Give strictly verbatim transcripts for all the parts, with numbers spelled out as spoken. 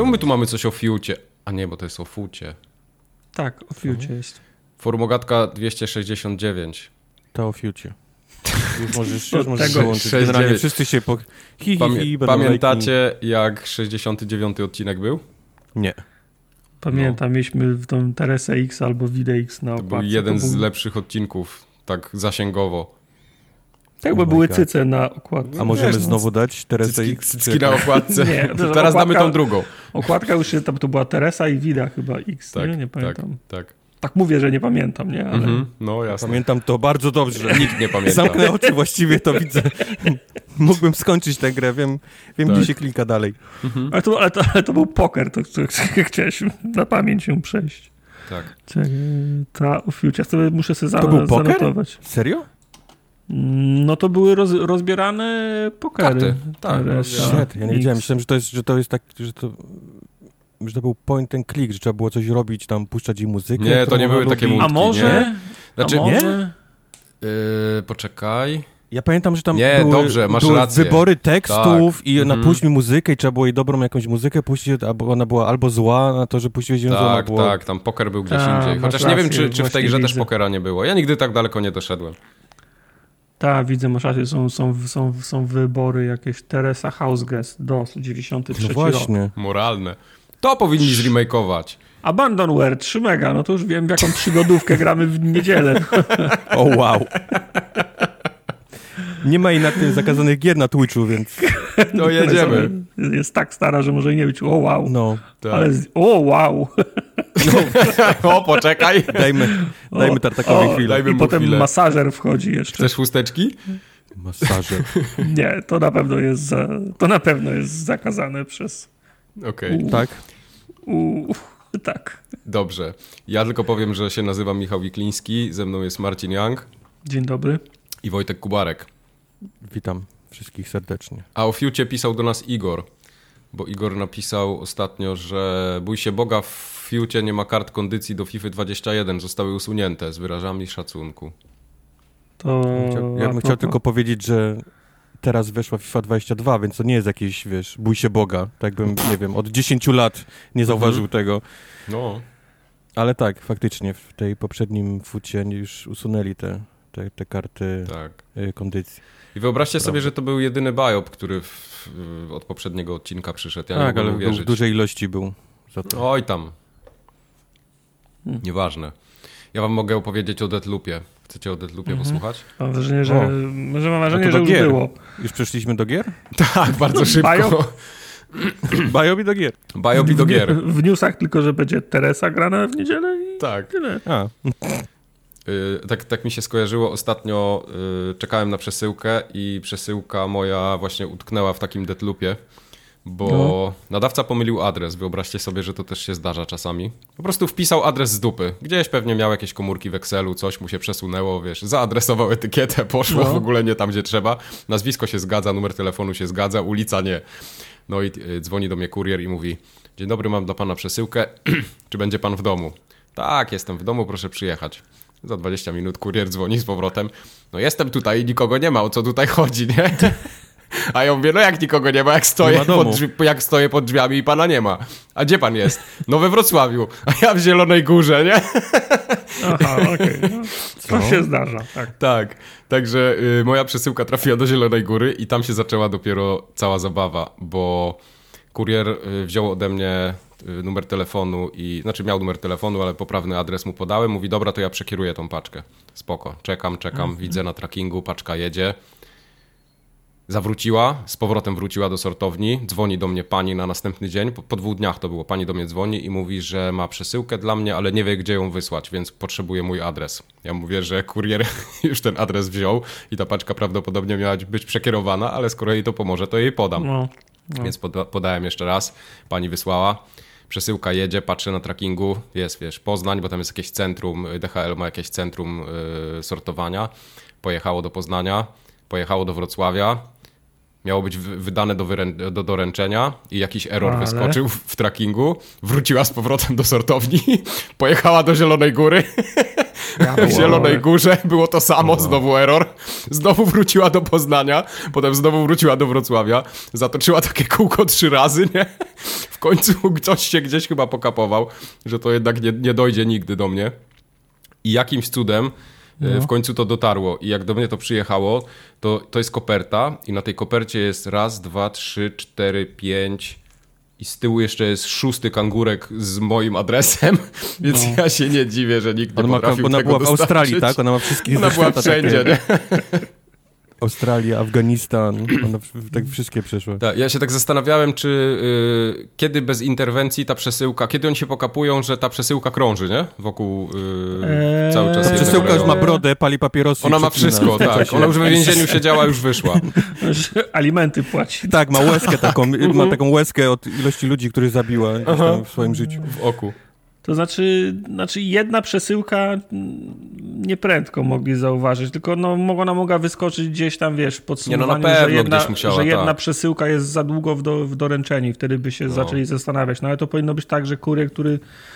czemu my tu mamy coś o fiucie? A nie, bo to jest o fucie. Tak, o fiucie mhm. jest. Forumogatka dwieście sześćdziesiąt dziewięć. To o fiucie. Już możesz, już możesz wyłączyć. Generalnie wszyscy się po... Hi, hi, hi, Pamię- Pamiętacie, jak sześćdziesiąty dziewiąty odcinek był? Nie. Pamiętam, no. Mieliśmy w tą Teresę X albo Widę X na okładce. To był jeden to był... z lepszych odcinków, tak zasięgowo. Tak, bo oh były God. cyce na okładce. A możemy Wiesz, znowu dać Teresę cycki, X? Cycki na okładce. Nie, to teraz okładka, damy tą drugą. Okładka już tam to była Teresa i Wida chyba X, tak, nie? Nie pamiętam. Tak, tak. Tak mówię, że nie pamiętam, nie? Ale... Mm-hmm. No jasne. Pamiętam to bardzo dobrze. Nikt nie pamięta. Zamknę oczy, właściwie to widzę. Mógłbym skończyć tę grę, wiem, wiem tak. gdzie się klika dalej. Mm-hmm. Ale, to, ale, to, ale to był poker, to, to, to chciałeś na pamięć się przejść. Tak. Czekaj, ta ofiucia, sobie muszę sobie to był poker? zanotować. Serio? No to były roz, rozbierane pokery. Karty. Tak. Shit, ja nie wiedziałem. Myślałem, że to jest, że to jest tak, że to... że to był point and click, że trzeba było coś robić, tam puszczać i muzykę. Nie, to nie były takie mutki. A może? Nie? Znaczy, A może? Yy, poczekaj. Ja pamiętam, że tam nie, były, dobrze, masz były rację. wybory tekstów tak. i mm-hmm. na puść mi muzykę i trzeba było jej dobrą jakąś muzykę puścić, albo ona była albo zła na to, że puściłeś ją tak, zła. Było... Tak, tam poker był gdzieś A, indziej. Chociaż rację, nie wiem, czy, czy w tej grze widzę. też pokera nie było. Ja nigdy tak daleko nie doszedłem. Tak, widzę, masz rację, są, są, są, są wybory jakieś. Teresa Hausgest, D O S, dziewięćdziesiąty trzeci no właśnie. rok. Moralne. To powinni zremakeować. Abandonware, trzy mega, no to już wiem, w jaką przygodówkę gramy w niedzielę. O oh, wow. Nie ma inaczej zakazanych gier na Twitchu, więc... No jedziemy. Jest tak stara, że może nie być o wow. No. Tak. Ale z... o wow. No. O, poczekaj. Dajmy, dajmy tartakowi o, chwilę. Dajmy I potem chwilę. Masażer wchodzi jeszcze. Chcesz chusteczki? Masażer. Nie, to na pewno jest za... to na pewno jest zakazane przez... Okej. Okay. Tak? U... Tak. Dobrze. Ja tylko powiem, że się nazywam Michał Wikliński, ze mną jest Marcin Young. Dzień dobry. I Wojtek Kubarek. Witam wszystkich serdecznie. A o fiucie pisał do nas Igor, bo Igor napisał ostatnio, że bój się Boga, w fiucie nie ma kart kondycji do FIFA dwadzieścia jeden, zostały usunięte z wyrażami szacunku. To... Ja bym chciał tylko powiedzieć, że teraz weszła FIFA dwadzieścia dwa, więc to nie jest jakiś, wiesz, bój się Boga. Tak bym, nie wiem, od dziesięciu lat nie zauważył mhm. tego. No. Ale tak, faktycznie w tej poprzednim fucie już usunęli te, te, te karty tak. kondycji. I wyobraźcie Prawda. sobie, że to był jedyny biop, który w, w, od poprzedniego odcinka przyszedł. Ja tak, nie ale uwierzyć. w dużej ilości był. Za to. Oj tam. Hmm. Nieważne. Ja wam mogę opowiedzieć o Deathloopie. Chcecie o Deathloopie mhm. posłuchać? Mam wrażenie, że, może mam wrażenie, że już gier. było. Już przeszliśmy do gier? Tak, bardzo szybko. Biop i do gier. Biop i do gier. W, w newsach tylko, że będzie Teresa grana w niedzielę i tak. tyle. A. Yy, tak, tak mi się skojarzyło. Ostatnio yy, czekałem na przesyłkę i przesyłka moja właśnie utknęła w takim Deathloopie, bo no. nadawca pomylił adres. Wyobraźcie sobie, że to też się zdarza czasami. Po prostu wpisał adres z dupy. Gdzieś pewnie miał jakieś komórki w Excelu, coś mu się przesunęło, wiesz, zaadresował etykietę, poszło no. w ogóle nie tam, gdzie trzeba. Nazwisko się zgadza, numer telefonu się zgadza, ulica nie. No i yy, dzwoni do mnie kurier i mówi: dzień dobry, mam dla pana przesyłkę. Czy będzie pan w domu? Tak, jestem w domu, proszę przyjechać. Za dwadzieścia minut kurier dzwoni z powrotem. No jestem tutaj i nikogo nie ma, o co tutaj chodzi, nie? A ja mówię, no jak nikogo nie ma, jak stoję, ma pod, drzwi, jak stoję pod drzwiami i pana nie ma. A gdzie pan jest? No we Wrocławiu. A ja w Zielonej Górze, nie? Aha, okej. Okay. No, to się zdarza, tak. Tak, także y, moja przesyłka trafiła do Zielonej Góry i tam się zaczęła dopiero cała zabawa, bo kurier y, wziął ode mnie numer telefonu i, znaczy miał numer telefonu, ale poprawny adres mu podałem. Mówi, dobra, to ja przekieruję tą paczkę. Spoko. Czekam, czekam, mhm. widzę na trackingu, paczka jedzie. Zawróciła, z powrotem wróciła do sortowni. Dzwoni do mnie pani na następny dzień. Po, po dwóch dniach to było. Pani do mnie dzwoni i mówi, że ma przesyłkę dla mnie, ale nie wie, gdzie ją wysłać, więc potrzebuje mój adres. Ja mówię, że kurier już ten adres wziął i ta paczka prawdopodobnie miała być przekierowana, ale skoro jej to pomoże, to jej podam. No, no. Więc poda- podałem jeszcze raz. Pani wysłała. Przesyłka jedzie, patrzę na trackingu, jest, wiesz, Poznań, bo tam jest jakieś centrum, D H L ma jakieś centrum yy, sortowania. Pojechało do Poznania, pojechało do Wrocławia. miało być wydane do, wyrę- do doręczenia i jakiś error Ale... wyskoczył w, w trackingu, wróciła z powrotem do sortowni, pojechała do Zielonej Góry, ja w Zielonej Górze było to samo, znowu error, znowu wróciła do Poznania, potem znowu wróciła do Wrocławia, zatoczyła takie kółko trzy razy, nie? W końcu ktoś się gdzieś chyba pokapował, że to jednak nie, nie dojdzie nigdy do mnie i jakimś cudem no. w końcu to dotarło i jak do mnie to przyjechało, to, to jest koperta i na tej kopercie jest raz, dwa, trzy, cztery, pięć i z tyłu jeszcze jest szósty kangurek z moim adresem, więc no. ja się nie dziwię, że nikt nie Ona potrafił ma, ona tego była w dostarczyć. Australii, tak? Ona ma wszystkich Ona była wszędzie, nie? Australia, Afganistan, ona tak wszystkie przeszły. Tak, ja się tak zastanawiałem, czy y, kiedy bez interwencji ta przesyłka, kiedy oni się pokapują, że ta przesyłka krąży, nie? Wokół y, eee, cały czas. Ta przesyłka już ma brodę, pali papierosy. Ona ma wszystko, tak. Ona już w więzieniu siedziała, już wyszła. Alimenty płaci. Tak, ma łezkę taką, ma taką łezkę od ilości ludzi, których zabiła w swoim życiu. W oku. To znaczy, znaczy jedna przesyłka nieprędko mogli zauważyć, tylko no, ona mogła wyskoczyć gdzieś tam, wiesz, w podsumowaniu, nie, no na pewno że jedna, gdzieś musiała, że jedna tak. przesyłka jest za długo w, do, w doręczeniu i wtedy by się no. zaczęli zastanawiać. No ale to powinno być tak, że kurier, który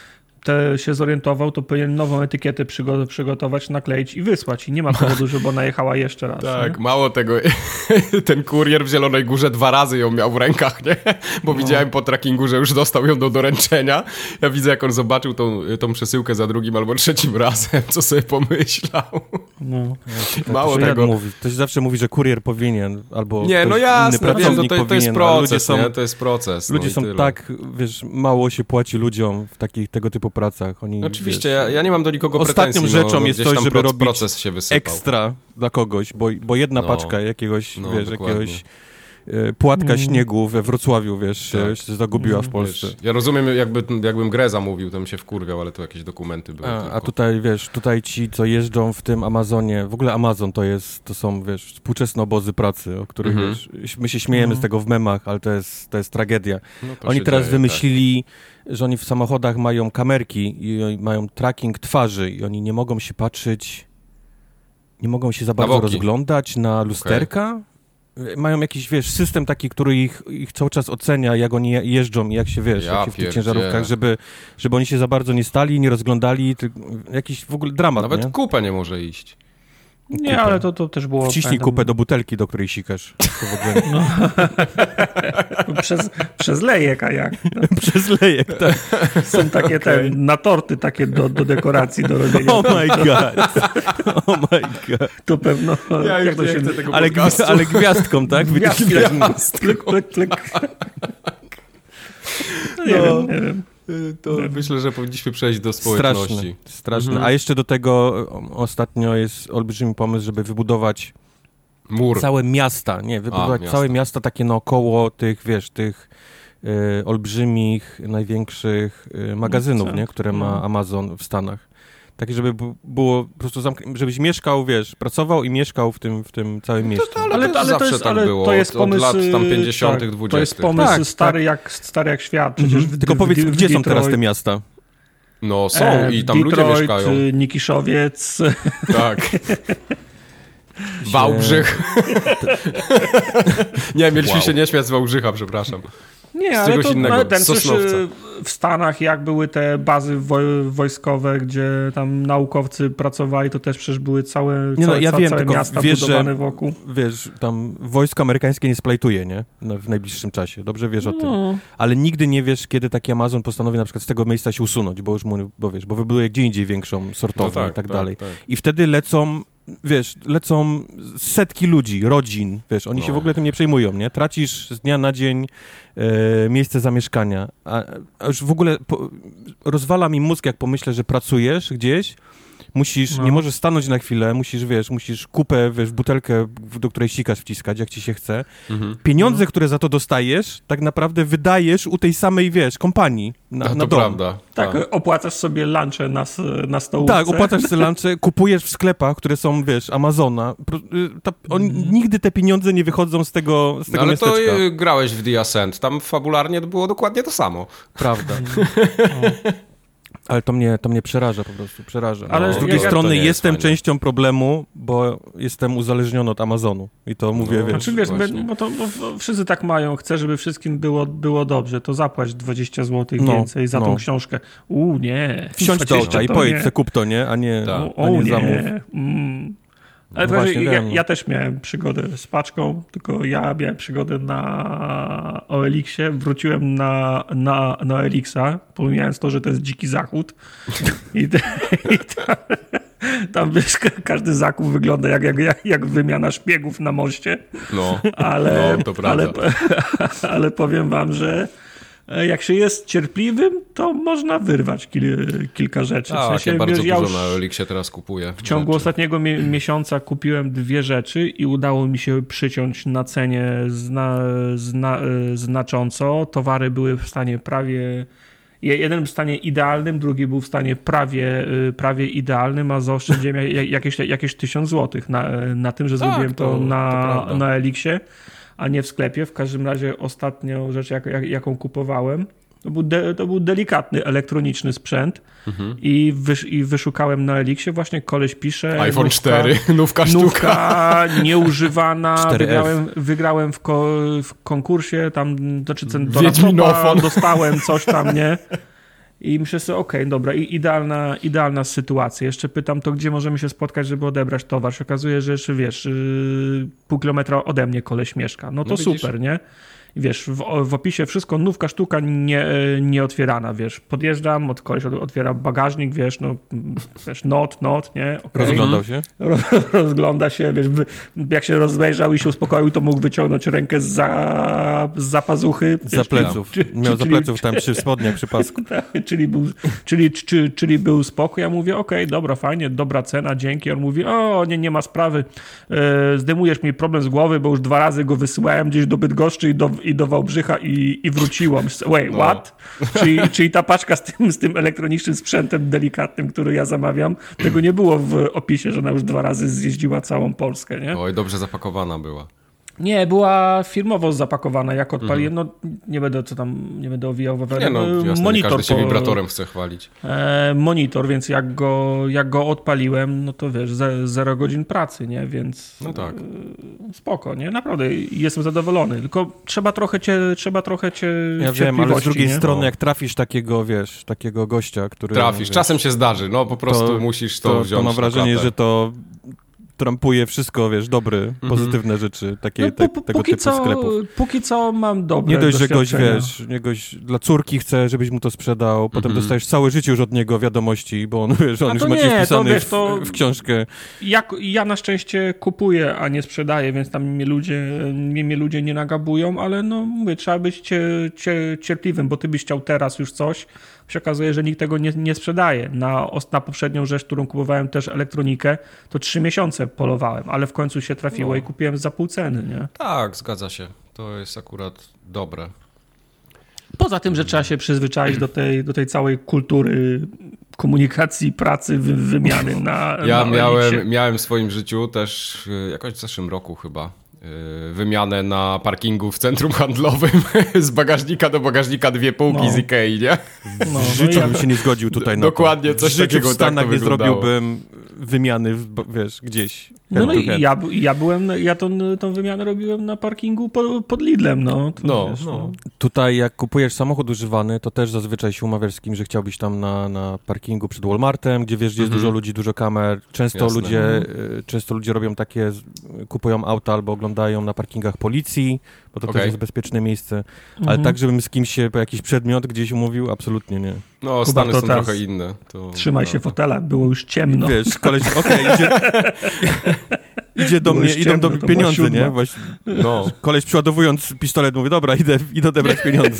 te się zorientował, to powinien nową etykietę przygo- przygotować, nakleić i wysłać. I nie ma powodu, żeby ona jechała jeszcze raz. Tak, nie? mało tego. Ten kurier w Zielonej Górze dwa razy ją miał w rękach, nie? Bo no. widziałem po trackingu, że już dostał ją do doręczenia. Ja widzę, jak on zobaczył tą, tą przesyłkę za drugim albo trzecim razem, co sobie pomyślał. No. Tak, mało to tego. Mówi. Ktoś zawsze mówi, że kurier powinien, albo nie, no jasne, inny pracownik wiem, to, to jest powinien, proces, są, nie? To jest proces. Ludzie no są tyle. tak, wiesz, mało się płaci ludziom w takich tego typu pracach. Oni, Oczywiście, wiesz, ja, ja nie mam do nikogo ostatnią pretensji. rzeczą no, jest coś, coś, żeby robić proces się wysypał. ekstra dla kogoś, bo, bo jedna no. paczka jakiegoś, no, wiesz, dokładnie. jakiegoś e, płatka mm. śniegu we Wrocławiu, wiesz, tak. się, się zagubiła w Polsce. Wiesz, ja rozumiem, jakby, jakbym grę zamówił, to bym się wkurwiał, ale to jakieś dokumenty były. A, tylko. a tutaj, wiesz, tutaj ci, co jeżdżą w tym Amazonie, w ogóle Amazon to jest, to są, wiesz, współczesne obozy pracy, o których, mm. wiesz, my się śmiejemy mm. z tego w memach, ale to jest, to jest tragedia. No to oni teraz dzieje, wymyślili, tak. że oni w samochodach mają kamerki i mają tracking twarzy i oni nie mogą się patrzeć, nie mogą się za bardzo rozglądać na lusterka. Okay. Mają jakiś, wiesz, system taki, który ich, ich cały czas ocenia, jak oni jeżdżą i jak się, wiesz, ja jak się w tych ciężarówkach, żeby, żeby oni się za bardzo nie stali, nie rozglądali, ty, jakiś w ogóle dramat, Nawet nie? kupę nie może iść. Nie, kupę. ale to, to też było... Wciśnij pamiętam, kupę do butelki, do której sikasz. To w ogóle... no. przez, przez lejek, a jak? No. Przez lejek, tak. Są takie okay. te, na torty takie do, do dekoracji, do robienia. Oh my god. Oh my god. To pewno... Ja jak to się... ale, gwi- ale gwiazdką, tak? Gwiazdką. Plyk, plyk, plyk. No, nie no. wiem, nie wiem. To no. myślę, że powinniśmy przejść do społeczności. Straszne, straszne. Mhm. A jeszcze do tego ostatnio jest olbrzymi pomysł, żeby wybudować mur. Całe miasta. Nie, wybudować A, miasta. całe miasta takie naokoło tych, wiesz, tych y, olbrzymich, największych y, magazynów, nie, które ma Amazon w Stanach. Takie, żeby b- było po prostu zamk- żebyś mieszkał, wiesz, pracował i mieszkał w tym, w tym całym mieście. To, to, ale, ale, to, ale zawsze to jest, tak ale było, to jest pomysł, od lat tam pięćdziesiątych, dwudziestych. To jest pomysł tak, stary, tak. Jak, stary jak świat. Przecież mhm. w, Tylko w, powiedz, w, w gdzie Detroit, są teraz te miasta? No są e, i tam Detroit, ludzie mieszkają. Nikiszowiec. Tak. Wałbrzych. Nie, mieliśmy wow. się nie śmiać z Wałbrzycha, przepraszam. Nie, ale to innego, ten przecież w Stanach, jak były te bazy woj- wojskowe, gdzie tam naukowcy pracowali, to też przecież były całe, nie, no, całe, ja całe, wiem, całe miasta wiesz, budowane że, wokół. Wiesz, tam wojsko amerykańskie nie splajtuje, nie? No, w najbliższym czasie. Dobrze wiesz o no. tym. Ale nigdy nie wiesz, kiedy taki Amazon postanowi na przykład z tego miejsca się usunąć, bo już mu, bo wiesz, bo wybuduje gdzie indziej większą sortownię no tak, i tak, tak dalej. Tak. I wtedy lecą wiesz, lecą setki ludzi, rodzin, wiesz, oni no. się w ogóle tym nie przejmują, nie? Tracisz z dnia na dzień e, miejsce zamieszkania, a, a już w ogóle po, rozwala mi mózg, jak pomyślę, że pracujesz gdzieś, musisz, no. nie możesz stanąć na chwilę, musisz, wiesz, musisz kupę, wiesz, butelkę, do której sikasz wciskać, jak ci się chce. Mhm. Pieniądze, mhm. które za to dostajesz, tak naprawdę wydajesz u tej samej, wiesz, kompanii na, no, na to dom. Prawda. Tak, tak, opłacasz sobie lunche na, na stołówce. Tak, opłacasz sobie lunche, kupujesz w sklepach, które są, wiesz, Amazona. Ta, on, mm. Nigdy te pieniądze nie wychodzą z tego, z tego ale miasteczka. Ale to grałeś w The Ascent, tam fabularnie było dokładnie to samo. Prawda. Ale to mnie, to mnie przeraża po prostu, przeraża. Ale no, z drugiej ja, strony jest jestem fajne. częścią problemu, bo jestem uzależniony od Amazonu. I to mówię, No, wiesz... Znaczy, wiesz, właśnie. bo to bo wszyscy tak mają, chcę, żeby wszystkim było, było dobrze, to zapłać dwadzieścia złotych No, więcej za no. tą książkę. U nie. Wsiądź do dwadzieścia auta i to pojedź, nie. se kup to, nie? A nie, Tak. O, a nie nie. zamów. Mm. Ale No no właśnie, ja, wiem. ja też miałem przygodę z paczką, tylko ja miałem przygodę na O L X-ie, wróciłem na, na, na O L X-a, pomijając to, że to jest dziki zachód i, te, i tam, tam wiesz, każdy zakup wygląda jak, jak, jak, jak wymiana szpiegów na moście, No, ale, no to prawda. ale, ale powiem wam, że jak się jest cierpliwym, to można wyrwać kil, kilka rzeczy. Tak, w sensie, ja bardzo wiesz, ja dużo już na Elixie teraz kupuję. w ciągu rzeczy. ostatniego mi- miesiąca kupiłem dwie rzeczy i udało mi się przyciąć na cenie zna, zna, znacząco. Towary były w stanie prawie... Jeden był w stanie idealnym, drugi był w stanie prawie, prawie idealnym, a zaoszczędziłem jakieś, jakieś tysiąc złotych na, na tym, że Tak, zrobiłem to, to- na, to prawda. na Elixie, a nie w sklepie. W każdym razie ostatnią rzecz, jak, jak, jaką kupowałem, to był, de, to był delikatny elektroniczny sprzęt Mhm. i, wysz, i wyszukałem na Elixie, właśnie koleś pisze... iPhone nówka, cztery, nówka sztuka. Nówka nieużywana, cztery F. wygrałem, wygrałem w, ko, w konkursie, tam, znaczy ten do Wiedźminofon. laptopa dostałem coś tam, nie? I myślę sobie, okej, okay, dobra, i idealna, idealna sytuacja. Jeszcze pytam, to gdzie możemy się spotkać, żeby odebrać towar? Się okazuje, że jeszcze, wiesz, yy, pół kilometra ode mnie koleś mieszka. No to No widzisz? super, nie? I wiesz, w, w opisie wszystko, nówka sztuka nie, nie otwierana, wiesz. Podjeżdżam, od koleś otwiera bagażnik, wiesz, no, wiesz, not, not, nie? Okay. Rozglądał się? Rozgląda się, wiesz, jak się rozejrzał i się uspokoił, to mógł wyciągnąć rękę za, za pazuchy. Za wiesz, pleców. czy- Miał czy- za pleców tam przy spodniach, przy pasku. tak, czyli, był, czyli, czy, czyli był spokój. Ja mówię, okej, okay, dobra, fajnie, dobra cena, dzięki. On mówi, o, nie, nie ma sprawy, e, zdejmujesz mi problem z głowy, bo już dwa razy go wysyłałem gdzieś do Bydgoszczy i do, i do Wałbrzycha i, i wróciłam. Wait, No. what? Czyli, czyli ta paczka z tym, z tym elektronicznym sprzętem delikatnym, który ja zamawiam, tego nie było w opisie, że ona już dwa razy zjeździła całą Polskę, nie? Oj, dobrze zapakowana była. Nie, była firmowo zapakowana, jak odpaliłem, no nie będę co tam, nie będę owijał we Nie no, jasne, monitor nie każdy się po- wibratorem chce chwalić. E, monitor, więc jak go, jak go odpaliłem, no to wiesz, ze, zero godzin pracy, nie, więc No tak. e, spoko, nie, naprawdę jestem zadowolony, tylko trzeba trochę cię, trzeba trochę cię Ja wiem, ale z drugiej nie? strony, No. jak trafisz takiego, wiesz, takiego gościa, który... Trafisz, wiesz, czasem się zdarzy, no po prostu to- musisz to, to, wziąć to mam na wrażenie, klatę. że to trampuje wszystko, wiesz, dobre, pozytywne rzeczy takie, No, te, po- tego póki typu co, sklepów. póki co mam dobre Nie dość, że goś, doświadczenia. wiesz, nie goś dla córki chce, żebyś mu to sprzedał, potem Mhm. dostajesz całe życie już od niego wiadomości, bo on, wiesz, on A już to ma cię nie, to wpisany wiesz, to- w, w książkę. Ja, ja na szczęście kupuję, a nie sprzedaję, więc tam mnie ludzie, mnie, mnie ludzie nie nagabują, ale no mówię, trzeba być cie, cie, cierpliwym, bo ty byś chciał teraz już coś, się okazuje, że nikt tego nie, nie sprzedaje. Na, os- na poprzednią rzecz, którą kupowałem też elektronikę, to trzy miesiące polowałem, ale w końcu się trafiło No. i kupiłem za pół ceny, nie? Tak, zgadza się. To jest akurat dobre. Poza tym, że trzeba się przyzwyczaić do tej, do tej całej kultury komunikacji, pracy, wy, wymiany na Ja na miałem, Elixie. miałem w swoim życiu też y, jakoś w zeszłym roku chyba y, wymianę na parkingu w centrum handlowym z bagażnika do bagażnika dwie półki No. z Ikei, nie? No, W no życiu i ja- bym się nie zgodził tutaj na Dokładnie, to. coś w życiu takiego, w tak Stanach to nie wyglądało. zrobiłbym wymiany, w, bo- wiesz, gdzieś. No, no Head to i head. ja, ja byłem, ja tą, tą wymianę robiłem na parkingu pod, pod Lidlem, no. To No, wiesz, no. Tutaj jak kupujesz samochód używany, to też zazwyczaj się umawiasz z kimś, że chciałbyś tam na, na parkingu przed Walmartem, gdzie wiesz, gdzie jest Mhm. dużo ludzi, dużo kamer. Często Jasne. ludzie, y, często ludzie robią takie, z- kupują auta albo oglądają na parkingach policji, bo to Okej. też jest bezpieczne miejsce. Ale Mhm. tak, żebym z kimś się po jakiś przedmiot gdzieś umówił, absolutnie nie. No, Kuba, Stany to są teraz trochę inne. To Trzymaj się prawda. fotela, było już ciemno. Wiesz, koleś, okej, idzie, idzie do Było mnie, już idą do ciemno, to była pieniądze, siódma. nie? Właśnie, No, koleś przeładowując pistolet mówi, dobra, idę, idę odebrać pieniądze.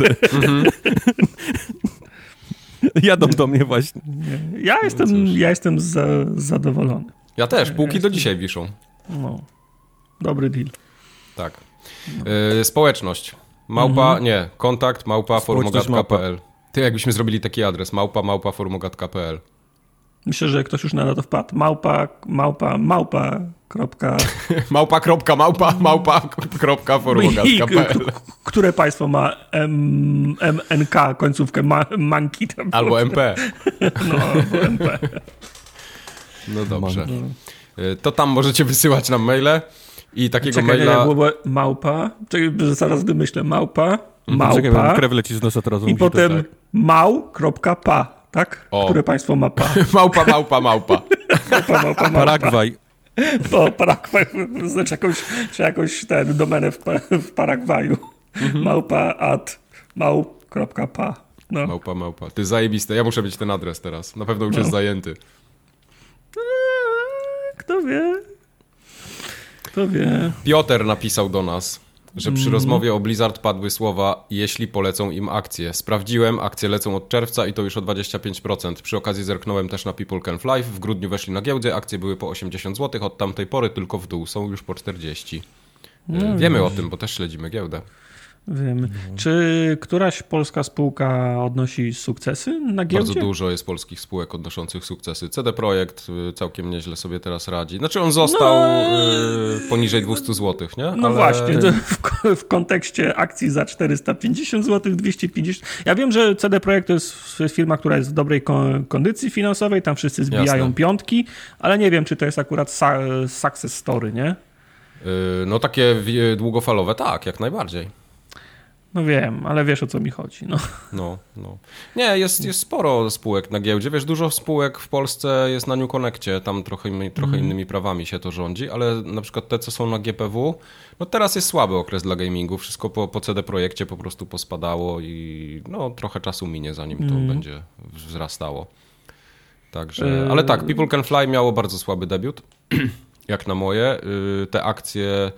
Jadą do mnie właśnie. Nie. Ja jestem, cóż. ja jestem za, zadowolony. ja też, półki do dzisiaj wiszą. No. Dobry deal. Tak. Y, społeczność. Małpa, Mhm. nie, kontakt małpa Społeczność formogat kropka p l. Ty, jakbyśmy zrobili taki adres, małpa małpa formogat kropka p l. Myślę, że ktoś już na to wpadł. Małpa, małpa, małpa Kropka... Małpa, kropka, małpa, małpa, kropka, formogatka kropka pe el. Które państwo ma M, M N K, końcówkę ma, manki? Tam albo M P. No, albo M P. No dobrze. To tam możecie wysyłać nam maile i takiego Czekaj, maila... Nie, było małpa, czekaj, zaraz wymyślę, małpa, małpa Czekaj, krew leci z nosa teraz. i potem tak. mał.pa, tak? O. Które państwo ma pa? Małpa, małpa, małpa. Małpa, małpa, małpa. Paragwaj. To Paragwaj, znaczy jakąś, czy jakąś ten domenę w, w Paragwaju. Mhm. Małpa at mał.pa. No. Małpa, małpa. Ty zajebiste. Ja muszę mieć ten adres teraz. Na pewno już no. jest zajęty. Eee, kto wie? Kto wie? Piotr napisał do nas, że przy mm. rozmowie o Blizzard padły słowa, jeśli polecą im akcje. Sprawdziłem, akcje lecą od czerwca i to już o dwadzieścia pięć procent. Przy okazji zerknąłem też na People Can Fly. W grudniu weszli na giełdę, akcje były po osiemdziesiąt złotych. Od tamtej pory tylko w dół. Są już po czterdzieści. No, Wiemy wiesz. o tym, bo też śledzimy giełdę. Wiemy. No. Czy któraś polska spółka odnosi sukcesy na giełdzie? Bardzo dużo jest polskich spółek odnoszących sukcesy. C D Projekt całkiem nieźle sobie teraz radzi. Znaczy on został no, y, poniżej dwieście złotych, nie? No Ale... właśnie, w, w kontekście akcji za czterysta pięćdziesiąt złotych, dwieście pięćdziesiąt. Ja wiem, że C D Projekt to jest firma, która jest w dobrej kondycji finansowej, tam wszyscy zbijają Jasne. piątki, ale nie wiem, czy to jest akurat success story, nie? Y, no takie długofalowe, tak, jak najbardziej. No wiem, ale wiesz, o co mi chodzi. No, no. no. Nie, jest, jest sporo spółek na giełdzie. Wiesz, dużo spółek w Polsce jest na New Connectie, tam trochę, trochę mm. innymi prawami się to rządzi, ale na przykład te, co są na G P W, no teraz jest słaby okres dla gamingu. Wszystko po, po C D Projekcie po prostu pospadało i no trochę czasu minie, zanim to mm. będzie wzrastało. Także, ale tak, People Can Fly miało bardzo słaby debiut, jak na moje. Te akcje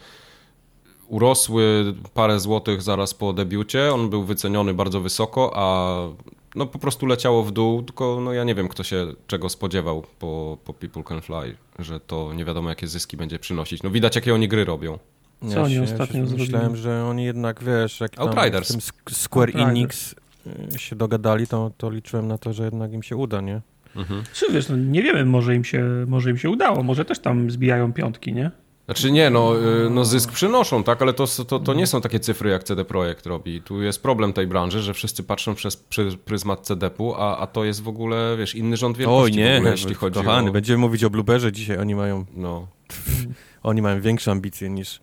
urosły parę złotych zaraz po debiucie, on był wyceniony bardzo wysoko, a no po prostu leciało w dół, tylko no ja nie wiem, kto się czego spodziewał po, po People Can Fly, że to nie wiadomo, jakie zyski będzie przynosić. No widać, jakie oni gry robią. Co ja oni się, ostatnio ja zrobili? Myślałem, że oni jednak, wiesz, jak tam Outriders. w tym Square Enix się dogadali, to, to liczyłem na to, że jednak im się uda, nie? Mhm. Czy wiesz, no nie wiemy, może im się, może im się udało, może też tam zbijają piątki, nie? Znaczy nie, no, no zysk przynoszą, tak, ale to, to, to nie są takie cyfry, jak C D Projekt robi. Tu jest problem tej branży, że wszyscy patrzą przez pryzmat C D P-u, a, a to jest w ogóle, wiesz, inny rząd wielkości. Oj, nie, w ogóle, jeśli chodzi kochany, o... będziemy mówić o Blueberze dzisiaj, oni mają no. oni mają większe ambicje niż...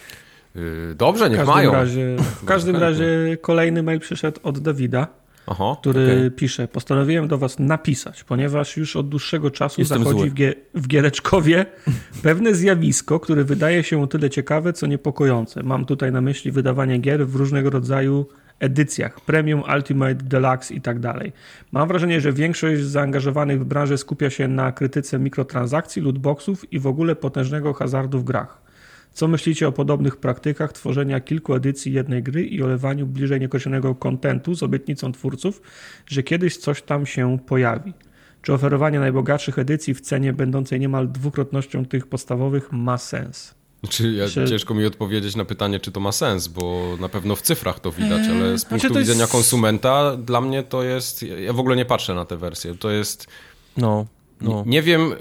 Yy, dobrze, niech w mają. Razie, w każdym razie kolejny mail przyszedł od Davida. Aha, który okay. pisze, postanowiłem do was napisać, ponieważ już od dłuższego czasu Jestem zachodzi zły. w, Gie- w Giereczkowie pewne zjawisko, które wydaje się o tyle ciekawe, co niepokojące. Mam tutaj na myśli wydawanie gier w różnego rodzaju edycjach, premium, ultimate, deluxe i tak dalej. Mam wrażenie, że większość zaangażowanych w branżę skupia się na krytyce mikrotransakcji, lootboxów i w ogóle potężnego hazardu w grach. Co myślicie o podobnych praktykach tworzenia kilku edycji jednej gry i olewaniu bliżej nieokreślonego kontentu z obietnicą twórców, że kiedyś coś tam się pojawi? Czy oferowanie najbogatszych edycji w cenie będącej niemal dwukrotnością tych podstawowych ma sens? Czy ja, że... Ciężko mi odpowiedzieć na pytanie, czy to ma sens, bo na pewno w cyfrach to widać, ale z punktu znaczy, widzenia jest... konsumenta dla mnie to jest... Ja w ogóle nie patrzę na te wersje. To jest... No, no. Nie, nie wiem... Y...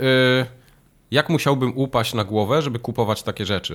Jak musiałbym upaść na głowę, żeby kupować takie rzeczy?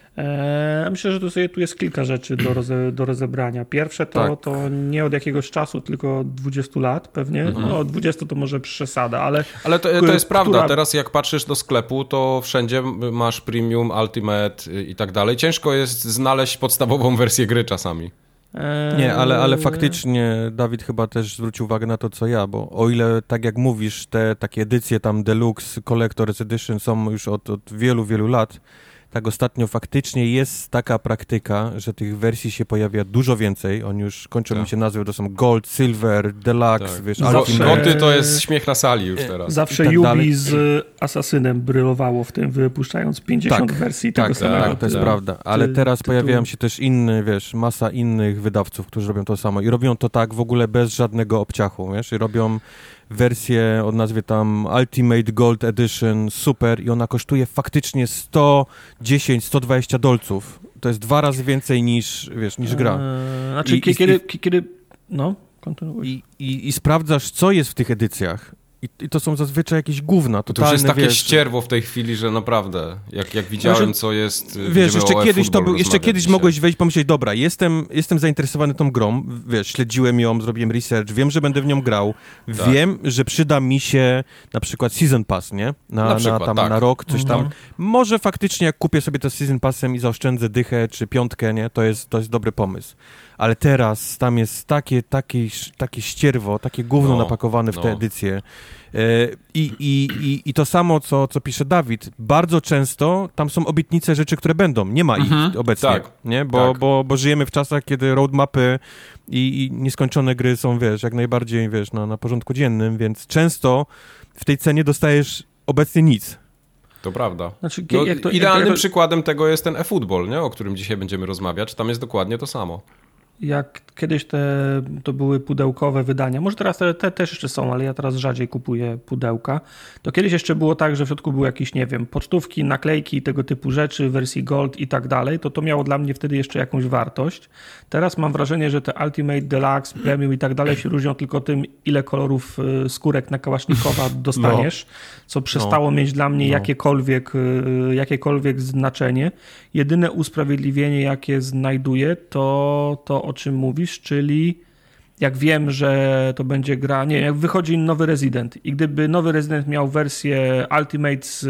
Eee, myślę, że tu, sobie, tu jest kilka rzeczy do, roze, do rozebrania. Pierwsze to, tak. to nie od jakiegoś czasu, tylko od dwudziestu lat pewnie. Mhm. No, od dwudziestu to może przesada, ale... Ale to, to jest która... prawda. Teraz jak patrzysz do sklepu, to wszędzie masz premium, ultimate i tak dalej. Ciężko jest znaleźć podstawową wersję gry czasami. Nie, ale, ale faktycznie Dawid chyba też zwrócił uwagę na to, co ja, bo o ile, tak jak mówisz, te takie edycje tam Deluxe, Collector's Edition są już od, od wielu, wielu lat, tak ostatnio faktycznie jest taka praktyka, że tych wersji się pojawia dużo więcej, oni już kończą tak. mi się nazwy, to są Gold, Silver, Deluxe, tak. wiesz, Zawsze... Goty to jest śmiech na sali już teraz. Zawsze tak Yubi z Asasynem brylowało w tym, wypuszczając pięćdziesiąt tak, wersji tak, tego samego. Tak, to jest tak. prawda, ale teraz tytuł... pojawiają się też inne, wiesz, masa innych wydawców, którzy robią to samo i robią to tak w ogóle bez żadnego obciachu, wiesz, i robią wersję o nazwie tam Ultimate Gold Edition Super i ona kosztuje faktycznie sto dziesięć, sto dwadzieścia dolców. To jest dwa razy więcej niż, wiesz, niż gra. Eee, znaczy, I, kiedy, i, kiedy... No, kontynuuj. I, i, I sprawdzasz, co jest w tych edycjach I, I to są zazwyczaj jakieś gówna, totalne, to już jest takie wiesz, ścierwo w tej chwili, że naprawdę, jak, jak widziałem, znaczy, co jest... Wiesz, jeszcze kiedyś to był, jeszcze kiedyś dzisiaj. Mogłeś wejść i pomyśleć, dobra, jestem, jestem zainteresowany tą grą, wiesz, śledziłem ją, zrobiłem research, wiem, że będę w nią grał, tak. wiem, że przyda mi się na przykład Season Pass, nie? Na, na, przykład, na, tam, tak. na rok, coś tam. Mhm. Może faktycznie jak kupię sobie to Season Passem i zaoszczędzę dychę czy piątkę, nie? To jest, to jest dobry pomysł. Ale teraz tam jest takie, takie, takie ścierwo, takie gówno no, napakowane w no. tę edycję. I, i, i, I to samo, co, co pisze Dawid, bardzo często tam są obietnice rzeczy, które będą. Nie ma ich mhm, obecnie, tak, nie? Bo, tak. bo, bo żyjemy w czasach, kiedy roadmapy i, i nieskończone gry są, wiesz, jak najbardziej, wiesz, na, na porządku dziennym, więc często w tej cenie dostajesz obecnie nic. To prawda. Znaczy, no, jak to, idealnym jak to... przykładem tego jest ten eFootball, nie? O którym dzisiaj będziemy rozmawiać. Tam jest dokładnie to samo. Jak kiedyś te, to były pudełkowe wydania, może teraz te, te też jeszcze są, ale ja teraz rzadziej kupuję pudełka, to kiedyś jeszcze było tak, że w środku były jakieś, nie wiem, pocztówki, naklejki, tego typu rzeczy, wersji Gold i tak dalej, to to miało dla mnie wtedy jeszcze jakąś wartość. Teraz mam wrażenie, że te Ultimate, Deluxe, Premium i tak dalej się różnią tylko tym, ile kolorów skórek na Kałasznikowa dostaniesz, no. co przestało no. mieć dla mnie no. jakiekolwiek, jakiekolwiek znaczenie. Jedyne usprawiedliwienie, jakie znajduję, to, to o czym mówisz, czyli jak wiem, że to będzie gra, nie wiem, jak wychodzi nowy Resident i gdyby nowy Resident miał wersję Ultimate z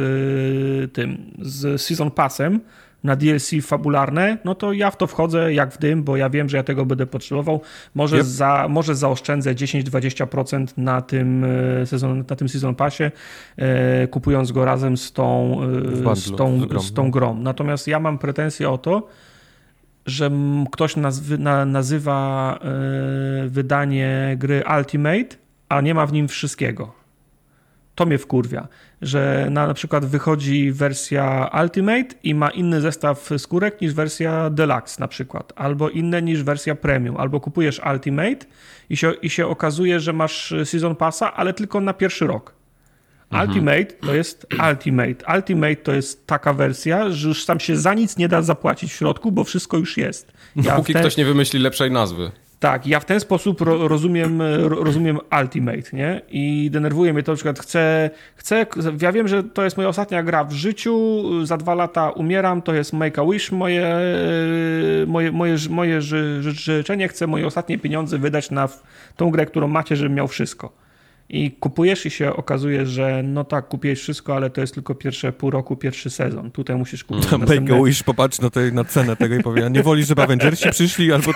tym, z Season Passem na D L C fabularne, no to ja w to wchodzę jak w dym, bo ja wiem, że ja tego będę potrzebował. Może, yep. za, może zaoszczędzę dziesięć do dwudziestu procent na tym, sezon, na tym Season Passie, e, kupując go razem z tą, e, z, tą, z, z tą grą. Natomiast ja mam pretensje o to, że ktoś nazwy, na, nazywa y, wydanie gry Ultimate, a nie ma w nim wszystkiego. To mnie wkurwia, że na, na przykład wychodzi wersja Ultimate i ma inny zestaw skórek niż wersja Deluxe na przykład, albo inne niż wersja Premium, albo kupujesz Ultimate i się, i się okazuje, że masz Season Passa, ale tylko na pierwszy rok. Ultimate to jest Ultimate. Ultimate to jest taka wersja, że już tam się za nic nie da zapłacić w środku, bo wszystko już jest. Ja Dopóki ten... ktoś nie wymyśli lepszej nazwy. Tak, ja w ten sposób ro, rozumiem, ro, rozumiem Ultimate, nie? I denerwuje mnie to, na przykład chcę, chcę, ja wiem, że to jest moja ostatnia gra w życiu, za dwa lata umieram, to jest Make a Wish, moje, moje, moje, moje ży, ży, życzenie, chcę moje ostatnie pieniądze wydać na tą grę, którą macie, żebym miał wszystko. I kupujesz i się okazuje, że no tak, kupiłeś wszystko, ale to jest tylko pierwsze pół roku, pierwszy sezon. Tutaj musisz kupić Tam następne... Make a Wish, popatrz na, tej, na cenę tego i powie, a nie wolisz, żeby Avengersi przyszli? Albo...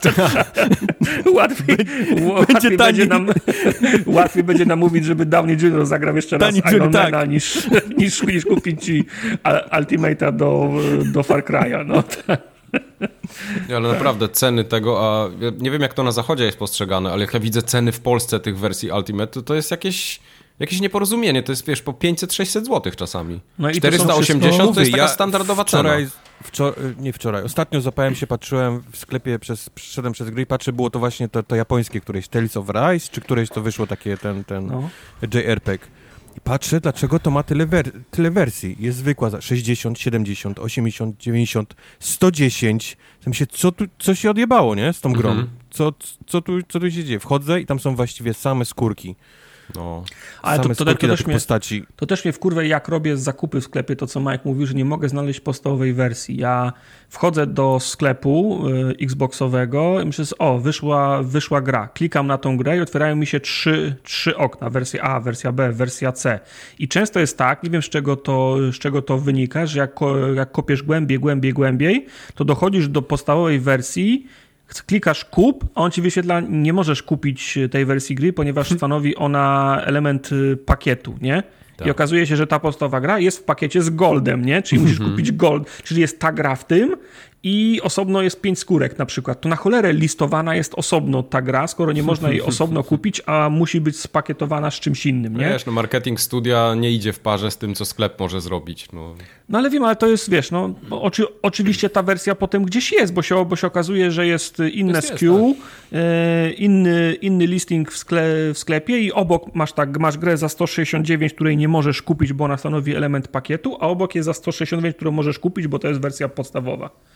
łatwiej, łatwiej, będzie nam, łatwiej będzie nam mówić, żeby Downey junior zagrał jeszcze raz Ironmana tak. niż, niż, niż kupić ci Ultimate'a do, do Far Cry'a. No tak. Nie, ale naprawdę ceny tego, a nie wiem jak to na zachodzie jest postrzegane, ale jak ja widzę ceny w Polsce tych wersji Ultimate, to, to jest jakieś, jakieś nieporozumienie, to jest wiesz po pięćset sześćset złotych czasami. No i czterysta osiemdziesiąt to, to jest taka ja standardowa wczoraj, cena. Wczoraj, nie wczoraj, ostatnio zapałem się, patrzyłem w sklepie, przez, przyszedłem przez gry i patrzę, było to właśnie to, to japońskie, któreś Tales of Rise, czy któreś to wyszło takie ten, ten no. J R P G. I patrzę, dlaczego to ma tyle, wer- tyle wersji. Jest zwykła za sześćdziesiąt, siedemdziesiąt, osiemdziesiąt, dziewięćdziesiąt, sto dziesięć. Tam się, co tu, co się odjebało, nie? Z tą grą. Mm-hmm. Co, co, tu, co tu się dzieje? Wchodzę i tam są właściwie same skórki. No. Ale to, to, to, też mnie, postaci. to też mnie wkurwia, jak robię zakupy w sklepie, to co Mike mówił, że nie mogę znaleźć podstawowej wersji. Ja wchodzę do sklepu y, Xboxowego i myślę, o, wyszła, wyszła gra. Klikam na tą grę i otwierają mi się trzy, trzy okna. Wersja A, wersja B, wersja C. I często jest tak, nie wiem z czego to, z czego to wynika, że jak, jak kopiesz głębiej, głębiej, głębiej, to dochodzisz do podstawowej wersji, klikasz kup, a on ci wyświetla, nie możesz kupić tej wersji gry, ponieważ stanowi ona element pakietu, nie? Tak. I okazuje się, że ta podstawowa gra jest w pakiecie z goldem, nie? Czyli musisz kupić gold, czyli jest ta gra w tym i osobno jest pięć skórek na przykład. To na cholerę listowana jest osobno ta gra, skoro nie można jej osobno kupić, a musi być spakietowana z czymś innym, nie? Wiesz, no marketing studia nie idzie w parze z tym, co sklep może zrobić. No, no ale wiem, ale to jest, wiesz, no oczy, oczywiście ta wersja potem gdzieś jest, bo się, bo się okazuje, że jest inne jest, S Q, jest, tak. e, inny, inny listing w, skle, w sklepie i obok masz tak, masz grę za sto sześćdziesiąt dziewięć, której nie możesz kupić, bo ona stanowi element pakietu, a obok jest za sto sześćdziesiąt dziewięć, którą możesz kupić, bo to jest wersja podstawowa.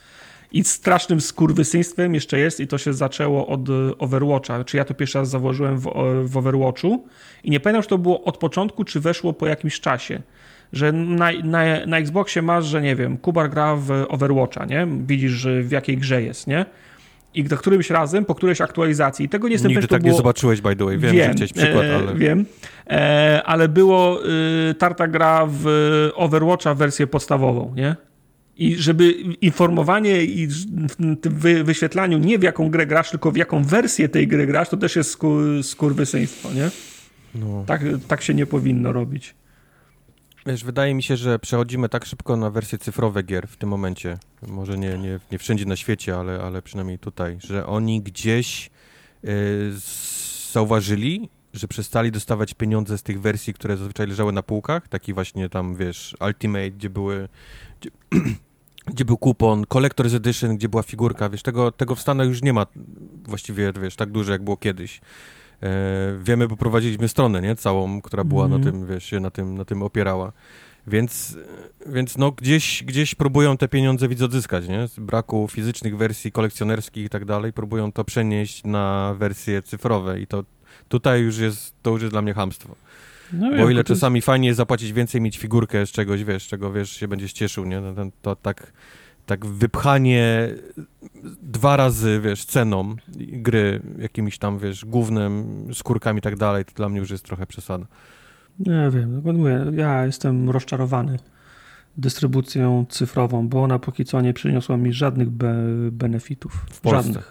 I strasznym skurwysyństwem jeszcze jest, i to się zaczęło od Overwatcha. Czy ja to pierwszy raz założyłem w, w Overwatchu i nie pamiętam, czy to było od początku, czy weszło po jakimś czasie. Że na, na, na Xboxie masz, że nie wiem, Kubar gra w Overwatcha, nie? Widzisz, w jakiej grze jest, nie? I do którymś razem, po którejś aktualizacji. I tego nie jestem Nigdy pewien, tak było... nie zobaczyłeś, by the way. Wiem, wiem że chciałeś przykład, ale... E, wiem, e, ale było y, Tarta gra w Overwatcha wersję podstawową, nie? I żeby informowanie i w tym wy, wyświetlaniu nie w jaką grę grasz, tylko w jaką wersję tej gry grasz, to też jest skur, skurwysyństwo, nie? No. Tak, tak się nie powinno robić. Wiesz, wydaje mi się, że przechodzimy tak szybko na wersje cyfrowe gier w tym momencie. Może nie, nie, nie wszędzie na świecie, ale, ale przynajmniej tutaj, że oni gdzieś yy, zauważyli, że przestali dostawać pieniądze z tych wersji, które zazwyczaj leżały na półkach, taki właśnie tam, wiesz, Ultimate, gdzie były... Gdzie, gdzie był kupon, Collector's Edition, gdzie była figurka, wiesz, tego, tego w Stanach już nie ma właściwie, wiesz, tak dużo, jak było kiedyś. E, wiemy, bo prowadziliśmy stronę, nie, całą, która była mm. na tym, wiesz, się na tym, na tym opierała. Więc, więc no, gdzieś, gdzieś próbują te pieniądze widz odzyskać, nie, z braku fizycznych wersji kolekcjonerskich i tak dalej, próbują to przenieść na wersje cyfrowe i to tutaj już jest, to już jest dla mnie chamstwo. No, bo ile czasami jest... fajnie jest zapłacić więcej, mieć figurkę z czegoś, wiesz, czego, wiesz, się będziesz cieszył, nie? To, to, to tak, tak wypchanie dwa razy, wiesz, ceną gry, jakimiś tam, wiesz, gównem, skórkami i tak dalej, to dla mnie już jest trochę przesada. Nie wiem, mówię, ja jestem rozczarowany dystrybucją cyfrową, bo ona póki co nie przyniosła mi żadnych be- benefitów. W Polsce? Żadnych.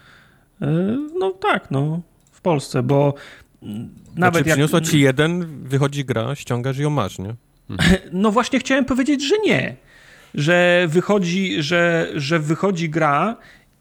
No tak, no, w Polsce, bo nawet znaczy, jak... przyniosła ci jeden, wychodzi gra, ściągasz i ją masz, nie? No właśnie chciałem powiedzieć, że nie. Że wychodzi, że, że wychodzi gra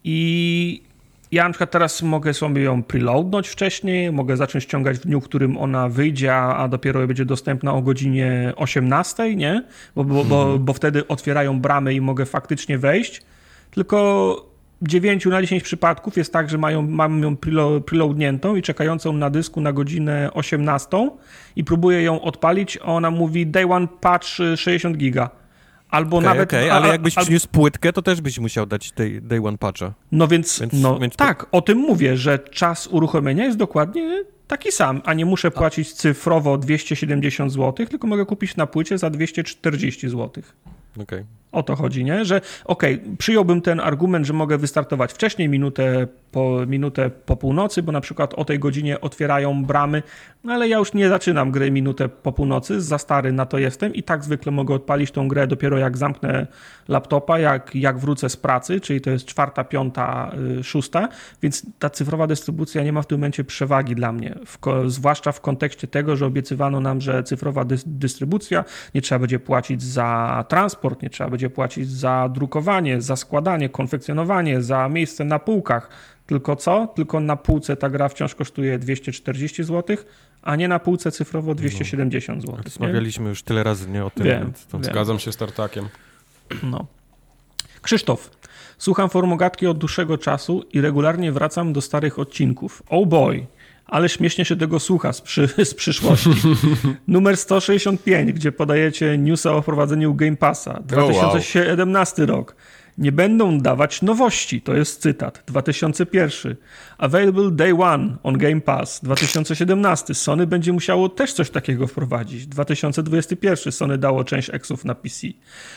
i ja na przykład teraz mogę sobie ją preloadnąć wcześniej, mogę zacząć ściągać w dniu, w którym ona wyjdzie, a dopiero będzie dostępna o godzinie osiemnastej, nie? Bo, bo, bo, bo wtedy otwierają bramy i mogę faktycznie wejść. Tylko dziewięć na dziesięć przypadków jest tak, że mają, mam ją preloadniętą i czekającą na dysku na godzinę osiemnastą i próbuję ją odpalić, a ona mówi day one patch sześćdziesiąt giga. Albo okay, nawet... Okay, ale jakbyś al, przyniósł płytkę, to też byś musiał dać day, day one patcha. No więc, więc, no, więc tak, po... o tym mówię, że czas uruchomienia jest dokładnie taki sam, a nie muszę płacić a. cyfrowo dwieście siedemdziesiąt złotych, tylko mogę kupić na płycie za dwieście czterdzieści złotych. Okay. O to chodzi, nie? Że okej, okay, przyjąłbym ten argument, że mogę wystartować wcześniej, minutę po, minutę po północy, bo na przykład o tej godzinie otwierają bramy, no ale ja już nie zaczynam gry minutę po północy, za stary na to jestem i tak zwykle mogę odpalić tą grę dopiero jak zamknę laptopa, jak, jak wrócę z pracy, czyli to jest czwarta, piąta, y, szósta, więc ta cyfrowa dystrybucja nie ma w tym momencie przewagi dla mnie, w, zwłaszcza w kontekście tego, że obiecywano nam, że cyfrowa dy, dystrybucja, nie trzeba będzie płacić za transport, nie trzeba będzie płacić za drukowanie, za składanie, konfekcjonowanie, za miejsce na półkach. Tylko co? Tylko na półce ta gra wciąż kosztuje dwieście czterdzieści złotych, a nie na półce cyfrowo dwieście siedemdziesiąt złotych. Rozmawialiśmy już tyle razy nie o tym. Wiem, więc to... wiem. Zgadzam się z Tartakiem. No. Krzysztof. Słucham Formogatki od dłuższego czasu i regularnie wracam do starych odcinków. Oh boy. Ale śmiesznie się tego słucha z, przy, z przyszłości. Numer sto sześćdziesiąt pięć, gdzie podajecie newsa o wprowadzeniu Game Passa. dwa tysiące siedemnasty oh, wow. rok. Nie będą dawać nowości, to jest cytat. dwa tysiące pierwszy. Available day one on Game Pass. dwa tysiące siedemnasty. Sony będzie musiało też coś takiego wprowadzić. dwa tysiące dwudziesty pierwszy. Sony dało część Xów na P C.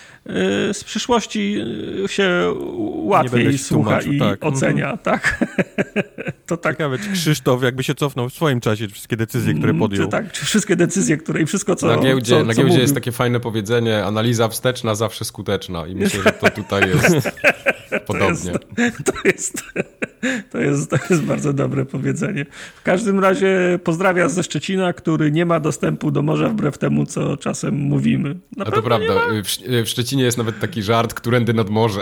Z przyszłości się łatwiej słucha i tak. ocenia, tak? To tak. Ciekawe, czy Krzysztof jakby się cofnął w swoim czasie wszystkie decyzje, które podjął. Tak, czy wszystkie decyzje, które i wszystko, co Na giełdzie, co, na co giełdzie jest takie fajne powiedzenie, analiza wsteczna zawsze skuteczna i myślę, że to tutaj jest podobnie. To jest, to, jest, to jest bardzo dobre powiedzenie. W każdym razie pozdrawiam ze Szczecina, który nie ma dostępu do morza wbrew temu, co czasem mówimy. A to prawda, w, w Szczecinie jest nawet taki żart, którędy nad morze.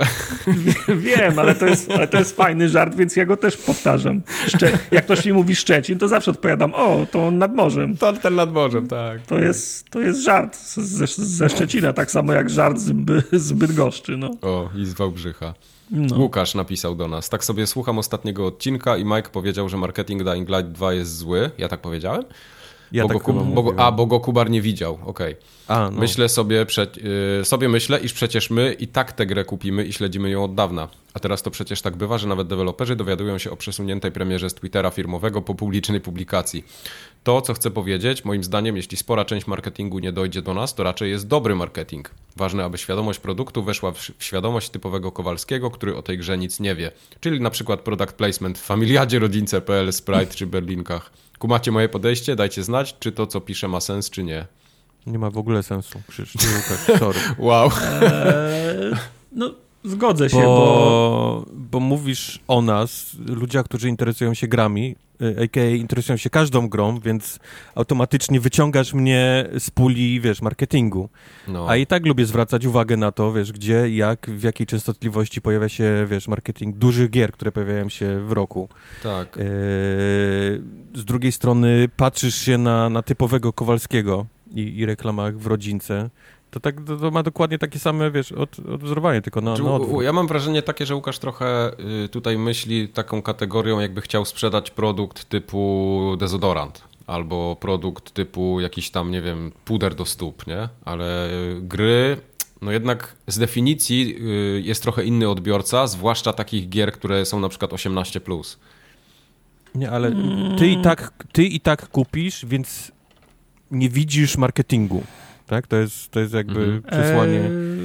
Wiem, ale to, jest, ale to jest fajny żart, więc ja go też powtarzam. Szcze- jak ktoś mi mówi Szczecin, to zawsze odpowiadam, o, to on nad morzem. To ten nad morzem, tak. To jest, to jest żart ze, ze Szczecina, tak samo jak żart z, By, z Bydgoszczy. No. O, i z Wałbrzycha. No. Łukasz napisał do nas. Tak sobie słucham ostatniego odcinka i Mike powiedział, że marketing Dying Light dwa jest zły. Ja tak powiedziałem? Ja bo tak go, bo go, a, bo go Kubar nie widział. Okej. Okay. No. Myślę sobie, prze, yy, sobie myślę, iż przecież my i tak tę grę kupimy i śledzimy ją od dawna. A teraz to przecież tak bywa, że nawet deweloperzy dowiadują się o przesuniętej premierze z Twittera firmowego po publicznej publikacji. To, co chcę powiedzieć, moim zdaniem, jeśli spora część marketingu nie dojdzie do nas, to raczej jest dobry marketing. Ważne, aby świadomość produktu weszła w świadomość typowego Kowalskiego, który o tej grze nic nie wie. Czyli na przykład product placement w Familiadzie, Rodzince kropka p l, Sprite czy Berlinkach. Kumacie moje podejście? Dajcie znać, czy to, co piszę, ma sens, czy nie. Nie ma w ogóle sensu. Przecież nie Łukasz, sorry. Wow. Eee, no, zgodzę się, bo, bo... bo mówisz o nas, ludziach, którzy interesują się grami, a k a interesują się każdą grą, więc automatycznie wyciągasz mnie z puli, wiesz, marketingu. No. A i tak lubię zwracać uwagę na to, wiesz, gdzie, jak, w jakiej częstotliwości pojawia się, wiesz, marketing dużych gier, które pojawiają się w roku. Tak. E, z drugiej strony patrzysz się na, na typowego Kowalskiego i, i reklamach w Rodzince, to, tak, to, to ma dokładnie takie same, wiesz, od, odwzorowanie, tylko na, na odwrót. Ja mam wrażenie takie, że Łukasz trochę y, tutaj myśli taką kategorią, jakby chciał sprzedać produkt typu dezodorant albo produkt typu jakiś tam, nie wiem, puder do stóp, nie? Ale y, gry, no jednak z definicji y, jest trochę inny odbiorca, zwłaszcza takich gier, które są na przykład osiemnaście plus. Nie, ale ty i tak, ty i tak kupisz, więc nie widzisz marketingu. Tak? To jest, to jest jakby mhm. przesłanie.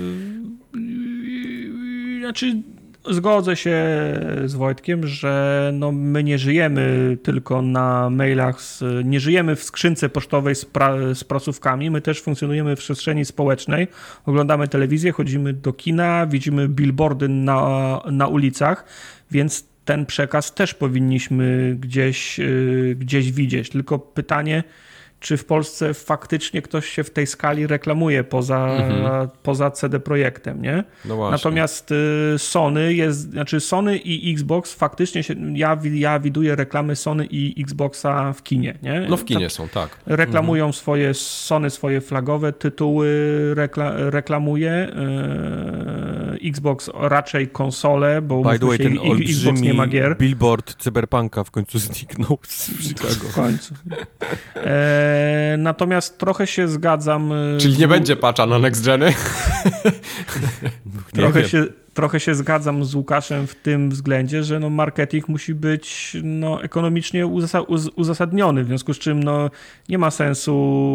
Eee, znaczy, zgodzę się z Wojtkiem, że no, my nie żyjemy tylko na mailach, z, nie żyjemy w skrzynce pocztowej z, pra, z pracówkami, my też funkcjonujemy w przestrzeni społecznej, oglądamy telewizję, chodzimy do kina, widzimy billboardy na, na ulicach, więc ten przekaz też powinniśmy gdzieś, gdzieś widzieć. Tylko pytanie, czy w Polsce faktycznie ktoś się w tej skali reklamuje poza, mhm. poza C D Projektem, nie? No właśnie. Natomiast Sony jest, znaczy Sony i Xbox faktycznie się, ja, ja widuję reklamy Sony i Xboxa w kinie, nie? No w kinie tak, są, tak. Reklamują mhm. swoje, Sony swoje flagowe tytuły, rekla, reklamuje, yy, Xbox raczej konsole, bo by the way, ten Xbox nie ma gier. Billboard Cyberpunka w końcu zniknął z Chicago. W końcu. E, Natomiast trochę się zgadzam... Czyli nie z... będzie patcha na next geny? trochę, się, trochę się zgadzam z Łukaszem w tym względzie, że no marketing musi być no, ekonomicznie uzas- uzasadniony, w związku z czym no, nie ma sensu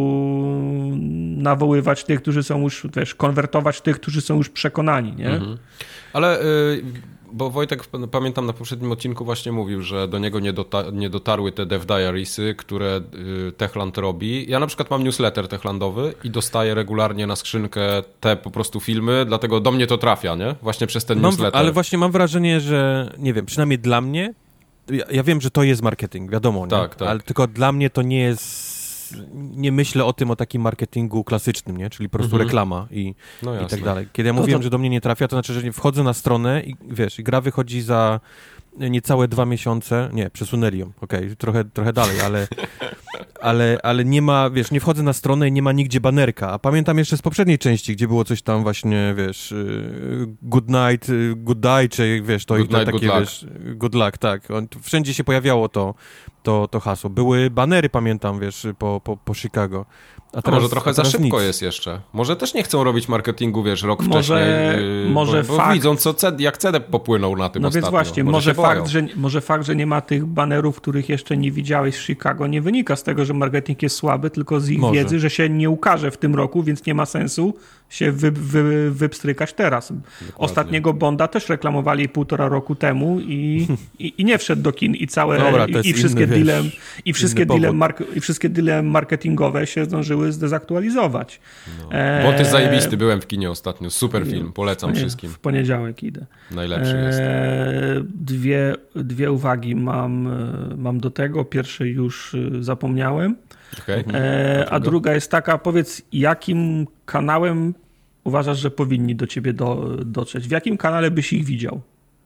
nawoływać tych, którzy są już, wiesz, konwertować tych, którzy są już przekonani, nie? Mhm. Ale... Y- Bo Wojtek, pamiętam, na poprzednim odcinku właśnie mówił, że do niego nie, dota- nie dotarły te Dev Diariesy, które y, Techland robi. Ja na przykład mam newsletter techlandowy i dostaję regularnie na skrzynkę te po prostu filmy, dlatego do mnie to trafia, nie? Właśnie przez ten mam, newsletter. Ale właśnie mam wrażenie, że nie wiem, przynajmniej dla mnie, ja, ja wiem, że to jest marketing, wiadomo, tak, nie? Tak. Ale tylko dla mnie to nie jest... Nie myślę o tym, o takim marketingu klasycznym, nie? Czyli po prostu mhm. reklama i, no i tak dalej. Kiedy ja no mówiłem, to... że do mnie nie trafia, to znaczy, że nie wchodzę na stronę i wiesz, i gra wychodzi za niecałe dwa miesiące, nie, przesunęli ją, okej, okay, trochę, trochę dalej, ale, ale, ale nie ma, wiesz, nie wchodzę na stronę i nie ma nigdzie banerka, a pamiętam jeszcze z poprzedniej części, gdzie było coś tam właśnie, wiesz, good night, good day, czy wiesz, to good i to night, takie, good wiesz, good luck, tak, on, wszędzie się pojawiało to, to, to hasło. Były banery, pamiętam, wiesz, po, po, po Chicago. A, teraz, a może trochę a za szybko nic. Jest jeszcze. Może też nie chcą robić marketingu, wiesz, rok może, wcześniej, yy, może bo, bo fakt, widzą, co C D, jak C D popłynął na tym no ostatnio. No więc właśnie, może, może, fakt, że, może fakt, że nie ma tych banerów, których jeszcze nie widziałeś w Chicago, nie wynika z tego, że marketing jest słaby, tylko z ich może. wiedzy, że się nie ukaże w tym roku, więc nie ma sensu się wy, wy, wypstrykać teraz. Dokładnie. Ostatniego Bonda też reklamowali półtora roku temu i, i, i nie wszedł do kin i całe Dobra, i, i, wszystkie deale, wiesz, i, wszystkie deale mark, i wszystkie deale marketingowe się zdążyły zdezaktualizować. No. Bo ty zajebisty, byłem w kinie ostatnio, super film, polecam w wszystkim. W poniedziałek idę. Najlepszy jest. Dwie, dwie uwagi mam, mam do tego. Pierwszej już zapomniałem. Okay. E, a druga jest taka, powiedz, jakim kanałem uważasz, że powinni do ciebie do, dotrzeć? W jakim kanale byś ich widział?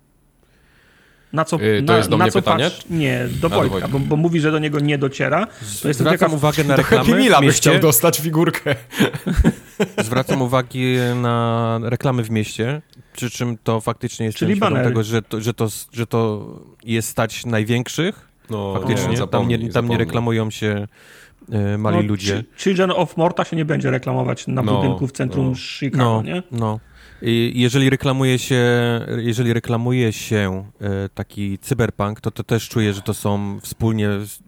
Na co, yy, to na, jest do na mnie co pytanie? Patrz? Nie, do Wojtka, bo, bo mówi, że do niego nie dociera. To jest Zwracam taka... uwagę na reklamy w mieście. Happy Meala chciał dostać figurkę. Zwracam uwagi na reklamy w mieście, przy czym to faktycznie jest Czyli świadom tego, że to, że, to, że to jest stać największych. No, faktycznie. nie, zapomnij, tam nie, tam nie reklamują się e, mali no, ludzie. Children of Morta się nie będzie reklamować na no, budynku w centrum no, Chicago, no, nie? No. I jeżeli reklamuje się, jeżeli reklamuje się e, taki cyberpunk, to, to też czuję, że to są wspólnie z,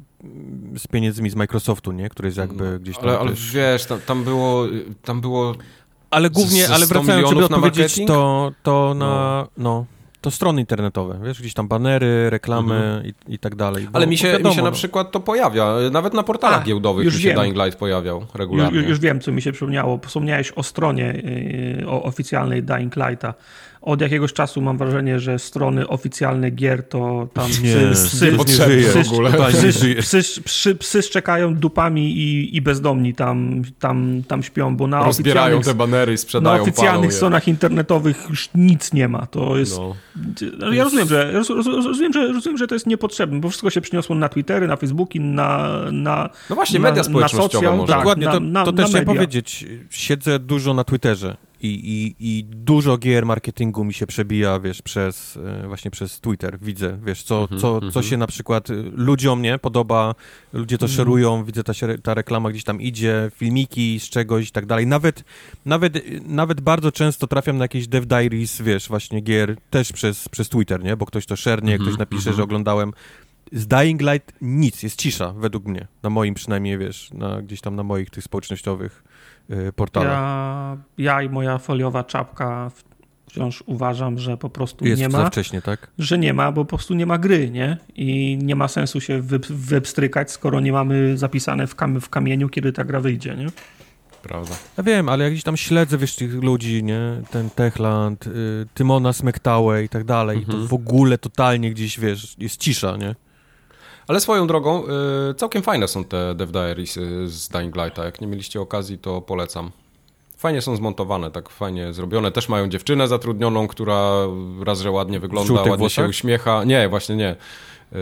z pieniędzmi z Microsoftu, nie? Który jest jakby no, gdzieś tam Ale, ale też... wiesz, tam, tam było... Tam było ale głównie, z, ale wracając, żeby odpowiedzieć, to, to na... No. no. To strony internetowe, wiesz, gdzieś tam banery, reklamy mhm. i, i tak dalej. Ale mi się, wiadomo, mi się na no. przykład to pojawia, nawet na portalach A, giełdowych mi się wiem. Dying Light pojawiał regularnie. Już, już wiem, co mi się przypomniało. Wspomniałeś o stronie yy, o oficjalnej Dying Lighta. Od jakiegoś czasu mam wrażenie, że strony oficjalne gier to tam nie, psy, psy, nie żyje psy, w ogóle. Psy, psy, psy, psy szczekają dupami i, i bezdomni tam, tam, tam śpią, bo na rozbierają oficjalnych, te banery i sprzedają. Na oficjalnych palą stronach internetowych już nic nie ma. To jest... No. Ja rozumiem, że, rozumiem, że, rozumiem, że to jest niepotrzebne, bo wszystko się przyniosło na Twittery, na Facebooki, na, na no właśnie, na, media społecznościowe na social, może. tak, Dokładnie, na, to, na, to na też chciałem media. powiedzieć. Siedzę dużo na Twitterze i, i, i dużo gier marketingu mi się przebija, wiesz, przez właśnie przez Twitter. Widzę, wiesz, co, mm-hmm, co, mm-hmm. co się na przykład ludziom nie podoba, ludzie to mm. szerują, widzę ta, ta reklama gdzieś tam idzie, filmiki z czegoś i tak dalej. Nawet, nawet, nawet bardzo często trafiam na jakieś dev diaries, wiesz, właśnie gier też przez, przez Twitter, nie? Bo ktoś to szernie, mm-hmm, ktoś napisze, mm-hmm. że oglądałem. Z Dying Light nic, jest cisza według mnie, na moim przynajmniej, wiesz, na, gdzieś tam na moich tych społecznościowych y, portalach. Ja, ja i moja foliowa czapka wciąż uważam, że po prostu jest nie ma. Jest za wcześnie, tak? Że nie ma, bo po prostu nie ma gry, nie? I nie ma sensu się wy, wypstrykać, skoro nie mamy zapisane w, kam- w kamieniu, kiedy ta gra wyjdzie, nie? Prawda. Ja wiem, ale jak gdzieś tam śledzę, wiesz, tych ludzi, nie? Ten Techland, y, Tymona Smektałe i tak dalej, mhm. to w ogóle totalnie gdzieś, wiesz, jest cisza, nie? Ale swoją drogą, y, całkiem fajne są te Dev Diaries y, z Dying Lighta. Jak nie mieliście okazji, to polecam. Fajnie są zmontowane, tak fajnie zrobione. Też mają dziewczynę zatrudnioną, która raz, że ładnie wygląda, ładnie włosach? się uśmiecha. Nie, właśnie nie. Y,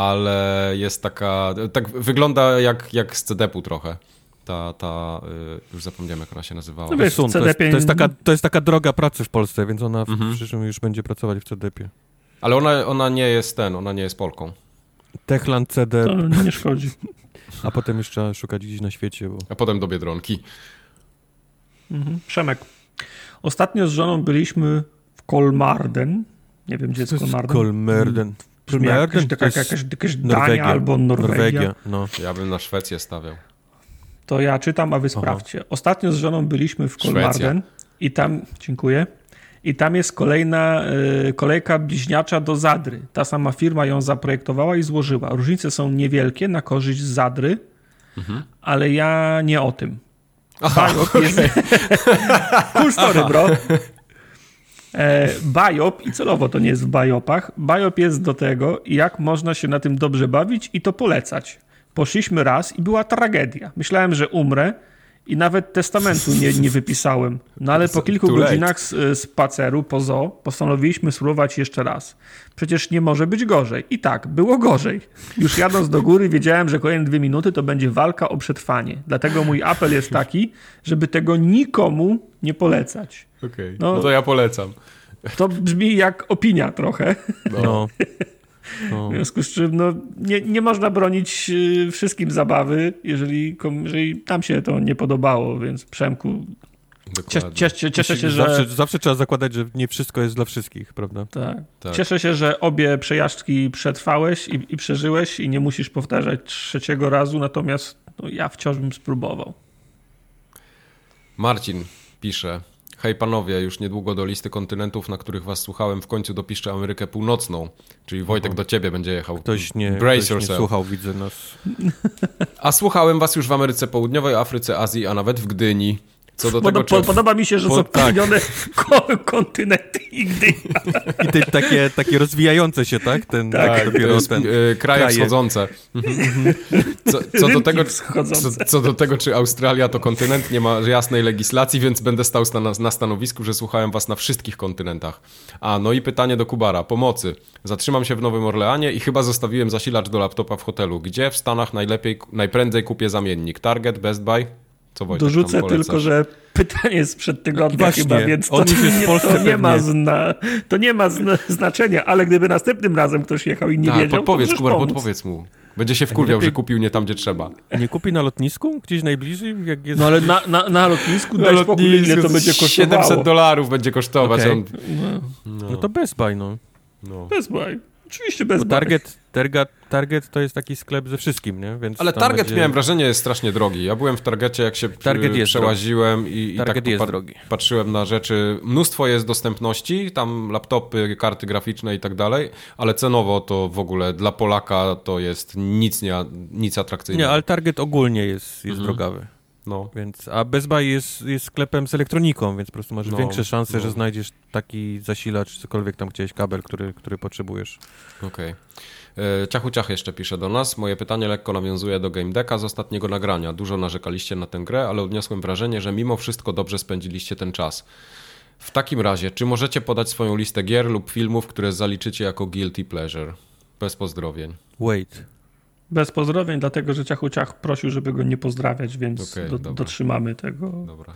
ale jest taka... Tak wygląda jak, jak z C D P u trochę. Ta, ta y, już zapomniałem, jak ona się nazywała. No wiesz, to, jest, to, jest taka, to jest taka droga pracy w Polsce, więc ona w mhm. przyszłym już będzie pracować w C D P ie. Ale ona, ona nie jest ten, ona nie jest Polką. Techland, C D. To nie szkodzi. A potem jeszcze trzeba szukać gdzieś na świecie. Bo... A potem do Biedronki. Mhm. Przemek. Ostatnio z żoną byliśmy w Kolmarden. Nie wiem, gdzie jest Kolmarden. Kolmarden. Brzmi jakaś, jakaś, jakaś, jakaś Dania albo Norwegia. Norwegia. No. Ja bym na Szwecję stawiał. To ja czytam, a wy sprawdźcie. Aha. Ostatnio z żoną byliśmy w Kolmarden i tam, dziękuję, i tam jest kolejna y, kolejka bliźniacza do Zadry. Ta sama firma ją zaprojektowała i złożyła. Różnice są niewielkie na korzyść Zadry, mhm. ale ja nie o tym. Aha, Biop jest... Cool story, Aha. bro. E, Biop, i celowo to nie jest w Biopach, Biop jest do tego, jak można się na tym dobrze bawić i to polecać. Poszliśmy raz i była tragedia. Myślałem, że umrę i nawet testamentu nie, nie wypisałem. No ale po kilku godzinach spaceru po zoo postanowiliśmy spróbować jeszcze raz. Przecież nie może być gorzej. I tak, było gorzej. Już jadąc do góry wiedziałem, że kolejne dwie minuty to będzie walka o przetrwanie. Dlatego mój apel jest taki, żeby tego nikomu nie polecać. Okej, okay. no, no to ja polecam. To brzmi jak opinia trochę. No. no. W związku z czym no, nie, nie można bronić y, wszystkim zabawy, jeżeli, jeżeli nam się to nie podobało, więc Przemku, cies, cies, cieszę się, że... Zawsze, zawsze trzeba zakładać, że nie wszystko jest dla wszystkich, prawda? Tak. tak. Cieszę się, że obie przejażdżki przetrwałeś i, i przeżyłeś i nie musisz powtarzać trzeciego razu, natomiast no, ja wciąż bym spróbował. Marcin pisze: hej panowie, już niedługo do listy kontynentów, na których was słuchałem, w końcu dopiszczę Amerykę Północną. Czyli Wojtek Aha. do ciebie będzie jechał. Ktoś nie, Brace ktoś yourself. nie słuchał, widzę nas. A słuchałem was już w Ameryce Południowej, Afryce, Azji, a nawet w Gdyni. Co do tego, Pod, czy... Podoba mi się, że po, są wymienione tak. kontynenty i Gdynia. I te, takie, takie rozwijające się, tak? Ten, tak, dopiero ten, y, kraje, kraje wschodzące. Co, co, do tego, co, co do tego, czy Australia to kontynent, nie ma jasnej legislacji, więc będę stał na, na stanowisku, że słuchałem was na wszystkich kontynentach. A, no i pytanie do Kubara. Pomocy. Zatrzymam się w Nowym Orleanie i chyba zostawiłem zasilacz do laptopa w hotelu. Gdzie w Stanach najlepiej, najprędzej kupię zamiennik? Target, Best Buy? Co Wojtek Dorzucę tylko, że pytanie sprzed tygodnia Właśnie, chyba, więc to, on już jest w Polsce to, nie, ma pewnie. zna, to nie ma zna, znaczenia, ale gdyby następnym razem ktoś jechał i nie tak, wiedział, podpowiedz, to Kubar, pomóc. podpowiedz mu. Będzie się wkurwiał, lepiej- że kupił nie tam, gdzie trzeba. Nie kupi na lotnisku? Gdzieś najbliżej? Jak jest... No ale na, na, na lotnisku daj spokój, ile to będzie kosztowało. siedemset dolarów będzie kosztować. Okej. On... No, No, No to Best Buy, no. no. Best Buy. Oczywiście Best Bo Buy. Target, Target, Target to jest taki sklep ze wszystkim, nie? Więc Ale tam Target, będzie... miałem wrażenie, jest strasznie drogi. Ja byłem w Targecie, jak się Target y, jest przełaziłem i, i Target tak jest popa- drogi. patrzyłem na rzeczy. Mnóstwo jest dostępności, tam laptopy, karty graficzne i tak dalej, ale cenowo to w ogóle dla Polaka to jest nic, nie, nic atrakcyjnego. Nie, ale Target ogólnie jest, jest Mhm. drogawy. No. Więc, a Best Buy jest, jest sklepem z elektroniką, więc po prostu masz No, większe szanse, no. że znajdziesz taki zasilacz, cokolwiek tam chciałeś, kabel, który, który potrzebujesz. Okej. Okay. Ciachu Ciach jeszcze pisze do nas. Moje pytanie lekko nawiązuje do Game Decka z ostatniego nagrania. Dużo narzekaliście na tę grę, ale odniosłem wrażenie, że mimo wszystko dobrze spędziliście ten czas. W takim razie, czy możecie podać swoją listę gier lub filmów, które zaliczycie jako guilty pleasure? Bez pozdrowień. Wait. Bez pozdrowień, dlatego że Ciachu Ciach prosił, żeby go nie pozdrawiać, więc Okej, do, dobra. dotrzymamy tego. Dobra.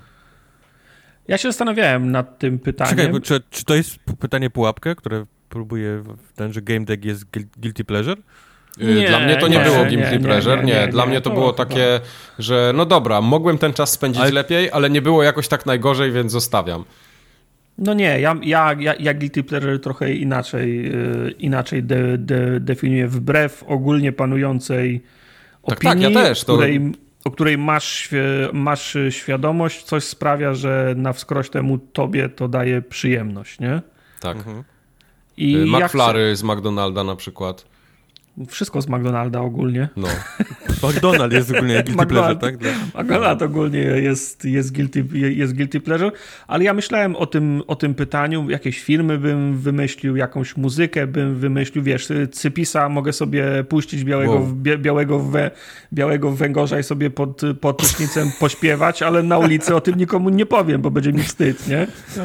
Ja się zastanawiałem nad tym pytaniem. Czekaj, bo czy, czy to jest p- pytanie pułapkę, które próbuje w- ten, że Game Deck jest gil- guilty pleasure? Nie, dla mnie to nie, nie, było nie, guilty nie, pleasure. Nie, nie, nie, dla nie, mnie to to było chyba- takie, że no dobra, mogłem ten czas spędzić Ale- lepiej, ale nie było jakoś tak najgorzej, więc zostawiam. No nie, ja, ja, ja, ja guilty pleasure trochę inaczej, yy, inaczej de, de, definiuję, wbrew ogólnie panującej Tak, opinii, tak, ja też, to- o której, o której masz, świ- masz świadomość, coś sprawia, że na wskroś temu tobie to daje przyjemność, nie? Tak. Mhm. I Y, ja McFlurry z McDonalda na przykład. chcę- wszystko z McDonalda ogólnie. No. McDonald's jest ogólnie guilty pleasure, McDonald's. tak? Dla... McDonald's ogólnie jest, jest, guilty, jest guilty pleasure, ale ja myślałem o tym, o tym pytaniu, jakieś filmy bym wymyślił, jakąś muzykę bym wymyślił, wiesz, Cypisa mogę sobie puścić białego, Wow. bie, białego, we, białego węgorza i sobie pod, pod prysznicem pośpiewać, ale na ulicy o tym nikomu nie powiem, bo będzie mi wstyd, nie?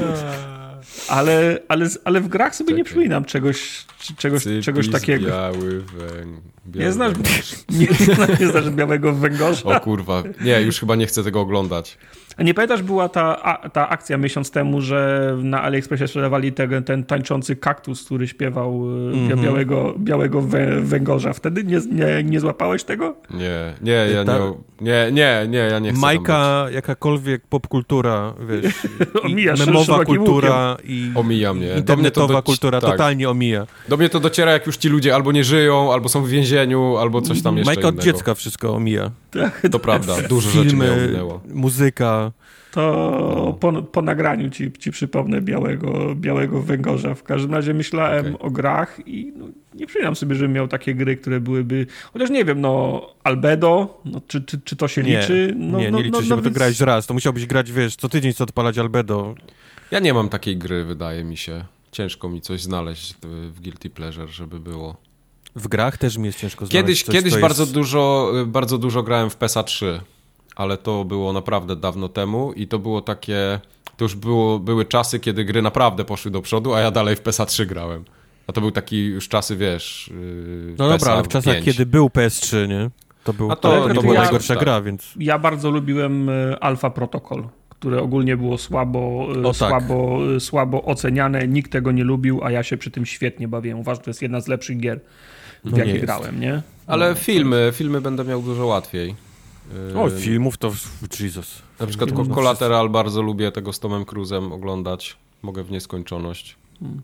Ale, ale, ale w grach sobie Czekaj. nie przypominam czegoś, czegoś, Cypis, czegoś takiego. biały węg... biały Nie znasz, węgorz. nie, nie znasz białego węgorza? O kurwa, nie, już chyba nie chcę tego oglądać. A nie pamiętasz, była ta, a, ta akcja miesiąc temu, że na AliExpressie sprzedawali te, ten tańczący kaktus, który śpiewał mm-hmm. białego, białego wę, węgorza. Wtedy nie, nie, nie złapałeś tego? Nie, nie, ja Ta- nie, nie, nie, nie, ja nie chcę tam Majka, jakakolwiek popkultura, wiesz, i Omija memowa szerokim kultura i być. Omija mnie. Do mnie to internetowa doci- kultura tak. totalnie omija. Do mnie to dociera, jak już ci ludzie albo nie żyją, albo są w więzieniu, albo coś tam jeszcze Majka od innego. dziecka wszystko omija. To prawda, dużo rzeczy mnie Filmy, ominęło. muzyka. To po, po nagraniu ci, ci przypomnę białego, białego węgorza. W każdym razie myślałem Okej. o grach i no, nie przypominam sobie, żebym miał takie gry, które byłyby... Chociaż nie wiem, no Albedo, no, czy, czy, czy to się Nie, liczy? No, nie, no, nie liczy no, się, no, bo to więc- grałeś raz. To musiałbyś grać, wiesz, co tydzień co odpalać Albedo. Ja nie mam takiej gry, wydaje mi się. Ciężko mi coś znaleźć w Guilty Pleasure, żeby było. W grach też mi jest ciężko znaleźć Kiedyś, coś, kiedyś co bardzo, jest... dużo, bardzo dużo grałem w P E S A trzy, ale to było naprawdę dawno temu i to było takie... To już było, były czasy, kiedy gry naprawdę poszły do przodu, a ja dalej w P E S A trzy grałem. A to był taki już czasy, wiesz... Yy, No dobra, ale w czasach, pięć. kiedy był P S trzy, nie? To, był, A to, to- to, to była ja- najgorsza tak. gra, więc... Ja bardzo lubiłem e, Alpha Protocol, które ogólnie było słabo, e, O, tak. słabo, e, słabo oceniane. Nikt tego nie lubił, a ja się przy tym świetnie bawiłem. Uważam, że to jest jedna z lepszych gier, w No nie jakie jest. grałem, nie? Ale No, filmy, filmy będę miał dużo łatwiej. Yy, O, filmów to... Jesus. Na przykład Filmów no Collateral bardzo lubię tego z Tomem Cruise'em oglądać. Mogę w nieskończoność.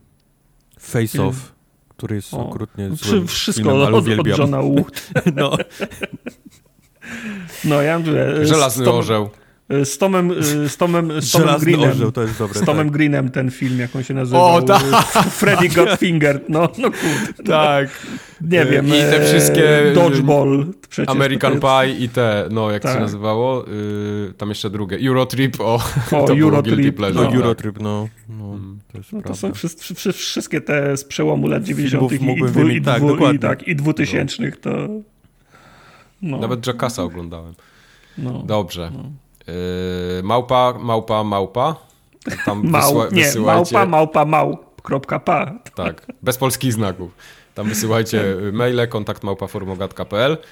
Face Off, który jest O, okrutnie Wszy, złym wszystko filmem, ale od, od uwielbiam. Johna Woo. No, No, ja mówię, Żelazny z Tom, orzeł. Z Tomem, z Tomem, z Tomem Żelazny Greenem. orzeł, to jest dobre. Z Tomem tak. Greenem ten film, jak on się nazywał. O, tak. Freddy Got Fingered. No, no kurde. Tak. Nie wiem. I te e, wszystkie- Dodgeball. Przecież American to Pie i te, no jak to Tak. się nazywało? Yy, tam jeszcze drugie. Eurotrip, o, O, to było Eurotrip, Guilty No, Pleasure. tak. Eurotrip, no. no to jest No to prawda. są wszyscy, wszy- wszystkie te z przełomu lat dziewięćdziesiątych i, mógłbym dwu, i, wymienić, tak, dwu, i, dokładnie. tak, i dwutysięcznych, to... No, Nawet Jackassa oglądałem. no. Dobrze. Yy, małpa, małpa, małpa. Tam Mał, wysyła, nie, wysyłajcie... małpa, małpa, mał, kropka pa. Tak, bez polskich znaków. Tam wysyłajcie maile, kontakt małpa formogat kropka p l.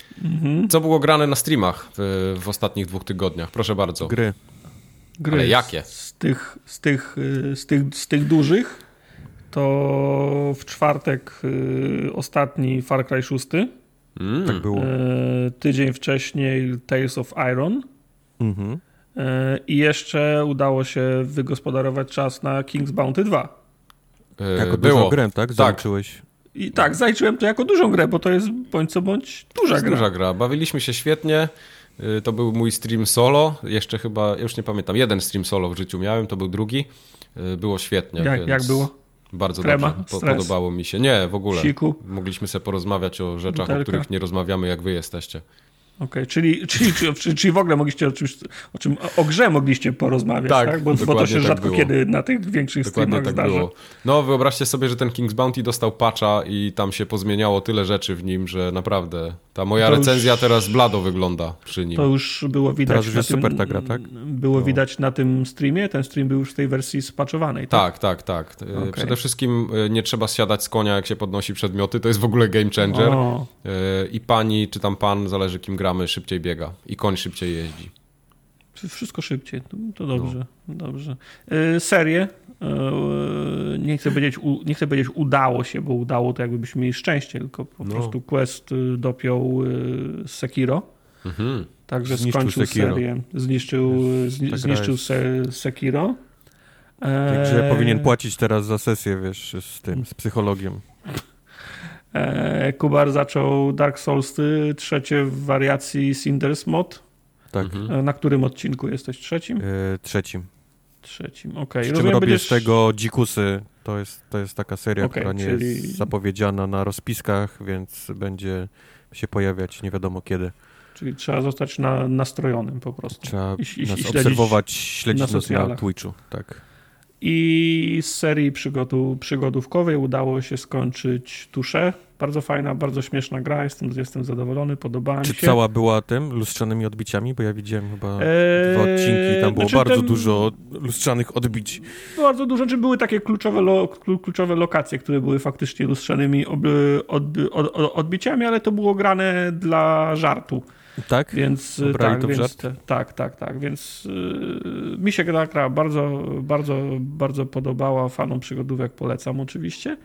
Mhm. Co było grane na streamach w, w ostatnich dwóch tygodniach? Proszę bardzo. Gry. Gry. Ale jakie? Z tych, z tych, z tych, z tych dużych to w czwartek y, ostatni Far Cry sześć. Mm. Tak było. Y, tydzień wcześniej Tales of Iron. Mhm. Y, I jeszcze udało się wygospodarować czas na King's Bounty dwa. Yy, jako było. dużą grę, tak? Zaliczyłeś. I tak, zaliczyłem to jako dużą grę, bo to jest bądź co bądź duża gra. Duża gra. Bawiliśmy się świetnie. Yy, to był mój stream solo. Jeszcze chyba, już nie pamiętam, jeden stream solo w życiu miałem, to był drugi. Yy, było świetnie. Jak, więc... jak było? Bardzo Trema, dobrze. Po, stres. podobało mi się. Nie, w ogóle. Siku. Mogliśmy sobie porozmawiać o rzeczach, Butelka. o których nie rozmawiamy, jak wy jesteście. Okej, okay, czyli, czyli, czyli, czyli w ogóle mogliście o czymś, o czym, o grze mogliście porozmawiać, tak? tak? Bo, bo to się tak rzadko było. kiedy na tych większych Dokładnie streamach tak zdarza. było. No wyobraźcie sobie, że ten King's Bounty dostał patcha i tam się pozmieniało tyle rzeczy w nim, że naprawdę ta moja To recenzja już, blado blado wygląda przy nim. To już było widać. Teraz już jest na tym, super ta gra, tak? Było no. widać na tym streamie, ten stream był już w tej wersji spatchowanej, tak? Tak, tak, tak. Okay. Przede wszystkim nie trzeba zsiadać z konia, jak się podnosi przedmioty, to jest w ogóle game changer. O. I pani, czy tam pan, zależy kim gramy, szybciej biega i koń szybciej jeździ. Wszystko szybciej, to, to dobrze. No. dobrze. Yy, serię, yy, nie, chcę powiedzieć, u, nie chcę powiedzieć udało się, bo udało to jakbyśmy mieli szczęście, tylko po no. prostu Quest dopiął yy, Sekiro. Mhm. Także zniszczył skończył Sekiro. serię, zniszczył, zni, tak zniszczył se, Sekiro. Także eee... powinien płacić teraz za sesję, wiesz, z tym, z psychologiem. Eee, Kubar zaczął Dark Souls trzecie w wariacji Cinder's Mod. Tak. Mhm. Na którym odcinku jesteś? Trzecim? Eee, trzecim. Trzecim, okej. Okay. Z czym robię będziesz... z tego Dzikusy. To jest, to jest taka seria, okay, która nie czyli... jest zapowiedziana na rozpiskach, więc będzie się pojawiać nie wiadomo kiedy. Czyli trzeba zostać na, nastrojonym po prostu. Trzeba I, i, nas i obserwować, śledzić na nas na Twitchu. Tak. I z serii przygodu, przygodówkowej udało się skończyć Tusze. Bardzo fajna, bardzo śmieszna gra. Jestem, jestem zadowolony, podobała mi się. Czy cała była tym, lustrzanymi odbiciami? Bo ja widziałem chyba eee, dwa odcinki, tam było znaczy bardzo ten... dużo lustrzanych odbić. Bardzo dużo, czy były takie kluczowe, lo, kluczowe lokacje, które były faktycznie lustrzanymi ob, od, od, od, odbiciami, ale to było grane dla żartu. Tak? Więc Obrali tak, to w więc, żart? tak, tak, tak. Więc yy, mi się gra, gra bardzo, bardzo, bardzo podobała. Fanom przygodówek polecam oczywiście.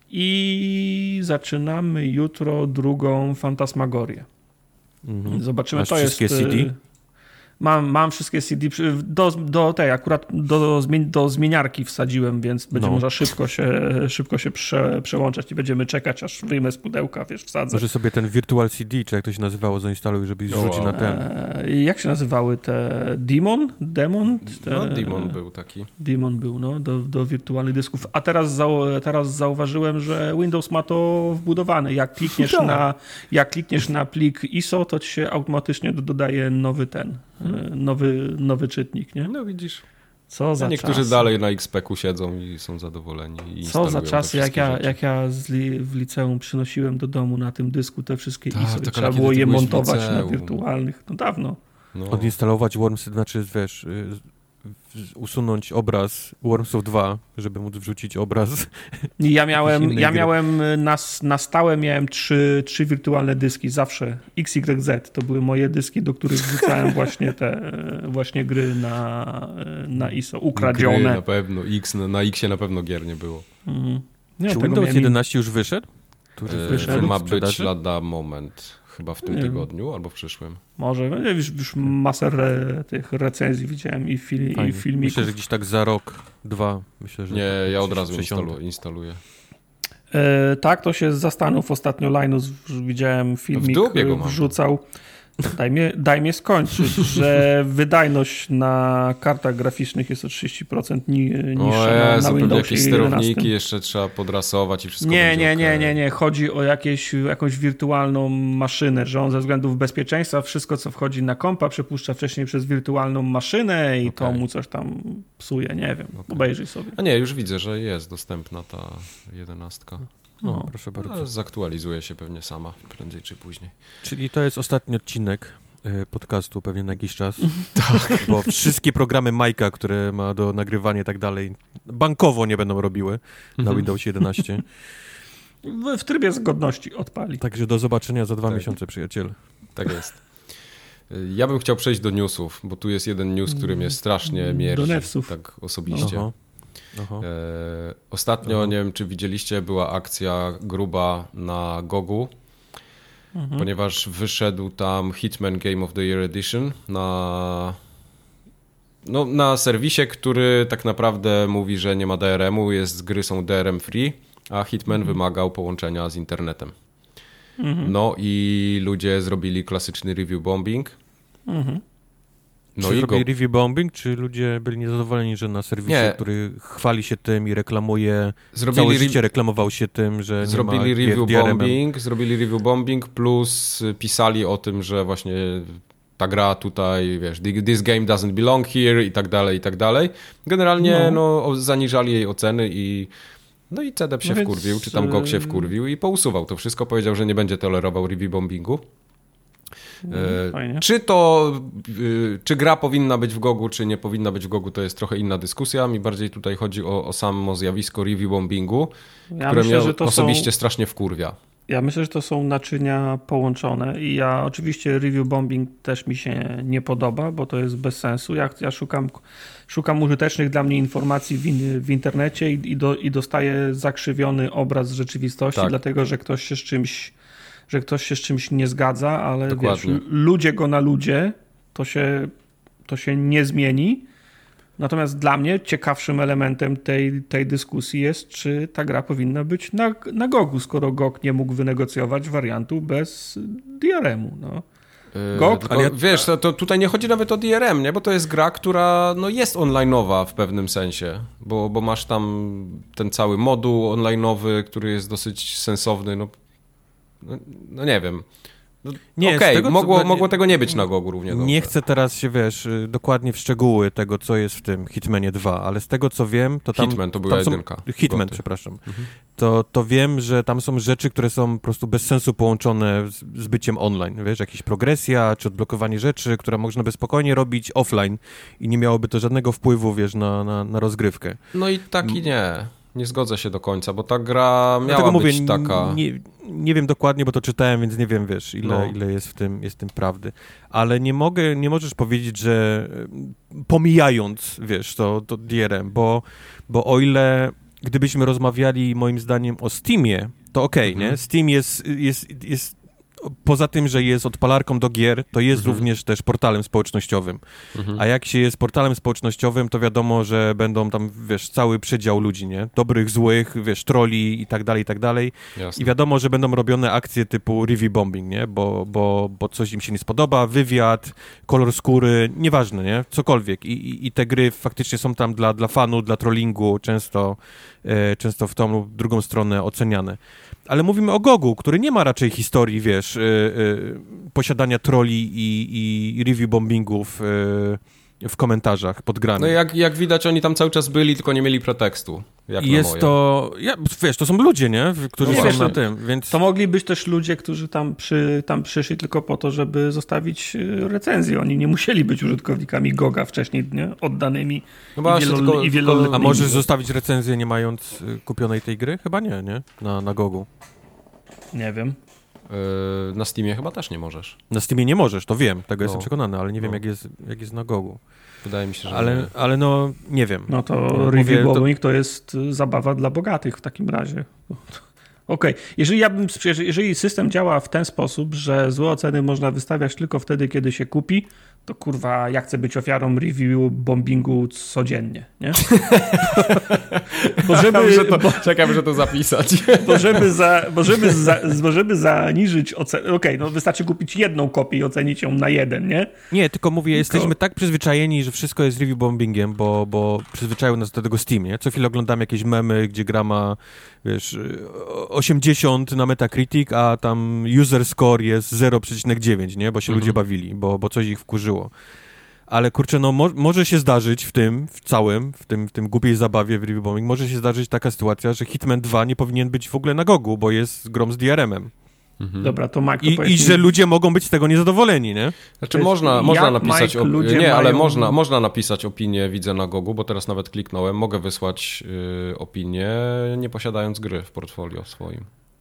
I zaczynamy jutro drugą Fantasmagorię. Mhm. Zobaczymy, Masz to wszystkie jest... C D? Mam, mam wszystkie C D, do, do tej akurat do, do zmieniarki wsadziłem, więc będzie no. można szybko się, szybko się prze, przełączać i będziemy czekać, aż wyjmę z pudełka, wiesz, wsadzę. Może sobie ten Virtual C D, czy jak to się nazywało, zainstaluj, żeby zrzucić na ten. Eee, jak się nazywały te? Demon? Demon? Te... No, Demon był taki. Demon był, no, do, do wirtualnych dysków. A teraz, zau, teraz zauważyłem, że Windows ma to wbudowane. Jak klikniesz, na, jak klikniesz na plik I S O, to ci się automatycznie dodaje nowy ten. Nowy, nowy czytnik, nie? No widzisz. Co za A niektórzy czasy. dalej na X P ku siedzą i są zadowoleni. I Co za czasy, jak ja, jak ja li, w liceum przynosiłem do domu na tym dysku te wszystkie Ta, I S O, to trzeba było je montować na wirtualnych. No dawno. No. Odinstalować Wormsy, znaczy wiesz, usunąć obraz Wormsów dwa, żeby móc wrzucić obraz. Ja miałem, ja miałem na, na stałe miałem trzy, trzy wirtualne dyski, zawsze X Y Z. To były moje dyski, do których wrzucałem właśnie te właśnie gry na, na I S O, ukradzione. Gry na pewno, X, na, na X-ie na pewno gier nie było. Mhm. Nie, Czy Windows jedenaście już wyszedł? Który wyszedł? Ma być lada moment. Chyba w tym nie tygodniu wiem. Albo w przyszłym. Może. Już, już masę re, tych recenzji widziałem i, fil, i filmików. Myślę, że gdzieś tak za rok, dwa. Myślę, że nie, ja od razu instalu, instaluję. E, tak, to się zastanów. Ostatnio Linus widziałem filmik, wrzucał. Daj mnie, daj mnie skończyć, że wydajność na kartach graficznych jest o trzydzieści procent ni, niższa o Jezu, na, na Windowsie jakieś sterowniki jeszcze trzeba podrasować i wszystko nie, będzie nie, okay. nie, nie, nie. Chodzi o jakieś, jakąś wirtualną maszynę, że on ze względów bezpieczeństwa wszystko, co wchodzi na kompa, przepuszcza wcześniej przez wirtualną maszynę i okay. to mu coś tam psuje, nie wiem. Okay. Obejrzyj sobie. A nie, już widzę, że jest dostępna ta jedenastka. No, no, proszę bardzo. Ale zaktualizuje się pewnie sama, prędzej czy później. Czyli to jest ostatni odcinek podcastu pewnie na jakiś czas. Tak. Bo wszystkie programy Majka, które ma do nagrywania i tak dalej, bankowo nie będą robiły na Windows jedenaście. W, w trybie zgodności odpali. Także do zobaczenia za dwa tak. miesiące, przyjaciele. Tak jest. Ja bym chciał przejść do newsów, bo tu jest jeden news, który mnie strasznie mierzi. Do newsów. Tak osobiście. Aha. Aha. E, ostatnio, Aha. nie wiem czy widzieliście, była akcja gruba na Gogu, mhm. ponieważ wyszedł tam Hitman Game of the Year Edition na, no, na serwisie, który tak naprawdę mówi, że nie ma D R M-u, jest, gry są D R M free, a Hitman mhm. wymagał połączenia z internetem. Mhm. No i ludzie zrobili klasyczny review bombing. Mhm. No czy i zrobili go... review bombing, czy ludzie byli niezadowoleni, że na serwisie, nie. który chwali się tym i reklamuje, zrobili całe życie reklamował się tym, że zrobili nie ma review D R M-em. bombing, zrobili review bombing, plus pisali o tym, że właśnie ta gra tutaj, wiesz, this game doesn't belong here i tak dalej, i tak dalej. Generalnie no. no zaniżali jej oceny i no i C D P się no wkurwił, więc... czy tam G O G się wkurwił i pousuwał to wszystko, powiedział, że nie będzie tolerował review bombingu. Fajnie. Czy to, czy gra powinna być w Gogu, czy nie powinna być w Gogu, to jest trochę inna dyskusja. Mi bardziej tutaj chodzi o, o samo zjawisko review bombingu, ja które myślę, mnie osobiście są, strasznie wkurwia. Ja myślę, że to są naczynia połączone i ja oczywiście review bombing też mi się nie podoba, bo to jest bez sensu. Ja, ja szukam, szukam użytecznych dla mnie informacji w, in, w internecie i, i, do, i dostaję zakrzywiony obraz rzeczywistości, tak. dlatego że ktoś się z czymś że ktoś się z czymś nie zgadza, ale wiesz, ludzie go na ludzie, to się, to się nie zmieni. Natomiast dla mnie ciekawszym elementem tej, tej dyskusji jest, czy ta gra powinna być na, na Gogu, skoro G O G nie mógł wynegocjować wariantu bez D R M-u. No. G O G, ale ja, wiesz, to, to tutaj nie chodzi nawet o D R M, nie? Bo to jest gra, która no, jest online'owa w pewnym sensie, bo, bo masz tam ten cały moduł online'owy, który jest dosyć sensowny, no No, no nie wiem. No, Okej, okay, mogło, co... mogło tego nie być na Gogu równie dobrze. Nie chcę teraz się, wiesz, dokładnie w szczegóły tego, co jest w tym Hitmanie dwa, ale z tego, co wiem, to tam... Hitman to była tam są... jedynka. Hitman, Goty. przepraszam. Mhm. To, to wiem, że tam są rzeczy, które są po prostu bez sensu połączone z, z byciem online, wiesz, jakaś progresja, czy odblokowanie rzeczy, które można by spokojnie robić offline i nie miałoby to żadnego wpływu, wiesz, na, na, na rozgrywkę. No i tak i nie. Nie zgodzę się do końca, bo ta gra miała mówię, być taka... Nie, nie wiem dokładnie, bo to czytałem, więc nie wiem, wiesz, ile, no. ile jest w tym, jest w tym prawdy. Ale nie mogę, nie możesz powiedzieć, że pomijając, wiesz, to, to D R M, bo, bo o ile gdybyśmy rozmawiali moim zdaniem o Steamie, to okej, okay, mhm. nie? Steam jest, jest, jest poza tym, że jest odpalarką do gier, to jest mhm. również też portalem społecznościowym. Mhm. A jak się jest portalem społecznościowym, to wiadomo, że będą tam, wiesz, cały przedział ludzi, nie? Dobrych, złych, wiesz, troli i tak dalej, i tak dalej. Jasne. I wiadomo, że będą robione akcje typu review bombing, nie? Bo, bo, bo coś im się nie spodoba, wywiad, kolor skóry, nieważne, nie? Cokolwiek. I, i, i te gry faktycznie są tam dla, dla fanu, dla trollingu, często, e, często w tą lub drugą stronę oceniane. Ale mówimy o Gogu, który nie ma raczej historii, wiesz, yy, yy, posiadania troli i, i review bombingów yy, w komentarzach pod grami. No jak, jak widać, oni tam cały czas byli, tylko nie mieli pretekstu. Jak I jest to, ja, wiesz, to są ludzie, nie? Którzy no są na tym, więc... To mogli być też ludzie, którzy tam, przy, tam przyszli tylko po to, żeby zostawić recenzję. Oni nie musieli być użytkownikami Goga wcześniej, nie? Oddanymi no właśnie, i, wielo, tylko, i wieloletnimi. A możesz zostawić recenzję nie mając kupionej tej gry? Chyba nie, nie? Na, na Gogu. Nie wiem. Yy, na Steamie chyba też nie możesz. Na Steamie nie możesz, to wiem, tego no. jestem przekonany, ale nie wiem, no. jak, jest, jak jest na Gogu. Wydaje mi się, że ale, nie. ale no, nie wiem. No to review bombing to... to jest zabawa dla bogatych w takim razie. Okej, okay. jeżeli, ja bym, jeżeli system działa w ten sposób, że złe oceny można wystawiać tylko wtedy, kiedy się kupi, to kurwa, ja chcę być ofiarą review bombingu codziennie, nie? Bo żeby, czekam, że to, bo, czekam, że to zapisać. Bo żeby, za, bo żeby, za, bo żeby zaniżyć ocenę, okej, okay, no wystarczy kupić jedną kopię i ocenić ją na jeden, nie? Nie, tylko mówię, tylko... jesteśmy tak przyzwyczajeni, że wszystko jest review bombingiem, bo, bo przyzwyczaił nas do tego Steam, nie? Co chwilę oglądam jakieś memy, gdzie gra ma, wiesz, osiemdziesiąt na Metacritic, a tam user score jest zero przecinek dziewięć, nie? Bo się mhm. ludzie bawili, bo, bo coś ich wkurzyło. Ale kurczę, no mo- może się zdarzyć w tym, w całym, w tym, w tym głupiej zabawie w review bombing, może się zdarzyć taka sytuacja, że Hitman dwa nie powinien być w ogóle na Gogu, bo jest grą z D R M-em. Mhm. Dobra, to Mike, to I, I że ludzie mogą być z tego niezadowoleni, nie? Znaczy można, można napisać op- nie, mają... ale można, można napisać opinię, widzę na Gogu, bo teraz nawet kliknąłem, mogę wysłać y, opinię, nie posiadając gry w portfolio swoim.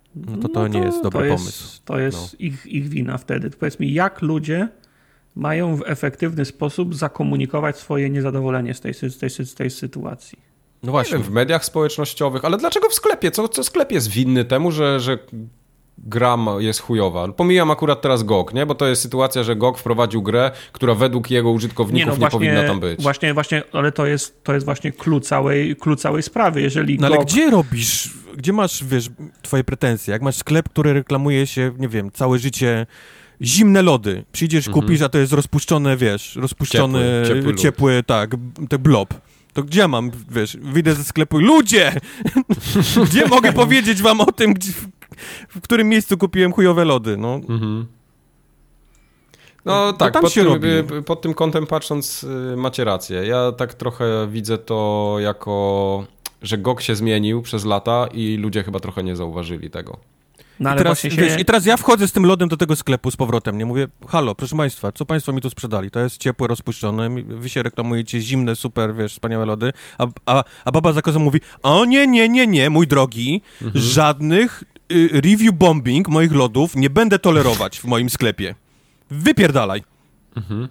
no to to, no to nie jest dobry to jest, pomysł. To jest no. ich, ich wina wtedy. Powiedz mi, jak ludzie mają w efektywny sposób zakomunikować swoje niezadowolenie z tej, z tej, z tej sytuacji? No właśnie. Nie wiem, w mediach społecznościowych, ale dlaczego w sklepie? Co, co sklep jest winny temu, że, że gra jest chujowa? Pomijam akurat teraz G O G, nie? Bo to jest sytuacja, że G O G wprowadził grę, która według jego użytkowników nie, no właśnie, nie powinna tam być. Właśnie, właśnie, ale to jest, to jest właśnie clue całej, clue całej sprawy. Jeżeli no ale G O G... gdzie robisz, gdzie masz, wiesz, twoje pretensje? Jak masz sklep, który reklamuje się, nie wiem, całe życie zimne lody. Przyjdziesz, mhm. kupisz, a to jest rozpuszczone, wiesz, rozpuszczony, ciepły, ciepły, ciepły tak, te blob. To gdzie mam, wiesz, wyjdę ze sklepu, ludzie! Gdzie mogę powiedzieć wam o tym, gdzie, w którym miejscu kupiłem chujowe lody, no. Mhm. No, no tak, pod tym, pod tym kątem patrząc macie rację. Ja tak trochę widzę to jako, że G O G się zmienił przez lata i ludzie chyba trochę nie zauważyli tego. No, ale I, teraz, się... wiesz, I teraz ja wchodzę z tym lodem do tego sklepu z powrotem, nie mówię, halo, proszę państwa, co państwo mi tu sprzedali? To jest ciepłe, rozpuszczone, wy się reklamujecie zimne, super, wiesz, wspaniałe lody, a, a, a baba za kozą mówi, o nie, nie, nie, nie, mój drogi, mhm. żadnych y, review bombing moich lodów nie będę tolerować w moim sklepie. Wypierdalaj. Mhm.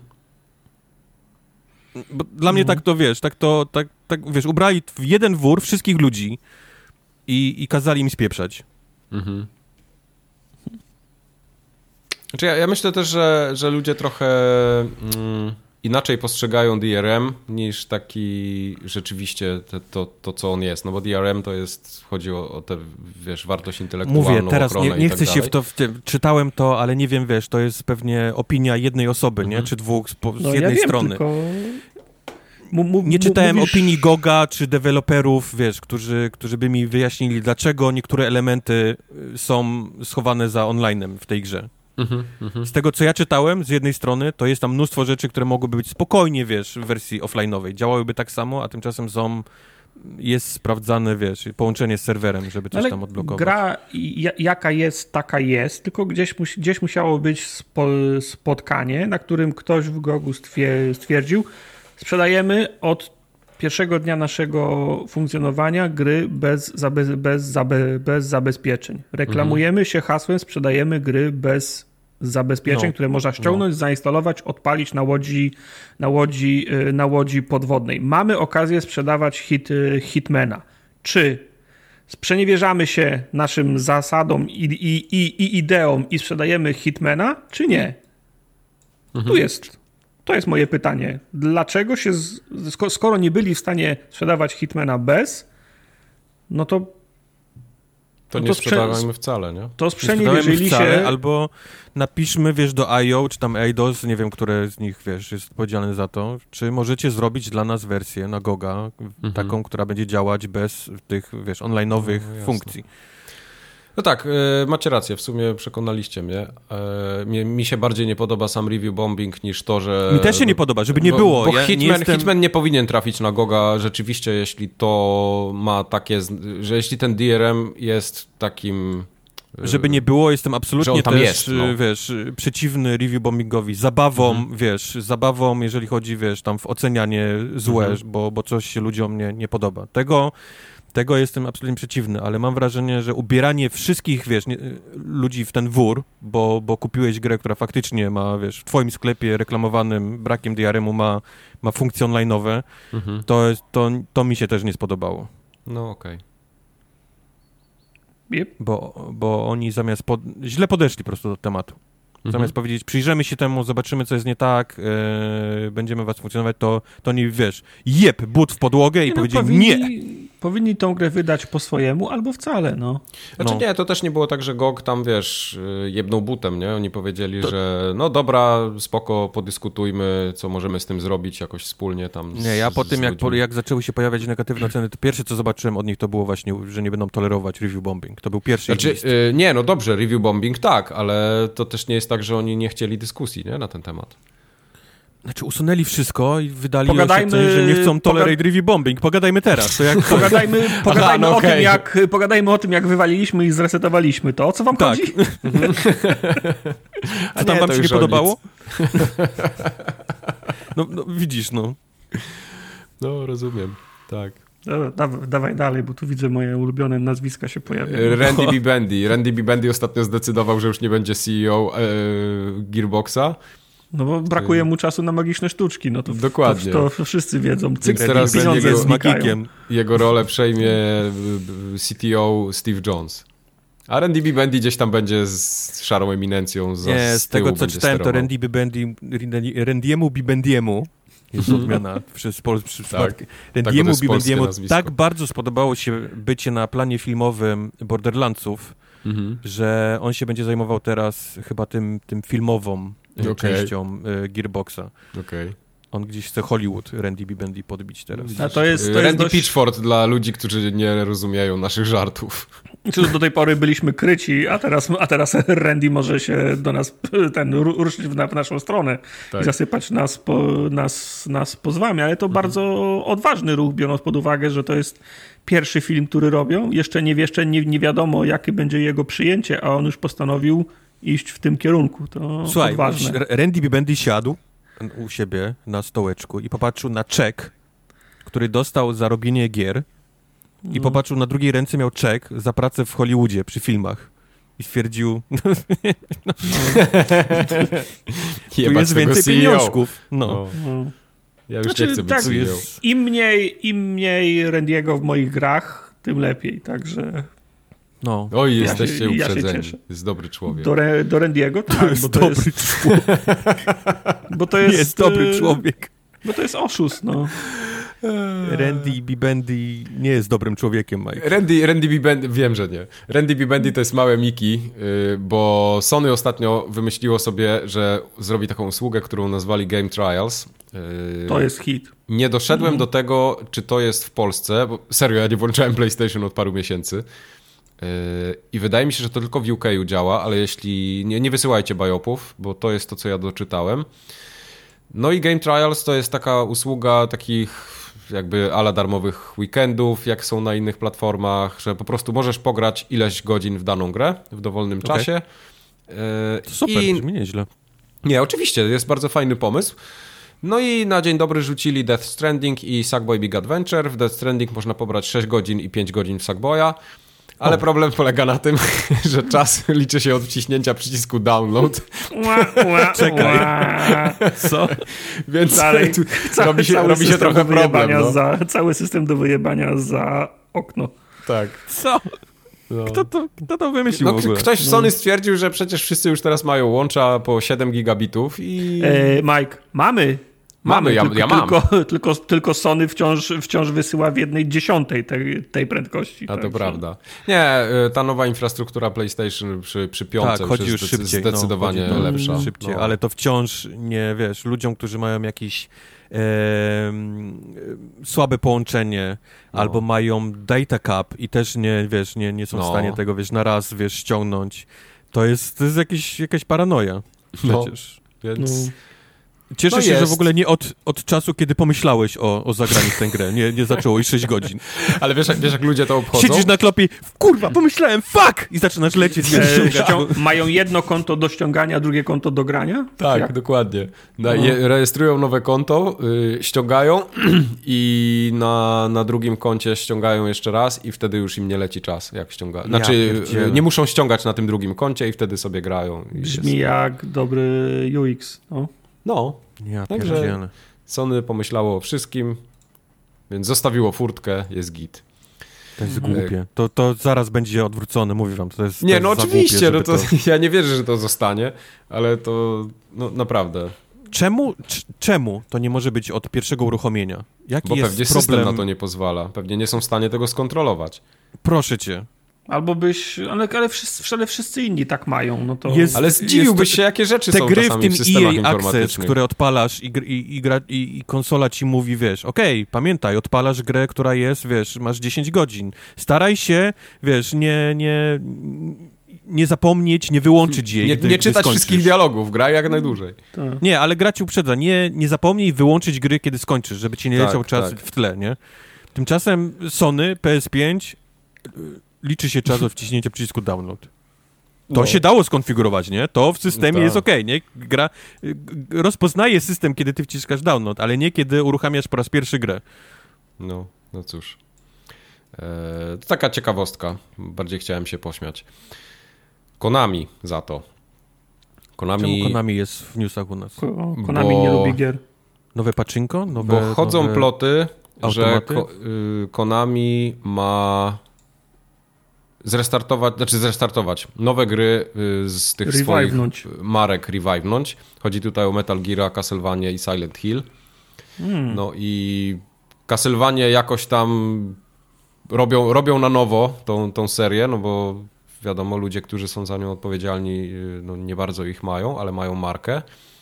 Bo dla mhm. mnie tak to, wiesz, tak to, tak, tak, wiesz, ubrali w jeden wór wszystkich ludzi i, i kazali im spieprzać. Mhm. Znaczy ja, ja myślę też, że, że ludzie trochę mm, inaczej postrzegają D R M niż taki rzeczywiście te, to, to, co on jest. No bo D R M to jest, chodzi o, o tę, wiesz, wartość intelektualną, Mówię, teraz ochronę nie, nie i tak chcę dalej. się w to, w tym, czytałem to, ale nie wiem, wiesz, to jest pewnie opinia jednej osoby, mhm. nie? Czy dwóch, z, z no, jednej ja wiem, strony. Tylko... M- m- nie czytałem mówisz... opinii Goga czy deweloperów, wiesz, którzy, którzy by mi wyjaśnili, dlaczego niektóre elementy są schowane za online'em w tej grze. Mm-hmm, mm-hmm. Z tego, co ja czytałem, z jednej strony, to jest tam mnóstwo rzeczy, które mogłyby być spokojnie, wiesz, w wersji offline'owej. Działałyby tak samo, a tymczasem są, jest sprawdzane, wiesz, połączenie z serwerem, żeby coś ale tam odblokować. Gra j- jaka jest, taka jest, tylko gdzieś, mus- gdzieś musiało być spo- spotkanie, na którym ktoś w Gogu stwier- stwierdził, sprzedajemy od pierwszego dnia naszego funkcjonowania gry bez, zabe- bez, zabe- bez zabezpieczeń. Reklamujemy mhm. się hasłem, sprzedajemy gry bez zabezpieczeń, no. które można ściągnąć, no. zainstalować, odpalić na łodzi, na łodzi, na łodzi podwodnej. Mamy okazję sprzedawać hit, Hitmana. Czy sprzeniewierzamy się naszym zasadom i, i, i, i ideom i sprzedajemy Hitmana, czy nie? Mhm. Tu jest... To jest moje pytanie. Dlaczego się, z, skoro nie byli w stanie sprzedawać Hitmana bez, no to... To no nie sprzedawajmy wcale, nie? To sprzeniewierzyli się... Albo napiszmy, wiesz, do I O, czy tam Eidos, nie wiem, które z nich, wiesz, jest odpowiedzialny za to, czy możecie zrobić dla nas wersję na Goga, mhm. taką, która będzie działać bez tych, wiesz, online'owych no, funkcji. No tak, yy, macie rację, w sumie przekonaliście mnie. Yy, mnie. Mi się bardziej nie podoba sam review bombing niż to, że... Mi też się nie podoba, żeby nie bo, było. Bo ja Hitman, nie jestem... Hitman nie powinien trafić na Goga rzeczywiście, jeśli to ma takie... Że jeśli ten D R M jest takim... Żeby nie było, jestem absolutnie też, jest, no. wiesz, przeciwny review bombingowi. Zabawą, mhm. wiesz, zabawą, jeżeli chodzi, wiesz, tam w ocenianie złe, mhm. bo, bo coś się ludziom nie, nie podoba. Tego... Tego jestem absolutnie przeciwny, ale mam wrażenie, że ubieranie wszystkich, wiesz, nie, ludzi w ten wór, bo, bo kupiłeś grę, która faktycznie ma, wiesz, w twoim sklepie reklamowanym brakiem D R M-u ma, ma funkcje online'owe, mhm. to, jest, to, to mi się też nie spodobało. No okej. Okay. Yep. Bo, bo oni zamiast, pod, źle podeszli po prostu do tematu. Mhm. Zamiast powiedzieć, przyjrzymy się temu, zobaczymy, co jest nie tak, yy, będziemy was funkcjonować, to, to nie, wiesz, jeb, but w podłogę i no, powiedzieli powinni, nie. Powinni tą grę wydać po swojemu albo wcale, no. Znaczy no. nie, to też nie było tak, że G O G tam, wiesz, jebnął butem, nie? Oni powiedzieli, to... że no dobra, spoko, podyskutujmy, co możemy z tym zrobić jakoś wspólnie tam. Z, nie, ja po z, tym, z jak, po, jak zaczęły się pojawiać negatywne oceny, to pierwsze, co zobaczyłem od nich, to było właśnie, że nie będą tolerować review bombing. To był pierwszy znaczy, list. Yy, nie, no dobrze, review bombing tak, ale to też nie jest tak, że oni nie chcieli dyskusji, nie? Na ten temat. Znaczy usunęli wszystko i wydali pogadajmy, oświadczenie, że nie chcą tolerate pogad... review bombing. Pogadajmy teraz. To jak... pogadajmy pogadajmy, Aha, no o okay. tym, jak, pogadajmy o tym, jak wywaliliśmy i zresetowaliśmy to. O co wam tak. chodzi? A tam nie, wam się nie podobało? no, no widzisz, no. No, rozumiem. Tak. Dobra, dawaj, dawaj dalej, bo tu widzę moje ulubione nazwiska się pojawiają. Randy B. Bandy. Randy B. Bandy ostatnio zdecydował, że już nie będzie C E O e, Gearboxa. No bo brakuje mu czasu na magiczne sztuczki, no to, Dokładnie. to, to wszyscy wiedzą. Cyk, teraz pieniądze jego, z magikiem. Jego rolę przejmie C T O Steve Jones. A Randy B. Bandy gdzieś tam będzie z szarą eminencją. Za, nie, z, z tego co czytałem, sterował. to Randy B. Bandy, Randiemu B. Bandiemu jest odmiana przez polskie przypadki. Randiemu B. Bandiemu tak bardzo spodobało się bycie na planie filmowym Borderlandsów, mhm. że on się będzie zajmował teraz chyba tym, tym filmową okay. częścią y, Gearboxa. Okay. On gdzieś chce Hollywood, Randy B. Bandy podbić teraz. A to jest, to Randy jest dość... Pitchford dla ludzi, którzy nie rozumieją naszych żartów. Czy do tej pory byliśmy kryci, a teraz, a teraz Randy może się do nas ten, ruszyć w, na, w naszą stronę tak. i zasypać nas, po, nas, nas pozwami, ale to mhm. bardzo odważny ruch, biorąc pod uwagę, że to jest pierwszy film, który robią. Jeszcze nie, jeszcze nie, nie wiadomo, jakie będzie jego przyjęcie, a on już postanowił iść w tym kierunku. To Słuchaj, odważne. Randy B. Bandy siadł u siebie na stołeczku i popatrzył na czek, który dostał za robienie gier i popatrzył na drugiej ręce, miał czek za pracę w Hollywoodzie przy filmach i stwierdził no, no, tu jest więcej C E O. Pieniążków. No. no. Ja już znaczy, nie chcę być tak, C E O. Jest... Im mniej, im mniej Randy'ego w moich grach, tym lepiej, także... No. Oj, ja jesteście się, uprzedzeni. Ja jest dobry człowiek. Do, Re, do Randy'ego? Tak, to jest bo to dobry jest... człowiek. bo to jest... jest dobry człowiek. Bo to jest oszust, no. Randy B. Bandy nie jest dobrym człowiekiem, Mike. Randy, Randy B. Bandy, wiem, że nie. Randy B. Bandy to jest małe Miki, bo Sony ostatnio wymyśliło sobie, że zrobi taką usługę, którą nazwali Game Trials. To jest hit. Nie doszedłem mm. do tego, czy to jest w Polsce, bo serio, ja nie włączałem PlayStation od paru miesięcy. I wydaje mi się, że to tylko w U K działa, ale jeśli... Nie, nie wysyłajcie biopów, bo to jest to, co ja doczytałem. No i Game Trials to jest taka usługa takich jakby ala darmowych weekendów, jak są na innych platformach, że po prostu możesz pograć ileś godzin w daną grę w dowolnym okay. czasie. To super, I... brzmi nieźle. Nie, oczywiście, jest bardzo fajny pomysł. No i na dzień dobry rzucili Death Stranding i Sackboy Big Adventure. W Death Stranding można pobrać sześć godzin i pięć godzin w Sackboya. Ale o. problem polega na tym, że czas liczy się od wciśnięcia przycisku download. Czekaj. Co? Więc Dalej, tu cały, robi się, cały robi się trochę problem. No. Za, cały system do wyjebania za okno. Tak. Co? No. Kto, to, kto to wymyślił no, w ogóle? Ktoś w Sony stwierdził, że przecież wszyscy już teraz mają łącza po siedem gigabitów i... E, Mike, mamy. Mamy, ja, tylko, ja mam. Tylko, tylko, tylko Sony wciąż, wciąż wysyła w jednej dziesiątej tej, tej prędkości. A tak, to prawda. Nie, ta nowa infrastruktura PlayStation przy, przy piątce tak, chodzi już jest szybciej, zdecydowanie no, chodzi, no, lepsza. Szybciej, no. ale to wciąż nie, wiesz, ludziom, którzy mają jakieś e, słabe połączenie no. albo mają data cap i też nie, wiesz, nie, nie są no. w stanie tego, wiesz, na raz, wiesz, ściągnąć. To jest, to jest jakieś, jakaś paranoja przecież. No, więc... No. Cieszę no się, jest. że w ogóle nie od, od czasu, kiedy pomyślałeś o, o zagraniu w tę grę. Nie, nie zaczęło już sześć godzin. Ale wiesz, jak, wiesz, jak ludzie to obchodzą? Siedzisz na klopie, kurwa, pomyślałem, fuck! I zaczynasz lecieć. E, ścią- mają jedno konto do ściągania, drugie konto do grania? Tak, jak? dokładnie. Na, je, rejestrują nowe konto, yy, ściągają i na, na drugim koncie ściągają jeszcze raz i wtedy już im nie leci czas, jak ściągają. Znaczy, ja nie muszą ściągać na tym drugim koncie i wtedy sobie grają. I Brzmi jest... jak dobry U X. No. No, ja także Sony pomyślało o wszystkim, więc zostawiło furtkę, jest git. To jest głupie. To, to zaraz będzie odwrócone, mówię wam. To jest, nie, to no jest oczywiście, głupie, no to, to... ja nie wierzę, że to zostanie, ale to no, naprawdę. Czemu, c- czemu to nie może być od pierwszego uruchomienia? Jaki Bo jest pewnie problem? system na to nie pozwala. Pewnie nie są w stanie tego skontrolować. Proszę cię. Albo byś, ale, ale, wszyscy, ale wszyscy inni tak mają, no to... Jest, ale zdziwiłbyś się, jakie rzeczy te są gry czasami w tym w systemach E A Access, informatycznych. które odpalasz i, i, i, gra, i, i konsola ci mówi, wiesz, okej, okay, pamiętaj, odpalasz grę, która jest, wiesz, masz dziesięć godzin. Staraj się, wiesz, nie, nie, nie zapomnieć, nie wyłączyć jej, Nie, gdy, nie gdy czytać skończysz. wszystkich dialogów, graj jak najdłużej. Tak. Nie, ale gra ci uprzedza, nie, nie zapomnij wyłączyć gry, kiedy skończysz, żeby ci nie tak, leciał czas tak. w tle, nie? Tymczasem Sony P S pięć liczy się czas od wciśnięcia przycisku download. To no. się dało skonfigurować, nie? To w systemie tak. jest okej, okay, nie? Gra rozpoznaje system, kiedy ty wciskasz download, ale nie kiedy uruchamiasz po raz pierwszy grę. No, no cóż. To taka ciekawostka, bardziej chciałem się pośmiać. Konami za to. Konami... Czemu Konami jest w newsach u nas? Ko- Konami bo... nie lubi gier. Nowe pachinko? Nowe, bo chodzą nowe ploty, automaty? że ko- y- Konami ma zrestartować, znaczy zrestartować nowe gry y- z tych Revivenąć. swoich marek revivenąć. Chodzi tutaj o Metal Gear, Castlevania i Silent Hill. Hmm. No i Castlevania jakoś tam robią, robią na nowo tą, tą serię, no bo wiadomo, ludzie, którzy są za nią odpowiedzialni, no nie bardzo ich mają, ale mają markę.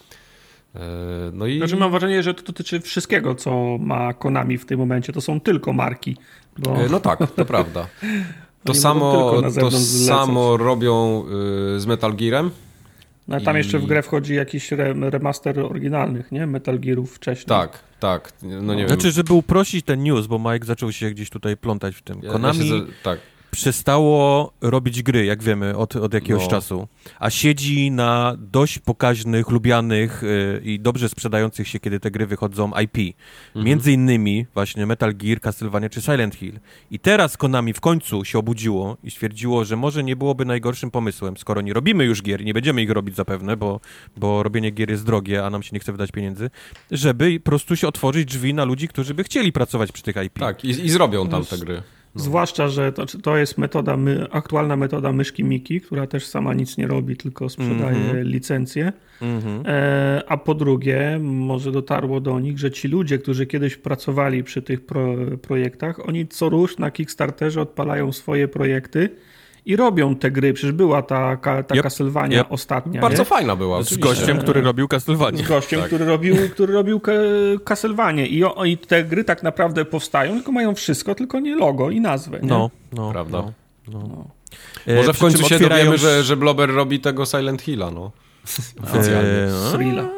No i... Znaczy mam wrażenie, że to dotyczy wszystkiego, co ma Konami w tym momencie. To są tylko marki. Bo... No tak, to prawda. To samo, to samo robią z Metal Gearem. No a tam I... jeszcze w grę wchodzi jakiś remaster oryginalnych, nie? Metal Gearów wcześniej. Tak, tak. No nie znaczy, wiem. żeby uprościć ten news, bo Mike zaczął się gdzieś tutaj plątać w tym. Konami ja, ja się... tak. przestało robić gry, jak wiemy, od, od jakiegoś no. czasu, a siedzi na dość pokaźnych, lubianych yy, i dobrze sprzedających się, kiedy te gry wychodzą, I P. Mhm. Między innymi właśnie Metal Gear, Castlevania czy Silent Hill. I teraz Konami w końcu się obudziło i stwierdziło, że może nie byłoby najgorszym pomysłem, skoro nie robimy już gier, nie będziemy ich robić zapewne, bo, bo robienie gier jest drogie, a nam się nie chce wydać pieniędzy, żeby po prostu się otworzyć drzwi na ludzi, którzy by chcieli pracować przy tych I P. Tak, i, i zrobią tam te gry. No. Zwłaszcza, że to, to jest metoda, my, aktualna metoda myszki Miki, która też sama nic nie robi, tylko sprzedaje mm-hmm. licencje. Mm-hmm. E, a po drugie, może dotarło do nich, że ci ludzie, którzy kiedyś pracowali przy tych pro, projektach, oni co rusz na Kickstarterze odpalają swoje projekty i robią te gry. Przecież była ta, ta yep. Castlevania yep. ostatnia. Bardzo nie? fajna była. Z gościem, który robił Castlevanię. Z gościem, tak. który robił, który robił Castlevanię. I, o, I te gry tak naprawdę powstają, tylko mają wszystko, tylko nie logo i nazwę. Nie? No, no. Prawda. No, no. No. Może w końcu się otwierają... dowiemy, że, że Blobber robi tego Silent Hilla, no. Oficjalnie. Eee, Thrilla.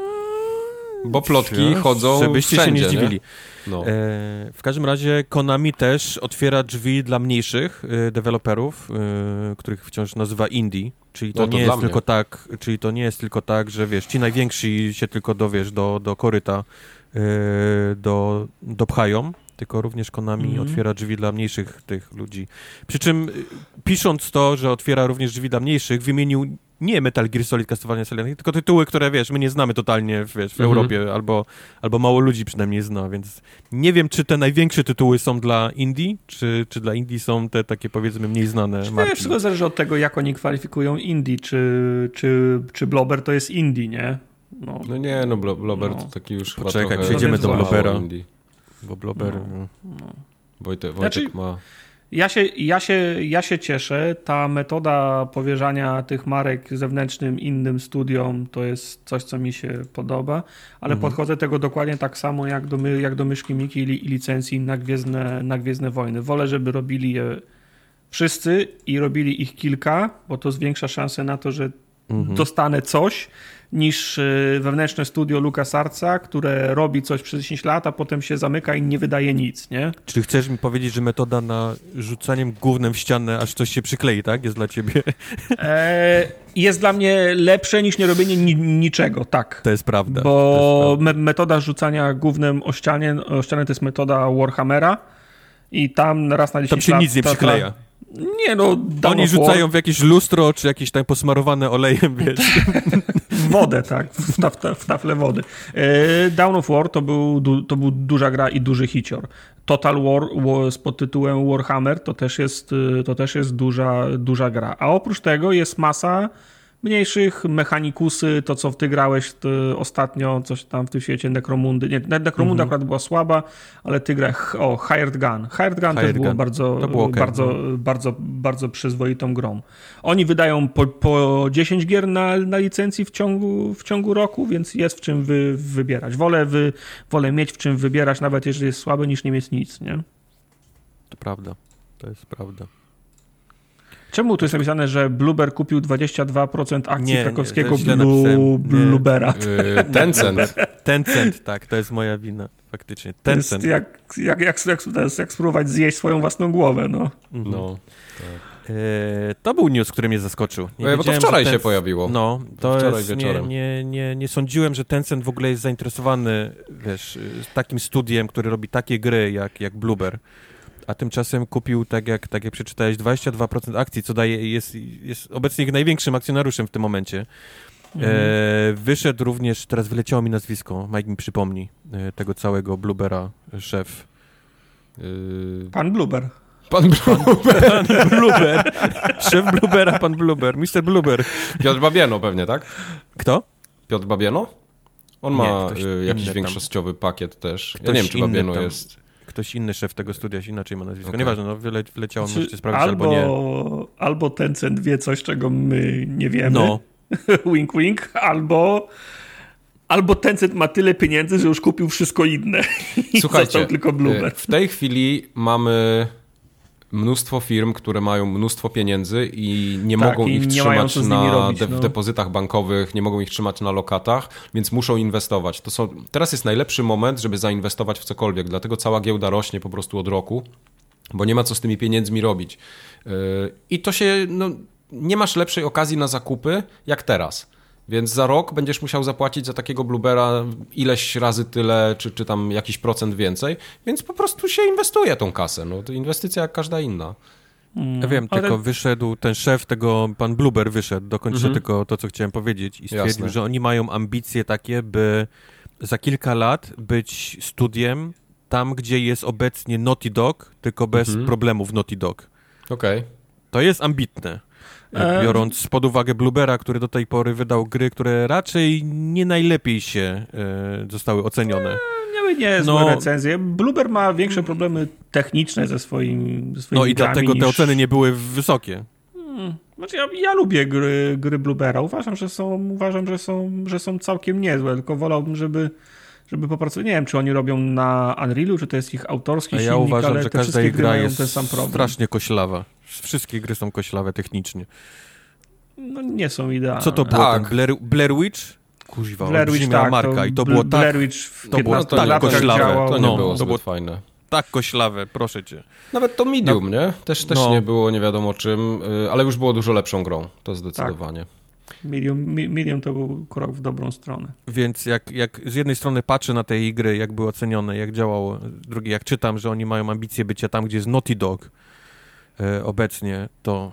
Bo plotki no, chodzą żebyście wszędzie, się nie zdziwili. Nie? No. E, w każdym razie Konami też otwiera drzwi dla mniejszych e, deweloperów, e, których wciąż nazywa indie, czyli to, no, to nie jest tylko tak, czyli to nie jest tylko tak, że wiesz, ci najwięksi się tylko dowiesz do, do koryta e, do, dopchają, tylko również Konami mm-hmm. otwiera drzwi dla mniejszych tych ludzi. Przy czym pisząc to, że otwiera również drzwi dla mniejszych, wymienił nie Metal Gear Solid, Castlevania, Silent Hill, tylko tytuły, które, wiesz, my nie znamy totalnie, wiesz, w mm-hmm. Europie, albo, albo mało ludzi przynajmniej zna, więc nie wiem, czy te największe tytuły są dla indie, czy, czy dla indie są te takie, powiedzmy, mniej znane czy marki. Wszystko zależy od tego, jak oni kwalifikują indie, czy, czy, czy Blobber to jest indie, nie? No, no nie, no Blobber no. to taki już Poczekaj, chyba przejdziemy do Blobbera. Indie. Bo Blobber... No, no. Wojtek, Wojtek znaczy, ma... Ja się, ja, się, ja się cieszę. Ta metoda powierzania tych marek zewnętrznym innym studiom to jest coś, co mi się podoba, ale mhm. podchodzę do tego dokładnie tak samo jak do, my, jak do myszki Miki i, i licencji na Gwiezdne, na Gwiezdne Wojny. Wolę, żeby robili je wszyscy i robili ich kilka, bo to zwiększa szansę na to, że mhm. dostanę coś, niż wewnętrzne studio LucasArtsa, które robi coś przez dziesięć lat, a potem się zamyka i nie wydaje nic, nie? Czy chcesz mi powiedzieć, że metoda na rzucaniem gównem w ścianę, aż coś się przyklei, tak? Jest dla ciebie? E, jest dla mnie lepsze niż nie robienie ni- niczego, tak. To jest prawda. Bo jest prawda. Me- metoda rzucania gównem o ścianę, o ścianę to jest metoda Warhammera i tam raz na dziesięć lat... Tam się lat, nic nie przykleja. Nie no, oni rzucają w jakieś lustro, czy jakieś tam posmarowane olejem, wiesz. W wodę, tak, w, taf, w tafle wody. Dawn of War to był, to był duża gra i duży hicior. Total War, War z podtytułem Warhammer to też jest, to też jest duża, duża gra. A oprócz tego jest masa mniejszych, Mechanikusy, to co ty grałeś to ostatnio, coś tam w tym świecie, Necromundy. Nie, Necromunda mm-hmm. akurat była słaba, ale ty grałeś, o, Hired Gun. Hired Gun Hired też było, bardzo, było okay, bardzo, no. bardzo, bardzo przyzwoitą grą. Oni wydają po, po dziesięć gier na, na licencji w ciągu, w ciągu roku, więc jest w czym wy, wybierać. Wolę, wy, wolę mieć w czym wybierać, nawet jeżeli jest słaby, niż nie mieć nic, nie? To prawda, to jest prawda. Czemu tu jest napisane, że Blubber kupił dwadzieścia dwa procent akcji nie, krakowskiego nie, Blu, Bluebera? Yy, Tencent. Tencent, tak, to jest moja wina, faktycznie. Tencent. To jest jak, jak, jak, jak, to jest jak spróbować zjeść swoją własną głowę, no. Mhm. no tak. e, to był news, który mnie zaskoczył. Nie bo to wczoraj się pojawiło. No, to wczoraj jest, wieczorem. Nie, nie, nie, nie sądziłem, że Tencent w ogóle jest zainteresowany, wiesz, takim studiem, który robi takie gry jak, jak Bloober. a tymczasem kupił, tak jak, tak jak przeczytałeś, dwadzieścia dwa procent akcji, co daje, jest, jest obecnie ich największym akcjonariuszem w tym momencie. Mhm. E, wyszedł również, teraz wyleciało mi nazwisko, Mike mi przypomni, e, tego całego Bluebera, szef. Yy... Pan Blueber. Pan Blueber. Pan Blueber. Szef Bluebera, pan Blueber, mister Blueber. Piotr Babieno pewnie, tak? Kto? Piotr Babieno? On nie, ma y, jakiś większościowy tam. Pakiet też. Ktoś ja nie wiem, czy Babieno tam, jest... Ktoś inny szef tego studia, inaczej ma nazwisko. Okay. Nieważne, no wyle, wyleciało, znaczy, możecie sprawdzić albo, albo nie. Albo Tencent wie coś, czego my nie wiemy. No. wink, wink. Albo... Albo Tencent ma tyle pieniędzy, że już kupił wszystko inne. Słuchajcie, tylko Blueber. W tej chwili mamy mnóstwo firm, które mają mnóstwo pieniędzy i nie tak, mogą i ich nie trzymać na robić, de- no. depozytach bankowych, nie mogą ich trzymać na lokatach, więc muszą inwestować. To są, teraz jest najlepszy moment, żeby zainwestować w cokolwiek, dlatego cała giełda rośnie po prostu od roku, bo nie ma co z tymi pieniędzmi robić. Yy, I to się, no, nie masz lepszej okazji na zakupy jak teraz. Więc za rok będziesz musiał zapłacić za takiego Bluebera ileś razy tyle, czy, czy tam jakiś procent więcej, więc po prostu się inwestuje tą kasę. No, to inwestycja jak każda inna. Mm, ja wiem, ale... tylko wyszedł ten szef tego, pan Blueber wyszedł, dokończę mhm. tylko to, co chciałem powiedzieć i stwierdził, Jasne. że oni mają ambicje takie, by za kilka lat być studiem tam, gdzie jest obecnie Naughty Dog, tylko bez mhm. problemów Naughty Dog. Okej. Okay. To jest ambitne. Biorąc pod uwagę Bluebera, który do tej pory wydał gry, które raczej nie najlepiej się e, zostały ocenione. Miały niezłe no, recenzje. Blueber ma większe problemy techniczne ze, swoim, ze swoimi No i grami dlatego niż... te oceny nie były wysokie. Hmm. Znaczy ja, ja lubię gry, gry Bluebera. Uważam, że są, uważam, że są, że są całkiem niezłe, tylko wolałbym, żeby żeby popracować. Nie wiem, czy oni robią na Unrealu, czy to jest ich autorski A ja silnik, uważam, ale że te każda ich gra mają jest ten sam problem. strasznie koślawa. Wszystkie gry są koślawe technicznie. No nie są idealne. Co to było? Tak. Ten Blair, Blair Witch? Kuźwa, Blair Witch, tak, marka. I to Bl- było Blair tak, Witch w to było tak koślawe. To nie no, było to zbyt było fajne. Tak koślawe, proszę cię. Nawet to Medium, no, nie? Też, też no. nie było nie wiadomo czym, ale już było dużo lepszą grą. To zdecydowanie. Tak. Medium, Medium to był krok w dobrą stronę. Więc jak, jak z jednej strony patrzę na te gry, jak były ocenione, jak działało, z drugiej jak czytam, że oni mają ambicje bycia tam, gdzie jest Naughty Dog e, obecnie, to...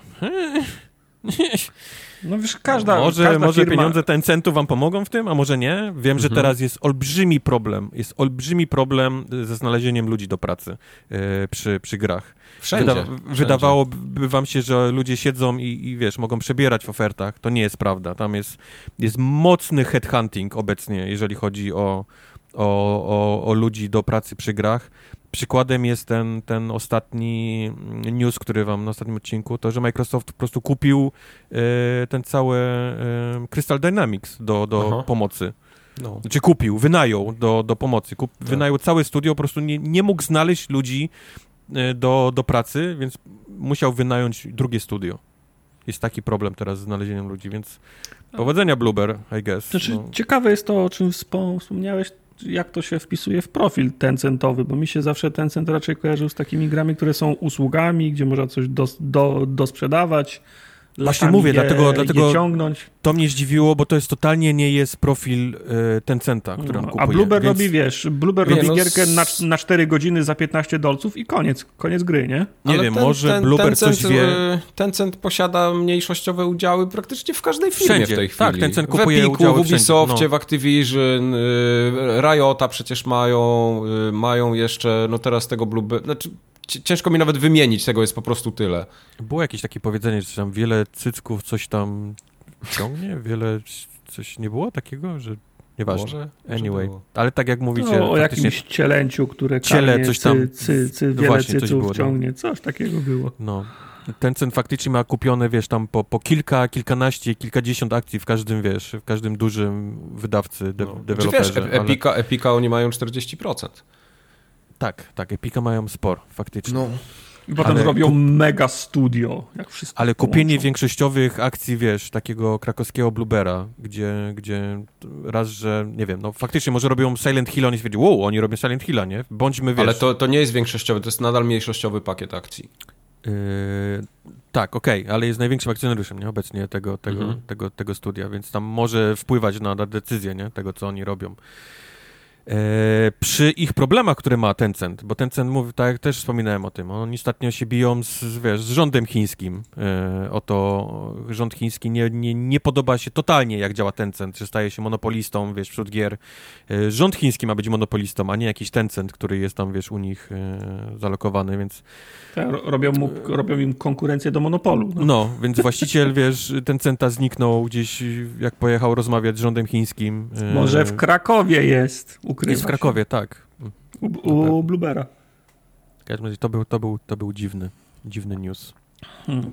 No wiesz, każda, może każda może firma... pieniądze Tencentu wam pomogą w tym, a może nie? Wiem, mhm. że teraz jest olbrzymi problem, jest olbrzymi problem ze znalezieniem ludzi do pracy e, przy, przy grach. Wszędzie. Wyda- Wszędzie. Wydawałoby wam się, że ludzie siedzą i, i wiesz, mogą przebierać w ofertach. To nie jest prawda. Tam jest, jest mocny headhunting obecnie, jeżeli chodzi o, o, o, o ludzi do pracy przy grach. Przykładem jest ten, ten ostatni news, który wam na ostatnim odcinku, to, że Microsoft po prostu kupił e, ten cały e, Crystal Dynamics do, do pomocy. No. Znaczy kupił, wynajął do, do pomocy. Kup, tak. Wynajął całe studio, po prostu nie, nie mógł znaleźć ludzi do, do pracy, więc musiał wynająć drugie studio. Jest taki problem teraz z znalezieniem ludzi, więc powodzenia Blueber, I guess. Znaczy, no. Ciekawe jest to, o czym wspomniałeś, jak to się wpisuje w profil Tencentowy, bo mi się zawsze Tencent raczej kojarzył z takimi grami, które są usługami, gdzie można coś dos, do, dosprzedawać. Właśnie mówię, je, dlatego, dlatego ciągnąć. To mnie zdziwiło, bo to jest totalnie nie jest profil y, Tencenta, który on no, kupuje. A Blueber więc... robi, wiesz, Bluber Wie, robi no, gierkę na, na cztery godziny za piętnaście dolców i koniec, koniec gry, nie? Nie Ale wiem, ten, może ten, Bluber Tencent, coś wie. Tencent posiada mniejszościowe udziały praktycznie w każdej firmie wszędzie. w tej chwili. Tak, Tencent kupuje w Epiku, udziały w Ubisoftie, wszędzie. No. w Activision, y, Riota przecież mają, y, mają jeszcze, no teraz tego Bluber, znaczy ciężko mi nawet wymienić, tego jest po prostu tyle. Było jakieś takie powiedzenie, że tam wiele cycków coś tam ciągnie, wiele coś nie było takiego, że nieważne. Może, anyway, może ale tak jak mówicie... No, o jakimś cielęciu, które ciele, coś tam, cy, cy, cy, wiele właśnie, cyców coś było, ciągnie, coś takiego było. No. Tencent faktycznie ma kupione, wiesz, tam po, po kilka, kilkanaście, kilkadziesiąt akcji w każdym, wiesz, w każdym dużym wydawcy, de- no. deweloperze. Czy wiesz, Epica, ale... Epica oni mają czterdzieści procent. Tak, tak, Epica mają sporo, faktycznie. No. I potem ale robią kup... mega studio, jak wszystko. Ale kupienie łączą. Większościowych akcji, wiesz, takiego krakowskiego Bluebera, gdzie, gdzie raz, że, nie wiem, no faktycznie może robią Silent Hill, oni stwierdzili, wow, oni robią Silent Hilla, nie? Bądźmy, wiesz... Ale to, to nie jest większościowy, to jest nadal mniejszościowy pakiet akcji. Yy, tak, okej, okay, ale jest największym akcjonariuszem, nie? Obecnie tego, tego, mhm. tego, tego studia, więc tam może wpływać na, na decyzję, nie? Tego, co oni robią. E, przy ich problemach, które ma Tencent, bo Tencent mówi, tak jak też wspominałem o tym, oni ostatnio się biją z, wiesz, z rządem chińskim. E, oto rząd chiński nie, nie, nie podoba się totalnie, jak działa Tencent, że staje się monopolistą, wiesz, wśród gier. E, rząd chiński ma być monopolistą, a nie jakiś Tencent, który jest tam, wiesz, u nich e, zalokowany, więc... Tak, robią, mu, robią im konkurencję do monopolu. No, no więc właściciel, wiesz, Tencenta zniknął gdzieś, jak pojechał rozmawiać z rządem chińskim. E, Może w Krakowie jest. Ukrywa jest w Krakowie, się. tak. U, u Bluebera. W każdym razie to był, to był, to był dziwny, dziwny news. Hmm.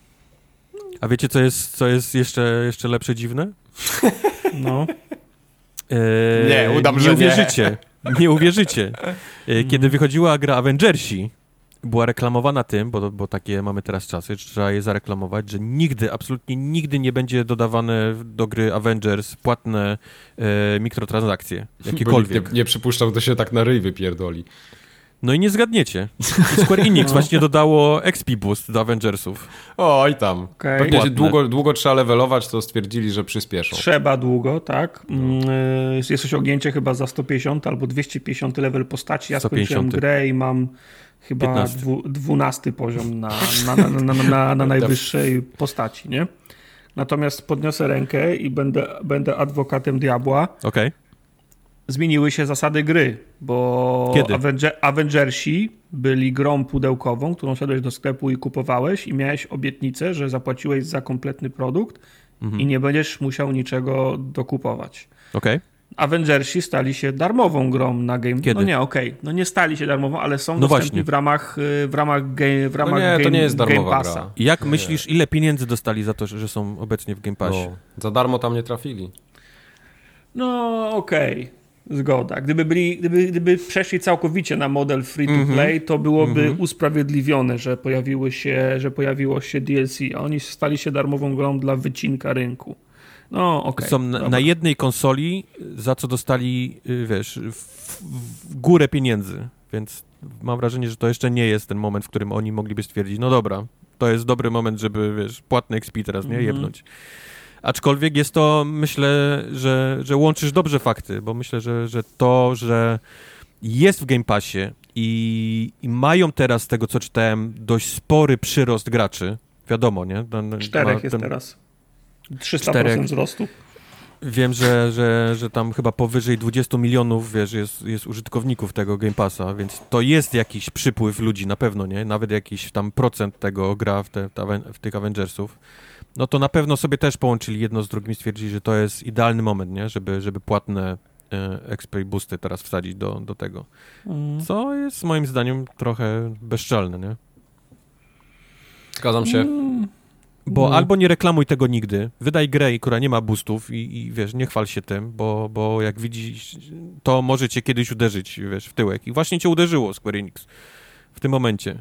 A wiecie, co jest, co jest jeszcze, jeszcze lepsze dziwne? No. Eee, nie, udam, nie że uwierzycie. Nie, nie uwierzycie. Eee, kiedy wychodziła gra Avengersi, była reklamowana tym, bo, bo takie mamy teraz czasy, trzeba je zareklamować, że nigdy, absolutnie nigdy nie będzie dodawane do gry Avengers płatne e, mikrotransakcje, jakiekolwiek. Bo nikt nie, nie przypuszczał, to się tak na ryj wypierdoli. No i nie zgadniecie. Square Enix no. właśnie dodało X P Boost do Avengersów. O, i tam. Okay. Pewnie się długo, długo trzeba levelować, to stwierdzili, że przyspieszą. Trzeba długo, tak. No. Jest osiągnięcie chyba za sto pięćdziesiąt albo dwieście pięćdziesiąt level postaci. Ja skończyłem grę i mam chyba dwu, dwunasty poziom na, na, na, na, na, na najwyższej postaci, nie? Natomiast podniosę rękę i będę, będę adwokatem diabła. Okej. Okay. Zmieniły się zasady gry, bo Avenger, Avengersi byli grą pudełkową, którą szedłeś do sklepu i kupowałeś i miałeś obietnicę, że zapłaciłeś za kompletny produkt mhm. i nie będziesz musiał niczego dokupować. Okej. Okay. Avengersi stali się darmową grą na Game... Kiedy? No nie, okej. Okay. No nie stali się darmową, ale są no dostępni właśnie. w ramach w ramach, game, w ramach no nie, game, to nie jest darmowa game Passa. gra. Jak nie. myślisz, ile pieniędzy dostali za to, że są obecnie w Game Passie? No, za darmo tam nie trafili. No okej. Okay. Zgoda. Gdyby, byli, gdyby, gdyby przeszli całkowicie na model free to play, mm-hmm. to byłoby mm-hmm. usprawiedliwione, że, pojawiły się, że pojawiło się D L C. A oni stali się darmową grą dla wycinka rynku. No, okej. Okay, Są na, na jednej konsoli, za co dostali, wiesz, w, w górę pieniędzy. Więc mam wrażenie, że to jeszcze nie jest ten moment, w którym oni mogliby stwierdzić, no dobra, to jest dobry moment, żeby, wiesz, płatny X P teraz, nie, jebnąć. Mm-hmm. Aczkolwiek jest to, myślę, że, że łączysz dobrze fakty, bo myślę, że, że to, że jest w Game Passie i, i mają teraz, z tego co czytałem, dość spory przyrost graczy, wiadomo, nie? Ten, Czterech jest ten, teraz. trzysta procent czterech. Wzrostu. Wiem, że, że, że tam chyba powyżej dwadzieścia milionów, wiesz, jest, jest użytkowników tego Game Passa, więc to jest jakiś przypływ ludzi, na pewno, nie? Nawet jakiś tam procent tego gra w, te, w tych Avengersów. No to na pewno sobie też połączyli jedno z drugim i stwierdzili, że to jest idealny moment, nie? Żeby, żeby płatne e, X P boosty teraz wsadzić do, do tego. Mm. Co jest moim zdaniem trochę bezczelne, nie? Zgadzam się. Mm. Bo no. albo nie reklamuj tego nigdy, wydaj grę, która nie ma boostów i, i wiesz, nie chwal się tym, bo, bo jak widzisz, to może cię kiedyś uderzyć, wiesz, w tyłek. I właśnie cię uderzyło Square Enix w tym momencie.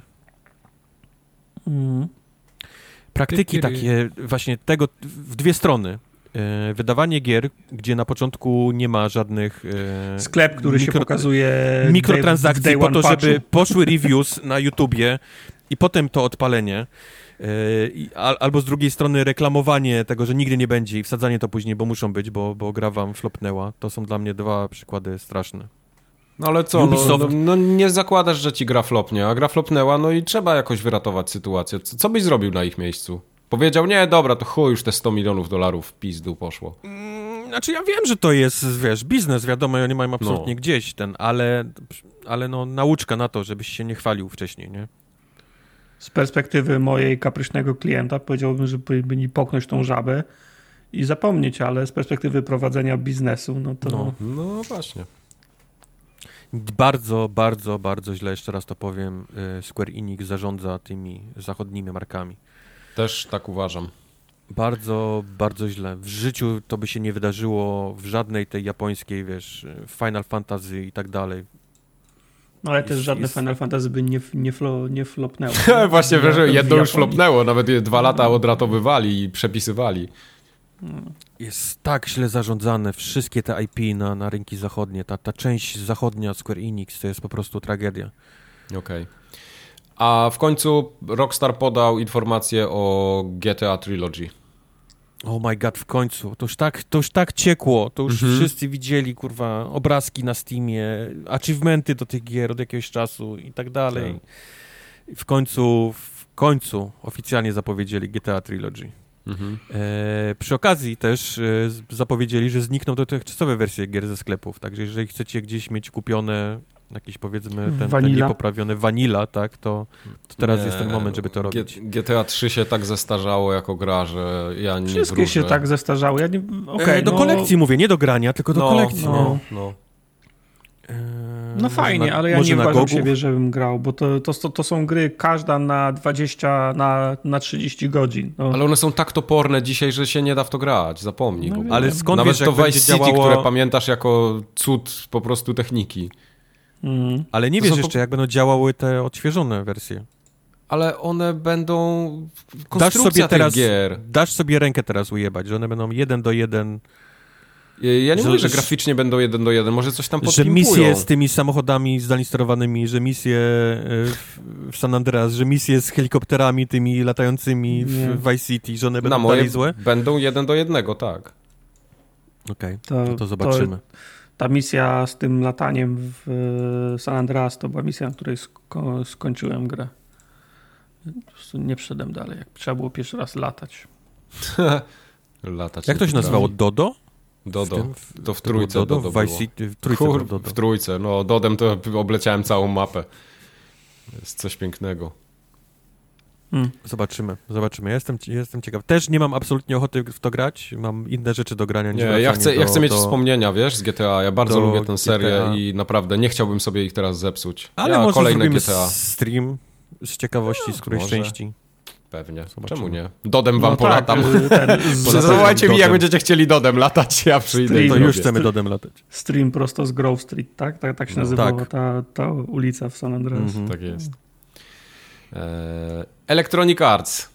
Mm. Praktyki takie właśnie tego w dwie strony. E, wydawanie gier, gdzie na początku nie ma żadnych... E, Sklep, który mikro, się pokazuje... Mikrotransakcji day, po to, patchu. żeby poszły reviews na YouTubie i potem to odpalenie. E, i, al, albo z drugiej strony reklamowanie tego, że nigdy nie będzie i wsadzanie to później, bo muszą być, bo, bo gra wam flopnęła. To są dla mnie dwa przykłady straszne. No ale co, no, no, no nie zakładasz, że ci gra flopnie, a gra flopnęła, no i trzeba jakoś wyratować sytuację. Co, co byś zrobił na ich miejscu? Powiedział, nie, dobra, to chuj, już te sto milionów dolarów w pizdu poszło. Mm, znaczy ja wiem, że to jest, wiesz, biznes, wiadomo, oni mają absolutnie no. gdzieś ten, ale, ale no nauczka na to, żebyś się nie chwalił wcześniej, nie? Z perspektywy mojej kapryśnego klienta powiedziałbym, że powinni poknąć tą żabę i zapomnieć, ale z perspektywy prowadzenia biznesu, no to... No, no właśnie. Bardzo, bardzo, bardzo źle, jeszcze raz to powiem, Square Enix zarządza tymi zachodnimi markami. Też tak uważam. Bardzo, bardzo źle. W życiu to by się nie wydarzyło w żadnej tej japońskiej, wiesz, Final Fantasy i tak dalej. No ale jest, też żadne jest... Final Fantasy by nie, nie, flo, nie flopnęło. Właśnie, wiesz, jedno już flopnęło, nawet je dwa lata odratowywali i przepisywali. Jest tak źle zarządzane, wszystkie te I P na, na rynki zachodnie, ta, ta część zachodnia Square Enix to jest po prostu tragedia. Okej. Okay. A w końcu Rockstar podał informację o G T A Trilogy. Oh my god, w końcu. To już tak, to już tak ciekło. To już mhm. wszyscy widzieli, kurwa, obrazki na Steamie, achievementy do tych gier od jakiegoś czasu i tak dalej. Tak. W końcu, w końcu oficjalnie zapowiedzieli G T A Trilogy. Mhm. E, przy okazji też e, zapowiedzieli, że znikną dotychczasowe wersje gier ze sklepów, także jeżeli chcecie gdzieś mieć kupione jakieś, powiedzmy, ten, ten niepoprawiony vanilla, tak, to, to teraz nie, jest ten moment, żeby to robić. G T A trzy się tak zestarzało jako gra, że ja nie Wszystkie wróżę. się tak zestarzały. Ja nie... okay, e, do no... kolekcji mówię, nie do grania, tylko do no, kolekcji. No, no. No fajnie, na, ale ja nie uważam siebie, żebym grał, bo to, to, to są gry każda na dwadzieścia, na, na trzydzieści godzin. No. Ale one są tak toporne dzisiaj, że się nie da w to grać, zapomnij. No, ale skąd Nawet wiesz, to Vice City, działało... które pamiętasz jako cud po prostu techniki. Mm. Ale nie to wiesz jeszcze, po... jak będą działały te odświeżone wersje. Ale one będą... Dasz sobie teraz, gier. Dasz sobie rękę teraz ujebać, że one będą jeden do jeden... Ja nie że, mówię, że graficznie będą jeden do jeden, może coś tam podpimpują. Że misje z tymi samochodami zdalnie sterowanymi, że misje w, w San Andreas, że misje z helikopterami tymi latającymi w nie. Vice City, że one będą Na dalej złe? Będą jeden do jednego, tak. Okej, okay, to, to zobaczymy. To, ta misja z tym lataniem w San Andreas to była misja, na której sko- skończyłem grę. Po prostu nie przyszedłem dalej, jak trzeba było pierwszy raz latać. latać. Jak to się nazywało? Dodo? Dodo. W tym, w, to w trójce Dodo, Dodo w Vice City, w trójce Kur, Dodo. W trójce, no Dodem to obleciałem całą mapę. Jest coś pięknego. Hmm. Zobaczymy, zobaczymy. Ja jestem, jestem ciekaw. Też nie mam absolutnie ochoty w to grać. Mam inne rzeczy do grania. Niż nie, ja chcę, do, ja chcę mieć do, wspomnienia, wiesz, z G T A. Ja bardzo lubię tę serię G T A. i naprawdę nie chciałbym sobie ich teraz zepsuć. Ale ja może kolejne zrobimy G T A. stream z ciekawości, no, z którejś może. części. Pewnie. Zobaczymy. Czemu nie? No Dodem wam no polatam. Tak, Zawołajcie mi, jak będziecie chcieli Dodem latać, ja przyjdę. Stream, to już chcemy Dodem latać. Stream prosto z Grove Street, tak? Tak, tak się no, nazywała tak. Ta, ta ulica w San Andreas. Mm-hmm. Tak jest. Eee, Electronic Arts.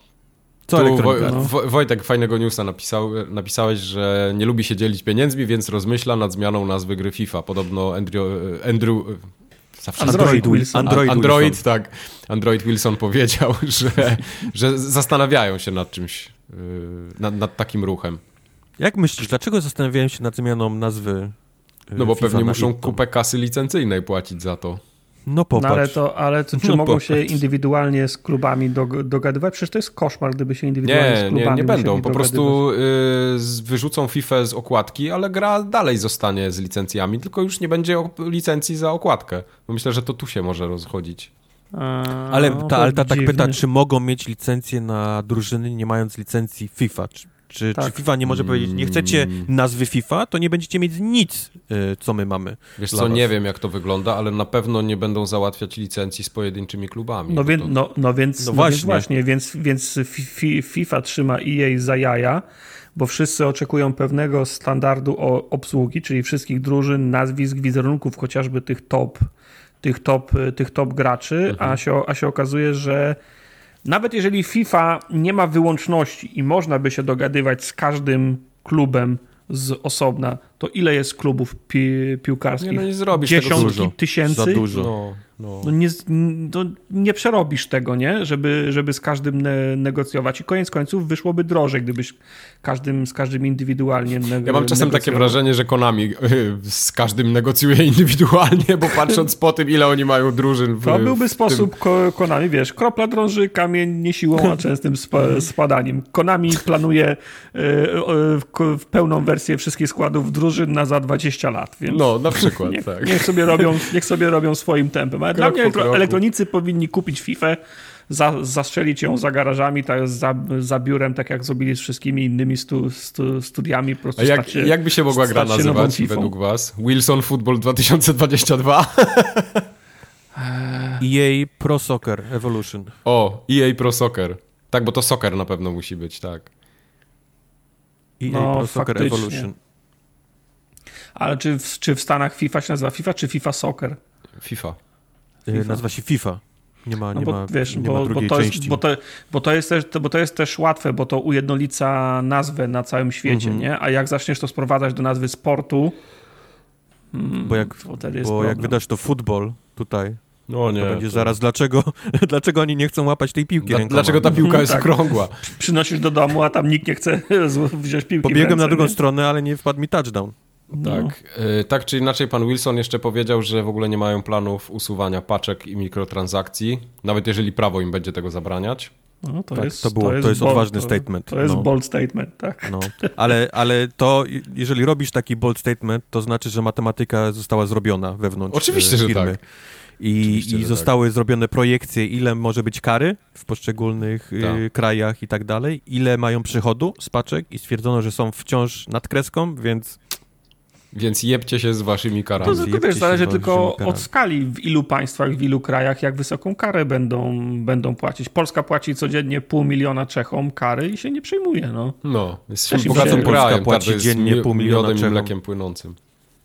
Co tu Electronic Wo- Arts? Wo- Wojtek fajnego newsa napisał, napisałeś, że nie lubi się dzielić pieniędzmi, więc rozmyśla nad zmianą nazwy gry FIFA. Podobno Andrew... Andrew Android, Android Wilson. Android, Android Wilson. tak. Android Wilson powiedział, że, że zastanawiają się nad czymś, nad, nad takim ruchem. Jak myślisz, dlaczego zastanawiają się nad zmianą nazwy No bo FIFA pewnie muszą Ipton? kupę kasy licencyjnej płacić za to. No popatrz. No ale to, ale to, czy no mogą popatrz. się indywidualnie z klubami dog- dogadywać? Przecież to jest koszmar, gdyby się indywidualnie nie, z klubami Nie, nie będą. Po dogadywać. prostu y, wyrzucą FIFA z okładki, ale gra dalej zostanie z licencjami, tylko już nie będzie ok- licencji za okładkę. Bo myślę, że to tu się może rozchodzić. A, ale no, ta Alta tak dziwnie. pyta, czy mogą mieć licencję na drużyny, nie mając licencji FIFA? Czy, czy, tak. czy FIFA nie może mm. powiedzieć, nie chcecie nazwy FIFA, to nie będziecie mieć nic, y, co my mamy. Wiesz co, was. Nie wiem jak to wygląda, ale na pewno nie będą załatwiać licencji z pojedynczymi klubami. No, wie, to... no, no więc, no no właśnie, więc, właśnie więc, więc fi, FIFA trzyma E A za jaja, bo wszyscy oczekują pewnego standardu o obsługi, czyli wszystkich drużyn, nazwisk, wizerunków, chociażby tych top, tych top, tych top graczy, mhm. a, się, a się okazuje, że nawet jeżeli FIFA nie ma wyłączności i można by się dogadywać z każdym klubem z osobna, to ile jest klubów pi- piłkarskich? Nie, no nie zrobisz Dziesiątki tego tysięcy? Za dużo. No, no. No nie, no nie przerobisz tego, nie? Żeby, żeby z każdym ne- negocjować. I koniec końców wyszłoby drożej, gdybyś każdym, z każdym indywidualnie ne- Ja mam czasem takie wrażenie, że Konami z każdym negocjuje indywidualnie, bo patrząc po tym, ile oni mają drużyn w To byłby w sposób tym... ko- Konami, wiesz, kropla drąży, kamień nie siłą, a częstym spa- spadaniem. Konami planuje y, y, w pełną wersję wszystkich składów drużyn na za dwadzieścia lat, więc no, na przykład, niech, tak. niech, sobie robią, niech sobie robią swoim tempem. Ale dla mnie elektro- elektronicy powinni kupić FIFA, za, zastrzelić ją za garażami, tak, za, za biurem, tak jak zrobili z wszystkimi innymi stu, stu, studiami. Po prostu A jak, się, jak by się mogła gra nazywać według was? Wilson Football dwa tysiące dwadzieścia dwa? E A Pro Soccer Evolution. O, E A Pro Soccer. Tak, bo to soccer na pewno musi być, tak. E A No, Pro Soccer faktycznie. Evolution. Ale czy w, czy w Stanach FIFA się nazywa FIFA, czy FIFA Soccer? FIFA. FIFA. Nazywa się FIFA. Nie ma, No nie bo, ma, wiesz, nie bo, ma drugiej bo, to części. jest, bo, to, bo, to jest też, bo to jest też łatwe, bo to ujednolica nazwę na całym świecie, Mhm. nie? A jak zaczniesz to sprowadzać do nazwy sportu, Bo jak, to wtedy jest bo jak problem. wydasz to futbol tutaj, No nie. To będzie to... zaraz, dlaczego, dlaczego oni nie chcą łapać tej piłki Dla, rękoma? Dlaczego ta piłka jest tak. okrągła? Przynosisz do domu, a tam nikt nie chce wziąć piłki Pobiegłem w ręce, na drugą nie? stronę, ale nie wpadł mi touchdown. No. Tak. Y, tak czy inaczej pan Wilson jeszcze powiedział, że w ogóle nie mają planów usuwania paczek i mikrotransakcji, nawet jeżeli prawo im będzie tego zabraniać. No, to, Tak, jest, to, było, to jest, to jest bold, odważny to, statement. To jest no. bold statement, tak. No. Ale, ale to, jeżeli robisz taki bold statement, to znaczy, że matematyka została zrobiona wewnątrz Oczywiście, firmy. że tak. I, Oczywiście, i że zostały tak. zrobione projekcje, ile może być kary w poszczególnych tak. y, krajach i tak dalej, ile mają przychodu z paczek i stwierdzono, że są wciąż nad kreską, więc... Więc jebcie się z waszymi karami. To, to wiesz, zależy tylko od skali, w ilu państwach, w ilu krajach, jak wysoką karę będą, będą płacić. Polska płaci codziennie pół miliona Czechom kary i się nie przejmuje, no. No, jesteśmy Też im bogatym się- krajem, Polska płaci tak, to jest dziennie mi- pół miliona miodem i Czechom. mlekiem płynącym.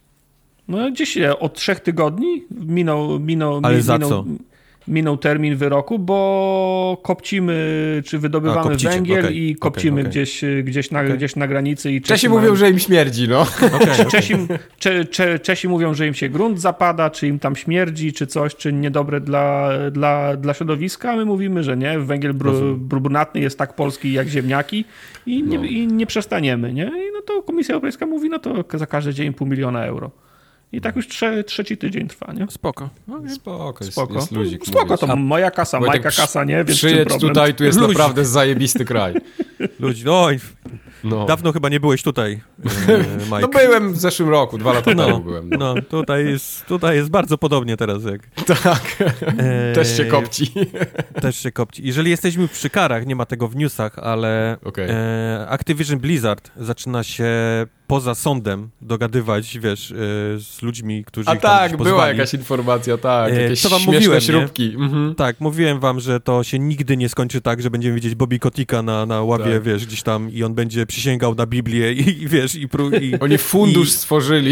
No gdzieś e, od trzech tygodni minął, minął, Ale mi, za minął, co? minął termin wyroku, bo kopcimy, czy wydobywamy A, kopcicie, węgiel okej, i kopcimy okej, okej. gdzieś, gdzieś, na, Okej. gdzieś na granicy. I Czesi mają- mówią, że im śmierdzi, no. Okay, okay. Czesi, cze, cze, Czesi mówią, że im się grunt zapada, czy im tam śmierdzi, czy coś, czy niedobre dla, dla, dla środowiska, a my mówimy, że nie, węgiel bru, brunatny jest tak polski jak ziemniaki i nie, No. i nie przestaniemy, nie? I no to Komisja Europejska mówi, no to za każdy dzień pół miliona euro. I tak już trze, trzeci tydzień trwa, nie? Spoko. Spoko, jest, Spoko. jest luzik. Spoko, mówisz. to moja kasa, Wojtek, Majka kasa, nie? Więc czym Przyjedź problem? tutaj, tu jest Luzik. naprawdę zajebisty kraj. Ludzi, oj, No. dawno chyba nie byłeś tutaj, e, Mike. No byłem w zeszłym roku, dwa lata No, temu byłem. No. no tutaj, jest, tutaj jest bardzo podobnie teraz. Jak, Tak, e, też się kopci. Też się kopci. Jeżeli jesteśmy przy karach, nie ma tego w newsach, ale Okej. e, Activision Blizzard zaczyna się poza sądem dogadywać, wiesz, e, z ludźmi, którzy A ich tam tak, pozwali. była jakaś informacja, tak, E, jakieś co wam śmieszne mówiłem, nie? śrubki. Mhm. Tak, mówiłem wam, że to się nigdy nie skończy tak, że będziemy widzieć Bobby Kotika na, na ławie, Tak. wiesz, gdzieś tam i on będzie przysięgał na Biblię i, i wiesz, i... Pró- i Oni fundusz i, stworzyli.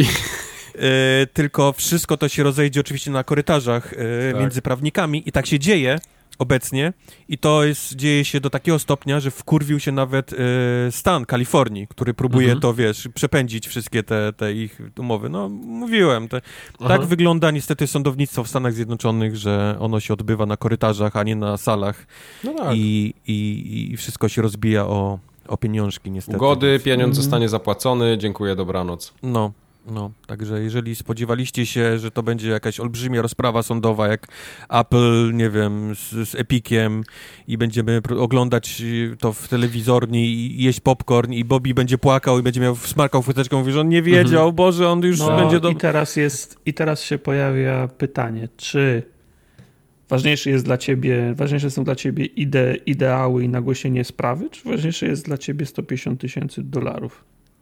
e, tylko wszystko to się rozejdzie oczywiście na korytarzach e, Tak. między prawnikami i tak się dzieje obecnie i to jest, dzieje się do takiego stopnia, że wkurwił się nawet e, stan Kalifornii, który próbuje Mhm. to, wiesz, przepędzić wszystkie te, te ich umowy. No, mówiłem, te, Aha. tak wygląda niestety sądownictwo w Stanach Zjednoczonych, że ono się odbywa na korytarzach, a nie na salach No tak. i, i, i wszystko się rozbija o, o pieniążki niestety. Ugody, pieniądz Mhm. zostanie zapłacony, dziękuję, dobranoc. No, no, także jeżeli spodziewaliście się, że to będzie jakaś olbrzymia rozprawa sądowa, jak Apple, nie wiem, z, z Epiciem i będziemy pro- oglądać to w telewizorni i jeść popcorn i Bobby będzie płakał i będzie miał smarkał chusteczką, mówi, że on nie wiedział, Mhm. Boże, on już No będzie do... i teraz jest, i teraz się pojawia pytanie, czy ważniejszy jest dla ciebie, ważniejsze są dla ciebie ide, ideały i nagłośnienie sprawy, czy ważniejsze jest dla ciebie sto pięćdziesiąt tysięcy dolarów?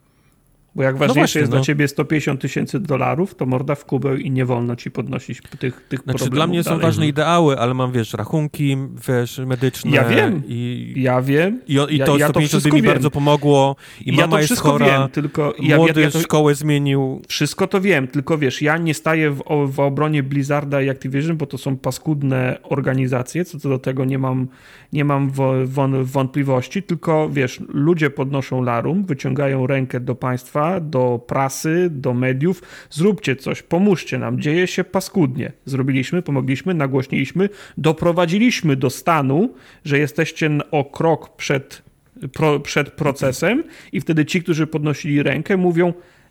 Bo jak ważniejsze właśnie, jest no. dla ciebie sto pięćdziesiąt tysięcy dolarów, to morda w kubeł i nie wolno ci podnosić tych, tych Znaczy problemów dla mnie są dalej. ważne ideały, ale mam, wiesz, rachunki, wiesz, medyczne. Ja wiem. I, Ja wiem. i, o- i ja, to ja sto to pięćdziesiąt by wszystko mi wiem. bardzo pomogło i ja mama to jest wszystko chora, wiem, tylko ja, młody ja, ja to, szkołę zmienił. wszystko to wiem, tylko wiesz, ja nie staję w, o- w obronie Blizzarda i Activision, bo to są paskudne organizacje, co, co do tego nie mam, nie mam wo, won, wątpliwości, tylko wiesz, ludzie podnoszą larum, wyciągają rękę do państwa, do prasy, do mediów, zróbcie coś, pomóżcie nam, dzieje się paskudnie. Zrobiliśmy, pomogliśmy, nagłośniliśmy, doprowadziliśmy do stanu, że jesteście o krok przed, pro, przed procesem i wtedy ci, którzy podnosili rękę, mówią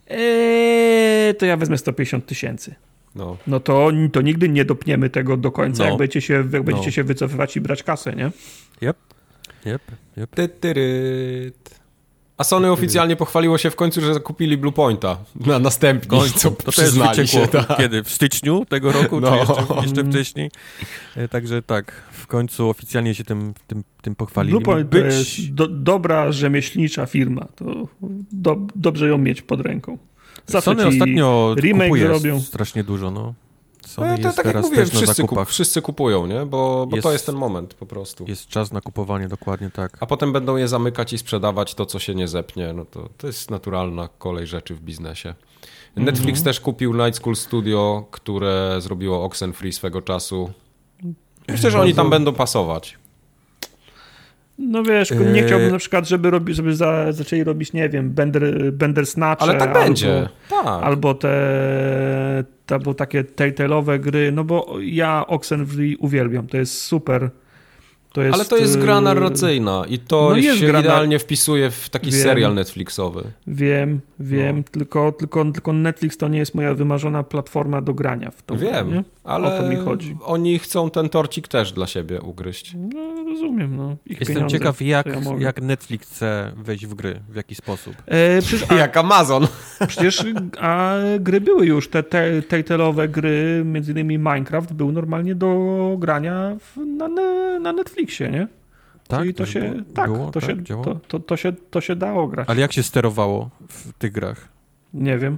eee, to ja wezmę sto pięćdziesiąt tysięcy. No. No to, to nigdy nie dopniemy tego do końca, No. jak będziecie się, jak będziecie No. się wycofywać i brać kasę, nie? Yep, yep, yep. Ty, tyryt. A Sony oficjalnie pochwaliło się w końcu, że kupili Bluepointa na następni, co To też przyznali wyciekło się. Tak. kiedy? W styczniu tego roku, No. czy jeszcze, jeszcze wcześniej? E, Także tak, w końcu oficjalnie się tym, tym, tym pochwalili. Bluepoint to Być... jest do, dobra rzemieślnicza firma. To do, dobrze ją mieć pod ręką. Zawsze Sony ci ostatnio remake kupuje zrobią. strasznie dużo, no. Sony No, to jest tak jak teraz mówiłem, też na wszyscy, zakupach. kup, wszyscy kupują, nie? Bo, bo Jest- to jest ten moment po prostu. Jest czas na kupowanie, dokładnie tak. A potem będą je zamykać i sprzedawać to, co się nie zepnie. No to, to jest naturalna kolej rzeczy w biznesie. Netflix też kupił Night School Studio, które zrobiło Oxenfree swego czasu. Myślę, że oni tam będą pasować. No wiesz, nie Eee. chciałbym na przykład, żeby, robi, żeby za, zaczęli robić, nie wiem, Bender, Bender Snatche. Ale tak albo, będzie. Tak. Albo te, albo takie telltale'owe gry, no bo ja Oxenfree uwielbiam, to jest super. To jest, ale to jest gra narracyjna i to no się gra idealnie na... wpisuje w taki wiem, serial Netflixowy. Wiem, wiem, no. tylko, tylko, tylko Netflix to nie jest moja wymarzona platforma do grania w tą Wiem, grę, ale o to mi chodzi. Oni chcą ten torcik też dla siebie ugryźć. No rozumiem, no. Ich Jestem ciekaw, jak, ja jak Netflix chce wejść w gry, w jaki sposób. E, przecież, a, jak Amazon. Przecież a gry były już, te telltale'owe gry, między innymi Minecraft, był normalnie do grania w, na, na Netflixie. Nie? Tak, Czyli to się, było, tak, było, to, tak, się, to, to, to, się, to się dało grać. Ale jak się sterowało w tych grach? Nie wiem.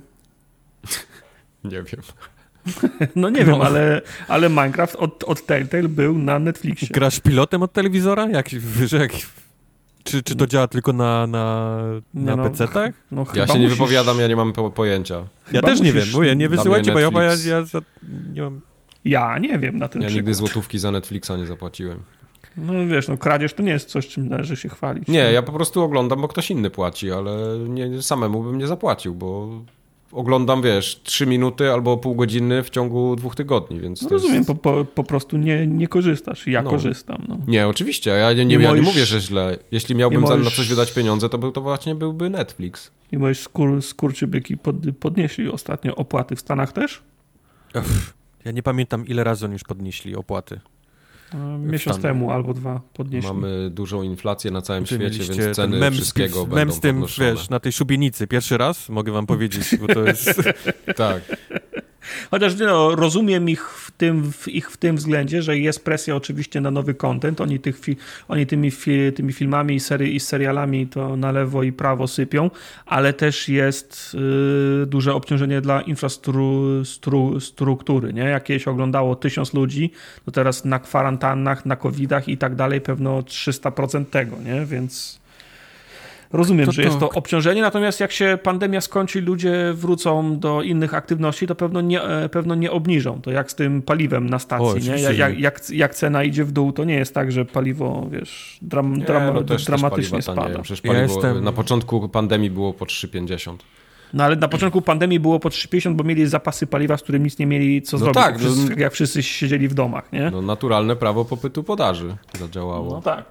Nie wiem. No nie no. wiem, ale, ale Minecraft od, od Telltale był na Netflixie. Grasz pilotem od telewizora? Jak, jak, czy, czy to działa tylko na, na, na no, pecetach? No, ja się musisz... nie wypowiadam, ja nie mam po, pojęcia. Chyba ja też musisz... nie wiem, mówię, nie wysyłajcie, bo ja, ja, ja nie mam... Ja nie wiem na ten Ja przykład. nigdy złotówki za Netflixa nie zapłaciłem. No wiesz, no kradzież to nie jest coś, czym należy się chwalić. Nie, ja po prostu oglądam, bo ktoś inny płaci, ale nie, samemu bym nie zapłacił, bo oglądam, wiesz, trzy minuty albo pół godziny w ciągu dwóch tygodni, więc no to rozumiem, jest... po, po, po prostu nie, nie korzystasz. Ja no. korzystam. No. Nie, oczywiście, ja nie, nie, nie, ja możesz, nie mówię, że źle. Jeśli miałbym możesz, na coś wydać pieniądze, to, był, to właśnie byłby Netflix. I moje skur, skurczybyki pod, podnieśli ostatnio opłaty w Stanach też? Uf, ja nie pamiętam, ile razy oni już podnieśli opłaty. Miesiąc temu albo dwa podnieśli. Mamy dużą inflację na całym świecie, więc ceny mem wszystkiego z, będą mem z tym, podnoszone. Wiesz, na tej szubienicy. Pierwszy raz mogę wam powiedzieć, bo to jest... Tak. Chociaż no, rozumiem ich w, tym, w ich w tym względzie, że jest presja oczywiście na nowy content. Oni, tych fi, oni tymi, fi, tymi filmami i, sery, i serialami to na lewo i prawo sypią, ale też jest y, duże obciążenie dla infrastruktury. Nie? Jak kiedyś oglądało tysiąc ludzi, to teraz na kwarantannach, na kowidach i tak dalej pewno trzysta procent tego, nie? Więc... Rozumiem, to, że jest to obciążenie, natomiast jak się pandemia skończy, ludzie wrócą do innych aktywności, to pewno nie, pewno nie obniżą. To jak z tym paliwem na stacji, o, nie? Jak, jak, jak cena idzie w dół, to nie jest tak, że paliwo, wiesz, dram, nie, dram, no też, dramatycznie też spada. Przecież paliwo ja jestem... na początku pandemii było po trzy pięćdziesiąt. No ale na początku pandemii było po trzy pięćdziesiąt, bo mieli zapasy paliwa, z którym nic nie mieli co no zrobić, tak, jak, no, wszyscy, jak wszyscy siedzieli w domach, nie? No naturalne prawo popytu podaży zadziałało. No tak.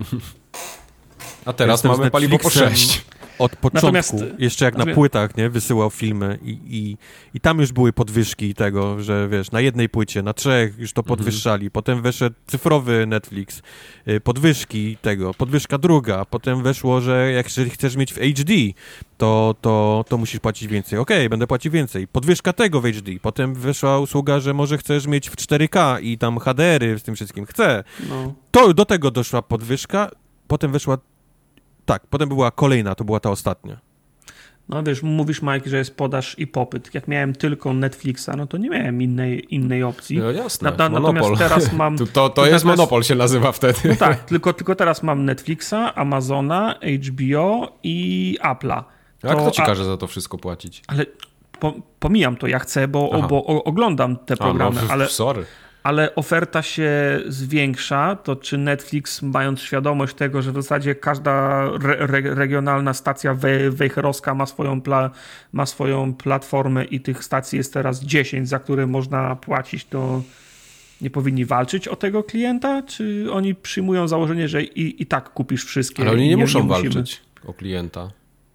A teraz ja mamy paliwo po sześć. Od początku, natomiast, jeszcze jak natomiast... na płytach, nie, wysyłał filmy i, i, i tam już były podwyżki tego, że wiesz, na jednej płycie, na trzech już to podwyższali, mm-hmm. potem weszedł cyfrowy Netflix, podwyżki tego, podwyżka druga, potem weszło, że jak jeżeli chcesz mieć w H D, to, to, to musisz płacić więcej. Okej, okay, będę płacił więcej. Podwyżka tego w H D. Potem weszła usługa, że może chcesz mieć w cztery K i tam H D R-y z tym wszystkim. Chcę. No. To, do tego doszła podwyżka, potem weszła Tak, potem była kolejna, to była ta ostatnia. No wiesz, mówisz, Mike, że jest podaż i popyt. Jak miałem tylko Netflixa, no to nie miałem innej, innej opcji. No jasne, na, na, natomiast teraz mam... to to, to jest teraz, monopol się nazywa wtedy. No tak, tylko, tylko teraz mam Netflixa, Amazona, H B O i Apple'a. To, a kto ci każe a, za to wszystko płacić? Ale po, pomijam to, ja chcę, bo, bo o, oglądam te programy, a, no, ale... Sorry. ale oferta się zwiększa, to czy Netflix, mając świadomość tego, że w zasadzie każda re, re, regionalna stacja we, wejherowska ma swoją, pla, ma swoją platformę i tych stacji jest teraz dziesięć, za które można płacić, to nie powinni walczyć o tego klienta? Czy oni przyjmują założenie, że i, i tak kupisz wszystkie? Ale oni nie, nie muszą nie walczyć o klienta.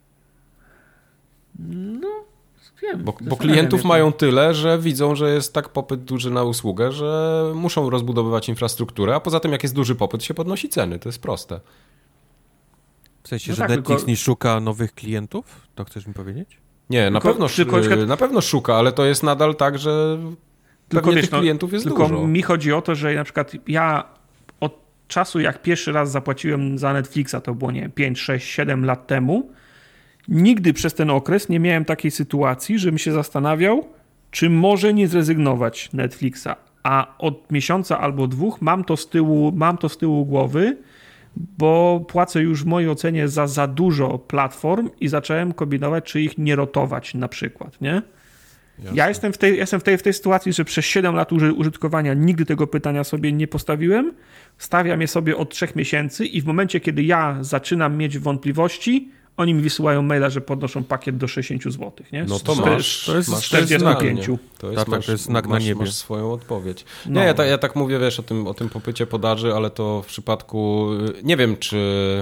No... Wiem, bo, bo klientów mają tyle, że widzą, że jest tak popyt duży na usługę, że muszą rozbudowywać infrastrukturę, a poza tym jak jest duży popyt, się podnosi ceny. To jest proste. W sensie, no że tak, Netflix tylko... nie szuka nowych klientów? To chcesz mi powiedzieć? Nie, na, tylko, pewno, tylko, na pewno szuka, ale to jest nadal tak, że tylko wiesz, tych klientów no, jest tylko dużo. Mi chodzi o to, że na przykład ja od czasu, jak pierwszy raz zapłaciłem za Netflixa, to było nie wiem, pięć, sześć, siedem lat temu, nigdy przez ten okres nie miałem takiej sytuacji, żebym się zastanawiał, czy może nie zrezygnować Netflixa. A od miesiąca albo dwóch mam to z tyłu, mam to z tyłu głowy, bo płacę już w mojej ocenie za za dużo platform i zacząłem kombinować, czy ich nie rotować na przykład, nie? Jasne. Ja jestem, w tej, jestem w, tej, w tej sytuacji, że przez siedem lat użytkowania nigdy tego pytania sobie nie postawiłem. Stawiam je sobie od trzech miesięcy i w momencie, kiedy ja zaczynam mieć wątpliwości, oni mi wysyłają maila, że podnoszą pakiet do sześćdziesiąt złotych, nie? No to Z, masz, to jest masz czterdzieści pięć. To jest, tak, masz, to jest znak masz, na niebie. Masz swoją odpowiedź. No. Nie, ja, ta, ja tak mówię, wiesz, o tym, o tym popycie podaży, ale to w przypadku, nie wiem, czy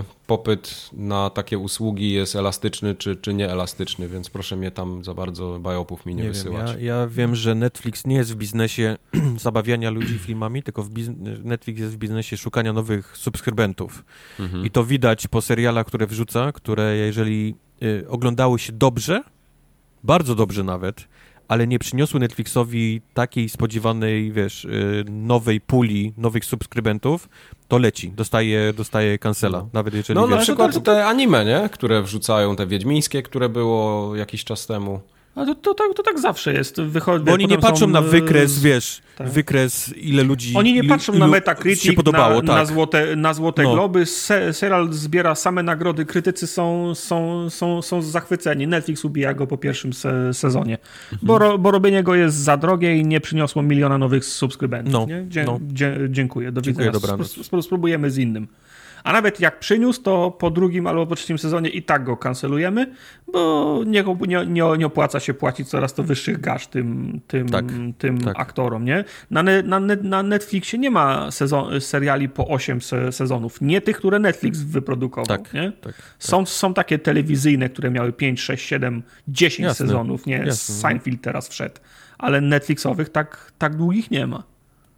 popyt na takie usługi jest elastyczny, czy, czy nieelastyczny, więc proszę mnie tam za bardzo bajopów mi nie, nie wysyłać. Wiem, ja, ja wiem, że Netflix nie jest w biznesie zabawiania ludzi filmami, tylko w biznes, Netflix jest w biznesie szukania nowych subskrybentów. Mhm. I to widać po serialach, które wrzuca, które jeżeli y, oglądały się dobrze, bardzo dobrze nawet, ale nie przyniosły Netflixowi takiej spodziewanej, wiesz, y, nowej puli, nowych subskrybentów, to leci, dostaje, dostaje cancela, no. Nawet jeżeli, no, wiesz... na przykład to... te anime, nie? Które wrzucają, te wiedźmińskie, które było jakiś czas temu. A to, to, tak, to tak zawsze jest. Wychodzi, Bo oni nie patrzą są, na wykres, wiesz, tak. wykres, ile ludzi... Oni nie patrzą na Metacritic, się podobało, na, tak. na złote, na złote no. globy. Se, serial zbiera same nagrody, krytycy są, są, są, są zachwyceni. Netflix ubija go po pierwszym se, sezonie, mhm. bo, bo robienie go jest za drogie i nie przyniosło miliona nowych subskrybentów. No. Nie? Dzie, no. dzie, dziękuję, do dziękuję, widzenia. Spró- spróbujemy z innym. A nawet jak przyniósł, to po drugim albo po trzecim sezonie i tak go kancelujemy, bo nie, nie, nie, nie opłaca się płacić coraz to wyższych gaż tym, tym, tak, tym tak. aktorom, nie? Na, na, na Netflixie nie ma sezon, seriali po osiem se, sezonów. Nie tych, które Netflix wyprodukował, tak, nie? Tak, są, tak. są takie telewizyjne, które miały pięć, sześć, siedem, dziesięć Jasne, sezonów, nie? jasne. Seinfeld teraz wszedł. Ale Netflixowych tak, tak długich nie ma.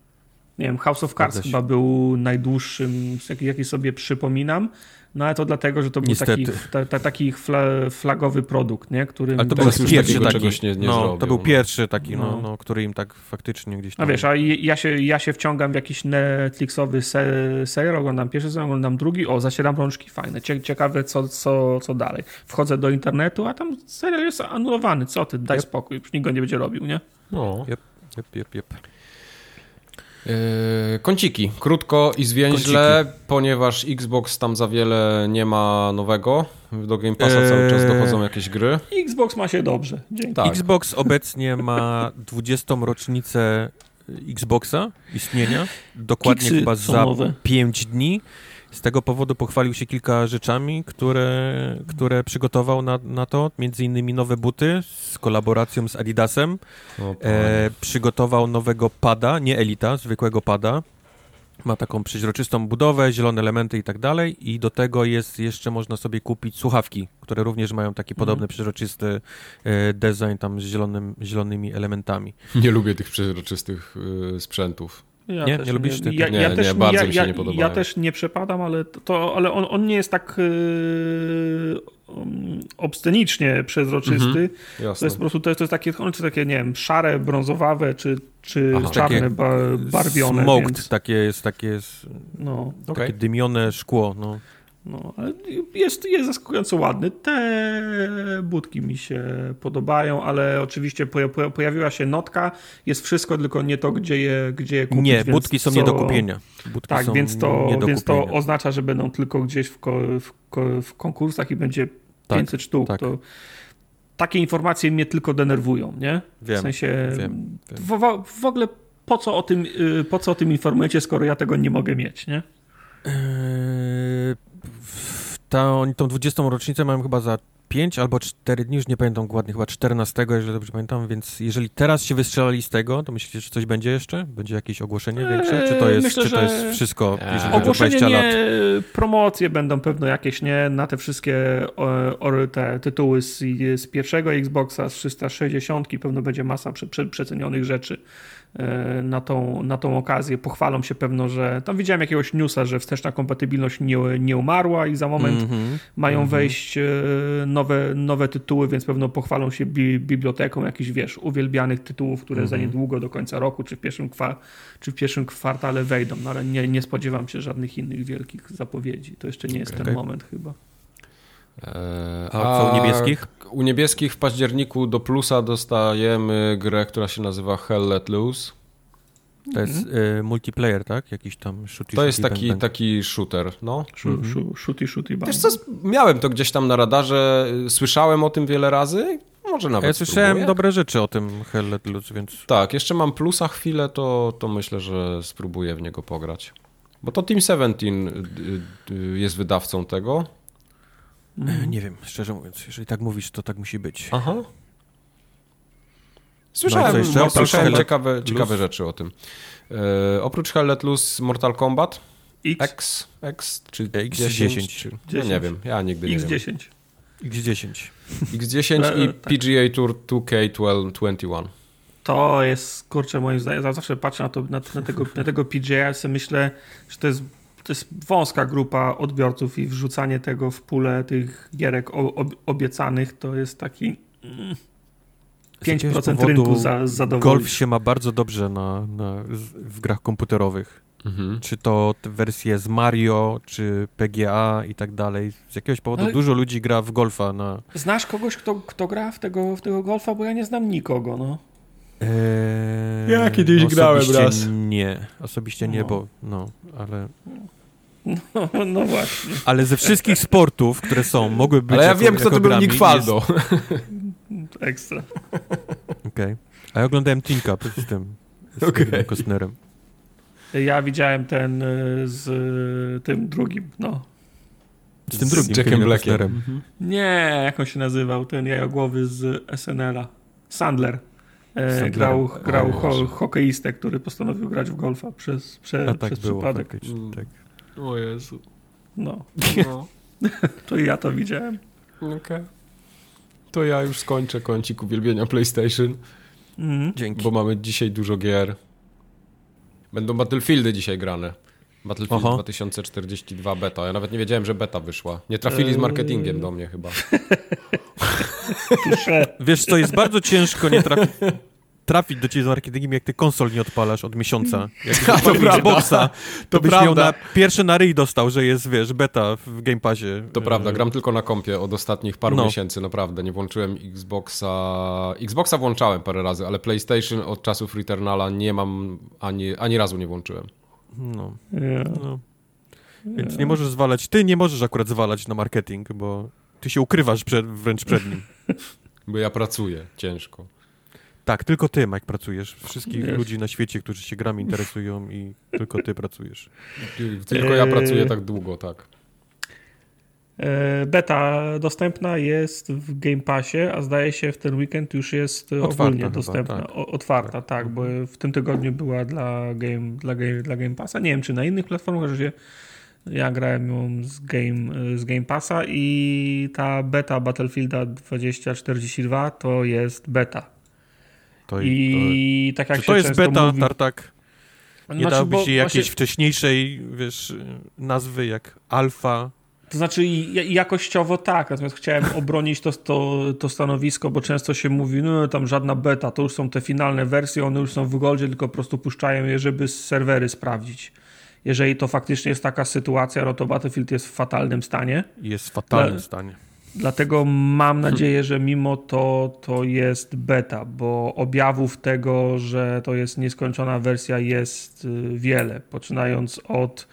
Nie wiem, House of Cards chyba był najdłuższym, jaki, jaki sobie przypominam, no ale to dlatego, że to był Niestety. taki, ta, ta, taki fla, flagowy produkt, nie? Którym Ale to był pierwszy taki, czegoś nie, nie no, zrobił, to był no. pierwszy taki, no. No, no, który im tak faktycznie gdzieś tam... A wiesz, a ja się, ja się wciągam w jakiś Netflixowy se, serial, oglądam pierwszy sezon, oglądam drugi, o, zasieram rączki, fajne, ciekawe co, co, co dalej. Wchodzę do internetu, a tam serial jest anulowany, co ty, daj yep. spokój, już nikt go nie będzie robił, nie? No. Jep, jep, jep, jep. Yy, kąciki, krótko i zwięźle, kąciki. Ponieważ Xbox tam za wiele nie ma nowego, do Game Passa eee... cały czas dochodzą jakieś gry. Xbox ma się dobrze, dzięki. Tak. Xbox obecnie ma dwudziestą rocznicę Xboxa istnienia, dokładnie Kiksy chyba za nowe. pięć dni. Z tego powodu pochwalił się kilka rzeczami, które, które przygotował na, na to, między innymi nowe buty z kolaboracją z Adidasem. E, przygotował nowego pada, nie Elita, zwykłego pada. Ma taką przeźroczystą budowę, zielone elementy i tak dalej i do tego jest jeszcze można sobie kupić słuchawki, które również mają taki podobny, mm. przeźroczysty e, design tam z zielonym, zielonymi elementami. Nie lubię tych przeźroczystych y, sprzętów. Ja nie, też nie lubisz ty? Ja, nie, ja nie, też, bardzo ja, mi się ja, nie podobają. Ja też nie przepadam, ale, to, ale on, on nie jest tak yy, um, obscenicznie przezroczysty. Mhm, to jest po prostu to jest, to jest takie, to jest takie, nie wiem, szare, brązowawe, czy, czy Aha, czarne, ba, barwione. Smoked, więc... takie jest, takie jest no, takie okay. dymione szkło, no. No, ale jest, jest zaskakująco ładny. Te budki mi się podobają, ale oczywiście pojawiła się notka. Jest wszystko, tylko nie to, gdzie je, gdzie je kupić. Nie, budki są co... nie do kupienia. Budki tak, są więc to, nie do więc to kupienia. oznacza, że będą tylko gdzieś w, ko, w, ko, w konkursach i będzie tak, pięćset sztuk. Tak. To takie informacje mnie tylko denerwują, nie? Wiem, w sensie wiem, wiem. W, w ogóle po co, o tym, po co o tym informujecie, skoro ja tego nie mogę mieć, nie? Eee, ta, oni tą dwudziestą rocznicę mają chyba za pięć albo cztery dni, już nie pamiętam dokładnie, chyba czternastego, jeżeli dobrze pamiętam, więc jeżeli teraz się wystrzelali z tego, to myślicie, że coś będzie jeszcze? Będzie jakieś ogłoszenie większe? Czy to jest, Myślę, czy to jest że... wszystko, eee. jeżeli ogłoszenie dwadzieścia nie, lat? Promocje będą pewno jakieś, nie? Na te wszystkie o, o, te tytuły z, z pierwszego Xboxa, z trzysta sześćdziesiąt, pewno będzie masa prze, prze, przecenionych rzeczy na tą, na tą okazję. Pochwalą się pewno, że tam widziałem jakiegoś newsa, że wsteczna kompatybilność nie, nie umarła i za moment mm-hmm, mają mm-hmm. wejść nowe, nowe tytuły, więc pewno pochwalą się bi, biblioteką jakichś, wiesz, uwielbianych tytułów, które mm-hmm. za niedługo do końca roku, czy w pierwszym, kwa, czy w pierwszym kwartale wejdą, no ale nie, nie spodziewam się żadnych innych wielkich zapowiedzi. To jeszcze nie jest okay. ten moment chyba. Eee, a co u niebieskich? U niebieskich w październiku do plusa dostajemy grę, która się nazywa Hell Let Loose. To jest mm-hmm. y, multiplayer, tak? Jakiś tam shooty, To jest shooty, taki, bang, bang. taki shooter, no. Mm-hmm. Shooty, shooty, bang. Wiesz co, miałem to gdzieś tam na radarze, słyszałem o tym wiele razy, może nawet Ja słyszałem spróbuję. dobre rzeczy o tym Hell Let Loose, więc... Tak, jeszcze mam plusa chwilę, to, to myślę, że spróbuję w niego pograć. Bo to Team siedemnaście jest wydawcą tego. Mm. Nie wiem, szczerze mówiąc, jeżeli tak mówisz, to tak musi być. Aha. Słyszałem, no, no, słyszałem ciekawe, ciekawe rzeczy o tym. E, oprócz Hell Let Loose, Mortal Kombat? X? X, X czy X dziesięć? Czy, ja nie wiem, ja nigdy nie X dziesięć. wiem. X dziesięć. X dziesięć i tak. P G A Tour dwa K dwadzieścia jeden. To jest, kurczę, moim zdaniem, ja zawsze patrzę na, to, na, na, tego, na tego P G A i sobie myślę, że to jest, to jest wąska grupa odbiorców i wrzucanie tego w pulę tych gierek ob, obiecanych to jest taki mm, pięć procent rynku za, zadowolić. Golf się ma bardzo dobrze na, na, w grach komputerowych. Mhm. Czy to wersje z Mario, czy P G A i tak dalej. Z jakiegoś powodu Ale... dużo ludzi gra w golfa. Na... Znasz kogoś, kto, kto gra w tego, w tego golfa? Bo ja nie znam nikogo, no. Eee, ja kiedyś grałem raz. Nie, osobiście nie, no. bo no, ale... No, no właśnie. Ale ze wszystkich sportów, które są, mogły być... Ale ja jako, wiem, kto to był Nick Faldo. Jest... Ekstra. Okej. Okay. A ja oglądałem Teen Cup z tym, z okay. tym Costnerem. Ja widziałem ten z tym drugim, no. Z tym drugim, z Jackiem Blackiem. Mhm. Nie, jak on się nazywał, ten jajogłowy z S N L a. Sandler. E, grał grał ho, hokeistę, który postanowił grać w golfa przez, prze, A tak przez było, przypadek. Mm. Tak. O Jezu. No. no. To i ja to widziałem. Okej. Okay. To ja już skończę kącik uwielbienia PlayStation. Mhm. Dzięki. Bo mamy dzisiaj dużo gier. Będą Battlefieldy dzisiaj grane. Battlefield Aha. dwa tysiące czterdzieści dwa beta. Ja nawet nie wiedziałem, że beta wyszła. Nie trafili z marketingiem do mnie chyba. Wiesz co, jest bardzo ciężko nie trafić, trafić do ciebie z marketingiem, jak ty konsol nie odpalasz od miesiąca. Jak to prawda. Xboxa, to, to byś prawda. miał na pierwszy na ryj dostał, że jest, wiesz, beta w Game Passie. To prawda, gram tylko na kompie od ostatnich paru no. miesięcy, naprawdę. Nie włączyłem Xboxa... Xboxa włączałem parę razy, ale PlayStation od czasów Returnala nie mam, ani, ani razu nie włączyłem. No. Yeah. no. Więc yeah. nie możesz zwalać, ty nie możesz akurat zwalać na marketing, bo ty się ukrywasz przed, wręcz przed nim. Bo ja pracuję ciężko. Tak, tylko ty, Mike, pracujesz. Wszystkich Wiesz. ludzi na świecie, którzy się grami interesują i tylko ty pracujesz. Tylko ja pracuję tak długo, tak. Beta dostępna jest w Game Passie, a zdaje się w ten weekend już jest otwarta ogólnie chyba, dostępna. Tak. O, otwarta, tak, tak, bo w tym tygodniu była dla Game, dla, game, dla Game Passa. Nie wiem, czy na innych platformach, że ja grałem ją z Game, z Game Passa i ta beta Battlefielda dwadzieścia czterdzieści dwa to jest beta. To I to, tak jak czy się to jest beta, mówi, Tartak? Nie znaczy, dałbyś jej jakiejś właśnie, wcześniejszej, wiesz, nazwy jak alfa? To znaczy jakościowo tak, natomiast chciałem obronić to, to, to stanowisko, bo często się mówi, no tam żadna beta, to już są te finalne wersje, one już są w Goldzie, tylko po prostu puszczają je, żeby serwery sprawdzić. Jeżeli to faktycznie jest taka sytuacja, no to Battlefield jest w fatalnym stanie. Jest w fatalnym Dla, stanie. Dlatego mam nadzieję, że mimo to to jest beta, bo objawów tego, że to jest nieskończona wersja jest wiele, poczynając od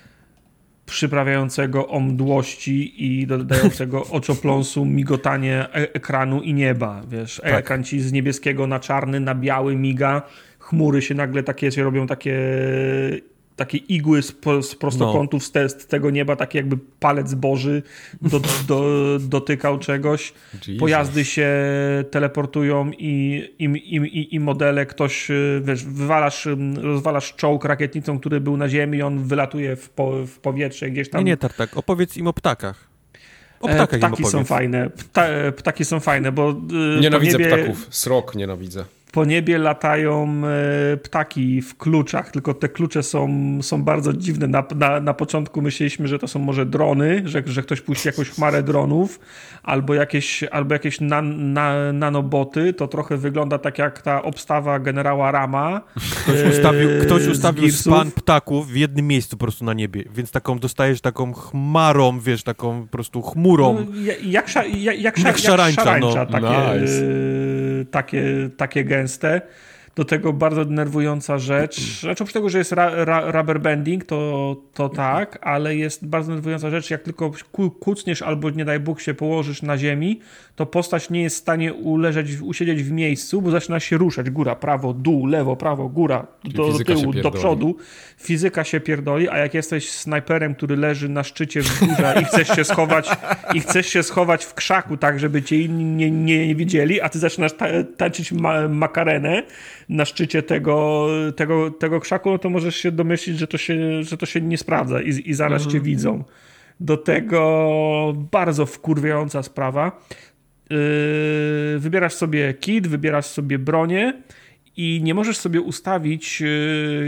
przyprawiającego o mdłości i dodającego oczopląsu migotanie ekranu i nieba. Wiesz, tak. Ekran ci z niebieskiego na czarny, na biały miga, chmury się nagle takie się robią takie, takie igły z, z prostokątów no. z, te, z tego nieba, taki jakby palec Boży do, do, dotykał czegoś. Jesus. Pojazdy się teleportują i, i, i, i modele ktoś, wiesz, wywalasz, rozwalasz czołg rakietnicą, który był na ziemi, on wylatuje w, po, w powietrze gdzieś tam. Nie, nie, Tartak, opowiedz im o ptakach. O ptakach Ptaki są fajne. Pta, ptaki są fajne, bo nienawidzę niebie... ptaków. Srok nienawidzę. Po niebie latają e, ptaki w kluczach, tylko te klucze są, są bardzo dziwne. Na, na, na początku myśleliśmy, że to są może drony, że, że ktoś puści jakąś chmarę dronów, albo jakieś, albo jakieś nan, na, nanoboty. To trochę wygląda tak jak ta obstawa generała Rama. Ktoś e, ustawił, ktoś ustawił span ptaków w jednym miejscu po prostu na niebie, więc taką dostajesz taką chmarą, wiesz, taką po prostu chmurą. No, jak, jak, jak, jak, jak szarańcza, szarańcza no. takie, Nice. e, takie, takie gęste. Do tego bardzo denerwująca rzecz. Znaczy oprócz tego, że jest ra, ra, rubber banding, to, to tak, ale jest bardzo denerwująca rzecz, jak tylko kucniesz albo nie daj Bóg się położysz na ziemi, to postać nie jest w stanie uleżeć, usiedzieć w miejscu, bo zaczyna się ruszać. Góra, prawo, dół, lewo, prawo, góra, do, do tyłu, do przodu. Fizyka się pierdoli, a jak jesteś snajperem, który leży na szczycie wzgórza i chcesz się schować i chcesz się schować w krzaku tak, żeby cię inni nie, nie, nie widzieli, a ty zaczynasz ta, tańczyć ma, makarenę na szczycie tego, tego, tego krzaku, no to możesz się domyślić, że to się, że to się nie sprawdza i, i zaraz mhm. cię widzą. Do tego bardzo wkurwiająca sprawa. Yy, wybierasz sobie kit, wybierasz sobie bronię i nie możesz sobie ustawić yy,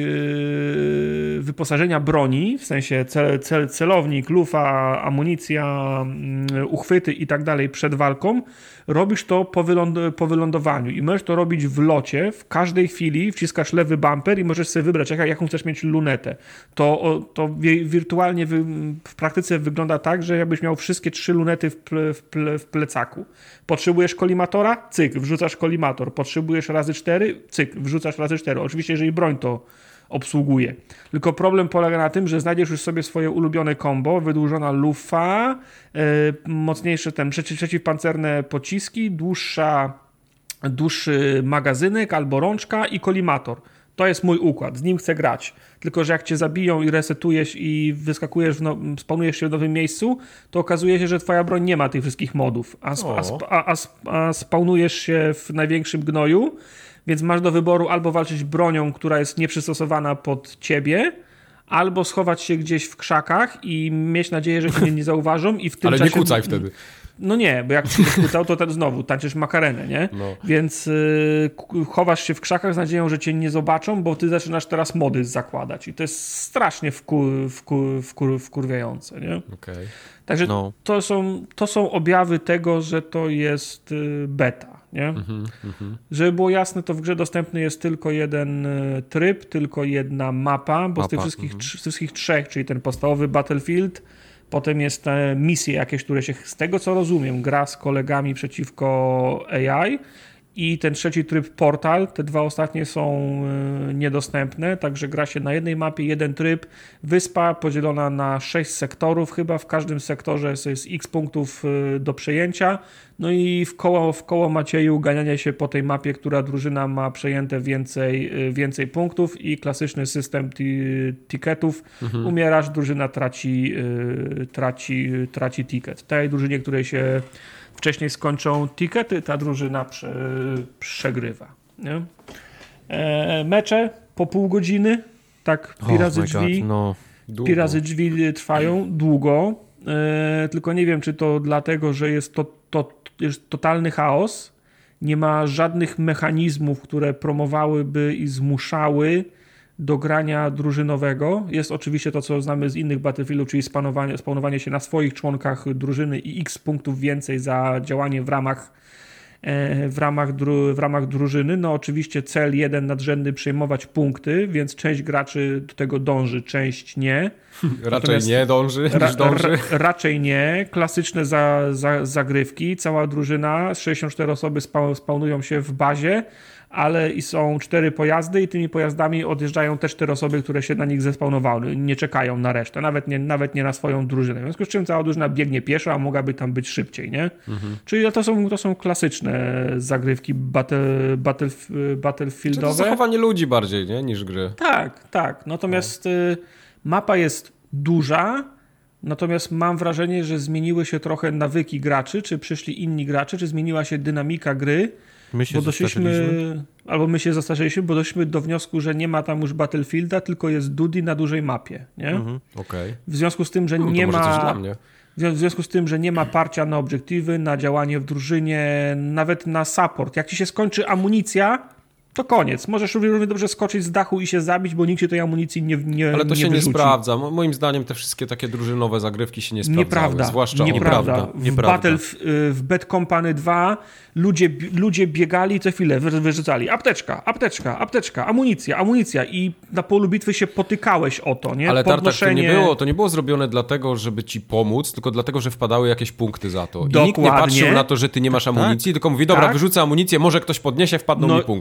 wyposażenia broni, w sensie cel, cel, celownik, lufa, amunicja, yy, uchwyty i tak dalej przed walką. Robisz to po, wyląd- po wylądowaniu i możesz to robić w locie, w każdej chwili wciskasz lewy bumper i możesz sobie wybrać, jak, jaką chcesz mieć lunetę. To, to wi- wirtualnie wy- w praktyce wygląda tak, że jakbyś miał wszystkie trzy lunety w, ple- w, ple- w plecaku. Potrzebujesz kolimatora? Cyk, wrzucasz kolimator. Potrzebujesz razy cztery? Cyk, wrzucasz razy cztery. Oczywiście, jeżeli broń to obsługuje. Tylko problem polega na tym, że znajdziesz już sobie swoje ulubione combo, wydłużona lufa, yy, mocniejsze ten przeciw, przeciwpancerne pociski, dłuższa, dłuższy magazynek albo rączka i kolimator. To jest mój układ, z nim chcę grać. Tylko że jak cię zabiją i resetujesz i wyskakujesz, w no, spawnujesz się w nowym miejscu, to okazuje się, że twoja broń nie ma tych wszystkich modów, a, sp- a, sp- a, a, a spawnujesz się w największym gnoju, więc masz do wyboru albo walczyć bronią, która jest nieprzystosowana pod ciebie, albo schować się gdzieś w krzakach i mieć nadzieję, że cię nie zauważą. I w tym Ale czasie... nie kucaj wtedy. No nie, bo jak cię kucał, to ten znowu tańczysz makarenę, nie? No. Więc y, chowasz się w krzakach z nadzieją, że cię nie zobaczą, bo ty zaczynasz teraz mody zakładać. I to jest strasznie wkur, wkur, wkur, wkurwiające, nie? Okay. Także no. to, są, to są objawy tego, że to jest beta. Nie? Mm-hmm, mm-hmm. Żeby było jasne, to w grze dostępny jest tylko jeden tryb, tylko jedna mapa, bo mapa, z tych wszystkich, mm-hmm. z tych wszystkich trzech, czyli ten podstawowy Battlefield, potem jest misje jakieś, które się z tego co rozumiem gra z kolegami przeciwko A I i ten trzeci tryb Portal, te dwa ostatnie są niedostępne, także gra się na jednej mapie, jeden tryb, wyspa podzielona na sześć sektorów chyba, w każdym sektorze jest x punktów do przejęcia, no i w koło, w koło Macieju ganianie się po tej mapie, która drużyna ma przejęte więcej, więcej punktów i klasyczny system t- tiketów, mhm. umierasz, drużyna traci, traci, traci ticket. Tej drużynie, której się wcześniej skończą tikety, ta drużyna prze, przegrywa. Nie? E, mecze po pół godziny, tak pi razy drzwi, God, no. pi razy drzwi trwają długo, e, tylko nie wiem, czy to dlatego, że jest to, to jest totalny chaos, nie ma żadnych mechanizmów, które promowałyby i zmuszały do grania drużynowego. Jest oczywiście to, co znamy z innych Battlefieldów, czyli spawnowanie, spawnowanie się na swoich członkach drużyny i x punktów więcej za działanie w ramach, e, w ramach, dru, w ramach drużyny. No oczywiście cel jeden nadrzędny przejmować punkty, więc część graczy do tego dąży, część nie. Raczej Natomiast nie dąży, niż dąży. Ra, ra, raczej nie. Klasyczne za, za, zagrywki. Cała drużyna, sześćdziesiąt cztery osoby spa, spawnują się w bazie, ale i są cztery pojazdy i tymi pojazdami odjeżdżają te cztery osoby, które się na nich zespawnowały. Nie czekają na resztę, nawet nie, nawet nie na swoją drużynę. W związku z czym cała drużyna biegnie pieszo, a mogłaby tam być szybciej, nie? Mhm. Czyli to są, to są klasyczne zagrywki battle, battle, battlefieldowe. To zachowanie ludzi bardziej, nie? Niż gry. Tak, tak. Natomiast no. mapa jest duża, natomiast mam wrażenie, że zmieniły się trochę nawyki graczy, czy przyszli inni gracze, czy zmieniła się dynamika gry. My się bo doszliśmy, albo my się zastarzyliśmy, bo doszliśmy do wniosku, że nie ma tam już Battlefielda, tylko jest Duty na dużej mapie, nie? Mhm, okay. W związku z tym, że no, nie to ma może coś dla mnie. w związku z tym, że nie ma parcia na obiektywy, na działanie w drużynie, nawet na support. Jak ci się skończy amunicja, to koniec. Możesz równie dobrze skoczyć z dachu i się zabić, bo nikt ci tej amunicji nie nie Ale to nie się wyrzuci. nie sprawdza. Moim zdaniem te wszystkie takie drużynowe zagrywki się nie sprawdzały. Nieprawda. Zwłaszcza Nieprawda. nieprawda. W Nieprawda. Battle w, w Bad Company dwa ludzie, ludzie biegali co chwilę, wy, wyrzucali apteczka, apteczka, apteczka, amunicja, amunicja i na polu bitwy się potykałeś o to, nie? Ale Podnoszenie... Tartak, to nie było, to nie było zrobione dlatego, żeby ci pomóc, tylko dlatego, że wpadały jakieś punkty za to. I Dokładnie. nikt nie patrzył na to, że ty nie masz amunicji, tak? tylko mówi, dobra, tak? wyrzucę amunicję, może ktoś podniesie, wpadną no, mi punkty. Dokładnie,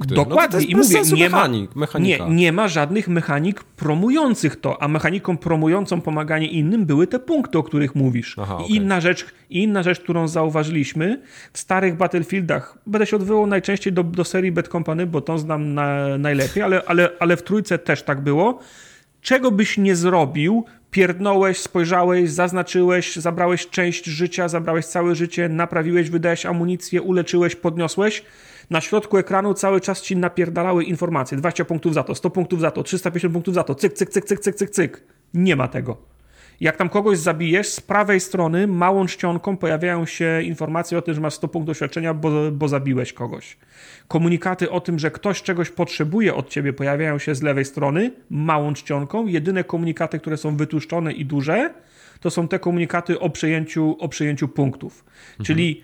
Tak, to jest I bez mówię, sensu nie mechanik, ma, mechanika. Nie, nie ma żadnych mechanik promujących to, a mechaniką promującą pomaganie innym były te punkty, o których mówisz. Aha, I okay. inna rzecz, inna rzecz, którą zauważyliśmy w starych Battlefieldach, będę się odwołał najczęściej do, do serii Bad Company, bo tą znam na, najlepiej, ale, ale, ale w trójce też tak było. Czego byś nie zrobił, pierdnąłeś, spojrzałeś, zaznaczyłeś, zabrałeś część życia, zabrałeś całe życie, naprawiłeś, wydałeś amunicję, uleczyłeś, podniosłeś. Na środku ekranu cały czas ci napierdalały informacje. dwadzieścia punktów za to, sto punktów za to, trzysta pięćdziesiąt punktów za to, cyk, cyk, cyk, cyk, cyk, cyk, cyk. Nie ma tego. Jak tam kogoś zabijesz, z prawej strony małą czcionką pojawiają się informacje o tym, że masz sto punktów doświadczenia, bo, bo zabiłeś kogoś. Komunikaty o tym, że ktoś czegoś potrzebuje od ciebie, pojawiają się z lewej strony małą czcionką. Jedyne komunikaty, które są wytłuszczone i duże, to są te komunikaty o przejęciu, o przejęciu punktów. Mhm. Czyli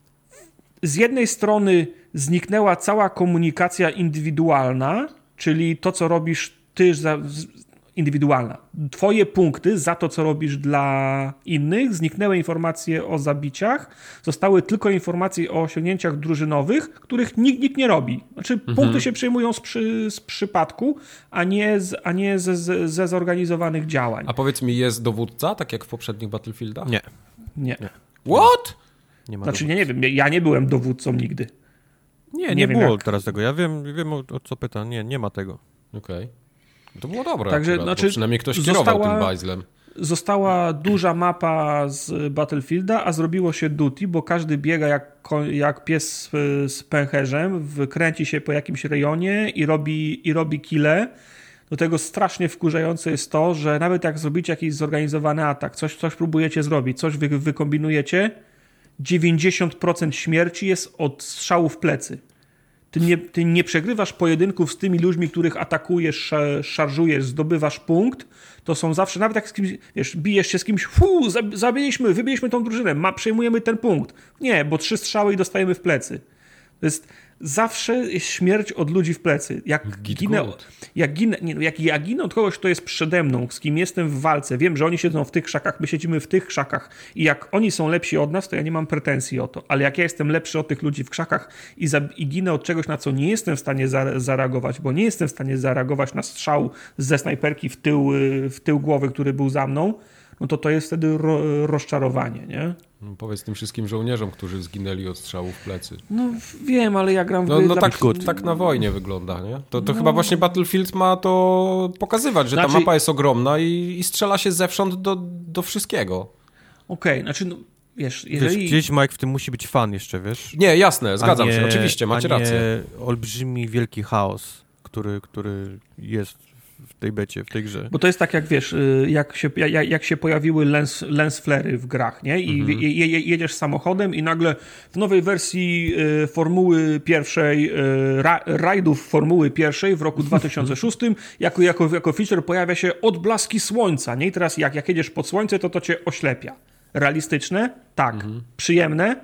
z jednej strony zniknęła cała komunikacja indywidualna, czyli to, co robisz ty za, indywidualna. Twoje punkty za to, co robisz dla innych, zniknęły informacje o zabiciach, zostały tylko informacje o osiągnięciach drużynowych, których nikt, nikt nie robi. Znaczy mhm. punkty się przyjmują z, przy, z przypadku, a nie, z, a nie ze, ze, ze zorganizowanych działań. A powiedz mi, jest dowódca, tak jak w poprzednich Battlefieldach? Nie. Nie. nie. What? Nie ma znaczy, nie, nie wiem, ja nie byłem dowódcą nigdy. Nie, nie, nie było jak... teraz tego. Ja wiem, wiem o, o co pyta. Nie, nie ma tego. Okej. Okay. To było dobre Także, akurat, znaczy, przynajmniej ktoś kierował została, tym bajzlem. Została duża mapa z Battlefielda, a zrobiło się duty, bo każdy biega jak, jak pies z, z pęcherzem, kręci się po jakimś rejonie i robi, i robi kile. Do tego strasznie wkurzające jest to, że nawet jak zrobicie jakiś zorganizowany atak, coś, coś próbujecie zrobić, coś wy, wykombinujecie, dziewięćdziesiąt procent śmierci jest od strzału w plecy. Ty nie, ty nie przegrywasz pojedynków z tymi ludźmi, których atakujesz, szarżujesz, zdobywasz punkt. To są zawsze, nawet jak z kimś, wiesz, bijesz się z kimś, fu, zabiliśmy, wybiliśmy tą drużynę, ma, przejmujemy ten punkt. Nie, bo trzy strzały i dostajemy w plecy. To jest zawsze jest śmierć od ludzi w plecy. Jak ginę, jak, ginę, nie, jak ja ginę od kogoś, kto jest przede mną, z kim jestem w walce, wiem, że oni siedzą w tych krzakach, my siedzimy w tych krzakach i jak oni są lepsi od nas, to ja nie mam pretensji o to. Ale jak ja jestem lepszy od tych ludzi w krzakach i, za, i ginę od czegoś, na co nie jestem w stanie za, zareagować, bo nie jestem w stanie zareagować na strzał ze snajperki w tył, w tył głowy, który był za mną, no to to jest wtedy ro, rozczarowanie, nie? No, powiedz tym wszystkim żołnierzom, którzy zginęli od strzału w plecy. No wiem, ale ja gram w... No, no tak, tak na wojnie wygląda, nie? To, to no. chyba właśnie Battlefield ma to pokazywać, że znaczy... ta mapa jest ogromna i, i strzela się zewsząd do, do wszystkiego. Okej, okay, znaczy no, wiesz, jeżeli... Wiesz, gdzieś, Mike, w tym musi być fan jeszcze, wiesz? Nie, jasne, zgadzam nie, się, oczywiście, macie a nie rację. olbrzymi, wielki chaos, który, który jest w tej becie, w tej grze. Bo to jest tak, jak wiesz, jak się, jak, jak się pojawiły lens, lens flare'y w grach, nie? I mhm. je, je, jedziesz samochodem i nagle w nowej wersji y, Formuły pierwszej, y, ra, rajdów Formuły pierwszej w roku dwa tysiące szóstym jako, jako, jako feature pojawia się odblaski słońca, nie? I teraz jak, jak jedziesz pod słońce, to to cię oślepia. Realistyczne? Tak. Mhm. Przyjemne?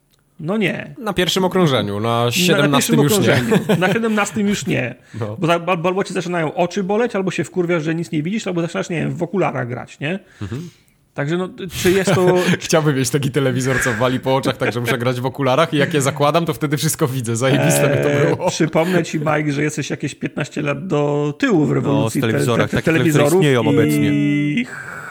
No nie. Na pierwszym okrążeniu, na siedemnastym na, na już okrążeniu. nie. Na siedemnastym już nie. No. Bo albo, albo ci zaczynają oczy boleć, albo się wkurwiasz, że nic nie widzisz, albo zaczynasz, nie wiem, w okularach grać, nie? Mhm. Także no, czy jest to... Chciałbym mieć taki telewizor, co wali po oczach, tak że muszę grać w okularach i jak je zakładam, to wtedy wszystko widzę. Zajebiste by to było. Eee, przypomnę ci, Mike, że jesteś jakieś piętnaście lat do tyłu w rewolucji no, z telewizorach, te, te, te, takie, telewizorów istnieją obecnie. I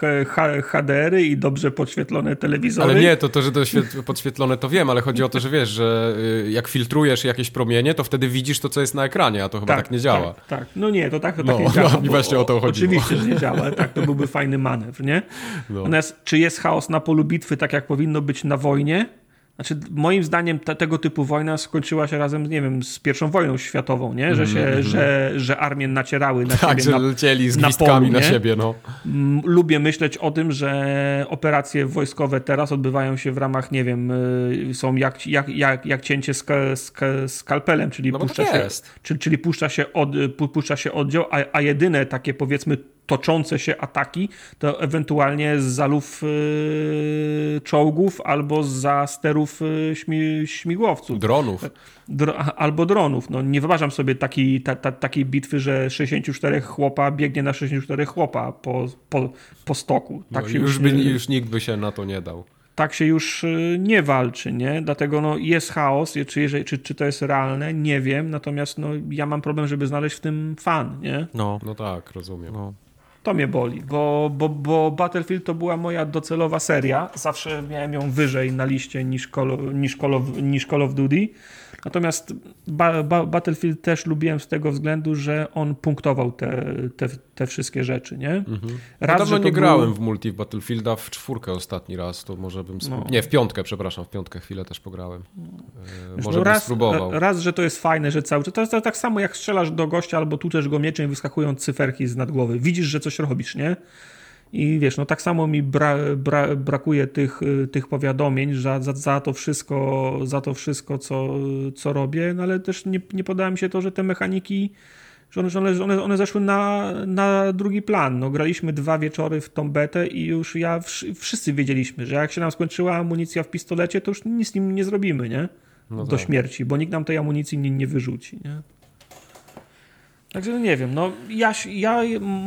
H D R y i dobrze podświetlone telewizory. Ale nie, to, to że to podświetlone to wiem, ale chodzi o to, że wiesz, że jak filtrujesz jakieś promienie, to wtedy widzisz to, co jest na ekranie, a to chyba tak, tak nie działa. Tak, tak. No nie, to tak, to no, tak nie działa. No, mi właśnie o to chodziło. Oczywiście, że nie działa, tak, to byłby fajny manewr, nie? No. Natomiast czy jest chaos na polu bitwy, tak jak powinno być na wojnie? Znaczy, moim zdaniem te, tego typu wojna skończyła się razem, nie wiem, z pierwszą wojną światową, nie? Że, się, mm-hmm. że, że armie nacierały na tak, siebie. Tak, że lecieli z na gwizdkami polu, na siebie, no. Lubię myśleć o tym, że operacje wojskowe teraz odbywają się w ramach, nie wiem, są jak, jak, jak, jak cięcie ska, ska, skalpelem, czyli, no puszcza się, czyli, czyli puszcza się, od, puszcza się oddział, a, a jedyne takie, powiedzmy, toczące się ataki, to ewentualnie z zalów yy, czołgów albo za sterów yy, śmi, śmigłowców. Dronów. Dro, albo dronów. No, nie wyobrażam sobie taki, ta, ta, takiej bitwy, że sześćdziesiąt cztery chłopa biegnie na sześćdziesiąt cztery chłopa po, po, po stoku. Tak no, się już, by, już nikt by się na to nie dał. tak się już nie walczy, nie? Dlatego no, jest chaos, czy, jeżeli, czy, czy to jest realne, nie wiem, natomiast no, ja mam problem, żeby znaleźć w tym fan, nie? No, no tak, rozumiem. No. To mnie boli, bo, bo, bo Battlefield to była moja docelowa seria, zawsze miałem ją wyżej na liście niż Call of, niż Call of, niż Call of Duty. Natomiast ba, ba, Battlefield też lubiłem z tego względu, że on punktował te, te, te wszystkie rzeczy, nie? Mhm. Raz, ja dawno nie grałem było... w multi w Battlefielda, w czwórkę ostatni raz, to może bym... Sp... No. Nie, w piątkę, przepraszam, w piątkę chwilę też pograłem. Wiesz, może no bym raz, spróbował. Raz, że to jest fajne, że cały czas... To jest tak samo jak strzelasz do gościa albo tuczesz go mieczem i wyskakują cyferki z nad głowy. Widzisz, że coś robisz, nie? I wiesz, no tak samo mi bra, bra, brakuje tych, tych powiadomień za, za, za to wszystko, za to wszystko co, co robię, no ale też nie, nie podoba mi się to, że te mechaniki, że one, że one, one zeszły na, na drugi plan. No, graliśmy dwa wieczory w tą betę i już ja, wszyscy wiedzieliśmy, że jak się nam skończyła amunicja w pistolecie, to już nic z nim nie zrobimy, nie? No do tak. śmierci, bo nikt nam tej amunicji nie, nie wyrzuci, nie? Także no nie wiem, no ja... ja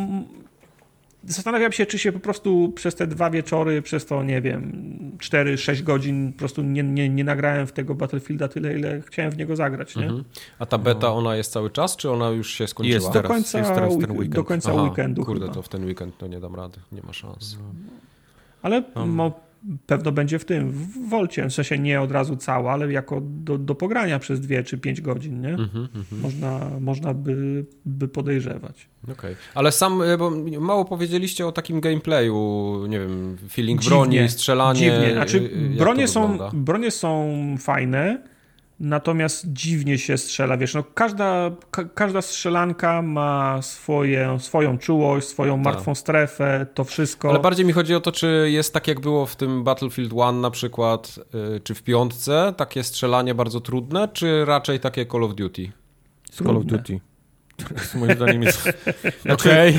Zastanawiam się, czy się po prostu przez te dwa wieczory, przez to, nie wiem, cztery sześć godzin po prostu nie, nie, nie nagrałem w tego Battlefielda tyle, ile chciałem w niego zagrać, nie? Mhm. A ta beta, no. ona jest cały czas, czy ona już się skończyła? Jest teraz, do końca, jest teraz ten weekend. Do końca Aha, weekendu kurde, chyba. To w ten weekend to nie dam rady, nie ma szans. Ale um. no, pewno będzie w tym, w Wolcie, w sensie nie od razu cała, ale jako do, do pogrania przez dwie czy pięć godzin, nie? Mm-hmm, mm-hmm. Można, można by, by podejrzewać. Okej, okay. Ale sam, bo mało powiedzieliście o takim gameplayu, nie wiem, feeling dziwnie, broni, strzelanie. Dziwnie, znaczy bronie są, bronie są fajne, natomiast dziwnie się strzela, wiesz, no każda, ka- każda strzelanka ma swoje, swoją czułość, swoją martwą Ta. strefę, to wszystko. Ale bardziej mi chodzi o to, czy jest tak jak było w tym Battlefield jeden na przykład, yy, czy w piątce, takie strzelanie bardzo trudne, czy raczej takie Call of Duty? Call of Duty. Moim zdaniem jest... Znaczy, okay.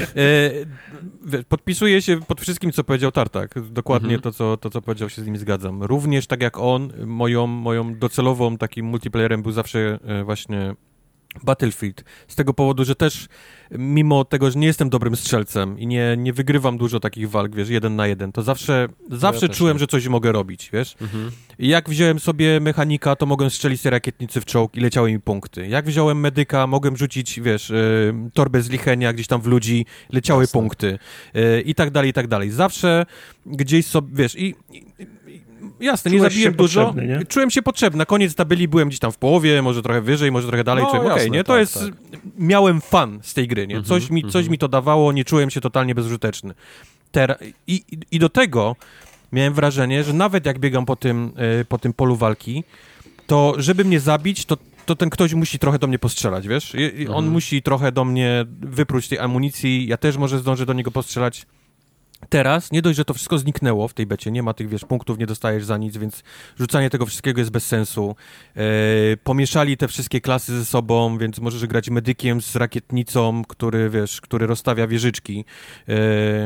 e, podpisuję się pod wszystkim, co powiedział Tartak. Dokładnie mm-hmm. to, co, to, co powiedział, się z nim zgadzam. Również tak jak on, moją, moją docelową takim multiplayerem był zawsze e, właśnie Battlefield. Z tego powodu, że też mimo tego, że nie jestem dobrym strzelcem i nie, nie wygrywam dużo takich walk, wiesz, jeden na jeden, to zawsze, zawsze ja czułem, nie. że coś mogę robić, wiesz. Mhm. I jak wziąłem sobie mechanika, to mogłem strzelić tej rakietnicy w czołg i leciały mi punkty. Jak wziąłem medyka, mogłem rzucić, wiesz, y, torbę z lichenia gdzieś tam w ludzi, leciały Jasne. punkty. Y, I tak dalej, i tak dalej. Zawsze gdzieś sobie, wiesz, i... i Jasne, Czułeś nie zabiłem dużo. Nie? Czułem się potrzebny. Na koniec tabeli byłem gdzieś tam w połowie, może trochę wyżej, może trochę dalej. No, Czułem, okej, okay, nie? To tak, jest... Tak. Miałem fan z tej gry, nie? Mm-hmm, coś, mi, mm-hmm. coś mi to dawało, nie czułem się totalnie bezużyteczny. Tera... I, i, I do tego miałem wrażenie, że nawet jak biegam po tym, yy, po tym polu walki, to żeby mnie zabić, to to ten ktoś musi trochę do mnie postrzelać, wiesz? I, mhm. On musi trochę do mnie wypróć tej amunicji, ja też może zdążę do niego postrzelać. Teraz, nie dość, że to wszystko zniknęło w tej becie, nie ma tych, wiesz, punktów, nie dostajesz za nic, więc rzucanie tego wszystkiego jest bez sensu. E, pomieszali te wszystkie klasy ze sobą, więc możesz grać medykiem z rakietnicą, który, wiesz, który rozstawia wieżyczki e,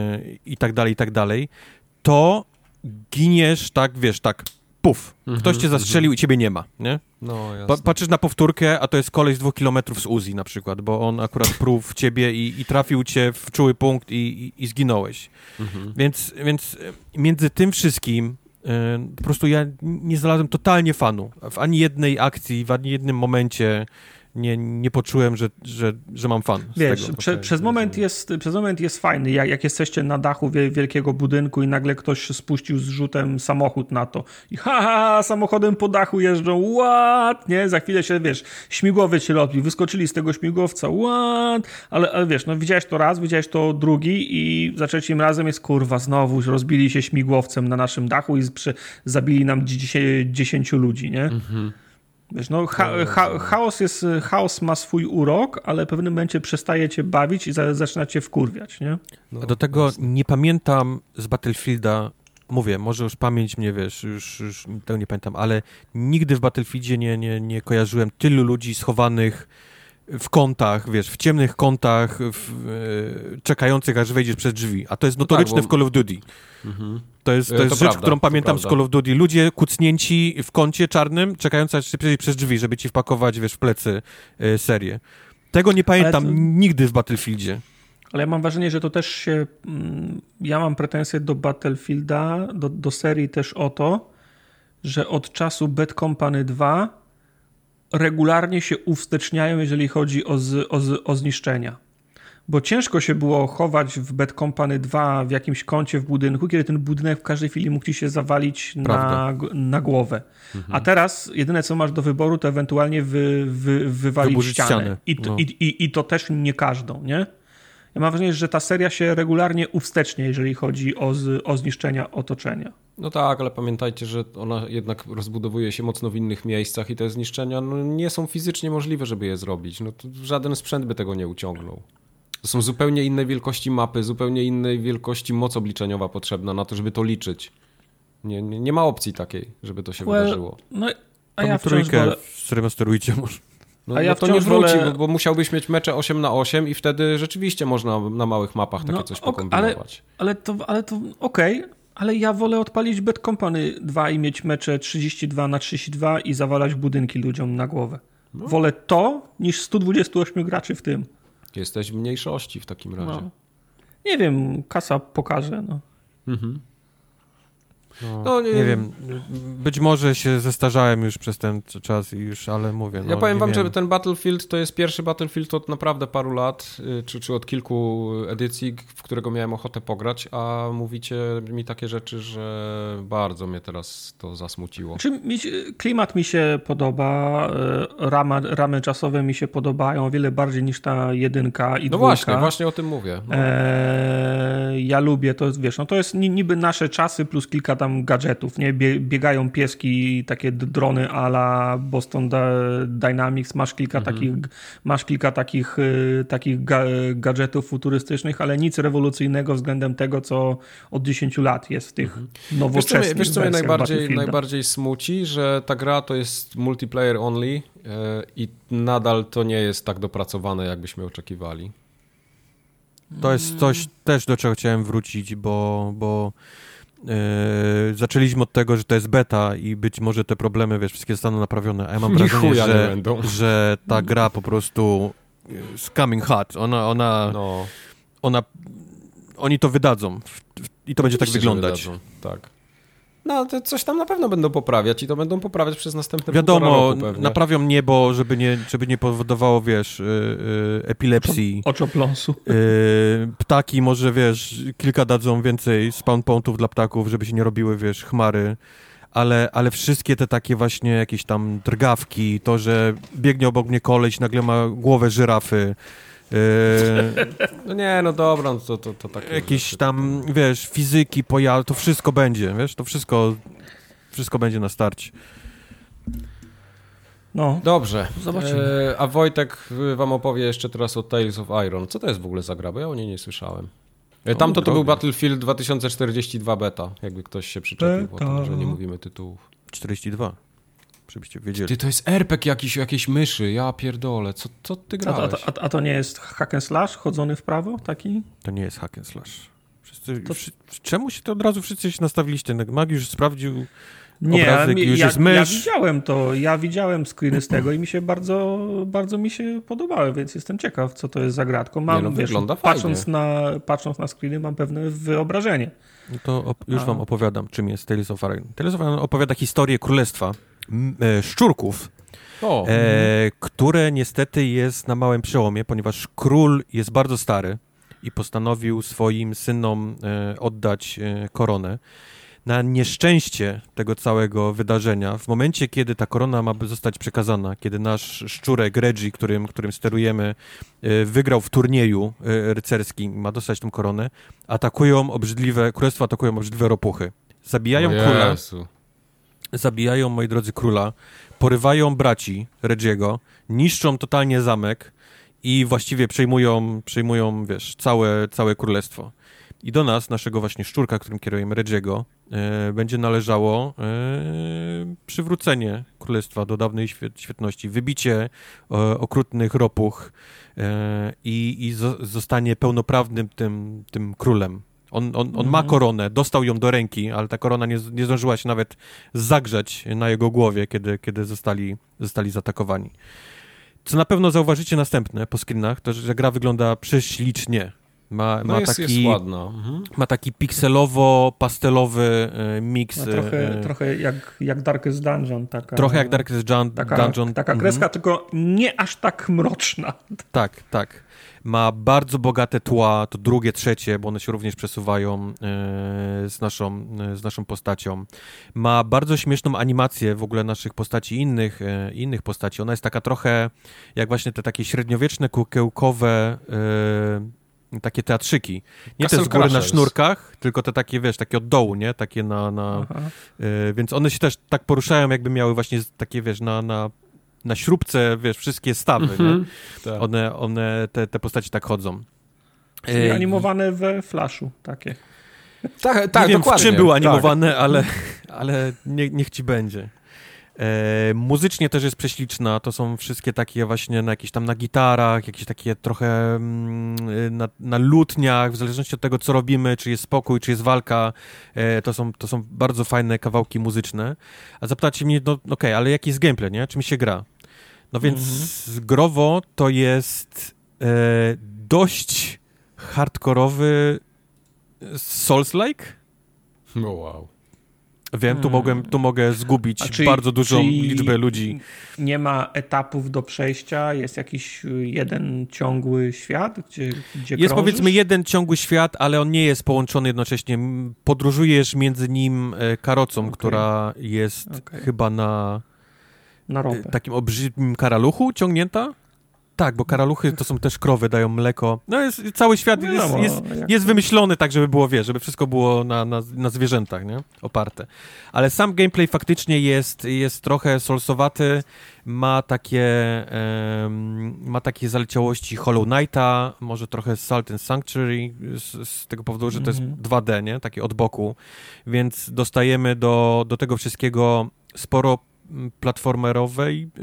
i tak dalej, i tak dalej. To giniesz, tak, wiesz, tak, puf, mm-hmm, ktoś cię zastrzelił mm-hmm. i ciebie nie ma, nie? No, jasne. Pa- patrzysz na powtórkę, a to jest koleś z dwóch kilometrów z Uzi na przykład, bo on akurat pruł w ciebie i, i trafił cię w czuły punkt i, i, i zginąłeś. Mhm. Więc, więc między tym wszystkim yy, po prostu ja nie znalazłem totalnie fanu. W ani jednej akcji, w ani jednym momencie nie, nie poczułem, że, że, że mam fan z Wiesz, tego. Prze, okay, przez, moment jest, przez moment jest fajny, jak, jak jesteście na dachu wielkiego budynku i nagle ktoś spuścił z rzutem samochód na to i ha, ha, samochodem po dachu jeżdżą, what? Nie? Za chwilę się, wiesz, śmigłowiec się robi, wyskoczyli z tego śmigłowca, what? Ale, ale wiesz, no widziałeś to raz, widziałeś to drugi i za trzecim razem jest, kurwa, znowu rozbili się śmigłowcem na naszym dachu i przy, zabili nam dziesięciu ludzi, nie? Mhm. Wiesz, no, cha- cha- chaos, jest, chaos ma swój urok, ale w pewnym momencie przestaje cię bawić i za- zaczyna cię wkurwiać, nie? No, do tego jasne. Nie pamiętam z Battlefielda, mówię, może już pamięć mnie, wiesz, już, już tego nie pamiętam, ale nigdy w Battlefieldzie nie, nie, nie kojarzyłem tylu ludzi schowanych w kątach, wiesz, w ciemnych kątach, w, e, czekających, aż wejdziesz przez drzwi. A to jest notoryczne no tak, bo... w Call of Duty. Mhm. To jest, to jest to rzecz, prawda, którą pamiętam z Call of Duty. Ludzie kucnięci w kącie czarnym, czekający, aż przejdziesz przez drzwi, żeby ci wpakować, wiesz, w plecy e, serię. Tego nie pamiętam to... nigdy w Battlefieldzie. Ale ja mam wrażenie, że to też się... Ja mam pretensje do Battlefielda, do, do serii też o to, że od czasu Bad Company dwa regularnie się uwsteczniają, jeżeli chodzi o, z, o, z, o zniszczenia. Bo ciężko się było chować w Bad Company dwa w jakimś kącie w budynku, kiedy ten budynek w każdej chwili mógł ci się zawalić na, na głowę. Mhm. A teraz jedyne, co masz do wyboru, to ewentualnie wy, wy, wywalić ścianę. ścianę. I, to, no. i, i, I to też nie każdą, nie? Ja mam wrażenie, że ta seria się regularnie uwstecznie, jeżeli chodzi o, z, o zniszczenia otoczenia. No tak, ale pamiętajcie, że ona jednak rozbudowuje się mocno w innych miejscach i te zniszczenia no, nie są fizycznie możliwe, żeby je zrobić. No, to żaden sprzęt by tego nie uciągnął. To są zupełnie innej wielkości mapy, zupełnie innej wielkości moc obliczeniowa potrzebna na to, żeby to liczyć. Nie, nie, nie ma opcji takiej, żeby to się well, wydarzyło. No, a to ja wciąż wolę... Remasterujcie może. No, a ja no to nie wróci, wolę... bo, bo musiałbyś mieć mecze osiem na osiem i wtedy rzeczywiście można na małych mapach takie no, coś pokombinować. Ale, ale to, ale to okej, okay, ale ja wolę odpalić Bad Company dwa i mieć mecze trzydzieści dwa na trzydzieści dwa i zawalać budynki ludziom na głowę. No. Wolę to niż sto dwadzieścia osiem graczy w tym. Jesteś w mniejszości w takim razie. No. Nie wiem, kasa pokaże. No. Mhm. No, no, nie, nie wiem, być może się zestarzałem już przez ten czas i już, ale mówię. No, ja powiem wam, wiem. że ten Battlefield to jest pierwszy Battlefield od naprawdę paru lat, czy, czy od kilku edycji, w którego miałem ochotę pograć, a mówicie mi takie rzeczy, że bardzo mnie teraz to zasmuciło. Czy mi, klimat mi się podoba, ramy, ramy czasowe mi się podobają o wiele bardziej niż ta jedynka i No dwójka. właśnie, właśnie o tym mówię. No. Eee, ja lubię to, wiesz, no to jest niby nasze czasy plus kilka tam gadżetów, nie? Biegają pieski, takie drony a la Boston Dynamics, masz kilka mhm. takich, masz kilka takich, takich gadżetów futurystycznych, ale nic rewolucyjnego względem tego, co od dziesięciu lat jest w tych mhm. nowoczesnych Wiesz, co mnie najbardziej, najbardziej smuci, że ta gra to jest multiplayer only yy, i nadal to nie jest tak dopracowane, jakbyśmy oczekiwali. To jest coś też, do czego chciałem wrócić, bo, bo Yy, zaczęliśmy od tego, że to jest beta i być może te problemy, wiesz, wszystkie zostaną naprawione, a ja mam wrażenie, że, że ta gra po prostu jest coming hot. Ona, ona, no. ona oni to wydadzą i to będzie tak wyglądać. Tak. No, to coś tam na pewno będą poprawiać i to będą poprawiać przez następne Wiadomo, roku pewnie. Naprawią niebo, żeby nie, żeby nie powodowało, wiesz, yy, yy, epilepsji. Oczopląsu. Yy, ptaki może, wiesz, kilka dadzą więcej spawn pointów dla ptaków, żeby się nie robiły, wiesz, chmary. Ale, ale wszystkie te takie właśnie jakieś tam drgawki, to, że biegnie obok mnie koleś, nagle ma głowę żyrafy. Yy, no nie, no dobra, no to, to, to takie jakieś rzeczy. tam, wiesz, fizyki, pojazd, to wszystko będzie, wiesz, to wszystko, wszystko będzie na starcie. No. Dobrze. Zobaczymy. E, a Wojtek wam opowie jeszcze teraz o Tales of Iron. Co to jest w ogóle za gra? Bo ja o niej nie słyszałem. E, tamto to był Battlefield dwa tysiące czterdzieści dwa beta, jakby ktoś się przyczepił o tym, że nie mówimy tytułów. czterdzieści dwa. Żebyście wiedzieli. Ty, to jest er pe gie jakiś, jakiejś myszy, ja pierdolę, co, co ty grałeś? A, a, a, a to nie jest hack and slash, chodzony w prawo taki? To nie jest hack and slash. Wszyscy, to... wszy, czemu się to od razu wszyscy się nastawiliście? Mag już sprawdził nie, obrazek, już ja, jest mysz. Ja widziałem to, ja widziałem screeny z tego i mi się bardzo, bardzo mi się podobały, więc jestem ciekaw, co to jest za gratką. Mam, nie, no, wiesz, patrząc na, patrząc na screeny, mam pewne wyobrażenie. No to op- już a. wam opowiadam, czym jest Tales of Iron. Tales of Iron opowiada historię królestwa e, szczurków, o, e, mm. które niestety jest na małym przełomie, ponieważ król jest bardzo stary i postanowił swoim synom e, oddać e, koronę. Na nieszczęście tego całego wydarzenia, w momencie, kiedy ta korona ma zostać przekazana, kiedy nasz szczurek Reggie, którym, którym sterujemy, e, wygrał w turnieju e, rycerskim, ma dostać tą koronę, atakują obrzydliwe, królestwo atakują obrzydliwe ropuchy. Zabijają króla. Zabijają, moi drodzy, króla, porywają braci Reggie'ego, niszczą totalnie zamek i właściwie przejmują, przejmują wiesz, całe, całe królestwo. I do nas, naszego właśnie szczurka, którym kierujemy, Reggie'ego, e, będzie należało e, przywrócenie królestwa do dawnej świet, świetności, wybicie e, okrutnych ropuch e, i, i zo, zostanie pełnoprawnym tym, tym królem. On, on, on mhm. ma koronę, dostał ją do ręki, ale ta korona nie, nie zdążyła się nawet zagrzać na jego głowie, kiedy, kiedy zostali, zostali zaatakowani. Co na pewno zauważycie następne po screenach, to że gra wygląda prześlicznie. Ma, no ma, jest, taki, jest ładna. Mhm. ma taki pikselowo-pastelowy e, miks. No, trochę, e, trochę jak, jak Darkest Dungeon. Taka, trochę jak Darkest Dun- taka, Dungeon. Taka mhm. kreska, tylko nie aż tak mroczna. Tak, tak. Ma bardzo bogate tła, to drugie, trzecie, bo one się również przesuwają e, z, naszą, e, z naszą postacią. Ma bardzo śmieszną animację w ogóle naszych postaci, innych, e, innych postaci. Ona jest taka trochę jak właśnie te takie średniowieczne, kukiełkowe e, takie teatrzyki. Nie te z góry na sznurkach, tylko te takie, wiesz, takie od dołu, nie? Takie na... na e, więc one się też tak poruszają, jakby miały właśnie takie, wiesz, na... na na śrubce, wiesz, wszystkie stawy, mm-hmm. nie? Tak. One, one te, te postaci tak chodzą. Czyli animowane we Flashu, takie. Tak, tak, nie wiem, dokładnie. W czym były animowane, tak. ale, ale nie, niech ci będzie. E, muzycznie też jest prześliczna, to są wszystkie takie właśnie na jakieś tam na gitarach, jakieś takie trochę mm, na, na lutniach, w zależności od tego, co robimy, czy jest spokój, czy jest walka, e, to, są, to są bardzo fajne kawałki muzyczne. A zapytacie mnie, no okej, okay, ale jaki jest gameplay, nie? Czym się gra? No więc mm-hmm. growo to jest e, dość hardkorowy Souls-like. No wow. Wiem, tu, mogłem, tu mogę zgubić czy, bardzo dużą liczbę ludzi. Nie ma etapów do przejścia? Jest jakiś jeden ciągły świat, gdzie, gdzie Jest krążysz? Powiedzmy jeden ciągły świat, ale on nie jest połączony jednocześnie. Podróżujesz między nim karocą, okay. która jest okay. chyba na, na ropę. Takim olbrzymim karaluchu ciągnięta. Tak, bo karaluchy to są też krowy, dają mleko. No jest, cały świat no, jest, jest, jest wymyślony tak, żeby było, wiesz, żeby wszystko było na, na, na zwierzętach, nie? Oparte. Ale sam gameplay faktycznie jest, jest trochę soulsowaty, ma takie, um, ma takie zaleciałości Hollow Knighta, może trochę Salt and Sanctuary, z, z tego powodu, że to jest dwa D, nie? Takie od boku. Więc dostajemy do, do tego wszystkiego sporo platformerowej yy,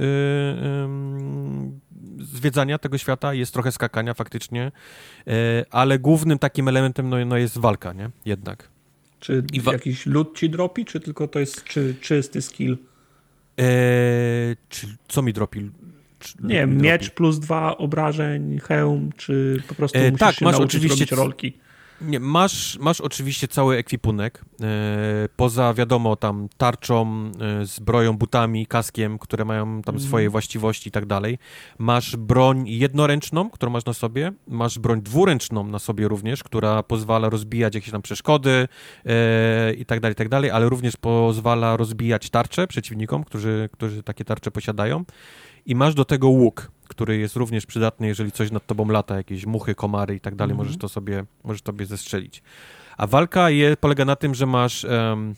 yy, zwiedzania tego świata, jest trochę skakania faktycznie, yy, ale głównym takim elementem no, no jest walka, nie? Jednak. Czy wa- jakiś loot ci dropi, czy tylko to jest czy, czysty skill? Yy, czy, co mi dropi? Czy, nie wiem, miecz dropi? Plus dwa obrażeń, hełm, czy po prostu yy, musisz tak, się masz nauczyć oczywiście robić rolki? Nie, masz, masz oczywiście cały ekwipunek, e, poza wiadomo tam tarczą, e, zbroją, butami, kaskiem, które mają tam mm. swoje właściwości i tak dalej. Masz broń jednoręczną, którą masz na sobie, masz broń dwuręczną na sobie również, która pozwala rozbijać jakieś tam przeszkody e, i tak dalej, i tak dalej, ale również pozwala rozbijać tarcze przeciwnikom, którzy, którzy takie tarcze posiadają. I masz do tego łuk, który jest również przydatny, jeżeli coś nad tobą lata, jakieś muchy, komary i tak dalej, mm-hmm. możesz to sobie, możesz sobie zestrzelić. A walka je, polega na tym, że masz, um,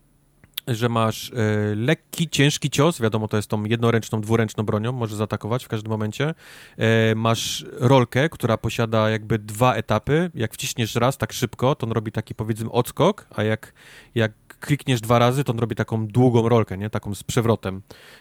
że masz e, lekki, ciężki cios, wiadomo, to jest tą jednoręczną, dwuręczną bronią, możesz zaatakować w każdym momencie. E, masz rolkę, która posiada jakby dwa etapy. Jak wciśniesz raz tak szybko, to on robi taki, powiedzmy, odskok, a jak, jak klikniesz dwa razy, to on robi taką długą rolkę, nie? Taką z przewrotem.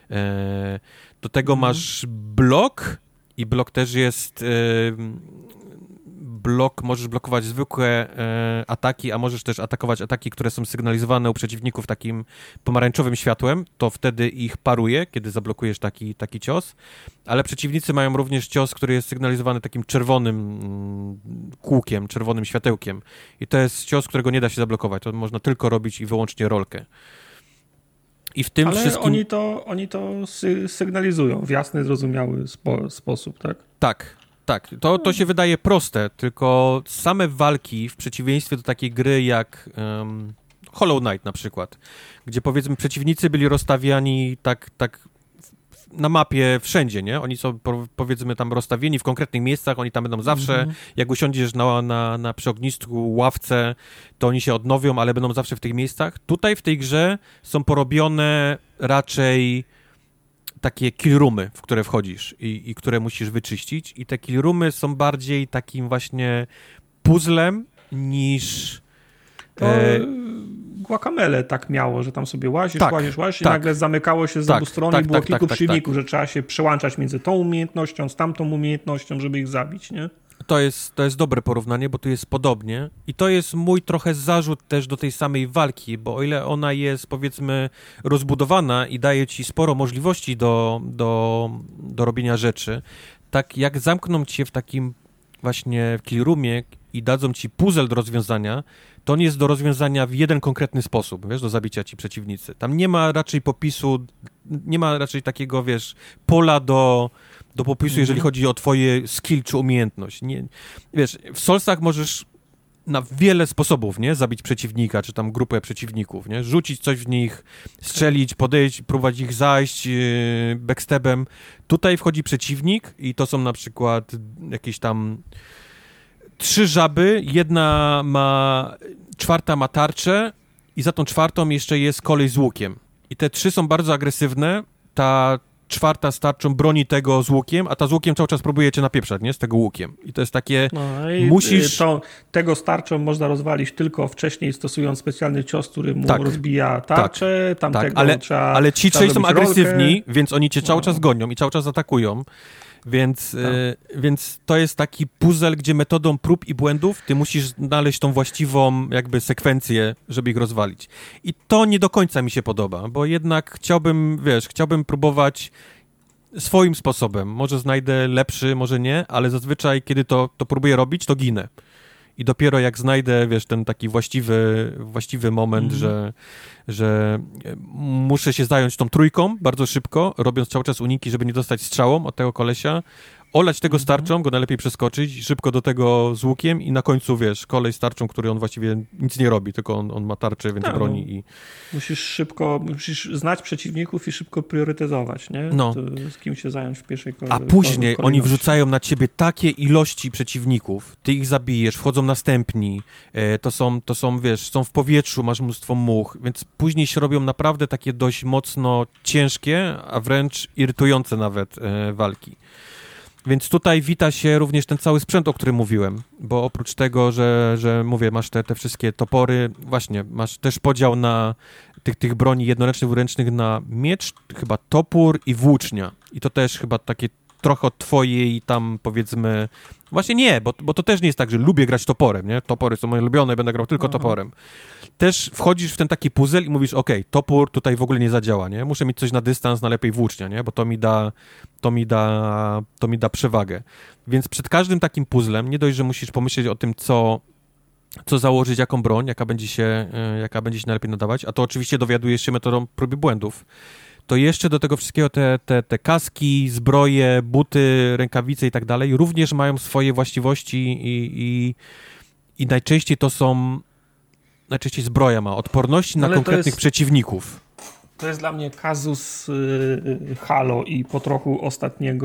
E, do tego mhm. masz blok i blok też jest... E, blok, możesz blokować zwykłe e, ataki, a możesz też atakować ataki, które są sygnalizowane u przeciwników takim pomarańczowym światłem, to wtedy ich paruje, kiedy zablokujesz taki, taki cios, ale przeciwnicy mają również cios, który jest sygnalizowany takim czerwonym mm, kółkiem, czerwonym światełkiem i to jest cios, którego nie da się zablokować, to można tylko robić i wyłącznie rolkę. I w tym ale wszystkim... oni to, oni to sy- sygnalizują w jasny, zrozumiały spo- sposób, tak? Tak. Tak, to, to się wydaje proste, tylko same walki, w przeciwieństwie do takiej gry jak um, Hollow Knight na przykład, gdzie powiedzmy przeciwnicy byli rozstawiani tak, tak na mapie wszędzie, nie? Oni są powiedzmy tam rozstawieni w konkretnych miejscach, oni tam będą zawsze, mm-hmm. jak usiądziesz na, na, na przy ognisku, ławce, to oni się odnowią, ale będą zawsze w tych miejscach. Tutaj w tej grze są porobione raczej takie killroomy, w które wchodzisz i, i które musisz wyczyścić i te killroomy są bardziej takim właśnie puzzlem niż... To e... Guacamele tak miało, że tam sobie łazisz, tak, łazisz, łazisz tak, i nagle zamykało się z tak, obu stron tak, i było tak, kilku tak, przeciwników, tak, tak. że trzeba się przełączać między tą umiejętnością, z tamtą umiejętnością, żeby ich zabić, nie? To jest, to jest dobre porównanie, bo tu jest podobnie i to jest mój trochę zarzut też do tej samej walki, bo o ile ona jest powiedzmy rozbudowana i daje ci sporo możliwości do, do, do robienia rzeczy, tak jak zamkną cię w takim właśnie killroomie, i dadzą ci puzzle do rozwiązania, to on jest do rozwiązania w jeden konkretny sposób, wiesz, do zabicia ci przeciwnicy. Tam nie ma raczej popisu, nie ma raczej takiego, wiesz, pola do, do popisu, jeżeli chodzi o twoje skill czy umiejętność. Nie, wiesz, w Soulsach możesz na wiele sposobów, nie? Zabić przeciwnika, czy tam grupę przeciwników, nie? Rzucić coś w nich, strzelić, podejść, próbować ich zajść yy, backstabem. Tutaj wchodzi przeciwnik i to są na przykład jakieś tam trzy żaby, jedna ma, czwarta ma tarczę i za tą czwartą jeszcze jest kolej z łukiem. I te trzy są bardzo agresywne, ta czwarta z tarczą broni tego z łukiem, a ta z łukiem cały czas próbuje cię napieprzać, nie? Z tego łukiem. I to jest takie... No i musisz... To, tego z tarczą można rozwalić tylko wcześniej, stosując specjalny cios, który mu tak, rozbija tarczę, tak, tamtego tak. Ale, trzeba... ale ci trzej są agresywni, rolkę. Więc oni cię cały no. czas gonią i cały czas atakują. Więc, tak. y, więc to jest taki puzzle, gdzie metodą prób i błędów ty musisz znaleźć tą właściwą jakby sekwencję, żeby ich rozwalić. I to nie do końca mi się podoba, bo jednak chciałbym, wiesz, chciałbym próbować swoim sposobem. Może znajdę lepszy, może nie, ale zazwyczaj, kiedy to, to próbuję robić, to ginę. I dopiero jak znajdę, wiesz, ten taki właściwy, właściwy moment, mm. że, że muszę się zająć tą trójką bardzo szybko, robiąc cały czas uniki, żeby nie dostać strzałą od tego kolesia, olać tego starczą, go najlepiej przeskoczyć, szybko do tego z łukiem i na końcu, wiesz, kolej starczą, który on właściwie nic nie robi, tylko on, on ma tarczę, więc tak, broni i... Musisz szybko, musisz znać przeciwników i szybko priorytetyzować, nie? No. To, z kim się zająć w pierwszej kolejności. A później oni wrzucają na ciebie takie ilości przeciwników, ty ich zabijesz, wchodzą następni, e, to są, to są, wiesz, są w powietrzu, masz mnóstwo much, więc później się robią naprawdę takie dość mocno ciężkie, a wręcz irytujące nawet e, walki. Więc tutaj wita się również ten cały sprzęt, o którym mówiłem, bo oprócz tego, że, że mówię, masz te, te wszystkie topory, właśnie, masz też podział na tych, tych broni jednoręcznych, dwuręcznych na miecz, chyba topór i włócznia. I to też chyba takie trochę od twojej tam, powiedzmy... Właśnie nie, bo, bo to też nie jest tak, że lubię grać toporem, nie? Topory są moje ulubione, będę grał tylko Aha. toporem. Też wchodzisz w ten taki puzzle i mówisz, okej, okay, topór tutaj w ogóle nie zadziała, nie? Muszę mieć coś na dystans, najlepiej włócznia, nie? Bo to mi da, to mi da, to mi da przewagę. Więc przed każdym takim puzzlem nie dość, że musisz pomyśleć o tym, co, co założyć, jaką broń, jaka będzie się, jaka będzie się najlepiej nadawać, a to oczywiście dowiadujesz się metodą prób i błędów. To jeszcze do tego wszystkiego te, te, te kaski, zbroje, buty, rękawice i tak dalej również mają swoje właściwości i, i, i najczęściej to są, najczęściej zbroja ma odporności na Ale konkretnych jest, przeciwników. To jest dla mnie kazus yy, Halo i po trochu ostatniego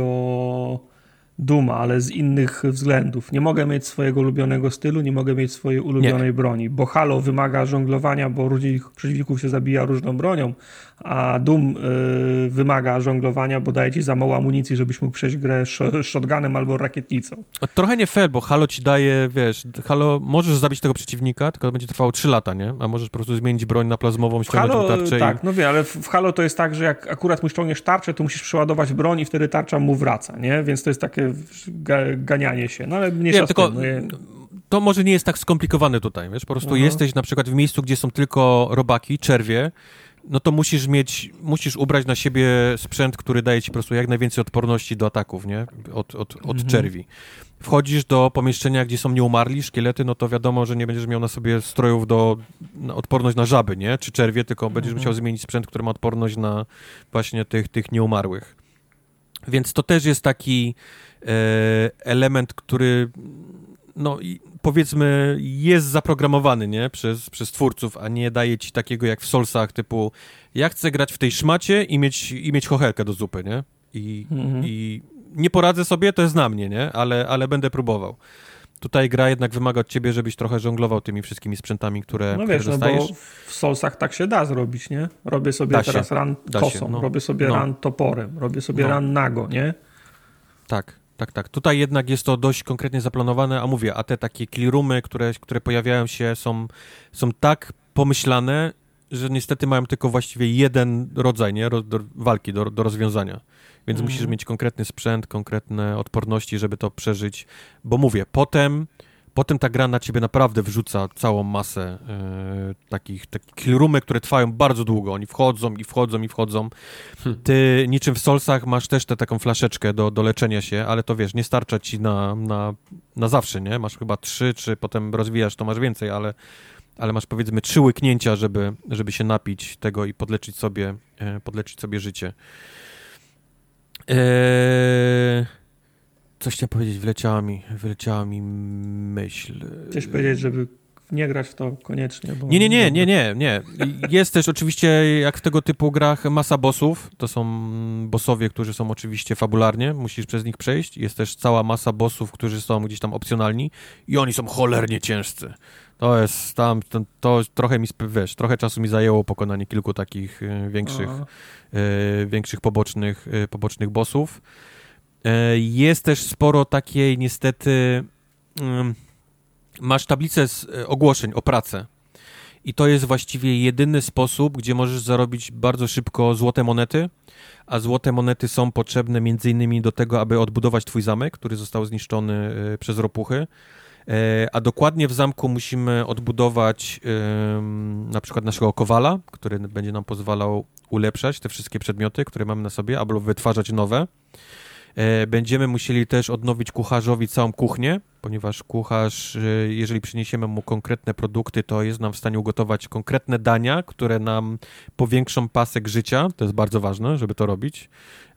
Duma, ale z innych względów. Nie mogę mieć swojego ulubionego stylu, nie mogę mieć swojej ulubionej nie. broni, bo Halo wymaga żonglowania, bo różnych przeciwników się zabija różną bronią, a Doom y, wymaga żonglowania, bo daje ci za mało amunicji, żebyś mógł przejść grę sh- shotgunem albo rakietnicą. Trochę nie fair, bo Halo ci daje, wiesz, Halo możesz zabić tego przeciwnika, tylko to będzie trwało trzy lata, nie? A możesz po prostu zmienić broń na plazmową, ściągnąć Halo, tarczę. Tak, i... no wie, ale w, w Halo to jest tak, że jak akurat mu ściągniesz tarczę, to musisz przeładować broń i wtedy tarcza mu wraca, nie? Więc to jest takie ga- ganianie się. No ale mniejsza nie, tylko... z tym, no je... To może nie jest tak skomplikowane tutaj, wiesz? Po prostu Aha. jesteś na przykład w miejscu, gdzie są tylko robaki, czerwie, no to musisz mieć, musisz ubrać na siebie sprzęt, który daje ci po prostu jak najwięcej odporności do ataków, nie? Od, od, od mhm. czerwi. Wchodzisz do pomieszczenia, gdzie są nieumarli, szkielety, no to wiadomo, że nie będziesz miał na sobie strojów do na odporność na żaby, nie? Czy czerwie, tylko mhm. będziesz musiał zmienić sprzęt, który ma odporność na właśnie tych, tych nieumarłych. Więc to też jest taki e, element, który no i powiedzmy jest zaprogramowany, nie? Przez, przez twórców, a nie daje ci takiego jak w Soulsach typu ja chcę grać w tej szmacie i mieć, i mieć chochelkę do zupy, nie? I, mhm. i nie poradzę sobie, to jest na mnie, nie? Ale, ale będę próbował. Tutaj gra jednak wymaga od ciebie, żebyś trochę żonglował tymi wszystkimi sprzętami, które, no które wiesz, dostajesz. No bo w Soulsach tak się da zrobić, nie? Robię sobie da teraz się. run da kosą, się, no. robię sobie no. run toporem, robię sobie no. run nago, nie? Tak. Tak, tak. Tutaj jednak jest to dość konkretnie zaplanowane, a mówię, a te takie clearumy, które, które pojawiają się, są, są tak pomyślane, że niestety mają tylko właściwie jeden rodzaj, nie? Ro, do, walki do, do rozwiązania. Więc mm. musisz mieć konkretny sprzęt, konkretne odporności, żeby to przeżyć. Bo mówię, potem, Potem ta gra na ciebie naprawdę wrzuca całą masę e, takich, takich killroomek, które trwają bardzo długo. Oni wchodzą i wchodzą i wchodzą. Hmm. Ty niczym w Soulsach masz też tę taką flaszeczkę do, do leczenia się, ale to wiesz, nie starcza ci na, na, na zawsze, nie? Masz chyba trzy, czy potem rozwijasz, to masz więcej, ale, ale masz powiedzmy trzy łyknięcia, żeby, żeby się napić tego i podleczyć sobie, e, podleczyć sobie życie. Eee... Coś chciałem powiedzieć, wyleciała mi, wyleciała mi myśl. Chcesz powiedzieć, żeby nie grać w to koniecznie? Bo nie, nie, nie, nie, nie, nie. Jest też oczywiście, jak w tego typu grach, masa bossów. To są bossowie, którzy są oczywiście fabularnie, musisz przez nich przejść. Jest też cała masa bossów, którzy są gdzieś tam opcjonalni i oni są cholernie ciężcy. To jest tam, to, to trochę mi, wiesz, trochę czasu mi zajęło pokonanie kilku takich y, większych, y, większych pobocznych, y, pobocznych bossów. Jest też sporo takiej niestety, um, masz tablicę z ogłoszeń o pracę i to jest właściwie jedyny sposób, gdzie możesz zarobić bardzo szybko złote monety, a złote monety są potrzebne między innymi do tego, aby odbudować twój zamek, który został zniszczony y, przez ropuchy, y, a dokładnie w zamku musimy odbudować y, na przykład naszego kowala, który będzie nam pozwalał ulepszać te wszystkie przedmioty, które mamy na sobie, albo wytwarzać nowe. Będziemy musieli też odnowić kucharzowi całą kuchnię, ponieważ kucharz, jeżeli przyniesiemy mu konkretne produkty, to jest nam w stanie ugotować konkretne dania, które nam powiększą pasek życia. To jest bardzo ważne, żeby to robić.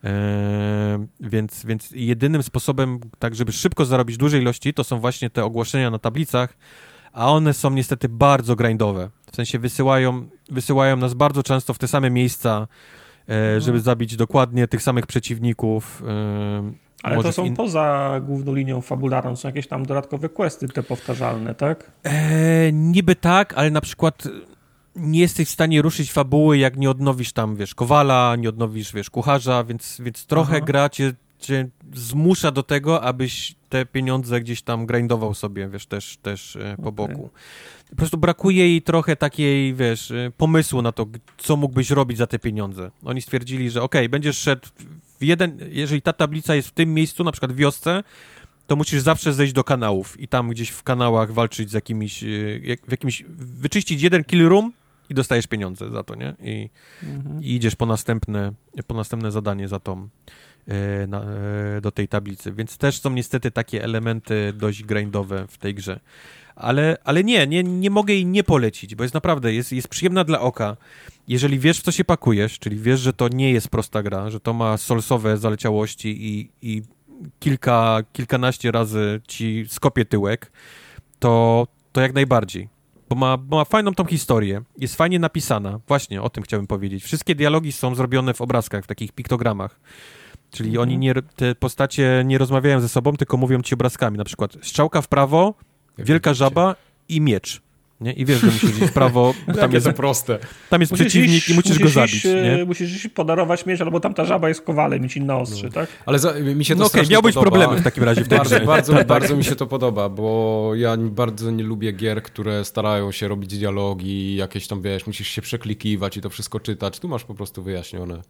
Eee, więc, więc jedynym sposobem, tak żeby szybko zarobić duże ilości, to są właśnie te ogłoszenia na tablicach, a one są niestety bardzo grindowe. W sensie wysyłają, wysyłają nas bardzo często w te same miejsca, żeby zabić dokładnie tych samych przeciwników. Ale to są in... poza główną linią fabularną, są jakieś tam dodatkowe questy te powtarzalne, tak? E, niby tak, ale na przykład nie jesteś w stanie ruszyć fabuły, jak nie odnowisz tam, wiesz, kowala, nie odnowisz, wiesz, kucharza, więc, więc trochę Aha. gra cię, cię zmusza do tego, abyś te pieniądze gdzieś tam grindował sobie, wiesz, też, też po okay. boku. Po prostu brakuje jej trochę takiej, wiesz, pomysłu na to, co mógłbyś robić za te pieniądze. Oni stwierdzili, że okej, okay, będziesz szedł w jeden, jeżeli ta tablica jest w tym miejscu, na przykład w wiosce, to musisz zawsze zejść do kanałów i tam gdzieś w kanałach walczyć z jakimiś, w jakimś, wyczyścić jeden kill room i dostajesz pieniądze za to, nie? I, mhm. i idziesz po następne, po następne zadanie za tą, na, do tej tablicy. Więc też są niestety takie elementy dość grindowe w tej grze. Ale, ale nie, nie, nie mogę jej nie polecić, bo jest naprawdę, jest, jest przyjemna dla oka. Jeżeli wiesz, w co się pakujesz, czyli wiesz, że to nie jest prosta gra, że to ma solsowe zaleciałości i, i kilka, kilkanaście razy ci skopie tyłek, to, to jak najbardziej. Bo ma, bo ma fajną tą historię, jest fajnie napisana. Właśnie, o tym chciałbym powiedzieć. Wszystkie dialogi są zrobione w obrazkach, w takich piktogramach. Czyli mhm. oni nie, te postacie nie rozmawiają ze sobą, tylko mówią ci obrazkami. Na przykład strzałka w prawo, wielka żaba i miecz. Nie? I wiesz, że musisz iść w prawo. Tam jest to proste. Tam jest musisz przeciwnik iść, i musisz, musisz go zabić. Iść, nie? Musisz iść podarować miecz, albo tamta żaba jest kowalem i ci naostrzy, no. tak? Ale za, mi się to no okej, okay, miałbyś podoba. problemy w takim razie w tej bardzo, grze. bardzo, tak, bardzo tak. mi się to podoba, bo ja bardzo nie lubię gier, które starają się robić dialogi, jakieś tam, wiesz, musisz się przeklikiwać i to wszystko czytać. Tu masz po prostu wyjaśnione.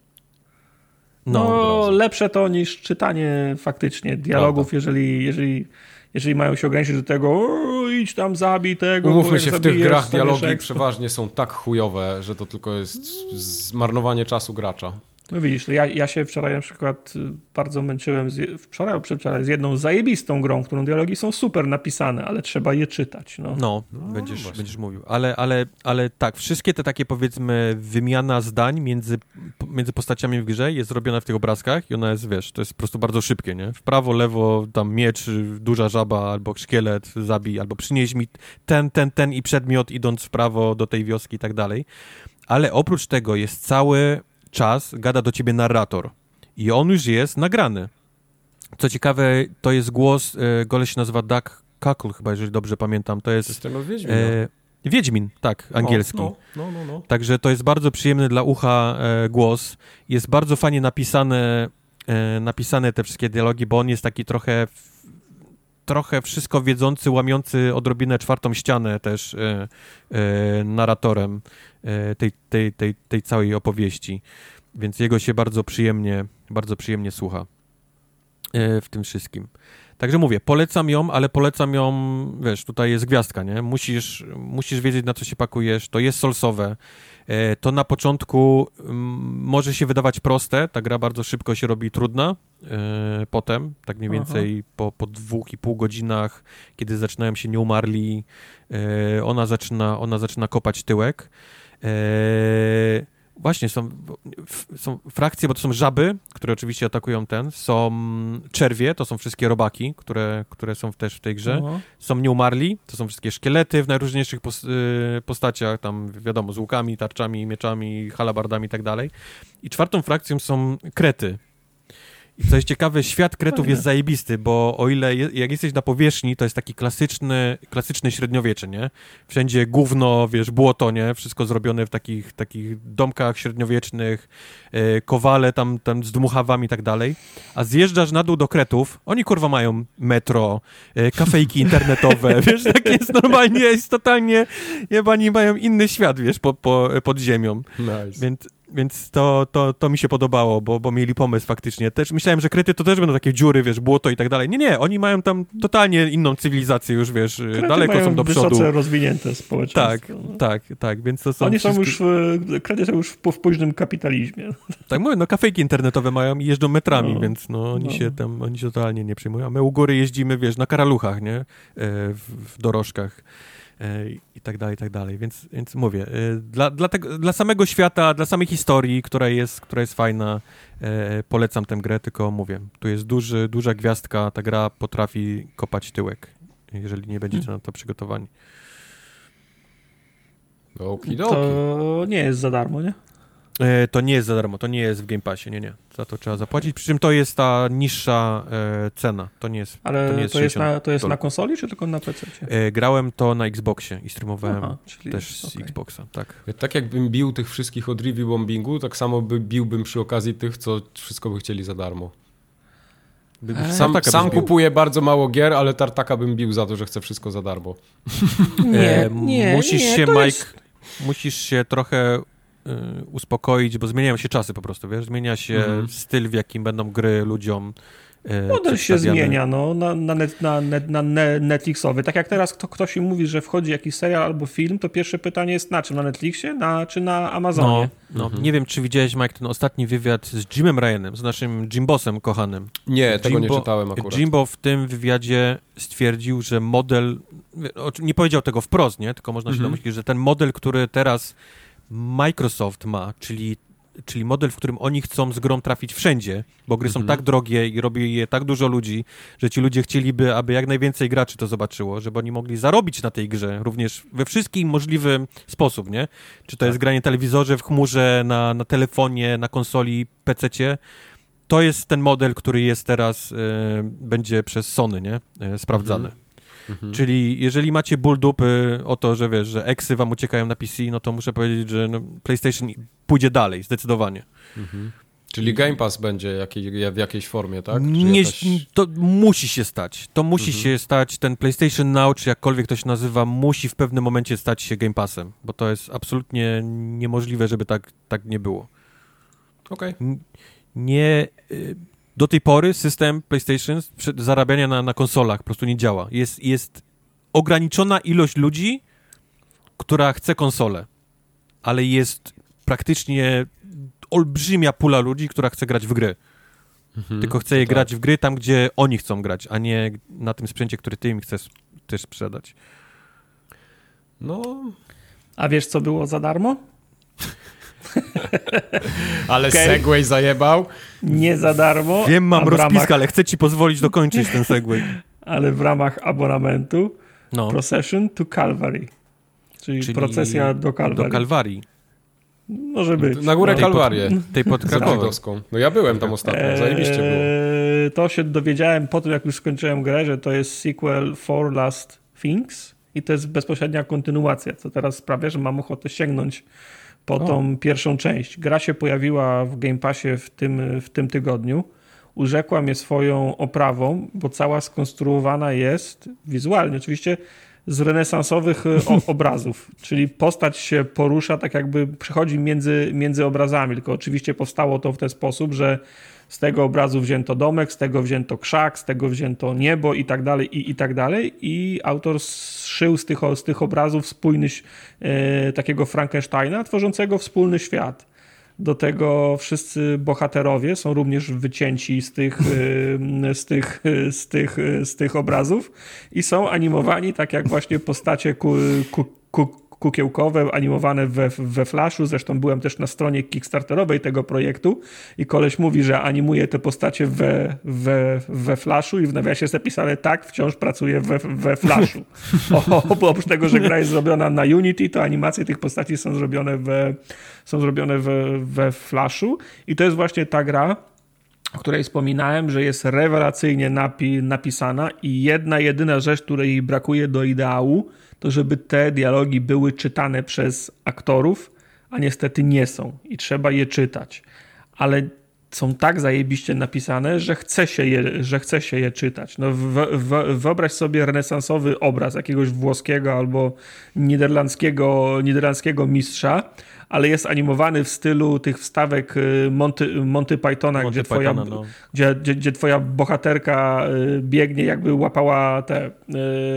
No, no lepsze to niż czytanie faktycznie dialogów, Prawda. jeżeli, jeżeli, jeżeli mają się ograniczyć do tego idź tam, zabij tego. Umówmy się, w tych grach dialogi ekstra. przeważnie są tak chujowe, że to tylko jest zmarnowanie czasu gracza. No widzisz, ja, ja się wczoraj na przykład bardzo męczyłem, z, wczoraj, przedwczoraj z jedną zajebistą grą, którą dialogi są super napisane, ale trzeba je czytać. No, no, no będziesz, będziesz mówił. Ale, ale, ale tak, wszystkie te takie powiedzmy wymiana zdań między, między postaciami w grze jest robiona w tych obrazkach i ona jest, wiesz, to jest po prostu bardzo szybkie, nie? W prawo, lewo, tam miecz, duża żaba albo szkielet, zabij, albo przynieś mi ten, ten, ten i przedmiot idąc w prawo do tej wioski i tak dalej. Ale oprócz tego jest cały czas gada do ciebie narrator i on już jest nagrany. Co ciekawe, to jest głos, e, goleś się nazywa Doug Cockle, chyba, jeżeli dobrze pamiętam. To jest System Wiedźmin. E, Wiedźmin, tak, angielski. No, no, no, no. Także to jest bardzo przyjemny dla ucha e, głos. Jest bardzo fajnie napisane, e, napisane te wszystkie dialogi, bo on jest taki trochę trochę wszystko wiedzący, łamiący odrobinę czwartą ścianę też e, e, narratorem e, tej, tej, tej, tej całej opowieści. Więc jego się bardzo przyjemnie, bardzo przyjemnie słucha. w tym wszystkim. Także mówię, polecam ją, ale polecam ją, wiesz, tutaj jest gwiazdka, nie? Musisz, musisz wiedzieć, na co się pakujesz, to jest solsowe. To na początku może się wydawać proste, ta gra bardzo szybko się robi trudna, potem, tak mniej więcej po, po dwóch i pół godzinach, kiedy zaczynają się nieumarli, ona zaczyna, ona zaczyna kopać tyłek. Właśnie, są, są frakcje, bo to są żaby, które oczywiście atakują ten, są czerwie, to są wszystkie robaki, które, które są też w tej grze, uh-huh. są nieumarli, to są wszystkie szkielety w najróżniejszych postaciach, tam wiadomo, z łukami, tarczami, mieczami, halabardami i tak dalej. I czwartą frakcją są krety. I co jest ciekawe, świat kretów jest zajebisty, bo o ile je, jak jesteś na powierzchni, to jest taki klasyczny, klasyczny średniowiecze, nie? Wszędzie gówno, wiesz, błoto, nie? Wszystko zrobione w takich, takich domkach średniowiecznych, e, kowale tam, tam z dmuchawami i tak dalej. A zjeżdżasz na dół do kretów, oni kurwa mają metro, e, kafejki internetowe, wiesz, tak jest normalnie, jest totalnie, chyba nie mają inny świat, wiesz, po, po, pod ziemią. Nice. Więc... Więc to, to, to mi się podobało, bo, bo mieli pomysł faktycznie. Też myślałem, że krety to też będą takie dziury, wiesz, błoto i tak dalej. Nie, nie, oni mają tam totalnie inną cywilizację już, wiesz, krety daleko są do przodu. Wysoce rozwinięte społeczeństwo. Tak, no. tak, tak, więc to są Oni wszystkie... są już, krety są już w, w późnym kapitalizmie. Tak mówię, no kafejki internetowe mają i jeżdżą metrami, no, więc no oni no. się tam, oni się totalnie nie przejmują. A my u góry jeździmy, wiesz, na karaluchach, nie? W, w dorożkach. I tak dalej, i tak dalej, więc, więc mówię, dla, dla, tego, dla samego świata, dla samej historii, która jest, która jest fajna, e, polecam tę grę, tylko mówię, tu jest duży, duża gwiazdka, ta gra potrafi kopać tyłek, jeżeli nie będziecie hmm. na to przygotowani. Okidoki. To nie jest za darmo, nie? E, to nie jest za darmo, to nie jest w Game Passie, nie, nie. Za to trzeba zapłacić, przy czym to jest ta niższa e, cena, to nie jest Ale to nie jest to jest, na, to jest na konsoli, czy tylko na P C? E, grałem to na Xboxie i streamowałem Aha, też z okay. Xboxa, tak. Tak jakbym bił tych wszystkich od review bombingu, tak samo by biłbym przy okazji tych, co wszystko by chcieli za darmo. Eee, sam sam kupuję bardzo mało gier, ale Tartaka bym bił za to, że chce wszystko za darmo. Nie, e, nie, musisz nie, się, Mike, jest... musisz się trochę y, uspokoić, bo zmieniają się czasy po prostu, wiesz? Zmienia się mhm. styl, w jakim będą gry ludziom y, Model się zmienia, no, na, na, net, na, net, na Netflixowy. Tak jak teraz kto, ktoś im mówi, że wchodzi jakiś serial albo film, to pierwsze pytanie jest na czym? Na Netflixie na, czy na Amazonie? No, no. Mhm. Nie wiem, czy widziałeś, Mike, ten ostatni wywiad z Jimem Ryanem, z naszym Jimbossem kochanym. Nie, Jimbo, tego nie czytałem akurat. Jimbo w tym wywiadzie stwierdził, że model, nie powiedział tego wprost, nie? Tylko można się mhm. domyślić, że ten model, który teraz Microsoft ma, czyli czyli model, w którym oni chcą z grą trafić wszędzie, bo gry mhm. są tak drogie i robi je tak dużo ludzi, że ci ludzie chcieliby, aby jak najwięcej graczy to zobaczyło, żeby oni mogli zarobić na tej grze, również we wszystkim możliwy sposób, nie? Czy to tak. jest granie w telewizorze, w chmurze, na, na telefonie, na konsoli, pececie. To jest ten model, który jest teraz, y, będzie przez Sony, nie? Y, sprawdzany. Mhm. Mhm. Czyli jeżeli macie ból dupy o to, że wiesz, że eksy wam uciekają na P C, no to muszę powiedzieć, że no, PlayStation pójdzie dalej, zdecydowanie. Mhm. Czyli Game Pass będzie jakiej, w jakiejś formie, tak? Nie, jakaś... To musi się stać. To musi mhm. się stać, ten PlayStation Now, czy jakkolwiek to się nazywa, musi w pewnym momencie stać się Game Passem, bo to jest absolutnie niemożliwe, żeby tak, tak nie było. Okej. Okay. Nie... Do tej pory system PlayStation zarabiania na, na konsolach po prostu nie działa. Jest, jest ograniczona ilość ludzi, która chce konsolę, ale jest praktycznie olbrzymia pula ludzi, która chce grać w gry. Mhm, Tylko chce je tak. grać w gry tam, gdzie oni chcą grać, a nie na tym sprzęcie, który ty im chcesz też sprzedać. No... A wiesz, co było za darmo? Ale okay. Segway zajebał. Nie za darmo. Wiem, mam rozpiskę, ramach... ale chcę ci pozwolić dokończyć ten Segway. Ale w ramach abonamentu no. Procession to Calvary. Czyli, czyli procesja do Calvary. Do Calvary. Może być. Na górę no. Kalwarię. Tej pod, tej pod No ja byłem tam ostatnio, eee, zajebiście było. To się dowiedziałem po tym, jak już skończyłem grę, że to jest sequel For Last Things i to jest bezpośrednia kontynuacja, co teraz sprawia, że mam ochotę sięgnąć po tą o. pierwszą część. Gra się pojawiła w Game Passie w tym, w tym tygodniu. Urzekła mnie swoją oprawą, bo cała skonstruowana jest wizualnie. Oczywiście z renesansowych o, obrazów, czyli postać się porusza tak jakby przechodzi między, między obrazami, tylko oczywiście powstało to w ten sposób, że z tego obrazu wzięto domek, z tego wzięto krzak, z tego wzięto niebo i tak dalej, i, i tak dalej i autor zszył z tych, z tych obrazów spójny e, takiego Frankensteina, tworzącego wspólny świat. Do tego wszyscy bohaterowie są również wycięci z tych, z tych, z tych, z tych obrazów i są animowani tak jak właśnie postacie ku, ku, ku, kukiełkowe, animowane we, we Flashu. Zresztą byłem też na stronie kickstarterowej tego projektu i koleś mówi, że animuje te postacie we, we, we Flashu i w nawiasie jest napisane tak, wciąż pracuje we, we Flashu. O, oprócz tego, że gra jest zrobiona na Unity, to animacje tych postaci są zrobione we, są zrobione we, we Flashu i to jest właśnie ta gra, o której wspominałem, że jest rewelacyjnie napi- napisana i jedna jedyna rzecz, której jej brakuje do ideału, to żeby te dialogi były czytane przez aktorów, a niestety nie są i trzeba je czytać. Ale są tak zajebiście napisane, że chce się je, że chce się je czytać. No, w, w, wyobraź sobie renesansowy obraz jakiegoś włoskiego albo niderlandzkiego, niderlandzkiego mistrza, ale jest animowany w stylu tych wstawek Monty, Monty Pythona, Monty gdzie, twoja, Pythona no. gdzie, gdzie, gdzie twoja bohaterka biegnie, jakby łapała te yy,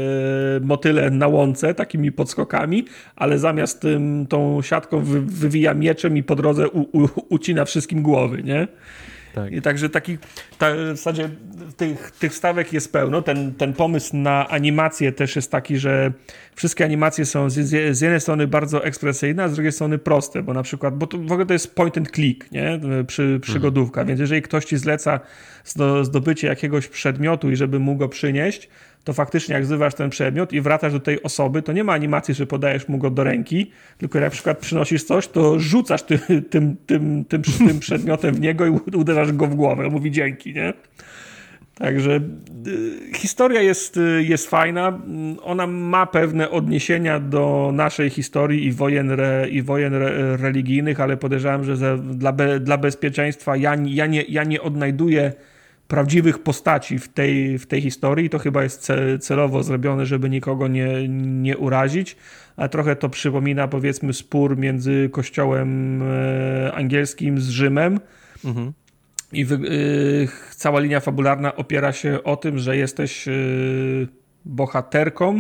motyle na łące takimi podskokami, ale zamiast tym, tą siatką wy, wywija mieczem i po drodze u, u, ucina wszystkim głowy, nie? Tak. I także taki, ta, w zasadzie tych, tych wstawek jest pełno. Ten, ten pomysł na animację też jest taki, że wszystkie animacje są z, z jednej strony bardzo ekspresyjne, a z drugiej strony proste, bo na przykład, bo to w ogóle to jest point and click, nie? Przy, przygodówka, mhm. Więc jeżeli ktoś ci zleca zdobycie jakiegoś przedmiotu i żeby mu go przynieść, to faktycznie jak wzywasz ten przedmiot i wracasz do tej osoby, to nie ma animacji, że podajesz mu go do ręki, tylko jak na przykład przynosisz coś, to rzucasz ty, tym, tym, tym, tym przedmiotem w niego i uderzasz go w głowę. On mówi dzięki, nie? Także y, historia jest, y, jest fajna. Ona ma pewne odniesienia do naszej historii i wojen, re, i wojen re, religijnych, ale podejrzewam, że za, dla, be, dla bezpieczeństwa ja, ja, nie, ja nie odnajduję prawdziwych postaci w tej, w tej historii. To chyba jest celowo zrobione, żeby nikogo nie, nie urazić, a trochę to przypomina, powiedzmy, spór między kościołem angielskim z Rzymem. Mhm. I wy, y, cała linia fabularna opiera się o tym, że jesteś y, bohaterką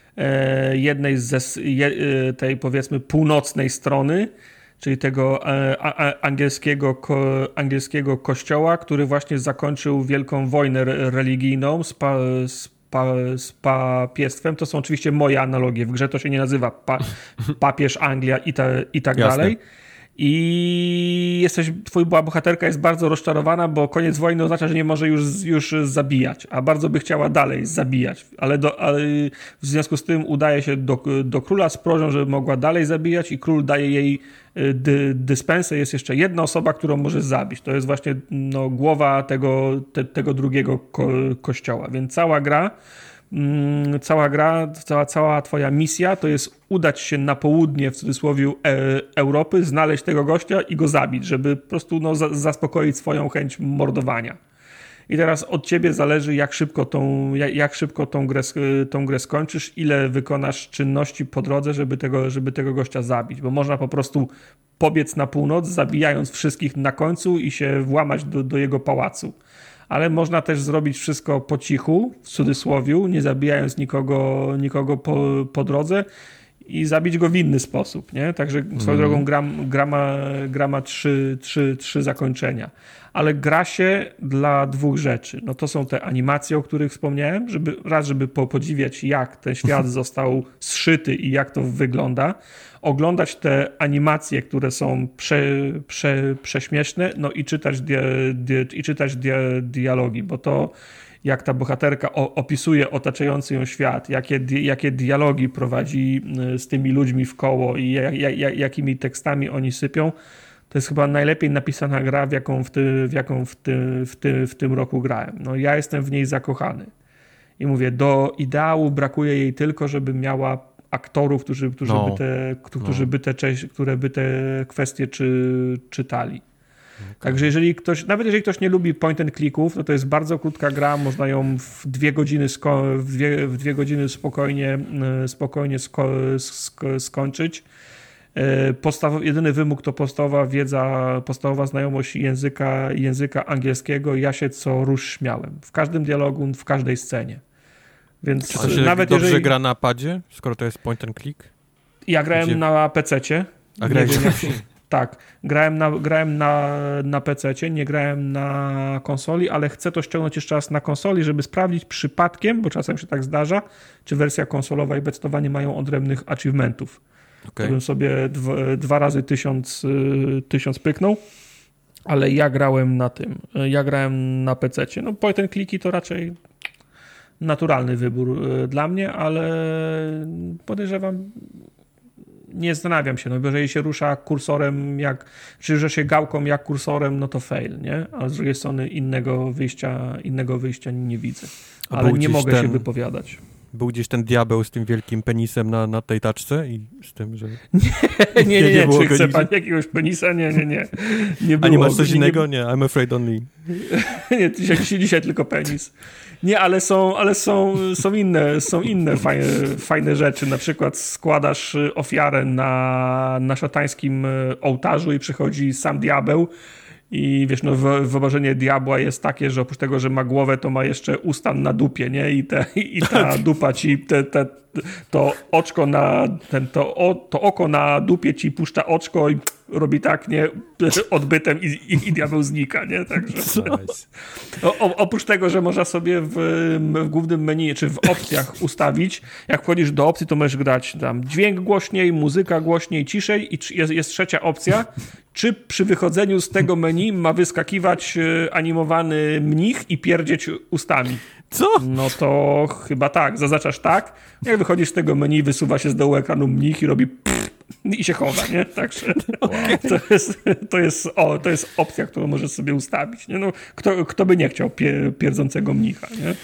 y, jednej z y, tej, powiedzmy, północnej strony, czyli tego a, a, angielskiego, ko, angielskiego kościoła, który właśnie zakończył wielką wojnę religijną z, pa, z, pa, z papiestwem. To są oczywiście moje analogie. W grze to się nie nazywa pa, papież Anglia i, ta, i tak Jasne. dalej. I jesteś, twoja bohaterka jest bardzo rozczarowana, bo koniec wojny oznacza, że nie może już, już zabijać, a bardzo by chciała dalej zabijać, ale, do, ale w związku z tym udaje się do, do króla z prośbą, żeby mogła dalej zabijać i król daje jej dy, dyspensę. Jest jeszcze jedna osoba, którą może zabić. To jest właśnie no, głowa tego, te, tego drugiego ko, kościoła, więc cała gra Cała gra, cała, cała twoja misja to jest udać się na południe, w cudzysłowie, e, Europy, znaleźć tego gościa i go zabić, żeby po prostu no, za, zaspokoić swoją chęć mordowania. I teraz od ciebie zależy, jak szybko tą, jak, jak szybko tą grę, tą grę skończysz, ile wykonasz czynności po drodze, żeby tego, żeby tego gościa zabić, bo można po prostu pobiec na północ, zabijając wszystkich na końcu i się włamać do, do jego pałacu. Ale można też zrobić wszystko po cichu, w cudzysłowiu, nie zabijając nikogo, nikogo po, po drodze i zabić go w inny sposób, nie? Także mm. swoją drogą gra, gra ma, gra ma trzy, trzy, trzy zakończenia. Ale gra się dla dwóch rzeczy. No to są te animacje, o których wspomniałem, żeby raz, żeby podziwiać, jak ten świat został zszyty i jak to wygląda. Oglądać te animacje, które są prze, prze, prześmieszne, no i czytać, dia, dia, i czytać dia, dialogi, bo to jak ta bohaterka o, opisuje otaczający ją świat, jakie, jakie dialogi prowadzi z tymi ludźmi w koło i jak, jak, jakimi tekstami oni sypią, to jest chyba najlepiej napisana gra, w jaką w, ty, w, jaką w, ty, w, ty, w tym roku grałem. No ja jestem w niej zakochany. I mówię, do ideału brakuje jej tylko, żeby miała aktorów, którzy, którzy, no. by, te, którzy no. by te, które by te kwestie czy, czytali. Także jeżeli ktoś, nawet jeżeli ktoś nie lubi point and clicków, no to jest bardzo krótka gra, można ją w dwie godziny, sko- w dwie, w dwie godziny spokojnie, spokojnie sko- sk- skończyć. Podstaw, jedyny wymóg to podstawowa wiedza, podstawowa znajomość języka, języka angielskiego. Ja się co rusz śmiałem. W każdym dialogu, w każdej scenie. Więc Czy to się nawet dobrze jeżeli... gra na padzie, skoro to jest point and click? Ja grałem Gdzie... na pececie. A grałeś nie wiem, jak się... Tak, grałem na, grałem na, na pececie, nie grałem na konsoli, ale chcę to ściągnąć jeszcze raz na konsoli, żeby sprawdzić przypadkiem, bo czasem się tak zdarza, czy wersja konsolowa i betowa nie mają odrębnych achievementów. Okay. To bym sobie dwa, dwa razy tysiąc, tysiąc pyknął, ale ja grałem na tym, ja grałem na pececie. No point and clicki to raczej naturalny wybór dla mnie, ale podejrzewam, nie zastanawiam się, no bo jeżeli się rusza kursorem jak, czy że się gałką jak kursorem, no to fail, nie? A z drugiej strony innego wyjścia, innego wyjścia nie widzę. Ale nie mogę ten... się wypowiadać. Był gdzieś ten diabeł z tym wielkim penisem na, na tej taczce i z tym, że... Nie, nie, nie, nie, nie czy chce pan jakiegoś penisa? Nie, nie, nie. nie było. A nie masz coś innego? Nie, I'm afraid only. Nie, dzisiaj, dzisiaj tylko penis. Nie, ale są, ale są, są inne, są inne fajne, fajne rzeczy. Na przykład składasz ofiarę na, na szatańskim ołtarzu i przychodzi sam diabeł. I wiesz, no wyobrażenie diabła jest takie, że oprócz tego, że ma głowę, to ma jeszcze usta na dupie, nie? I, te, i ta dupa ci, te, te, to oczko na, ten, to, o, to oko na dupie ci puszcza oczko i robi tak, nie? Odbytem i, i, i diabeł znika, nie? Także nice. o, o, oprócz tego, że można sobie w, w głównym menu, czy w opcjach ustawić, jak wchodzisz do opcji, to możesz grać tam dźwięk głośniej, muzyka głośniej, ciszej i jest, jest trzecia opcja, czy przy wychodzeniu z tego menu ma wyskakiwać animowany mnich i pierdzieć ustami. Co? No to chyba tak. Zaznaczasz tak. Jak wychodzisz z tego menu, wysuwa się z dołu ekranu mnich i robi pff, i się chowa, nie? Także wow. to, jest, to, jest, o, to jest opcja, którą możesz sobie ustawić. Nie? No, kto, kto by nie chciał pie, pierdzącego mnicha, nie?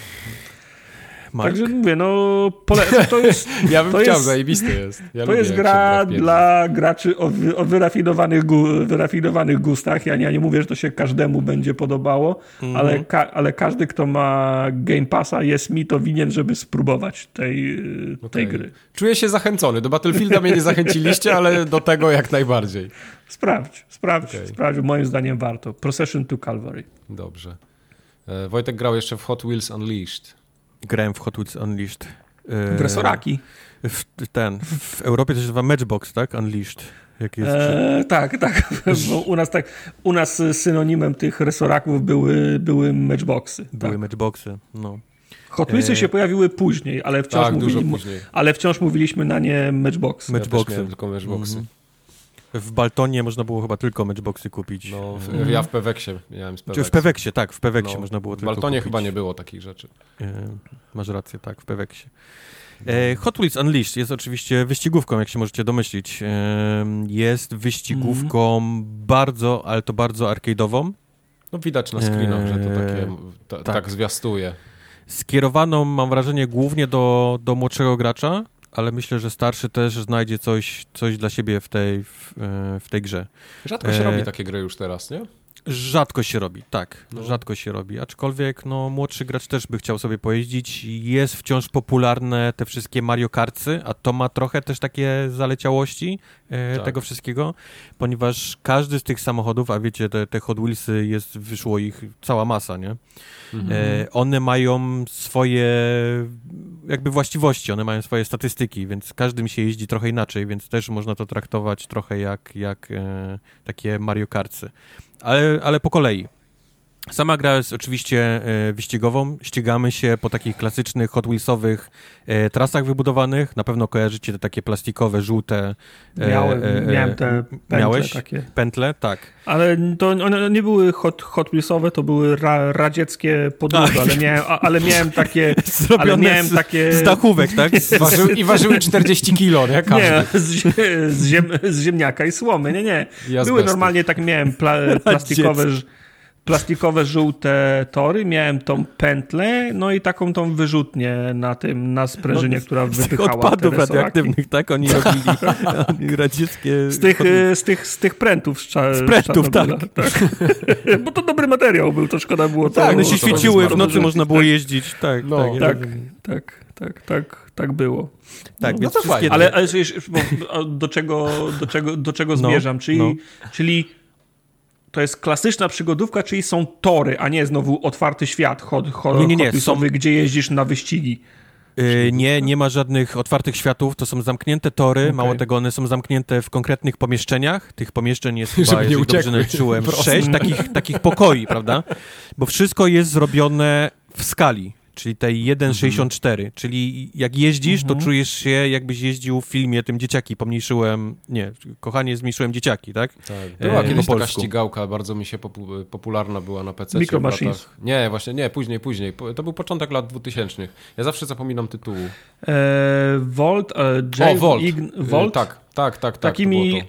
Mark? Także mówię, no pole- to jest... Ja bym to chciał, jest, zajebisty jest. Ja to jest gra dla graczy o, wy, o wyrafinowanych, gu, wyrafinowanych gustach. Ja nie, ja nie mówię, że to się każdemu będzie podobało, mm-hmm. ale, ka, ale każdy, kto ma Game Passa, jest mi to winien, żeby spróbować tej, okay. tej gry. Czuję się zachęcony. Do Battlefielda mnie nie zachęciliście, ale do tego jak najbardziej. Sprawdź, sprawdź, okay. sprawdź. Moim zdaniem warto. Procession to Calvary. Dobrze. E, Wojtek grał jeszcze w Hot Wheels Unleashed. Grałem w Hot Wheels Unleashed. W resoraki. W, ten, w Europie to się nazywa Matchbox, tak? Unleashed. Jak jest eee, tak, tak. Bo u nas tak. U nas synonimem tych resoraków były, były Matchboxy. Były tak. Matchboxy, no. Hot Wheelsy eee. się pojawiły później, ale wciąż, tak, mówili, później. ale wciąż mówiliśmy na nie Matchboxy. Matchboxy. Ja tylko Matchboxy. Mm-hmm. W Baltonie można było chyba tylko Matchboxy kupić. No, w, mm. Ja w Peweksie miałem z Peweksie. W Peweksie, tak, w Peweksie no, można było tylko kupić. W Baltonie kupić. chyba nie było takich rzeczy. E, masz rację, tak, w Peweksie. E, Hot Wheels Unleashed jest oczywiście wyścigówką, jak się możecie domyślić. E, jest wyścigówką mm. bardzo, ale to bardzo arcade'ową. No widać na screenach, e, że to takie, ta, tak. tak zwiastuje. Skierowaną, mam wrażenie, głównie do, do młodszego gracza, ale myślę, że starszy też znajdzie coś, coś dla siebie w tej, w, w tej grze. Rzadko się e... robi takie gry już teraz, nie? Rzadko się robi, tak. No. Rzadko się robi. Aczkolwiek no, młodszy gracz też by chciał sobie pojeździć. Jest wciąż popularne te wszystkie Mario Kartsy, a to ma trochę też takie zaleciałości e, tak. tego wszystkiego, ponieważ każdy z tych samochodów, a wiecie, te, te Hot Wheelsy, jest, wyszło ich cała masa, nie? Mhm. E, one mają swoje jakby właściwości, one mają swoje statystyki, więc każdym się jeździ trochę inaczej, więc też można to traktować trochę jak, jak e, takie Mario Kartsy. Ale, ale po kolei. Sama gra jest oczywiście e, wyścigową. Ścigamy się po takich klasycznych Hot Wheelsowych e, trasach wybudowanych. Na pewno kojarzycie te takie plastikowe, żółte. E, Miałem, e, miałem te pętle miałeś? takie. Pętle, tak. Ale to one nie były hot, hot Wheelsowe, to były ra, radzieckie podróże, ale miałem, ale miałem takie... ale miałem z, takie... z dachówek, tak? Waży, I ważyły czterdzieści kilo, nie? Każdy. Nie, z, z, ziem, z ziemniaka i słomy, nie, nie. Były normalnie, tak miałem pla, plastikowe... plastikowe, żółte tory, miałem tą pętlę, no i taką tą wyrzutnię na tym, na sprężynie, no, która wypychała z tych odpadów radioaktywnych, tak? Oni robili oni radzieckie... Z tych, z tych, z tych prętów z, cza, z prętów, tak. tak. Bo to dobry materiał był, to szkoda było. Tak, one się to świeciły, w nocy można było jeździć, tak. No, tak, tak, tak, tak, tak, tak było. Tak, no, więc no to fajnie. Ale, ale bo, do czego, do czego, do czego no, zmierzam? Czyli, no. czyli to jest klasyczna przygodówka, czyli są tory, a nie znowu otwarty świat hot, hot, nie, nie, nie. Są... gdzie jeździsz na wyścigi. Yy, nie, nie ma żadnych otwartych światów, to są zamknięte tory, okay. Mało tego, one są zamknięte w konkretnych pomieszczeniach, tych pomieszczeń jest chyba, jeżeli dobrze naliczyłem, sześć takich, takich pokoi, prawda? Bo wszystko jest zrobione w skali, czyli tej jeden sześćdziesiąt cztery, mhm. czyli jak jeździsz, mhm. to czujesz się, jakbyś jeździł w filmie tym Dzieciaki, pomniejszyłem, nie, kochanie, zmniejszyłem Dzieciaki, tak? Tak, była e, kiedyś taka ścigałka, bardzo mi się popu- popularna była na P C. Micro Machines. Nie, właśnie, nie, później, później, to był początek lat dwutysięcznych. Ja zawsze zapominam tytułu. E, Volt, e, J- o, Volt, Ign- Volt? E, tak. Tak, tak, tak. Takimi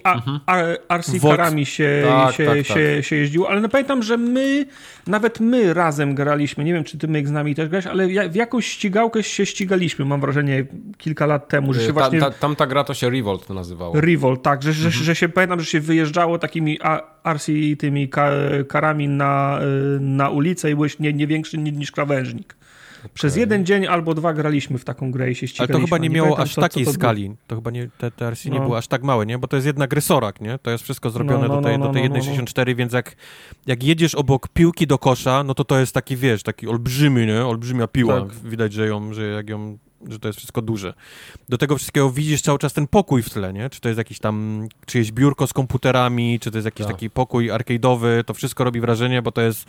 R C-karami się, tak, się, tak, się, tak. się jeździło, ale no pamiętam, że my, nawet my razem graliśmy, nie wiem, czy ty my z nami też grałeś, ale w jakąś ścigałkę się ścigaliśmy, mam wrażenie, kilka lat temu, że się ta, właśnie... Ta, tam ta gra to się Revolt nazywało. Revolt, tak, że, mhm. że, że się, pamiętam, że się wyjeżdżało takimi R C tymi karami na, na ulicę i byłeś nie, nie większy niż krawężnik. Okay. Przez jeden dzień albo dwa graliśmy w taką grę i się ścigaliśmy. Ale to chyba nie, nie miało pamiętam, aż co, takiej co to skali. było. To chyba nie, te, te R C no. nie było aż tak małe, nie? Bo to jest jednak rysorak, nie? To jest wszystko zrobione no, no, do tej, no, no, do tej jeden sześćdziesiąt cztery, no, no. Więc jak, jak jedziesz obok piłki do kosza, no to to jest taki, wiesz, taki olbrzymi, nie? Olbrzymia piła. Tak. Widać, że ją, że jak ją, że to jest wszystko duże. Do tego wszystkiego widzisz cały czas ten pokój w tle, nie? Czy to jest jakiś tam, czyjeś biurko z komputerami, czy to jest jakiś tak. taki pokój arcade'owy, to wszystko robi wrażenie, bo to jest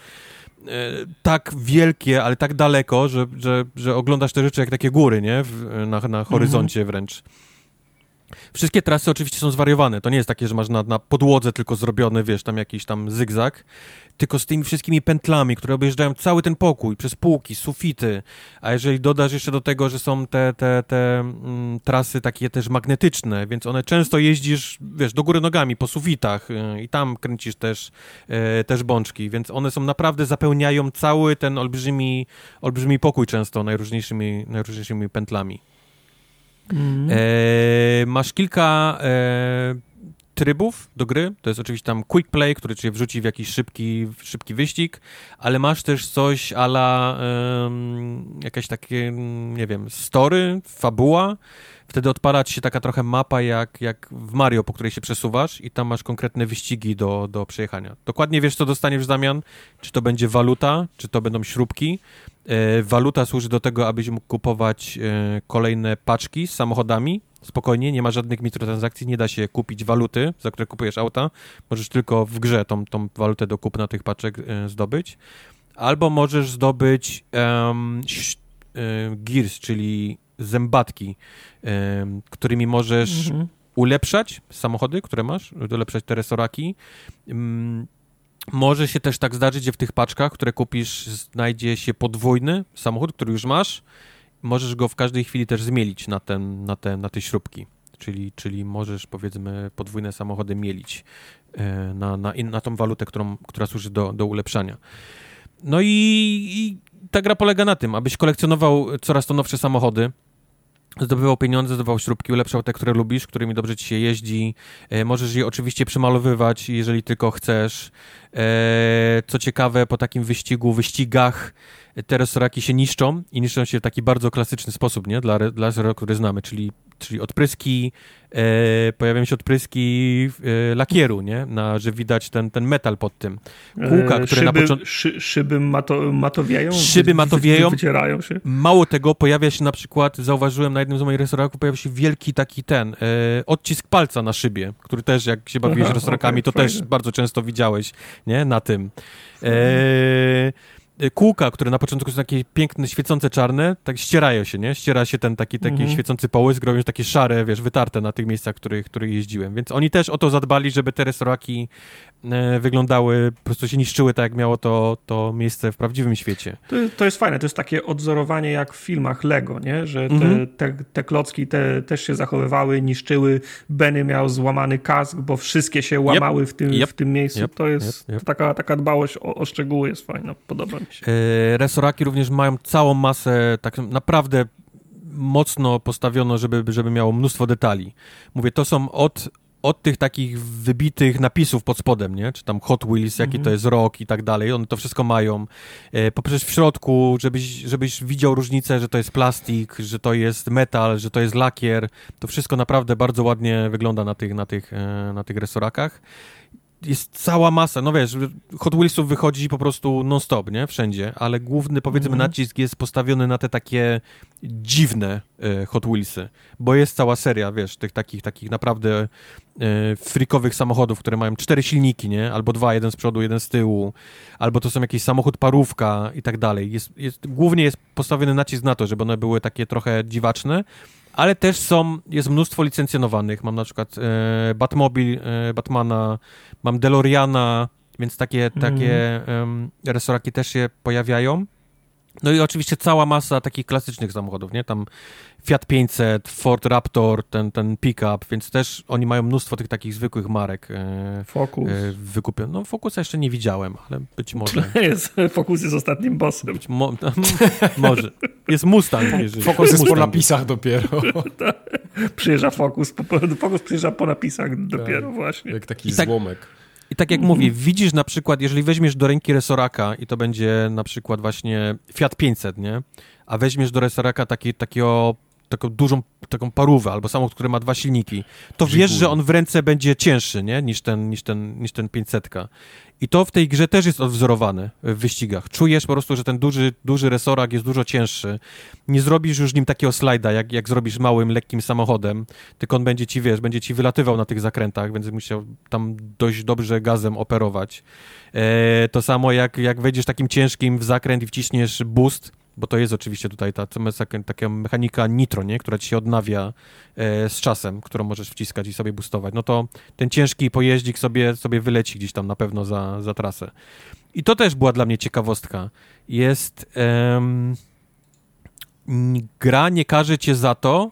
tak wielkie, ale tak daleko, że, że, że oglądasz te rzeczy jak takie góry, nie? W, na, na horyzoncie mhm. wręcz. Wszystkie trasy oczywiście są zwariowane. To nie jest takie, że masz na, na podłodze tylko zrobione, wiesz, tam jakiś tam zygzak, tylko z tymi wszystkimi pętlami, które objeżdżają cały ten pokój, przez półki, sufity. A jeżeli dodasz jeszcze do tego, że są te, te, te mm, trasy takie też magnetyczne, więc one często jeździsz, wiesz, do góry nogami po sufitach yy, i tam kręcisz też, yy, też bączki, więc one są naprawdę, zapełniają cały ten olbrzymi, olbrzymi pokój często najróżniejszymi, najróżniejszymi pętlami. Mm. E, masz kilka e, trybów do gry, to jest oczywiście tam quick play, który cię wrzuci w jakiś szybki, szybki wyścig, ale masz też coś a la um, jakieś takie, nie wiem, story, fabuła, wtedy odpala ci się taka trochę mapa jak, jak w Mario, po której się przesuwasz i tam masz konkretne wyścigi do, do przejechania. Dokładnie wiesz, co dostaniesz w zamian, czy to będzie waluta, czy to będą śrubki. E, waluta służy do tego, abyś mógł kupować e, kolejne paczki z samochodami. Spokojnie, nie ma żadnych mikrotransakcji, nie da się kupić waluty, za które kupujesz auta. Możesz tylko w grze tą, tą walutę do kupna tych paczek e, zdobyć. Albo możesz zdobyć um, ś, e, gears, czyli zębatki, e, którymi możesz mhm. ulepszać samochody, które masz, ulepszać te resoraki. Um, Może się też tak zdarzyć, że w tych paczkach, które kupisz, znajdzie się podwójny samochód, który już masz. Możesz go w każdej chwili też zmielić na, ten, na, te, na te śrubki. Czyli, czyli możesz, powiedzmy, podwójne samochody mielić e, na, na, na tą walutę, którą, która służy do, do ulepszania. No i, i ta gra polega na tym, abyś kolekcjonował coraz to nowsze samochody, zdobywał pieniądze, zdobywał śrubki, ulepszał te, które lubisz, którymi dobrze ci się jeździ. E, możesz je oczywiście przemalowywać, jeżeli tylko chcesz. E, co ciekawe, po takim wyścigu, wyścigach te resoraki się niszczą i niszczą się w taki bardzo klasyczny sposób, nie? Dla, dla resoraku, który znamy, czyli, czyli odpryski, e, pojawiają się odpryski e, lakieru, nie? Na, że widać ten, ten metal pod tym. Kółka, które szyby, na początku... Szy, szyby mato, matowieją? Szyby matowieją. Wy, wycierają się? Mało tego, pojawia się na przykład, zauważyłem na jednym z moich resoraków, pojawia się wielki taki ten, e, odcisk palca na szybie, który też, jak się bawiłeś Aha, resorakami, okay, to fajne. Też bardzo często widziałeś, nie? Na tym. E, Kółka, które na początku są takie piękne, świecące czarne, tak ścierają się, nie? Ściera się ten taki, taki mm-hmm. świecący połysk, robią się takie szare, wiesz, wytarte na tych miejscach, w których, których jeździłem. Więc oni też o to zadbali, żeby te resoraki e, wyglądały, po prostu się niszczyły tak, jak miało to, to miejsce w prawdziwym świecie. To, to jest fajne, to jest takie odzorowanie jak w filmach Lego, nie? Że te, Mhm. te, te klocki te też się zachowywały, niszczyły. Benny miał złamany kask, bo wszystkie się łamały yep. w, tym, yep. w tym miejscu. Yep. To jest yep. Yep. To taka, taka dbałość o, o szczegóły jest fajna, podoba mi się. E, resoraki również mają całą masę, tak naprawdę mocno postawiono, żeby, żeby miało mnóstwo detali. Mówię, to są od, od tych takich wybitych napisów pod spodem, nie? Czy tam Hot Wheels, jaki mm-hmm. to jest rok i tak dalej. One to wszystko mają. E, poprzez w środku, żebyś, żebyś widział różnicę, że to jest plastik, że to jest metal, że to jest lakier. To wszystko naprawdę bardzo ładnie wygląda na tych, na tych, e, na tych resorakach. Jest cała masa, no wiesz, Hot Wheelsów wychodzi po prostu non-stop, nie? Wszędzie, ale główny, powiedzmy, mm. nacisk jest postawiony na te takie dziwne e, Hot Wheelsy, bo jest cała seria, wiesz, tych takich, takich naprawdę e, freakowych samochodów, które mają cztery silniki, nie? Albo dwa, jeden z przodu, jeden z tyłu, albo to są jakiś samochód parówka i tak dalej. Jest, jest, głównie jest postawiony nacisk na to, żeby one były takie trochę dziwaczne, ale też są, jest mnóstwo licencjonowanych. Mam na przykład e, Batmobil e, Batmana, mam DeLoreana, więc takie, takie mm. e, resoraki też się pojawiają. No i oczywiście cała masa takich klasycznych samochodów, nie? Tam Fiat pięćset, Ford Raptor, ten, ten pick-up, więc też oni mają mnóstwo tych takich zwykłych marek. E, Focus. E, wykupione. No Focusa jeszcze nie widziałem, ale być może. Jest, Focus jest ostatnim bossem. Być mo- może. Jest Mustang. Jeżeli. Focus jest Mustang. Po napisach dopiero. Przyjeżdża Focus, po, Focus przyjeżdża po napisach dopiero tak, właśnie. Jak taki I tak, złomek. I tak jak mm-hmm. mówię, widzisz na przykład, jeżeli weźmiesz do ręki resoraka i to będzie na przykład właśnie Fiat pięćset, nie? A weźmiesz do resoraka taki, takiego taką dużą taką parówę, albo samochód, który ma dwa silniki, to wiesz, że on w ręce będzie cięższy, nie? Niż ten, niż ten, niż ten pięćsetka. I to w tej grze też jest odwzorowane w wyścigach. Czujesz po prostu, że ten duży, duży resorak jest dużo cięższy. Nie zrobisz już nim takiego slajda, jak, jak zrobisz małym, lekkim samochodem, tylko on będzie ci, wiesz, będzie ci wylatywał na tych zakrętach, więc musiał tam dość dobrze gazem operować. E, to samo jak, jak wejdziesz takim ciężkim w zakręt i wciśniesz boost, bo to jest oczywiście tutaj ta, taka mechanika nitro, nie? Która ci się odnawia e, z czasem, którą możesz wciskać i sobie boostować, no to ten ciężki pojeździk sobie, sobie wyleci gdzieś tam na pewno za, za trasę. I to też była dla mnie ciekawostka. Jest... Em, gra nie każe cię za to,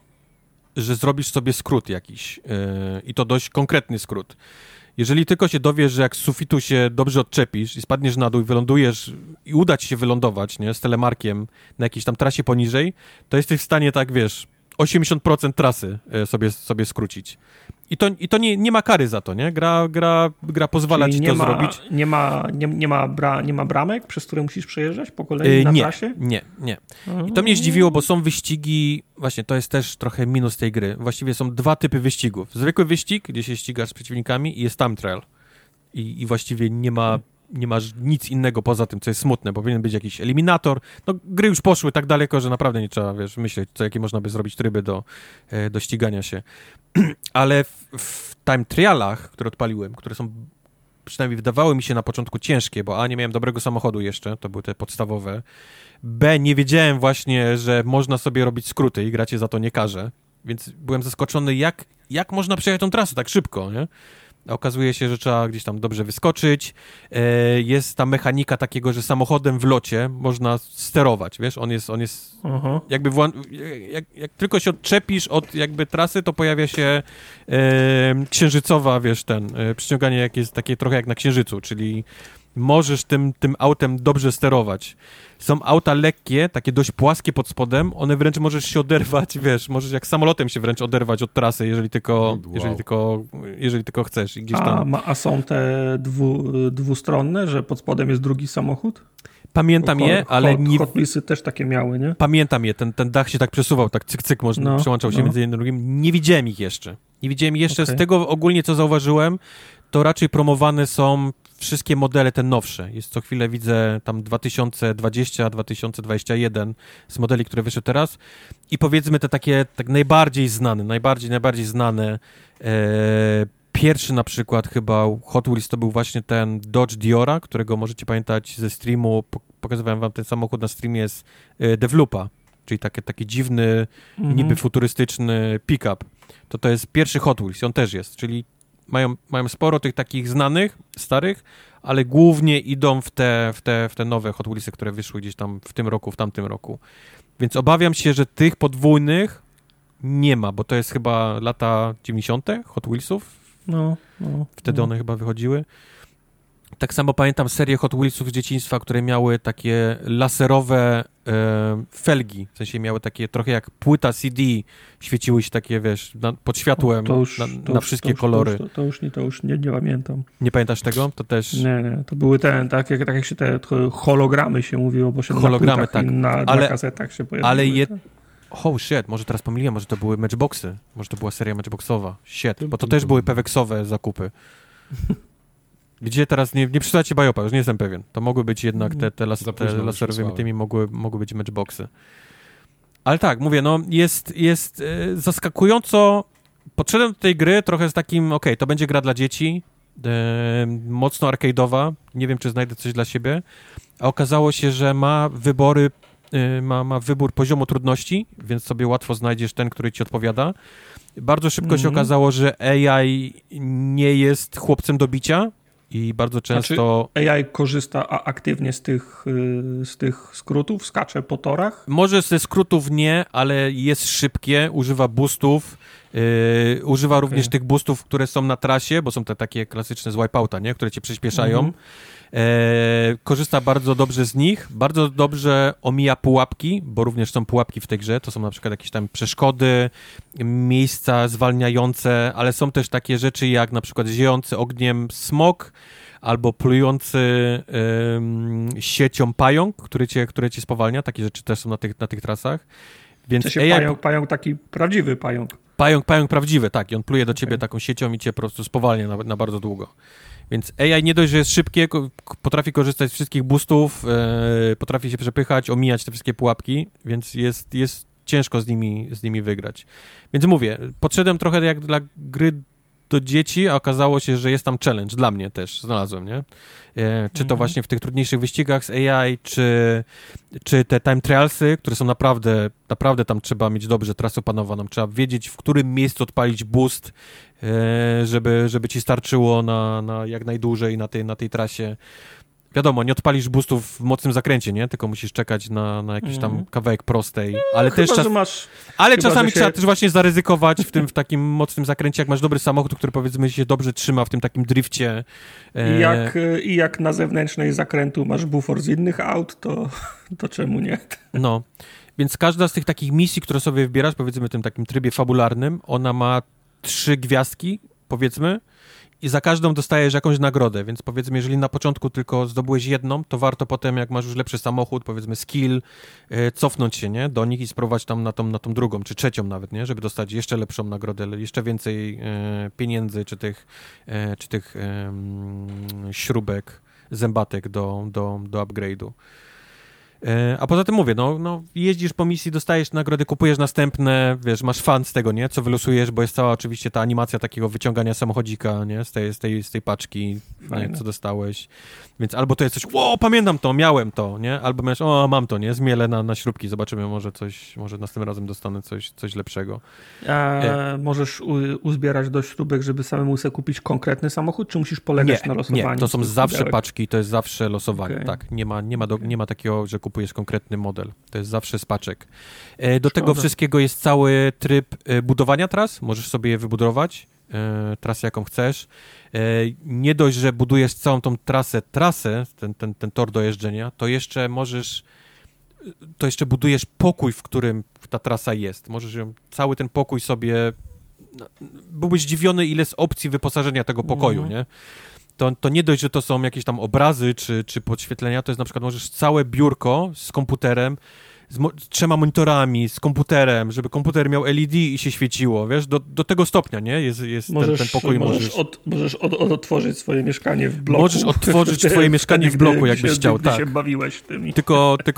że zrobisz sobie skrót jakiś. E, I to dość konkretny skrót. Jeżeli tylko się dowiesz, że jak z sufitu się dobrze odczepisz i spadniesz na dół i wylądujesz i uda ci się wylądować, nie, z telemarkiem na jakiejś tam trasie poniżej, to jesteś w stanie, tak wiesz, osiemdziesiąt procent trasy sobie, sobie skrócić. I to, i to nie, nie ma kary za to, nie? Gra, gra, gra pozwala Czyli ci nie to ma, zrobić. Nie ma, nie, nie, ma bra, nie ma bramek, przez które musisz przejeżdżać po kolei yy, na nie, trasie? Nie, nie. I to mnie zdziwiło, bo są wyścigi, właśnie to jest też trochę minus tej gry. Właściwie są dwa typy wyścigów. Zwykły wyścig, gdzie się ścigasz z przeciwnikami i jest time trial. I, i właściwie nie ma... nie masz nic innego poza tym, co jest smutne, bo powinien być jakiś eliminator. No, gry już poszły tak daleko, że naprawdę nie trzeba, wiesz, myśleć, co, jakie można by zrobić tryby do, e, do ścigania się. Ale w, w time trialach, które odpaliłem, które są, przynajmniej wydawały mi się na początku ciężkie, bo A, nie miałem dobrego samochodu jeszcze, to były te podstawowe. B, nie wiedziałem właśnie, że można sobie robić skróty i gra cię za to nie karze. Więc byłem zaskoczony, jak, jak można przejechać tą trasę tak szybko, nie? A okazuje się, że trzeba gdzieś tam dobrze wyskoczyć. E, jest ta mechanika takiego, że samochodem w locie można sterować, wiesz, on jest, on jest uh-huh. jakby wła- jak, jak tylko się odczepisz od jakby trasy, to pojawia się e, księżycowa, wiesz, ten, e, przyciąganie jak jest takie trochę jak na księżycu, czyli możesz tym, tym autem dobrze sterować. Są auta lekkie, takie dość płaskie pod spodem, one wręcz możesz się oderwać, wiesz, możesz jak samolotem się wręcz oderwać od trasy, jeżeli tylko, wow. jeżeli tylko, jeżeli tylko chcesz. I gdzieś tam... a, ma, a są te dwu, dwustronne, że pod spodem jest drugi samochód? Pamiętam Hot, je, ale Hot, nie... Hot Wheelsy też takie miały, nie? Pamiętam je, ten, ten dach się tak przesuwał, tak cyk, cyk, można, no, przełączał się no. między jednym i drugim. Nie widziałem ich jeszcze. Nie widziałem ich jeszcze. Okay. Z tego ogólnie, co zauważyłem, to raczej promowane są wszystkie modele te nowsze. Jest co chwilę widzę tam dwa tysiące dwudziesty, dwa tysiące dwudziesty jeden z modeli, które wyszły teraz i powiedzmy te takie tak najbardziej znane, najbardziej, najbardziej znane. E, pierwszy na przykład chyba Hot Wheels to był właśnie ten Dodge Diora, którego możecie pamiętać ze streamu, pokazywałem wam ten samochód na streamie, jest e, Devloopa, czyli taki, taki dziwny, mm-hmm. niby futurystyczny pick-up. To to jest pierwszy Hot Wheels, on też jest, czyli mają, mają sporo tych takich znanych, starych, ale głównie idą w te, w te, w te nowe Hot Wheelsy, które wyszły gdzieś tam w tym roku, w tamtym roku. Więc obawiam się, że tych podwójnych nie ma, bo to jest chyba lata dziewięćdziesiąte Hot Wheelsów. No, no. Wtedy no. one chyba wychodziły. Tak samo pamiętam serię Hot Wheelsów z dzieciństwa, które miały takie laserowe e, felgi, w sensie miały takie trochę jak płyta C D, świeciły się takie, wiesz, na, pod światłem to już, na, to na już, wszystkie to już, kolory. To już, to już, nie, to już nie, nie pamiętam. Nie pamiętasz tego? To też... Nie, nie, to były te, tak jak, tak jak się te hologramy się mówiło, bo się hologramy, na tak. i na, ale, na kasetach się pojawiły. Ale je... Oh shit, może teraz pomyliłem, może to były Matchboxy, może to była seria Matchboxowa. Shit, bo to też były peweksowe zakupy. Gdzie teraz, nie, nie przyszłacie Bajopa, już nie jestem pewien. To mogły być jednak te, te, las, te laserowymi tymi mogły, mogły być Matchboxy. Ale tak, mówię, no jest, jest e, zaskakująco... Podszedłem do tej gry trochę z takim, okej, okay, to będzie gra dla dzieci, e, mocno arcade'owa, nie wiem, czy znajdę coś dla siebie, a okazało się, że ma wybory, e, ma, ma wybór poziomu trudności, więc sobie łatwo znajdziesz ten, który ci odpowiada. Bardzo szybko mm-hmm. się okazało, że A I nie jest chłopcem do bicia, i bardzo często... Znaczy A I korzysta aktywnie z tych, z tych skrótów, skacze po torach? Może ze skrótów nie, ale jest szybkie, używa boostów, yy, używa okay. również tych boostów, które są na trasie, bo są te takie klasyczne z Wipeouta, nie? Które cię przyspieszają. Mm-hmm. E, korzysta bardzo dobrze z nich, bardzo dobrze omija pułapki, bo również są pułapki w tej grze, to są na przykład jakieś tam przeszkody, miejsca zwalniające, ale są też takie rzeczy jak na przykład ziejący ogniem smok, albo plujący y, siecią pająk, który cię, który cię spowalnia, takie rzeczy też są na tych, na tych trasach. Więc to się A I... pająk, pająk taki prawdziwy pająk. Pająk, pająk prawdziwy, tak, i on pluje do ciebie okay. taką siecią i cię po prostu spowalnia na, na bardzo długo. Więc A I nie dość, że jest szybkie, potrafi korzystać z wszystkich boostów, yy, potrafi się przepychać, omijać te wszystkie pułapki, więc jest, jest ciężko z nimi, z nimi wygrać. Więc mówię, podszedłem trochę jak dla gry do dzieci, a okazało się, że jest tam challenge, dla mnie też znalazłem, nie? E, czy to właśnie w tych trudniejszych wyścigach z A I, czy, czy te time trialsy, które są naprawdę, naprawdę tam trzeba mieć dobrze trasę opanowaną, trzeba wiedzieć, w którym miejscu odpalić boost, e, żeby, żeby ci starczyło na, na jak najdłużej na tej, na tej trasie. Wiadomo, nie odpalisz boostów w mocnym zakręcie, nie? Tylko musisz czekać na, na jakiś tam kawałek prostej. Ale no, też chyba, czas... masz, Ale chyba, czasami się... trzeba też właśnie zaryzykować w tym w takim mocnym zakręcie, jak masz dobry samochód, który powiedzmy się dobrze trzyma w tym takim drifcie. I jak, i jak na zewnętrznej zakrętu masz bufor z innych aut, to, to czemu nie? No, więc każda z tych takich misji, które sobie wybierasz, powiedzmy w tym takim trybie fabularnym, ona ma trzy gwiazdki, powiedzmy, i za każdą dostajesz jakąś nagrodę, więc powiedzmy, jeżeli na początku tylko zdobyłeś jedną, to warto potem, jak masz już lepszy samochód, powiedzmy skill, e, cofnąć się, nie, do nich i spróbować tam na tą, na tą drugą, czy trzecią nawet, nie, żeby dostać jeszcze lepszą nagrodę, jeszcze więcej e, pieniędzy, czy tych, e, czy tych e, śrubek, zębatek do, do, do upgrade'u. A poza tym mówię, no, no jeździsz po misji, dostajesz nagrody, kupujesz następne, wiesz, masz fan z tego, nie, co wylosujesz, bo jest cała oczywiście ta animacja takiego wyciągania samochodzika, nie, z tej, z tej, z tej paczki, nie, co dostałeś, więc albo to jest coś, o, pamiętam to, miałem to, nie, albo masz, o, mam to, nie, zmielę na, na śrubki, zobaczymy, może coś, może następnym razem dostanę coś, coś lepszego. A e... możesz u, uzbierać do śrubek, żeby samemu sobie kupić konkretny samochód, czy musisz polegać nie, na losowaniu? Nie, to są zawsze pudełek? Paczki, to jest zawsze losowanie, okay. tak, nie ma, nie ma, do, okay. nie ma takiego, że kupujesz konkretny model. To jest zawsze z paczek. E, do Szkoda. Tego wszystkiego jest cały tryb e, budowania tras. Możesz sobie je wybudować, e, trasę jaką chcesz. E, nie dość, że budujesz całą tą trasę, trasę, ten, ten, ten tor do jeżdżenia, to jeszcze możesz to jeszcze budujesz pokój, w którym ta trasa jest. Możesz ją, cały ten pokój sobie... No, byłbyś zdziwiony, ile jest opcji wyposażenia tego pokoju, mm. nie? To, to nie dość, że to są jakieś tam obrazy czy, czy podświetlenia, to jest na przykład możesz całe biurko z komputerem, z, mo- z trzema monitorami, z komputerem, żeby komputer miał L E D i się świeciło, wiesz, do, do tego stopnia, nie? Jest, jest możesz, ten, ten pokój. Możesz, możesz... od, możesz od, od otworzyć swoje mieszkanie w bloku. Możesz odtworzyć swoje mieszkanie w bloku, jakbyś się, chciał, gdy tak. się bawiłeś tym. Tylko, tylko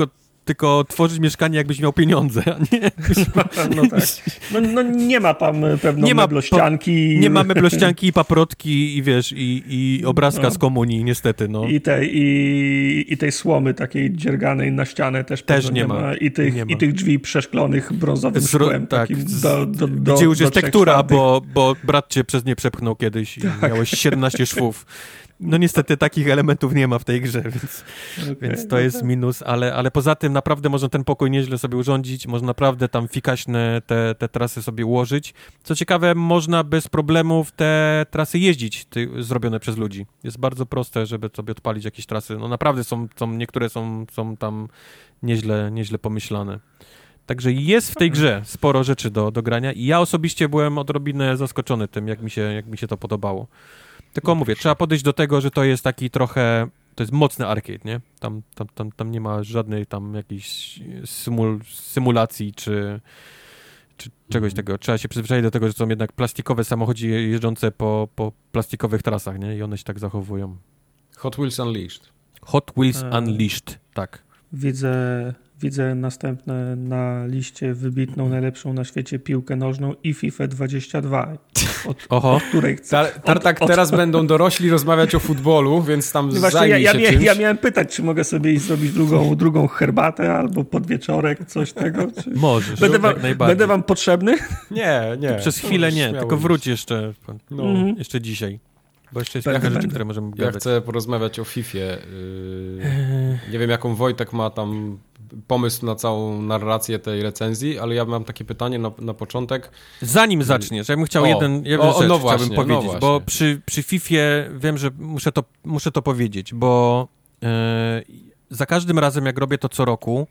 tylko tworzyć mieszkanie, jakbyś miał pieniądze, a nie jakbyś... No tak. No, no nie ma tam pewno nie ma meblościanki. Po, nie ma meblościanki i paprotki i wiesz, i, i obrazka no. z komunii, niestety, no. I tej, i, i tej słomy takiej dzierganej na ścianę też, też nie ma. ma. I tych, nie ma. I tych drzwi przeszklonych brązowym Zro, szkłem. tak, takim do, do, do, gdzie już do jest tektura, bo, bo brat cię przez nie przepchnął kiedyś i tak. miałeś siedemnaście szwów. No niestety takich elementów nie ma w tej grze, więc, okay, więc to okay. jest minus, ale, ale poza tym naprawdę można ten pokój nieźle sobie urządzić, można naprawdę tam fikaśne te, te trasy sobie ułożyć. Co ciekawe, można bez problemów te trasy jeździć, ty, zrobione przez ludzi. Jest bardzo proste, żeby sobie odpalić jakieś trasy. No naprawdę są, są niektóre są, są tam nieźle, nieźle pomyślane. Także jest w tej grze sporo rzeczy do, do grania i ja osobiście byłem odrobinę zaskoczony tym, jak mi się, jak mi się to podobało. Tylko mówię, trzeba podejść do tego, że to jest taki trochę, to jest mocny arcade, nie? Tam, tam, tam, tam nie ma żadnej tam jakiejś symul, symulacji czy, czy czegoś mm. tego. Trzeba się przyzwyczaić do tego, że są jednak plastikowe samochody jeżdżące po, po plastikowych trasach, nie? I one się tak zachowują. Hot Wheels Unleashed. Hot Wheels e... Unleashed, tak. Widzę... Widzę następne na liście wybitną, najlepszą na świecie piłkę nożną i FIFA dwadzieścia dwa, od, Oho. od której chcę... Tar- Tartak, od, teraz od... będą dorośli rozmawiać o futbolu, więc tam no zajmij ja, ja, się ja, czymś. ja miałem pytać, czy mogę sobie iść zrobić drugą, drugą herbatę albo podwieczorek, coś tego. Czy... Możesz, będę wam, najbardziej. Będę wam potrzebny? Nie, nie. To przez chwilę nie, tylko wróć jeszcze, no. mm-hmm. jeszcze dzisiaj. Bo jeszcze jest kilka rzeczy, które możemy gadać. Ja chcę porozmawiać o Fifie. Yy, nie wiem, jaką Wojtek ma tam pomysł na całą narrację tej recenzji, ale ja mam takie pytanie na, na początek. Zanim zaczniesz, ja bym chciał o, jeden, jeden o, rzecz no chciałbym właśnie, powiedzieć, no bo przy, przy Fifie wiem, że muszę to, muszę to powiedzieć, bo yy, za każdym razem, jak robię to co roku,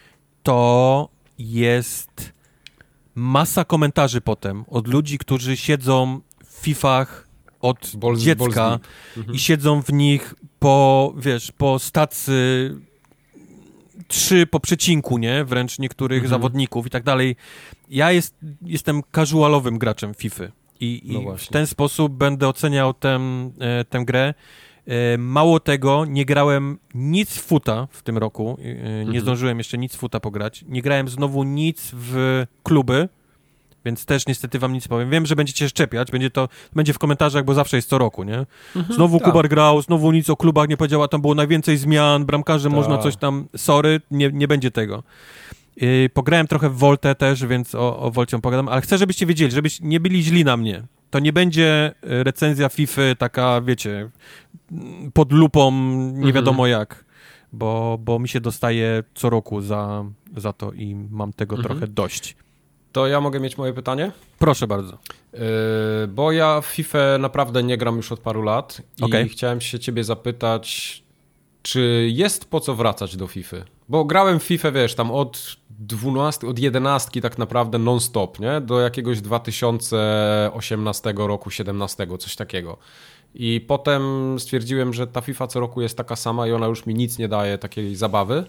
to jest masa komentarzy potem od ludzi, którzy siedzą w Fifach od Balls, dziecka Balls mhm. i siedzą w nich po, wiesz, po stacy trzy po przecinku, nie? Wręcz niektórych mhm. zawodników i tak dalej. Ja jest, jestem casualowym graczem FIFA i, no i w ten sposób będę oceniał tę, e, tę grę. E, mało tego, nie grałem nic w futa w tym roku. E, nie mhm. zdążyłem jeszcze nic w futa pograć. Nie grałem znowu nic w kluby, więc też niestety wam nic powiem. Wiem, że będziecie szczepiać, będzie to będzie w komentarzach, bo zawsze jest co roku, nie? Mhm, znowu tak. Kubar grał, znowu nic o klubach nie powiedział, a tam było najwięcej zmian, bramkarze tak. można coś tam... Sorry, nie, nie będzie tego. Yy, pograłem trochę w Voltę też, więc o, o Volcie pogadam, ale chcę, żebyście wiedzieli, żebyście nie byli źli na mnie. To nie będzie recenzja FIFA taka, wiecie, pod lupą, nie wiadomo mhm. jak, bo, bo mi się dostaje co roku za, za to i mam tego mhm. trochę dość. To ja mogę mieć moje pytanie? Proszę bardzo. Yy, bo ja w FIFA naprawdę nie gram już od paru lat i okay. chciałem się ciebie zapytać, czy jest po co wracać do FIFA? Bo grałem w FIFA, wiesz, tam od dwunastki, od jedenastki tak naprawdę non-stop, nie? Do jakiegoś dwa tysiące osiemnastego roku, siedemnastego, coś takiego. I potem stwierdziłem, że ta FIFA co roku jest taka sama i ona już mi nic nie daje takiej zabawy.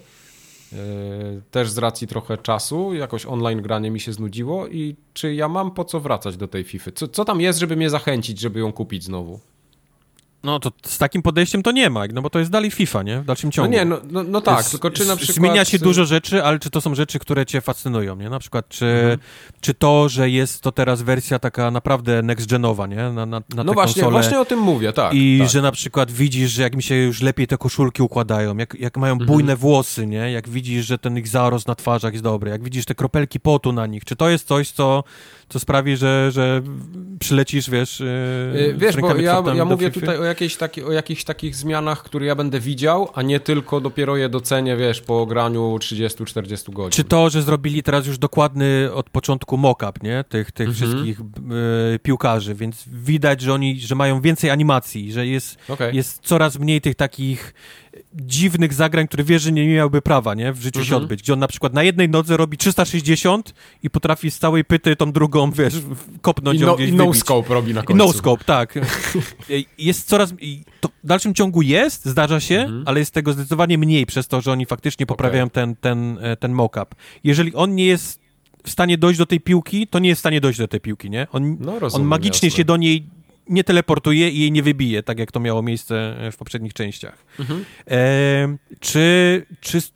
Też z racji trochę czasu, jakoś online granie mi się znudziło i czy ja mam po co wracać do tej FIFA? Co, co tam jest, żeby mnie zachęcić, żeby ją kupić znowu? No to z takim podejściem to nie ma, no bo to jest dalej FIFA, nie? W dalszym ciągu. No nie, no, no, no tak, jest, tylko czy na przykład... Zmienia się dużo rzeczy, ale czy to są rzeczy, które cię fascynują, nie? Na przykład czy, mhm. czy to, że jest to teraz wersja taka naprawdę next-genowa, nie? Na, na, na no te właśnie, konsole. właśnie o tym mówię, tak. I tak. że na przykład widzisz, że jak mi się już lepiej te koszulki układają, jak, jak mają bujne mhm. włosy, nie? Jak widzisz, że ten ich zarost na twarzach jest dobry, jak widzisz te kropelki potu na nich. Czy to jest coś, co, co sprawi, że, że przylecisz, wiesz... Yy, wiesz, bo ja, ja mówię tutaj o jakiejś takiej... O jakichś takich zmianach, które ja będę widział, a nie tylko dopiero je docenię, wiesz, po graniu trzydziestu czterdziestu godzin. Czy to, że zrobili teraz już dokładny od początku mock-up, nie? Tych, tych mhm. wszystkich y, piłkarzy, więc widać, że oni, że mają więcej animacji, że jest, okay. jest coraz mniej tych takich dziwnych zagrań, które wiesz, że nie miałby prawa, nie? W życiu mhm. się odbyć. Gdzie on na przykład na jednej nodze robi trzysta sześćdziesiąt i potrafi z całej pyty tą drugą, wiesz, kopnąć I no, ją gdzieś I no scope robi na końcu. I no scope, tak. Jest coraz... To w dalszym ciągu jest, zdarza się, mhm. ale jest tego zdecydowanie mniej przez to, że oni faktycznie poprawiają okay. ten, ten, ten mock-up. Jeżeli on nie jest w stanie dojść do tej piłki, to nie jest w stanie dojść do tej piłki, nie? On, no, rozumiem, on magicznie jasne. się do niej nie teleportuje i jej nie wybije, tak jak to miało miejsce w poprzednich częściach. Mhm. E, czy, czy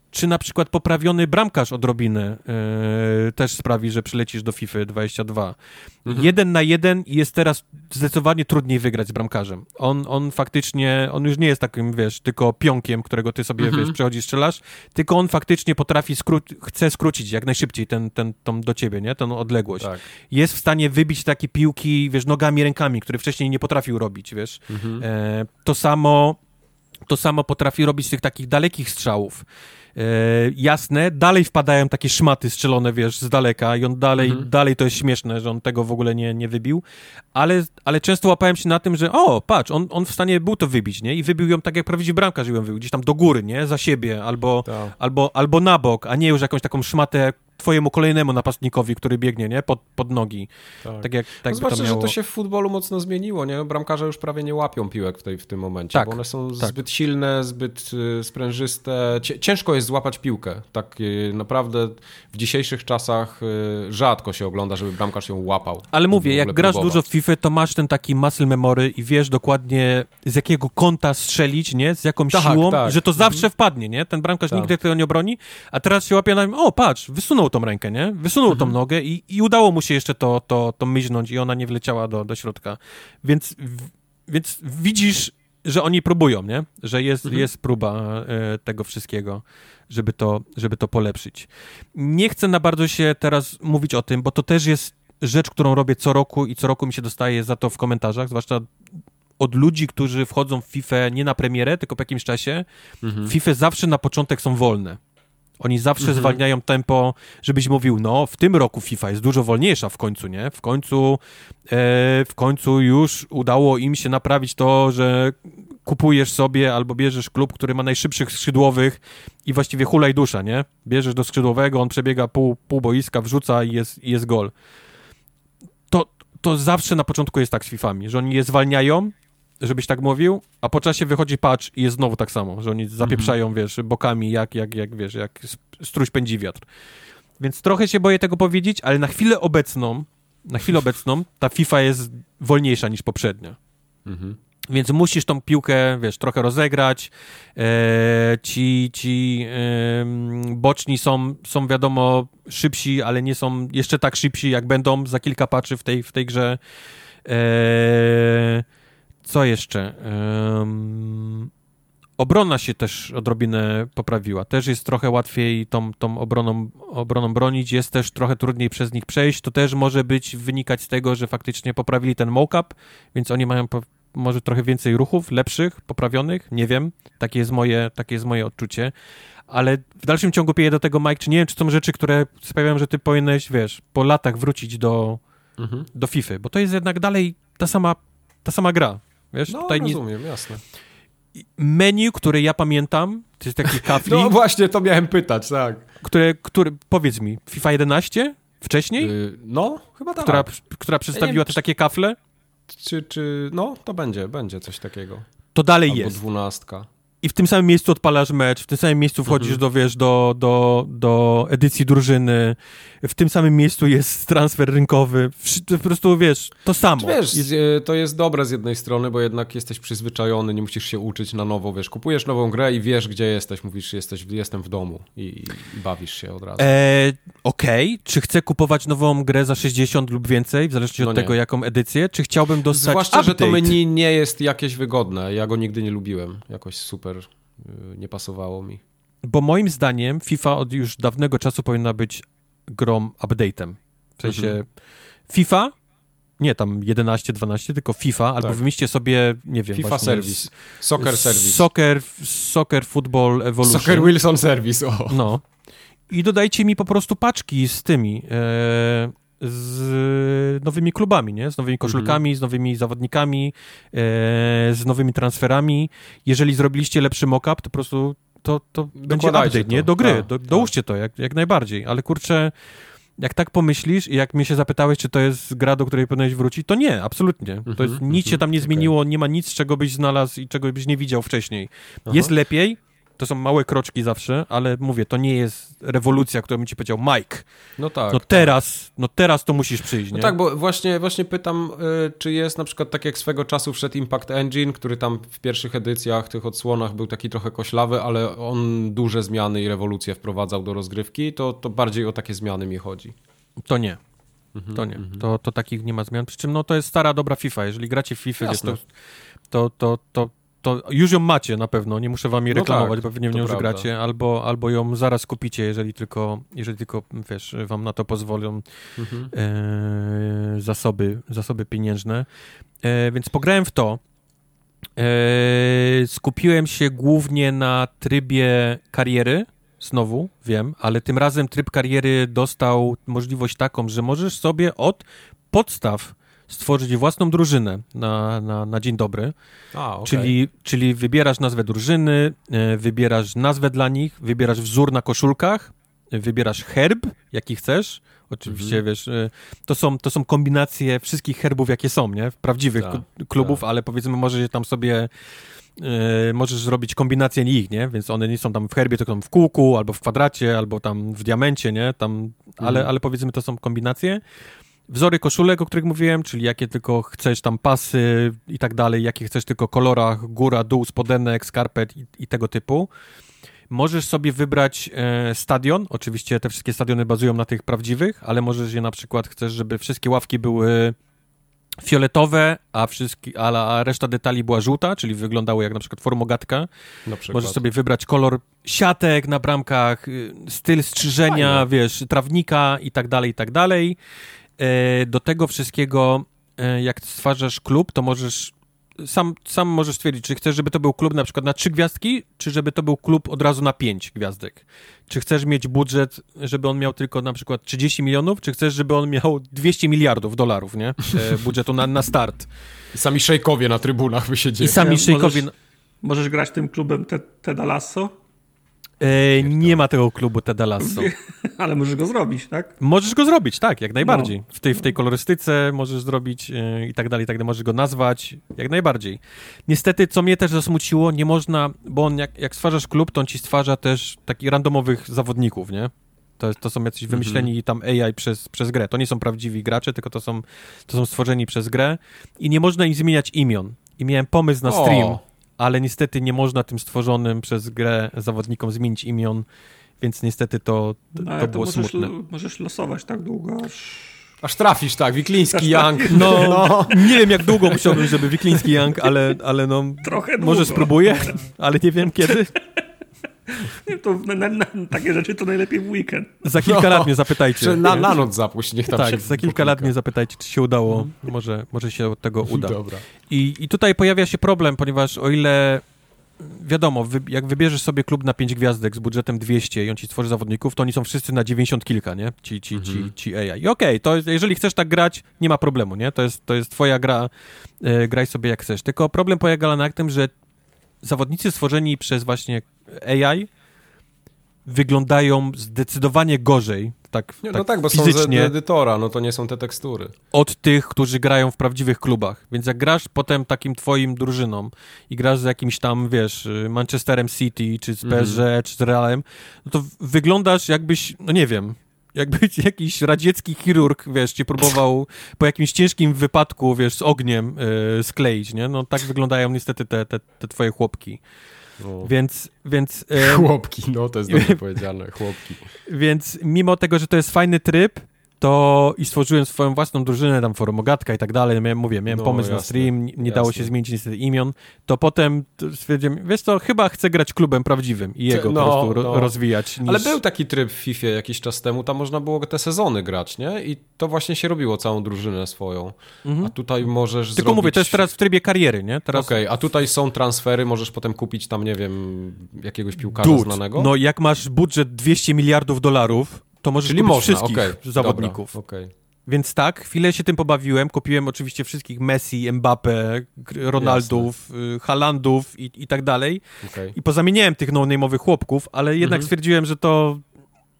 czy na przykład poprawiony bramkarz odrobinę yy, też sprawi, że przylecisz do FIFA dwadzieścia dwa. Mhm. Jeden na jeden jest teraz zdecydowanie trudniej wygrać z bramkarzem. On, on faktycznie, on już nie jest takim, wiesz, tylko pionkiem, którego ty sobie, mhm. wiesz, przechodzisz, strzelasz, tylko on faktycznie potrafi, skró- chce skrócić jak najszybciej ten, ten, tą do ciebie, nie? Tę odległość. Tak. Jest w stanie wybić takie piłki, wiesz, nogami, rękami, które wcześniej nie potrafił robić, wiesz. Mhm. E, to samo to samo potrafi robić z tych takich dalekich strzałów. E, jasne, dalej wpadają takie szmaty strzelone, wiesz, z daleka i on dalej, mhm. dalej to jest śmieszne, że on tego w ogóle nie, nie wybił, ale, ale często łapałem się na tym, że o, patrz, on, on w stanie był to wybić, nie? I wybił ją tak jak prawdziwy bramkarz ją wybił, gdzieś tam do góry, nie? Za siebie, albo, tak. albo, albo na bok, a nie już jakąś taką szmatę twojemu kolejnemu napastnikowi, który biegnie, nie? Pod, pod nogi. Tak, tak jak tak no zwłaszcza, to miało... że to się w futbolu mocno zmieniło, nie? Bramkarze już prawie nie łapią piłek w, tej, w tym momencie, tak, bo one są tak. zbyt silne, zbyt y, sprężyste. Ciężko jest złapać piłkę. Tak y, naprawdę w dzisiejszych czasach y, rzadko się ogląda, żeby bramkarz ją łapał. Ale mówię, jak grasz próbować. dużo w FIFA, to masz ten taki muscle memory i wiesz dokładnie z jakiego kąta strzelić, nie? Z jaką tak, siłą, tak. że to zawsze mhm. wpadnie, nie? Ten bramkarz tak. nigdy tego nie obroni, a teraz się łapie na tym, o patrz, wysunął tą rękę, nie? Wysunął mhm. tą nogę i, i udało mu się jeszcze to, to, to myźnąć i ona nie wleciała do, do środka. Więc, w, więc widzisz, że oni próbują, nie? Że jest, mhm. jest próba e, tego wszystkiego, żeby to, żeby to polepszyć. Nie chcę na bardzo się teraz mówić o tym, bo to też jest rzecz, którą robię co roku i co roku mi się dostaje za to w komentarzach, zwłaszcza od ludzi, którzy wchodzą w FIFA nie na premierę, tylko po jakimś czasie. Mhm. FIFA zawsze na początek są wolne. Oni zawsze mhm. zwalniają tempo, żebyś mówił, no w tym roku FIFA jest dużo wolniejsza w końcu, nie? W końcu, e, w końcu już udało im się naprawić to, że kupujesz sobie albo bierzesz klub, który ma najszybszych skrzydłowych i właściwie hulaj dusza, nie? Bierzesz do skrzydłowego, on przebiega pół, pół boiska, wrzuca i jest, i jest gol. To, to zawsze na początku jest tak z fifami, że oni je zwalniają, żebyś tak mówił, a po czasie wychodzi patch i jest znowu tak samo, że oni zapieprzają, mm-hmm. wiesz, bokami, jak, jak, jak, wiesz, jak struś pędzi wiatr. Więc trochę się boję tego powiedzieć, ale na chwilę obecną, na chwilę obecną ta FIFA jest wolniejsza niż poprzednia. Mm-hmm. Więc musisz tą piłkę, wiesz, trochę rozegrać. E, ci ci e, boczni są, są, wiadomo, szybsi, ale nie są jeszcze tak szybsi, jak będą za kilka patchy w tej, w tej grze. E, Co jeszcze? Um, obrona się też odrobinę poprawiła. Też jest trochę łatwiej tą, tą obroną, obroną bronić. Jest też trochę trudniej przez nich przejść. To też może być wynikać z tego, że faktycznie poprawili ten mock-up, więc oni mają po, może trochę więcej ruchów, lepszych, poprawionych. Nie wiem. Takie jest moje, takie jest moje odczucie. Ale w dalszym ciągu pieję do tego, Mike, czy nie wiem, czy są rzeczy, które sprawiają, że ty powinieneś, wiesz, po latach wrócić do, mhm. do FIFA, bo to jest jednak dalej ta sama, ta sama gra. Wiesz, no, tutaj rozumiem, nie... jasne. Menu, które ja pamiętam, to jest taki kafli. No właśnie, to miałem pytać, tak. Które, które powiedz mi, FIFA jedenaście? Wcześniej? Yy, no, chyba tak. Która, która przedstawiła ja te takie kafle? Czy, czy, no, to będzie, będzie coś takiego. To dalej Albo jest. dwunastka. I w tym samym miejscu odpalasz mecz, w tym samym miejscu wchodzisz mhm. do, wiesz, do, do, do edycji drużyny, w tym samym miejscu jest transfer rynkowy, po prostu, wiesz, to samo. Wiesz, jest... to jest dobre z jednej strony, bo jednak jesteś przyzwyczajony, nie musisz się uczyć na nowo, wiesz, kupujesz nową grę i wiesz, gdzie jesteś, mówisz, jesteś, jestem w domu i, i bawisz się od razu. E, Okej, okay. Czy chcę kupować nową grę za sześćdziesiąt lub więcej, w zależności no od nie. tego, jaką edycję, czy chciałbym dostać Zwłaszcza, update? że to menu nie jest jakieś wygodne, ja go nigdy nie lubiłem, jakoś super nie pasowało mi. Bo moim zdaniem FIFA od już dawnego czasu powinna być grą update'em. W sensie mhm. FIFA, nie tam jedenaście, dwanaście, tylko FIFA, tak. albo wymyślcie sobie, nie wiem, FIFA właśnie... Service, Soccer Service. Soccer, Soccer Football Evolution. Soccer Wilson Service, o. No. I dodajcie mi po prostu paczki z tymi, e, z nowymi klubami, nie? Z nowymi koszulkami, mm-hmm. z nowymi zawodnikami, e, z nowymi transferami. Jeżeli zrobiliście lepszy mock-up, to po prostu to, to będzie update, to. nie? Do gry, tak, do, dołóżcie to jak, jak najbardziej. Ale kurczę, jak tak pomyślisz i jak mnie się zapytałeś, czy to jest gra, do której powinieneś wrócić, to nie, absolutnie. Mm-hmm, to jest, nic mm-hmm, się tam nie zmieniło, okay. nie ma nic, czego byś znalazł i czego byś nie widział wcześniej. Aha. Jest lepiej, to są małe kroczki zawsze, ale mówię, to nie jest rewolucja, którą bym ci powiedział, Mike, no tak, no teraz, no teraz to musisz przyjść, nie? No tak, bo właśnie, właśnie pytam, y, czy jest na przykład tak jak swego czasu wszedł Impact Engine, który tam w pierwszych edycjach, tych odsłonach był taki trochę koślawy, ale on duże zmiany i rewolucje wprowadzał do rozgrywki, to, to bardziej o takie zmiany mi chodzi. To nie. Mhm, to nie. mhm. To, to takich nie ma zmian. Przy czym no to jest stara, dobra FIFA. Jeżeli gracie w FIFA, jest to, to, to, to, to już ją macie na pewno. Nie muszę wam jej reklamować, no tak, bo wy nie w nią już gracie. Albo, albo ją zaraz kupicie, jeżeli tylko, jeżeli tylko wiesz, wam na to pozwolą mhm. e, zasoby, zasoby pieniężne. E, więc pograłem w to. E, skupiłem się głównie na trybie kariery. Znowu, wiem, ale tym razem tryb kariery dostał możliwość taką, że możesz sobie od podstaw stworzyć własną drużynę na, na, na dzień dobry. A, okay. czyli, czyli wybierasz nazwę drużyny, wybierasz nazwę dla nich, wybierasz wzór na koszulkach, wybierasz herb, jaki chcesz. Oczywiście, mhm. wiesz, to są, to są kombinacje wszystkich herbów, jakie są, nie? Prawdziwych ta, klubów, ta. ale powiedzmy, możesz tam sobie Yy, możesz zrobić kombinację ich, nie? Więc one nie są tam w herbie, tylko tam w kółku, albo w kwadracie, albo tam w diamencie, nie? Tam, mhm. ale, ale powiedzmy, to są kombinacje. Wzory koszulek, o których mówiłem, czyli jakie tylko chcesz tam pasy i tak dalej, jakie chcesz tylko kolorach, góra, dół, spodenek, skarpet i, i tego typu. Możesz sobie wybrać e, stadion, oczywiście te wszystkie stadiony bazują na tych prawdziwych, ale możesz je na przykład, chcesz, żeby wszystkie ławki były fioletowe, a, wszystkie, a reszta detali była żółta, czyli wyglądało jak na przykład formogatka. Na przykład. Możesz sobie wybrać kolor siatek na bramkach, styl strzyżenia, Fajne. wiesz, trawnika i tak dalej, i tak dalej. E, do tego wszystkiego, e, jak stwarzasz klub, to możesz sam, sam możesz stwierdzić, czy chcesz, żeby to był klub na przykład na trzy gwiazdki, czy żeby to był klub od razu na pięć gwiazdek. Czy chcesz mieć budżet, żeby on miał tylko na przykład trzydzieści milionów, czy chcesz, żeby on miał dwieście miliardów dolarów, nie? E, budżetu na, na start. I sami szejkowie na trybunach by siedzieli. I sami szejkowie... Możesz, możesz grać tym klubem te, Teda Lasso? E, nie ma tego klubu Teda Lasso. Ale możesz go zrobić, tak? Możesz go zrobić, tak, jak najbardziej. No. W tej, w tej kolorystyce możesz zrobić e, i tak dalej, i tak dalej. Możesz go nazwać, jak najbardziej. Niestety, co mnie też zasmuciło, nie można, bo on jak, jak stwarzasz klub, to on ci stwarza też takich randomowych zawodników, nie? To, to są jacyś wymyśleni mm-hmm. tam A I przez, przez grę. To nie są prawdziwi gracze, tylko to są, to są stworzeni przez grę i nie można im zmieniać imion. I miałem pomysł na stream, o. ale niestety nie można tym stworzonym przez grę zawodnikom zmienić imion, więc niestety to, to, no, to było możesz, smutne. Możesz losować tak długo, aż... Aż trafisz, tak, Wikliński Young. No, no, nie wiem jak długo musiałbym, żeby Wikliński Young, ale, ale no... Trochę długo. Może spróbuję, ale nie wiem kiedy. To na, na, na takie rzeczy to najlepiej w weekend. Za kilka no, lat mnie zapytajcie. Na, na noc zapuść, niech tam tak, się... za kilka poklika. lat mnie zapytajcie, czy się udało. Hmm. Może, może się od tego uda. Dobra. I, I tutaj pojawia się problem, ponieważ o ile... Wiadomo, wy, jak wybierzesz sobie klub na pięć gwiazdek z budżetem dwieście i on ci stworzy zawodników, to oni są wszyscy na dziewięćdziesiąt kilka, nie? Ci, ci, mhm. ci, ci A I. I okej, okay, to jeżeli chcesz tak grać, nie ma problemu, nie? To jest, to jest twoja gra, e, graj sobie jak chcesz. Tylko problem polega na tym, że zawodnicy stworzeni przez właśnie A I wyglądają zdecydowanie gorzej, tak, nie, tak no tak, bo fizycznie, są z edytora, no to nie są te tekstury. Od tych, którzy grają w prawdziwych klubach. Więc jak grasz potem takim twoim drużyną i grasz z jakimś tam, wiesz, Manchesterem City, czy z P S G, mm. czy z Realem, no to wyglądasz jakbyś, no nie wiem, jakbyś jakiś radziecki chirurg, wiesz, ci próbował po jakimś ciężkim wypadku, wiesz, z ogniem yy, skleić, nie? No tak wyglądają niestety te, te, te twoje chłopki. No. Więc, więc... E, chłopki, no to jest dobrze powiedziane, chłopki. Więc mimo tego, że to jest fajny tryb, to i stworzyłem swoją własną drużynę, tam forumogatka i tak dalej, miałem, mówię, miałem no, pomysł jasne, na stream, nie jasne. dało się zmienić niestety imion, to potem stwierdziłem, wiesz co, chyba chcę grać klubem prawdziwym i jego no, po prostu ro- no. rozwijać. Niż... Ale był taki tryb w FIFA jakiś czas temu, tam można było te sezony grać, nie? I to właśnie się robiło, całą drużynę swoją. Mhm. A tutaj możesz Tylko zrobić... mówię, to jest teraz w trybie kariery, nie? Teraz... Okej, okay, a tutaj są transfery, możesz potem kupić tam, nie wiem, jakiegoś piłkarza Dude, znanego? No jak masz budżet dwieście miliardów dolarów, to możesz Czyli kupić można, wszystkich okay, zawodników. Dobra, okay. Więc tak, chwilę się tym pobawiłem, kupiłem oczywiście wszystkich Messi, Mbappé, Ronaldów, Jasne. Haalandów i, i tak dalej. Okay. I pozamieniałem tych no-name'owych chłopków, ale jednak mhm. stwierdziłem, że to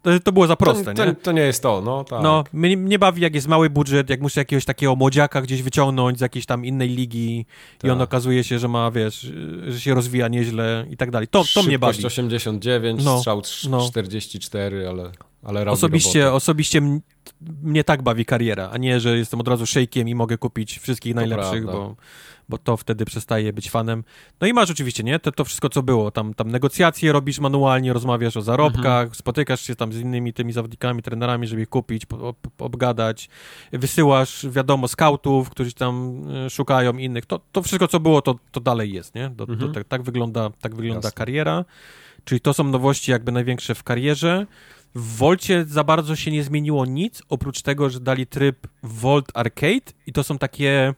to, to było za proste, to, nie? To, to nie jest to, no tak. No, mnie, mnie bawi, jak jest mały budżet, jak muszę jakiegoś takiego młodziaka gdzieś wyciągnąć z jakiejś tam innej ligi tak. i on okazuje się, że ma, wiesz, że się rozwija nieźle i tak dalej. To, to mnie bawi. osiemdziesiąt dziewięć, no, strzał no. czterdzieści cztery, ale, ale robi osobiście, robotę. osobiście m- mnie tak bawi kariera, a nie, że jestem od razu szejkiem i mogę kupić wszystkich to najlepszych, bo, bo to wtedy przestaje być fanem. No i masz oczywiście, nie? To, to wszystko, co było. Tam, tam negocjacje robisz manualnie, rozmawiasz o zarobkach, mhm. spotykasz się tam z innymi tymi zawodnikami, trenerami, żeby ich kupić, po, ob, obgadać. Wysyłasz, wiadomo, skautów, którzy tam y, szukają innych. To, to wszystko, co było, to, to dalej jest, nie? To, mhm. to, tak, tak wygląda, tak wygląda kariera. Czyli to są nowości jakby największe w karierze. W Volcie za bardzo się nie zmieniło nic, oprócz tego, że dali tryb Volt Arcade i to są takie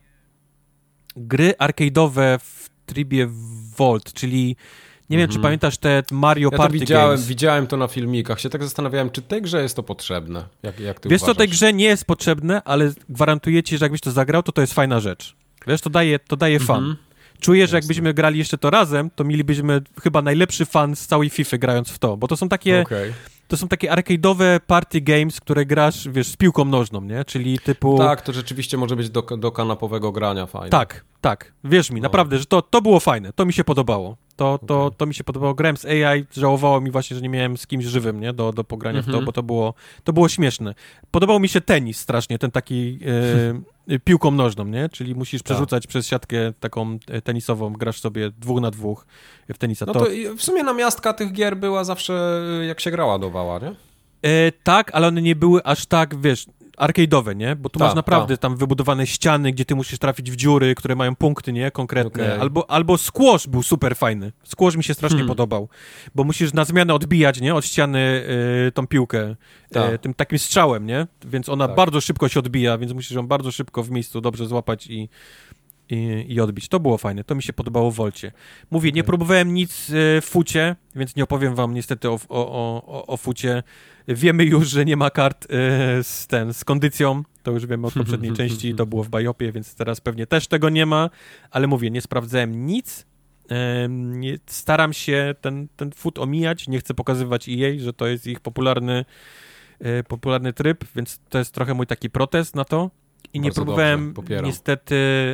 gry arcade'owe w trybie Volt, czyli nie wiem, mm-hmm. czy pamiętasz te Mario ja Party to widziałem, Games. widziałem to na filmikach, się tak zastanawiałem, czy tej grze jest to potrzebne, jak, jak ty Wiesz uważasz? co, tej grze nie jest potrzebne, ale gwarantuję ci, że jakbyś to zagrał, to to jest fajna rzecz. Wiesz, to daje, to daje fan. Mm-hmm. Czuję, że jakbyśmy grali jeszcze to razem, to mielibyśmy chyba najlepszy fan z całej FIFA grając w to, bo to są takie... Okay. To są takie arcade'owe party games, które grasz, wiesz, z piłką nożną, nie? Czyli typu... Tak, to rzeczywiście może być do, do kanapowego grania fajne. Tak, tak. Wierz mi, no. naprawdę, że to, to było fajne. To mi się podobało. To, to, okay. to mi się podobało. Grałem z A I, żałowało mi właśnie, że nie miałem z kimś żywym, nie? Do, do pogrania mm-hmm. w to, bo to było, to było śmieszne. Podobał mi się tenis strasznie, ten taki e, piłką nożną, nie? Czyli musisz przerzucać tak. przez siatkę taką tenisową, grasz sobie dwóch na dwóch w tenisa. No to, to w sumie namiastka tych gier była zawsze, jak się grała, dawała, nie? E, tak, ale one nie były aż tak, wiesz, arcade'owe, nie? Bo tu ta, masz naprawdę ta. tam wybudowane ściany, gdzie ty musisz trafić w dziury, które mają punkty, nie? Konkretne. Okay. Albo, albo squash był super fajny. Squash mi się strasznie hmm. podobał, bo musisz na zmianę odbijać, nie? Od ściany y, tą piłkę y, tym takim strzałem, nie? Więc ona tak. bardzo szybko się odbija, więc musisz ją bardzo szybko w miejscu dobrze złapać i I, i odbić. To było fajne, to mi się podobało w Volcie. Mówię, nie próbowałem nic w fucie, więc nie opowiem wam niestety o, o, o, o fucie. Wiemy już, że nie ma kart e, z, ten, z kondycją, to już wiemy od poprzedniej części, to było w Bajopie, więc teraz pewnie też tego nie ma, ale mówię, nie sprawdzałem nic, e, nie, staram się ten, ten fut omijać, nie chcę pokazywać E A, że to jest ich popularny, e, popularny tryb, więc to jest trochę mój taki protest na to. I nie Bardzo próbowałem niestety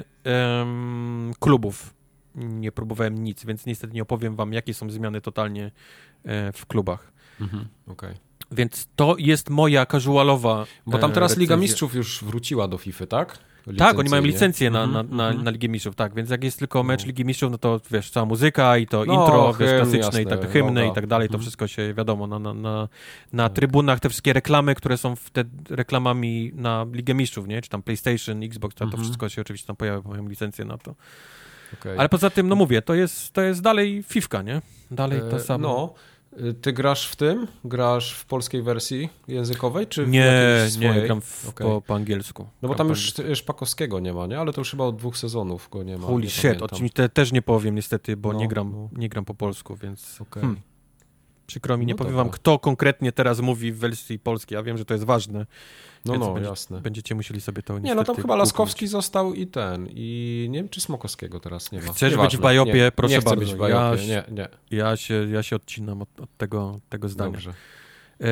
um, klubów. Nie próbowałem nic, więc niestety nie opowiem wam, jakie są zmiany totalnie e, w klubach. Mhm, okay. Więc to jest moja casualowa Bo tam teraz recenzja. Liga Mistrzów już wróciła do FIFA, tak? Tak, oni mają licencję na, na, na, na Ligę Mistrzów, tak, więc jak jest tylko mecz no. Ligi Mistrzów, no to wiesz, cała muzyka i to no, intro, hymn, wiesz, klasyczne jasne, i tak, hymny no, i tak dalej, to wszystko się, wiadomo, na, na, na, na tak. trybunach te wszystkie reklamy, które są w te reklamami na Ligę Mistrzów, nie, czy tam PlayStation, Xbox, to, to wszystko się oczywiście tam pojawia, mają licencję na to. Okay. Ale poza tym, no mówię, to jest, to jest dalej fifka, nie? Dalej to samo. No. Ty grasz w tym? Grasz w polskiej wersji językowej, czy w nie, swojej? Nie, gram w, okay. po, po angielsku. No bo tam już Szpakowskiego nie ma, nie? Ale to już chyba od dwóch sezonów go nie ma. Holy shit, o czymś te, też nie powiem niestety, bo no, nie, gram, no. nie gram po polsku, więc okay. hmm. przykro mi, nie no powiem dobra. wam, kto konkretnie teraz mówi w wersji polskiej. Ja wiem, że to jest ważne. No, no, będzie, jasne. Będziecie musieli sobie to niestety Nie, no tam chyba Laskowski kupić. został i ten, i nie wiem, czy Smokowskiego teraz nie ma. Chcesz Nieważne. być w Bajopie? Nie, proszę nie chcę bardzo. być w Bajopie, ja, nie, nie. Ja się, ja się odcinam od, od tego, tego zdania. Dobrze. E...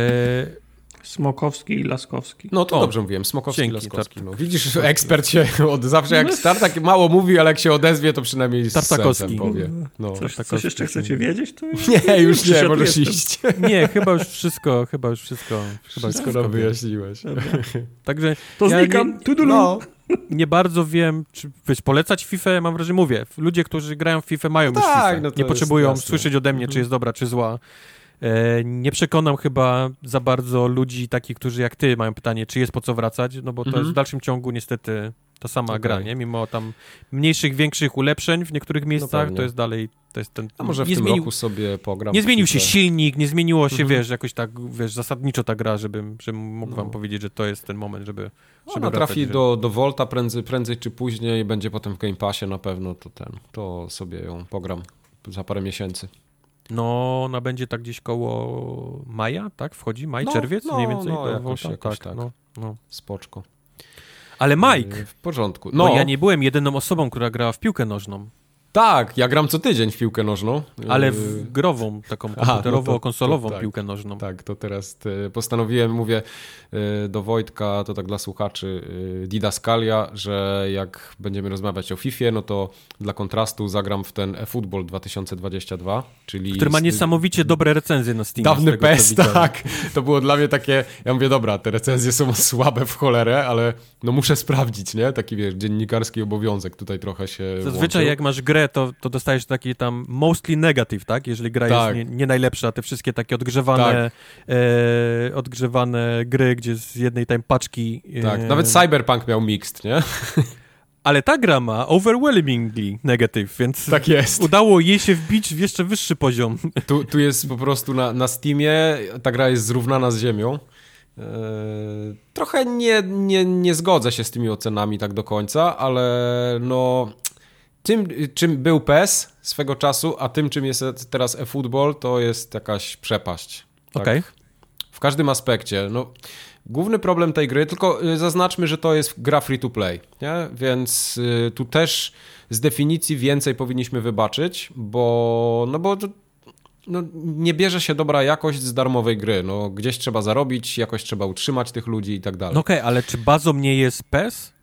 Smokowski i Laskowski. No to o, dobrze mówiłem, Smokowski i Laskowski. No. Widzisz, ekspert się od zawsze jak Startak mało mówi, ale jak się odezwie, to przynajmniej z sensem powie. No. Coś, coś jeszcze chcecie wiedzieć? To nie, już nie, możesz iść. Nie, chyba już wszystko, chyba już wszystko. Chyba wszystko, wszystko nam wyjaśniłeś. Także to ja znikam. Nie, no, nie bardzo wiem, czy wiesz, polecać FIFA, mam wrażenie, mówię, ludzie, którzy grają w FIFA mają no już tak, FIFA. No nie potrzebują słyszeć ode mnie, mhm. czy jest dobra, czy zła. Nie przekonam chyba za bardzo ludzi takich, którzy jak ty mają pytanie, czy jest po co wracać, no bo to mhm. jest w dalszym ciągu niestety ta sama okay. gra, nie? Mimo tam mniejszych, większych ulepszeń w niektórych miejscach, no to jest dalej, to jest ten... A może w nie tym zmienił, roku sobie pogram. Nie zmienił się silnik, nie zmieniło się, mhm. wiesz, jakoś tak, wiesz, zasadniczo ta gra, żebym, żebym mógł no. wam powiedzieć, że to jest ten moment, żeby... żeby Ona wracać, trafi że... do, do Volta prędzej, prędzej czy później, będzie potem w Game Passie na pewno, to ten, to sobie ją pogram za parę miesięcy. No, ona będzie tak gdzieś koło maja, tak? Wchodzi maj, no, czerwiec no, mniej więcej no, do jakoś, Volta? jakoś tak, tak. No, no. Spoczko. Ale Mike! W porządku. No. Bo ja nie byłem jedyną osobą, która grała w piłkę nożną. Tak, ja gram co tydzień w piłkę nożną. Ale w grową, taką komputerowo-konsolową no piłkę nożną. Tak, to teraz postanowiłem, mówię do Wojtka, to tak dla słuchaczy, didaskalia, że jak będziemy rozmawiać o Fifie, no to dla kontrastu zagram w ten eFootball dwa tysiące dwudziesty drugi, czyli... Który ma niesamowicie dobre recenzje na Steamie. Dawny P E S, tak. To było dla mnie takie, ja mówię, dobra, te recenzje są słabe w cholerę, ale no muszę sprawdzić, nie? Taki, wiesz, dziennikarski obowiązek tutaj trochę się Zazwyczaj włączył. jak masz grę, to, to dostajesz taki tam mostly negative, tak? Jeżeli gra tak. jest nie, nie najlepsza, te wszystkie takie odgrzewane tak. e, odgrzewane gry, gdzie z jednej tam paczki... E, tak, nawet Cyberpunk miał mixed, nie? Ale ta gra ma overwhelmingly negative, więc tak jest. Udało jej się wbić w jeszcze wyższy poziom. Tu, tu jest po prostu na, na Steamie, ta gra jest zrównana z ziemią. Eee, trochę nie, nie, nie zgodzę się z tymi ocenami tak do końca, ale no... Tym, czym był P E S swego czasu, a tym, czym jest teraz eFootball, to jest jakaś przepaść. Tak? Okej. Okay. W każdym aspekcie. No, główny problem tej gry, tylko zaznaczmy, że to jest gra free to play, nie? Więc y, tu też z definicji więcej powinniśmy wybaczyć, bo, no bo no, nie bierze się dobra jakość z darmowej gry. No, gdzieś trzeba zarobić, jakoś trzeba utrzymać tych ludzi i tak dalej. No okej, okay, ale czy bazą nie jest P E S?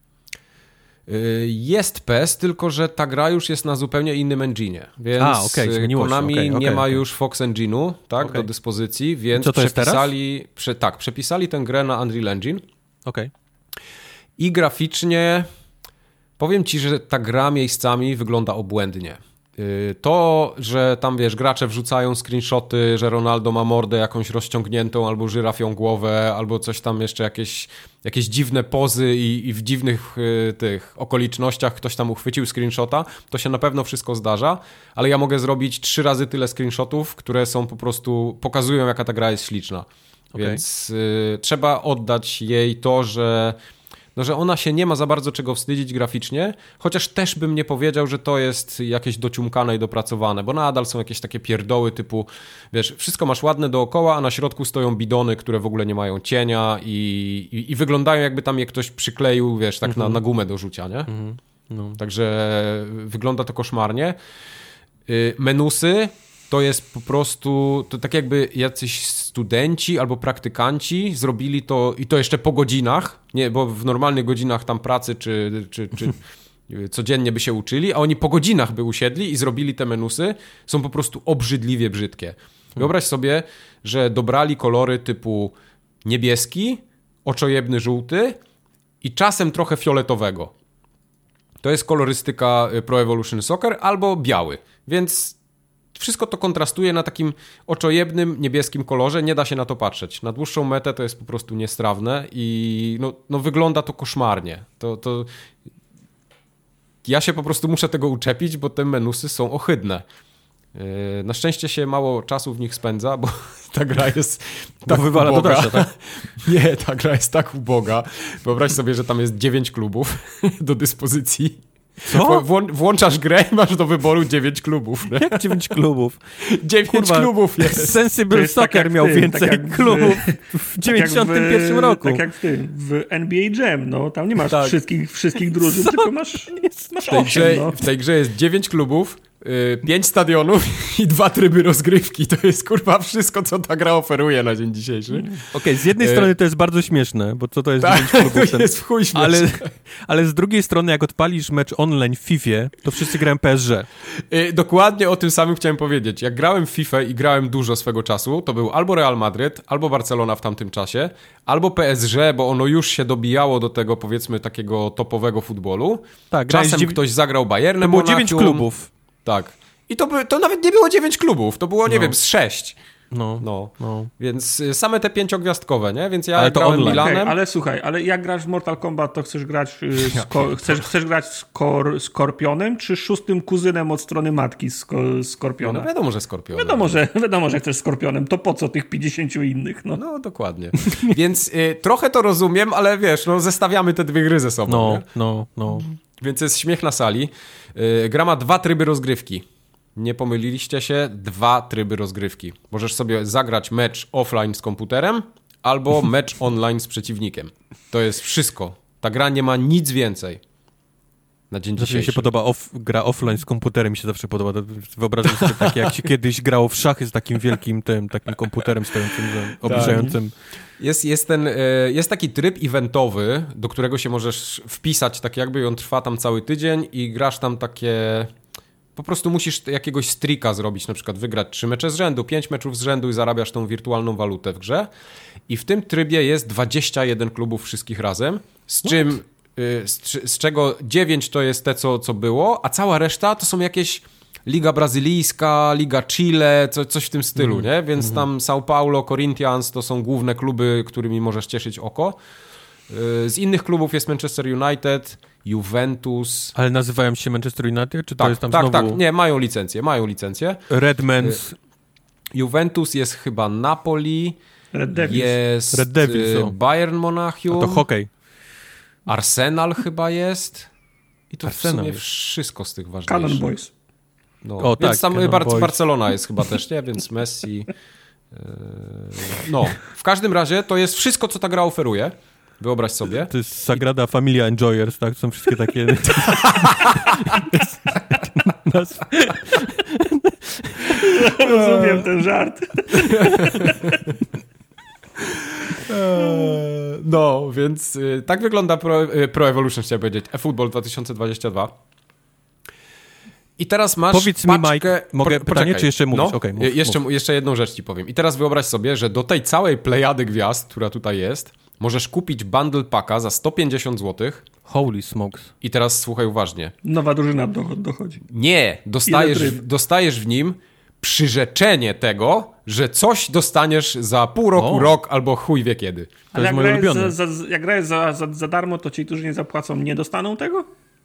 Jest P E S, tylko że ta gra już jest na zupełnie innym engine'ie, więc A, okay, Konami okay, okay, nie ma okay. już Fox Engine'u tak, okay. do dyspozycji, więc co to przepisali, jest teraz? Prze, tak, przepisali tę grę na Unreal Engine. Okay. I graficznie powiem ci, że ta gra miejscami wygląda obłędnie. To, że tam, wiesz, gracze wrzucają screenshoty, że Ronaldo ma mordę jakąś rozciągniętą, albo żyrafią głowę, albo coś tam jeszcze, jakieś, jakieś dziwne pozy i, i w dziwnych y, tych okolicznościach ktoś tam uchwycił screenshota, to się na pewno wszystko zdarza, ale ja mogę zrobić trzy razy tyle screenshotów, które są po prostu, pokazują, jaka ta gra jest śliczna. Okay. Więc y, trzeba oddać jej to, że no, że ona się nie ma za bardzo czego wstydzić graficznie, chociaż też bym nie powiedział, że to jest jakieś dociumkane i dopracowane, bo nadal są jakieś takie pierdoły typu, wiesz, wszystko masz ładne dookoła, a na środku stoją bidony, które w ogóle nie mają cienia i, i, i wyglądają, jakby tam je ktoś przykleił, wiesz, tak mm-hmm. na, na gumę do rzucia, nie? Mm-hmm. No. Także wygląda to koszmarnie. Yy, menusy to jest po prostu, to tak jakby jacyś studenci albo praktykanci zrobili to i to jeszcze po godzinach, nie, bo w normalnych godzinach tam pracy czy, czy, czy codziennie by się uczyli, a oni po godzinach by usiedli i zrobili te menusy, są po prostu obrzydliwie brzydkie. Wyobraź sobie, że dobrali kolory typu niebieski, oczojebny żółty i czasem trochę fioletowego. To jest kolorystyka Pro Evolution Soccer albo biały, więc wszystko to kontrastuje na takim oczojebnym, niebieskim kolorze, nie da się na to patrzeć. Na dłuższą metę to jest po prostu niestrawne i no, no wygląda to koszmarnie. To, to... Ja się po prostu muszę tego uczepić, bo te menusy są ohydne. Na szczęście się mało czasu w nich spędza, bo ta gra jest tak wywala uboga. Do tak? Nie, ta gra jest tak uboga. Wyobraź sobie, że tam jest dziewięć klubów do dyspozycji. Co? Włą- włączasz grę i masz do wyboru dziewięć klubów. Nie? Jak dziewięć klubów? dziewięć Kurwa, klubów jest. Sensible jest Soccer tak miał tym, więcej tak klubów w, w dziewięćdziesiątym pierwszym w, roku. Tak jak w tym, w N B A Jam, no. Tam nie masz tak. wszystkich, wszystkich drużyn, Co? tylko masz, masz w tej osiem. Grze, no. W tej grze jest dziewięć klubów, yy, pięć stadionów i dwa tryby rozgrywki. To jest kurwa wszystko, co ta gra oferuje na dzień dzisiejszy. Okej, okay, z jednej yy. strony to jest bardzo śmieszne, bo co to jest tak, dziewięć klubów? To ten... jest w chuj śmieszne. Ale, ale z drugiej strony, jak odpalisz mecz online w Fifie, to wszyscy grają P S G. Yy, dokładnie o tym samym chciałem powiedzieć. Jak grałem w FIFA i grałem dużo swego czasu, to był albo Real Madryt, albo Barcelona w tamtym czasie, albo P S G, bo ono już się dobijało do tego, powiedzmy, takiego topowego futbolu. Tak, czasem dziew... ktoś zagrał Bayernem, to było dziewięć klubów. Tak. I to, by, to nawet nie było dziewięć klubów, to było, nie no. wiem, z sześć. No, no. no. Więc same te pięciogwiazdkowe, nie? Więc ja ale to grałem online. Milanem. Okay, ale słuchaj, ale jak grasz w Mortal Kombat, to chcesz grać sko- chcesz, chcesz grać z kor- Skorpionem, czy szóstym kuzynem od strony matki sko- Skorpiona? No wiadomo, że Skorpionem. Wiadomo, że, wiadomo, że chcesz Skorpionem. To po co tych pięćdziesięciu innych? No, no dokładnie. Więc y, trochę to rozumiem, ale wiesz, no zestawiamy te dwie gry ze sobą. No, nie? no, no. Więc jest śmiech na sali. Y, gra ma dwa tryby rozgrywki. Nie pomyliliście się, dwa tryby rozgrywki. Możesz sobie zagrać mecz offline z komputerem albo mecz online z przeciwnikiem. To jest wszystko. Ta gra nie ma nic więcej. na dzień Zawsze dzisiejszy. mi się podoba off, gra offline z komputerem, mi się zawsze podoba. Wyobrażam sobie takie, jak się kiedyś grało w szachy z takim wielkim tym, takim komputerem stojącym, obliczającym. Jest, jest, ten, jest taki tryb eventowy, do którego się możesz wpisać, tak jakby on trwa tam cały tydzień i grasz tam takie... Po prostu musisz jakiegoś streaka zrobić, na przykład wygrać trzy mecze z rzędu, pięć meczów z rzędu i zarabiasz tą wirtualną walutę w grze. I w tym trybie jest dwadzieścia jeden klubów wszystkich razem, z czym... Z, z czego dziewięć to jest te, co, co było, a cała reszta to są jakieś Liga Brazylijska, Liga Chile, co, coś w tym stylu, mm. nie? Więc mm. tam São Paulo, Corinthians to są główne kluby, którymi możesz cieszyć oko. Z innych klubów jest Manchester United, Juventus. Ale nazywają się Manchester United, czy to tak, jest tam tak, znowu... Tak, nie, mają licencję, mają licencję. Redmans. Juventus jest chyba Napoli. Red Devils. Jest Red Devils, Bayern Monachium. A to hokej. Arsenal chyba jest. I to Arsenal w sumie jest. wszystko z tych ważniejszych. Canon Boys. No. O, Więc tak, tam Canon Bar- Boys. Barcelona jest chyba też, nie? Więc Messi. Yy... No, w każdym razie to jest wszystko, co ta gra oferuje. Wyobraź sobie. To jest Sagrada Familia Enjoyers, tak? To są wszystkie takie... Rozumiem ten żart. No, więc y, tak wygląda Pro, y, Pro Evolution, chciałem powiedzieć, eFootball dwa tysiące dwadzieścia dwa. I teraz masz Powiedz paczkę... mi, Mike, mogę po, pytanie, poczekaj. czy jeszcze mówisz? No, okay, mów, jeszcze, mów. jeszcze jedną rzecz ci powiem. I teraz wyobraź sobie, że do tej całej plejady gwiazd, która tutaj jest, możesz kupić bundle packa za sto pięćdziesiąt złotych. Holy smokes. I teraz słuchaj uważnie. Nowa drużyna do, dochodzi. Nie, dostajesz, dostajesz w nim przyrzeczenie tego, że coś dostaniesz za pół roku, O. rok albo chuj wie kiedy. To Ale jest jak moje grałeś ulubione. za, za, jak grałeś za, za, za darmo, to ci, którzy nie zapłacą, nie dostaną tego?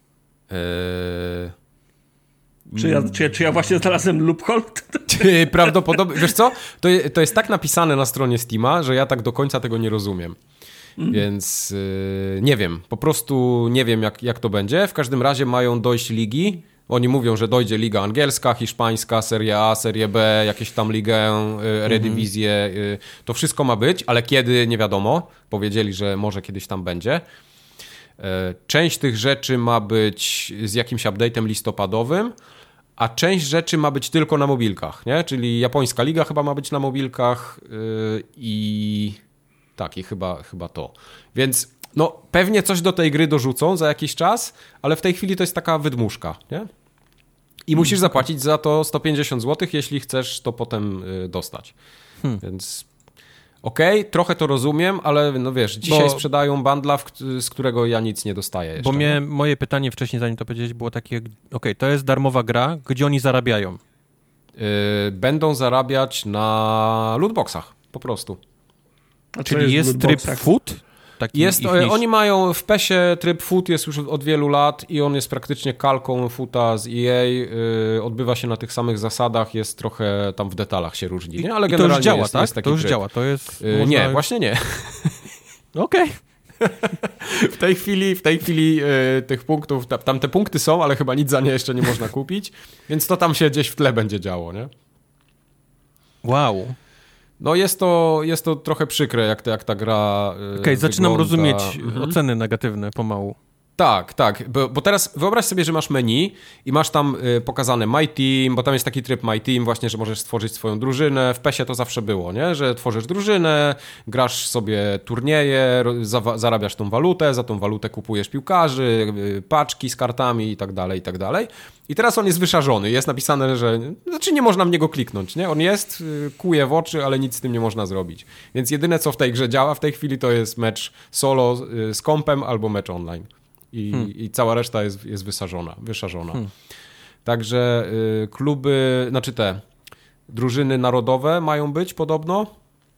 Eee... Czy ja, czy, czy ja właśnie znalazłem loophole? Prawdopodobnie, wiesz co, to, je, to jest tak napisane na stronie Steama, że ja tak do końca tego nie rozumiem. Mm. Więc yy, nie wiem, po prostu nie wiem jak, jak to będzie. W każdym razie mają dojść ligi. Oni mówią, że dojdzie liga angielska, hiszpańska, Serie A, Serie B, jakieś tam ligę, yy, Eredivisie. Yy, to wszystko ma być, ale kiedy nie wiadomo. Powiedzieli, że może kiedyś tam będzie. Yy, część tych rzeczy ma być z jakimś update'em listopadowym, a część rzeczy ma być tylko na mobilkach, nie? Czyli japońska liga chyba ma być na mobilkach yy, i tak, i chyba, chyba to. Więc no pewnie coś do tej gry dorzucą za jakiś czas, ale w tej chwili to jest taka wydmuszka, nie? I hmm. musisz zapłacić za to sto pięćdziesiąt złotych, jeśli chcesz to potem yy, dostać. Hmm. Więc okej, okay, trochę to rozumiem, ale no wiesz, dzisiaj bo, sprzedają bundla, z którego ja nic nie dostaję jeszcze. Bo mnie, moje pytanie wcześniej, zanim to powiedzieć, było takie, okej, okay, to jest darmowa gra, gdzie oni zarabiają? Yy, będą zarabiać na lootboxach, po prostu. A Czyli jest, jest tryb food? Taki Jest, niż... Oni mają w pesie tryb food jest już od wielu lat i on jest praktycznie kalką foota z E A. Yy, odbywa się na tych samych zasadach, jest trochę tam w detalach się różni. Nie? Ale I generalnie to już działa, jest, tak? jest taki to już tryb. działa, to jest... Yy, można... Nie, właśnie nie. Okej. Okay. W tej chwili, w tej chwili yy, tych punktów, ta, tam te punkty są, ale chyba nic za nie jeszcze nie można kupić, więc to tam się gdzieś w tle będzie działo, nie? Wow. No jest to, jest to trochę przykre, jak, to, jak ta gra yy, Okej, okay, zaczynam wygląda. rozumieć mhm. oceny negatywne pomału. Tak, tak, bo, bo teraz wyobraź sobie, że masz menu i masz tam y, pokazane My Team, bo tam jest taki tryb My Team właśnie, że możesz stworzyć swoją drużynę. W pesie to zawsze było, nie? Że tworzysz drużynę, grasz sobie turnieje, za, zarabiasz tą walutę, za tą walutę kupujesz piłkarzy, y, paczki z kartami i tak dalej, i tak dalej. I teraz on jest wyszarzony, jest napisane, że znaczy nie można w niego kliknąć, nie? On jest, y, kuje w oczy, ale nic z tym nie można zrobić. Więc jedyne, co w tej grze działa w tej chwili, to jest mecz solo y, z kompem albo mecz online. I, hmm. i cała reszta jest, jest wyszarzona. wyszarzona. Hmm. Także y, kluby, znaczy te drużyny narodowe mają być podobno,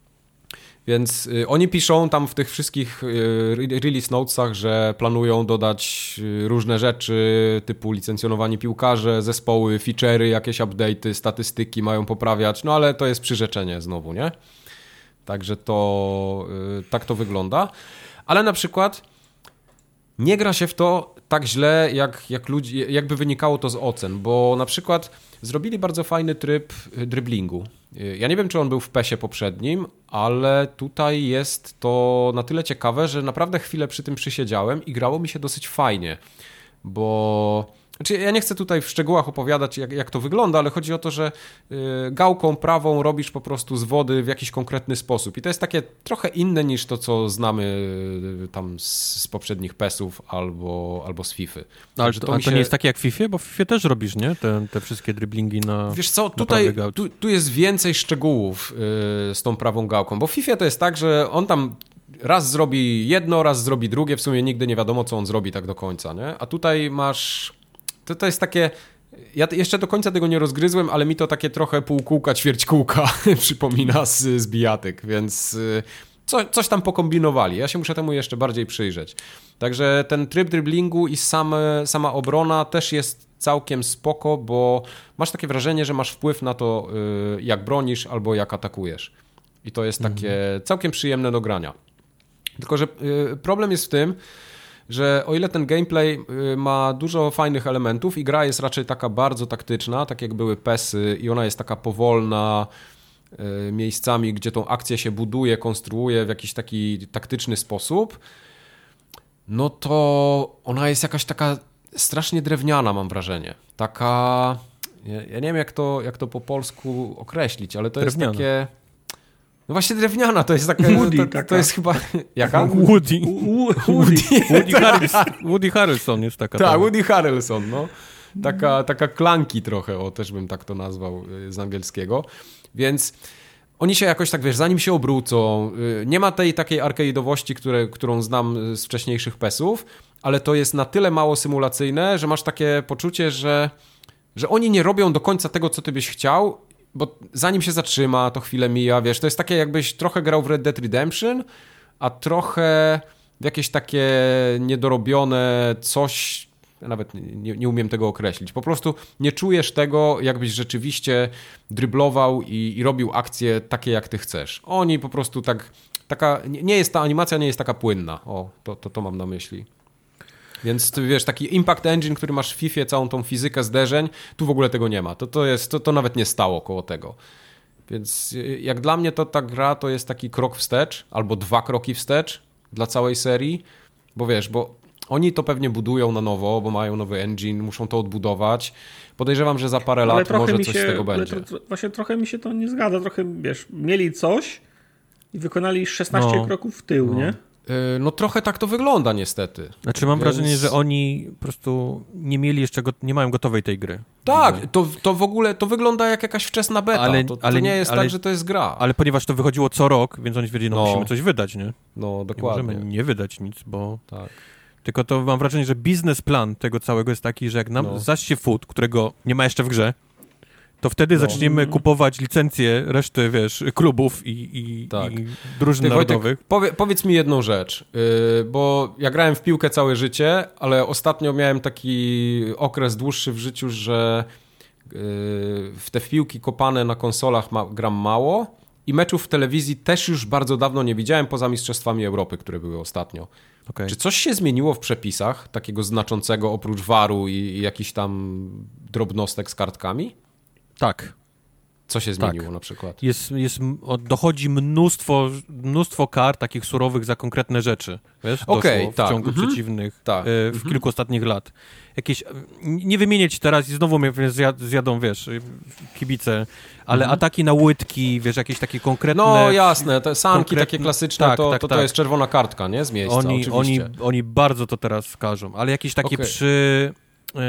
więc y, oni piszą tam w tych wszystkich y, release notesach, że planują dodać y, różne rzeczy typu licencjonowanie piłkarze, zespoły, feature'y, jakieś update'y, statystyki mają poprawiać, no ale to jest przyrzeczenie znowu, nie? Także to y, tak to wygląda. Ale na przykład nie gra się w to tak źle, jak, jak ludzi, jakby wynikało to z ocen, bo na przykład zrobili bardzo fajny tryb driblingu. Ja nie wiem, czy on był w pesie poprzednim, ale tutaj jest to na tyle ciekawe, że naprawdę chwilę przy tym przysiedziałem i grało mi się dosyć fajnie. bo... Znaczy, ja nie chcę tutaj w szczegółach opowiadać, jak, jak to wygląda, ale chodzi o to, że y, gałką prawą robisz po prostu z wody w jakiś konkretny sposób. I to jest takie trochę inne niż to, co znamy y, tam z, z poprzednich pesów albo, albo z Fify. Ale to, to, a to się... nie jest takie jak w Fifie? Bo w Fifie też robisz, nie? Te, te wszystkie driblingi na Wiesz co, tutaj tu, tu jest więcej szczegółów y, z tą prawą gałką, bo w Fifie to jest tak, że on tam raz zrobi jedno, raz zrobi drugie, w sumie nigdy nie wiadomo, co on zrobi tak do końca, nie? A tutaj masz... To, to jest takie... Ja jeszcze do końca tego nie rozgryzłem, ale mi to takie trochę półkółka, ćwierćkółka przypomina z, z bijatyk, więc co, coś tam pokombinowali. Ja się muszę temu jeszcze bardziej przyjrzeć. Także ten tryb driblingu i same, sama obrona też jest całkiem spoko, bo masz takie wrażenie, że masz wpływ na to, jak bronisz albo jak atakujesz. I to jest takie mhm. całkiem przyjemne do grania. Tylko że problem jest w tym, że o ile ten gameplay ma dużo fajnych elementów i gra jest raczej taka bardzo taktyczna, tak jak były pesy i ona jest taka powolna miejscami, gdzie tą akcję się buduje, konstruuje w jakiś taki taktyczny sposób, no to ona jest jakaś taka strasznie drewniana, mam wrażenie. Taka... Ja nie wiem, jak to, jak to po polsku określić, ale to drewniana. Jest takie... No właśnie drewniana, to jest taka... Woody, to, taka. to jest chyba... Jaka? Woody. Woody. Woody, Harrelson. Woody Harrelson jest taka. Tak, Woody Harrelson, no. Taka, taka klanki trochę, o też bym tak to nazwał z angielskiego. Więc oni się jakoś tak, wiesz, zanim się obrócą, nie ma tej takiej arcade'owości, które, którą znam z wcześniejszych pesów, ale to jest na tyle mało symulacyjne, że masz takie poczucie, że, że oni nie robią do końca tego, co ty byś chciał, bo zanim się zatrzyma, to chwilę mija, wiesz, to jest takie jakbyś trochę grał w Red Dead Redemption, a trochę w jakieś takie niedorobione coś, ja nawet nie, nie umiem tego określić, po prostu nie czujesz tego, jakbyś rzeczywiście dryblował i, i robił akcje takie, jak ty chcesz. Oni po prostu tak, taka, nie jest ta animacja nie jest taka płynna, o, to, to, to mam na myśli. Więc ty wiesz, taki Impact Engine, który masz w Fifie, całą tą fizykę zderzeń, tu w ogóle tego nie ma. To, to, jest, to, to nawet nie stało koło tego. Więc jak dla mnie to ta gra to jest taki krok wstecz, albo dwa kroki wstecz dla całej serii, bo wiesz, bo oni to pewnie budują na nowo, bo mają nowy engine, muszą to odbudować. Podejrzewam, że za parę ale lat może coś się, z tego będzie. To, właśnie trochę mi się to nie zgadza. Trochę, wiesz, mieli coś i wykonali szesnaście no, kroków w tył, no. nie? No trochę tak to wygląda niestety. Znaczy mam Więc... wrażenie, że oni po prostu nie mieli jeszcze, go... nie mają gotowej tej gry. Tak, to, to w ogóle, to wygląda jak jakaś wczesna beta. Ale, to, to ale, nie jest ale, tak, że to jest gra. Ale ponieważ to wychodziło co rok, więc oni stwierdzili, no, no musimy coś wydać, nie? No dokładnie. Nie możemy nie wydać nic, bo... Tak. Tylko to mam wrażenie, że biznesplan tego całego jest taki, że jak nam no. zaś się food, którego nie ma jeszcze w grze, to wtedy no. zaczniemy kupować licencje reszty, wiesz, klubów i, i, tak. i drużyn Ty, narodowych. Wojtek, powie, powiedz mi jedną rzecz, yy, bo ja grałem w piłkę całe życie, ale ostatnio miałem taki okres dłuższy w życiu, że yy, w te piłki kopane na konsolach ma, gram mało i meczów w telewizji też już bardzo dawno nie widziałem, poza Mistrzostwami Europy, które były ostatnio. Okay. Czy coś się zmieniło w przepisach takiego znaczącego oprócz waru i, i jakichś tam drobnostek z kartkami? Tak. Co się zmieniło tak. na przykład? Jest, jest, dochodzi mnóstwo, mnóstwo kar takich surowych za konkretne rzeczy. Wiesz? Okay, tak. W ciągu mhm. przeciwnych tak. w mhm. kilku ostatnich lat. Jakieś, nie wymienię ci teraz i znowu mnie zjadą, wiesz, kibice, ale mhm. ataki na łydki, wiesz, jakieś takie konkretne... No jasne, te sanki konkretne, takie klasyczne, tak, to, tak, to, to tak. jest czerwona kartka, nie? Z miejsca, oni, oczywiście. Oni, oni bardzo to teraz każą, ale jakieś takie okay. przy... Yy,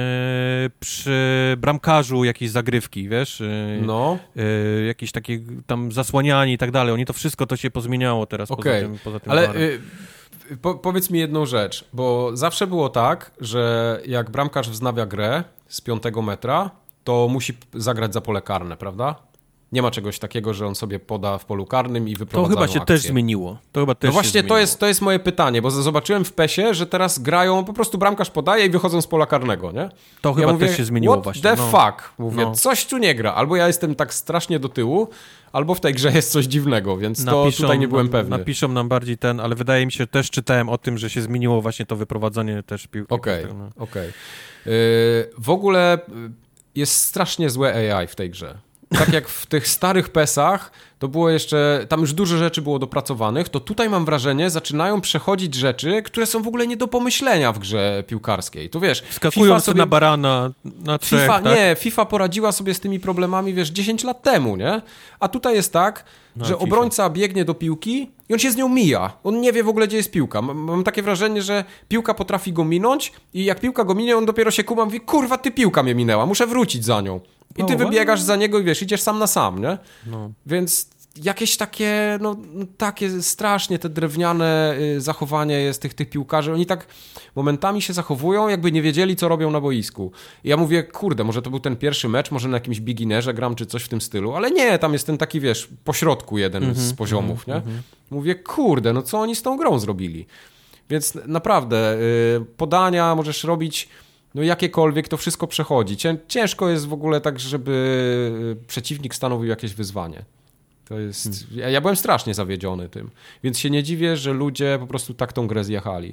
przy bramkarzu jakieś zagrywki, wiesz, yy, no. yy, jakieś takie tam zasłanianie i tak dalej, oni to wszystko to się pozmieniało teraz okay. poza tym, poza tym ale yy, po, powiedz mi jedną rzecz, bo zawsze było tak, że jak bramkarz wznawia grę z piątego metra, to musi zagrać za pole karne, prawda? Nie ma czegoś takiego, że on sobie poda w polu karnym i wyprowadzają To chyba się akcję. też zmieniło. To chyba też no właśnie, się to jest, to jest moje pytanie, bo zobaczyłem w pesie, że teraz grają, po prostu bramkarz podaje i wychodzą z pola karnego, nie? To ja chyba mówię, też się zmieniło what właśnie. the no. fuck? Mówię, no. coś tu nie gra. Albo ja jestem tak strasznie do tyłu, albo w tej grze jest coś dziwnego, więc napiszą, to tutaj nie byłem pewny. Napiszą nam bardziej ten, ale wydaje mi się, też czytałem o tym, że się zmieniło właśnie to wyprowadzanie też piłki. Okej, okay, okej. Okay. Yy, w ogóle jest strasznie złe A I w tej grze. tak jak w tych starych pesach, to było jeszcze, tam już dużo rzeczy było dopracowanych, to tutaj mam wrażenie, zaczynają przechodzić rzeczy, które są w ogóle nie do pomyślenia w grze piłkarskiej. Tu wiesz, Wskakują sobie na barana, na trzech, FIFA, tak? Nie, FIFA poradziła sobie z tymi problemami, wiesz, dziesięć lat temu, nie? A tutaj jest tak, no, że FIFA. obrońca biegnie do piłki i on się z nią mija. On nie wie w ogóle, gdzie jest piłka. Mam, mam takie wrażenie, że piłka potrafi go minąć i jak piłka go minie, on dopiero się kuma, mówi, kurwa, ty piłka mnie minęła, muszę wrócić za nią. I ty no, wybiegasz za niego i wiesz, idziesz sam na sam, nie? No. Więc jakieś takie, no takie strasznie te drewniane y, zachowanie jest tych, tych piłkarzy. Oni tak momentami się zachowują, jakby nie wiedzieli, co robią na boisku. I ja mówię, kurde, może to był ten pierwszy mecz, może na jakimś beginnerze gram, czy coś w tym stylu, ale nie, tam jest ten taki, wiesz, pośrodku jeden mm-hmm, z poziomów, mm-hmm, nie? Mm-hmm. Mówię, kurde, no co oni z tą grą zrobili? Więc naprawdę, y, podania możesz robić... No jakiekolwiek, to wszystko przechodzi. Ciężko jest w ogóle tak, żeby przeciwnik stanowił jakieś wyzwanie. To jest... Hmm. Ja byłem strasznie zawiedziony tym. Więc się nie dziwię, że ludzie po prostu tak tą grę zjechali.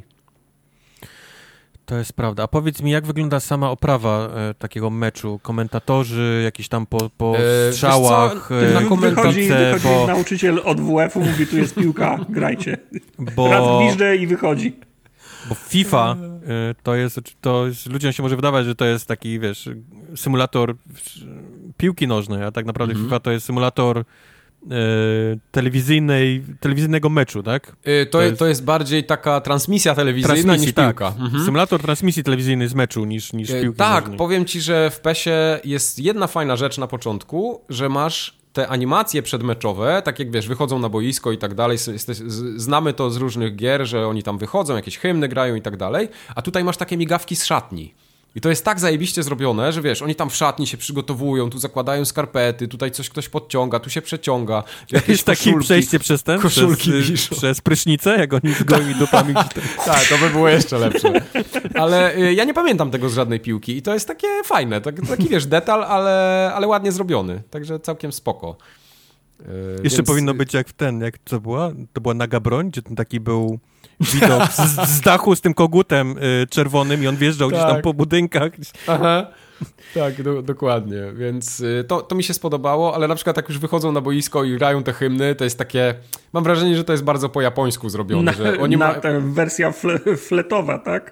To jest prawda. A powiedz mi, jak wygląda sama oprawa e, takiego meczu? Komentatorzy, jakieś tam po, po e, strzałach, e, na wychodzi, wychodzi po... nauczyciel od W F-u, mówi, tu jest piłka, grajcie. Bo... Raz gwiżdże i wychodzi. Bo FIFA to jest, to jest, ludziom się może wydawać, że to jest taki, wiesz, symulator piłki nożnej, a tak naprawdę mm-hmm. FIFA to jest symulator e, telewizyjnej, telewizyjnego meczu, tak? E, to, to, jest, to jest bardziej taka transmisja telewizyjna niż tak. piłka. Mhm. Symulator transmisji telewizyjnej z meczu niż, niż e, piłki Tak, nożnej. Powiem ci, że w pesie jest jedna fajna rzecz na początku, że masz te animacje przedmeczowe, tak jak wiesz, wychodzą na boisko i tak dalej, znamy to z różnych gier, że oni tam wychodzą, jakieś hymny grają i tak dalej, a tutaj masz takie migawki z szatni. I to jest tak zajebiście zrobione, że wiesz, oni tam w szatni się przygotowują, tu zakładają skarpety, tutaj coś ktoś podciąga, tu się przeciąga. Jakieś takie przejście przez ten, koszulki przez, przez prysznicę, jak oni z gołymi dupami. Tak, to by było jeszcze lepsze. Ale y, ja nie pamiętam tego z żadnej piłki i to jest takie fajne, tak, taki wiesz, detal, ale, ale ładnie zrobiony, także całkiem spoko. Y, jeszcze więc... powinno być jak w ten, jak to była? To była naga broń, gdzie ten taki był... widok z, z dachu z tym kogutem y, czerwonym i on wjeżdżał tak. gdzieś tam po budynkach. Aha, tak, do, dokładnie, więc y, to, to mi się spodobało, ale na przykład jak już wychodzą na boisko i grają te hymny, to jest takie, mam wrażenie, że to jest bardzo po japońsku zrobione. Na, że oni na ma... ta wersja fle, fletowa, tak?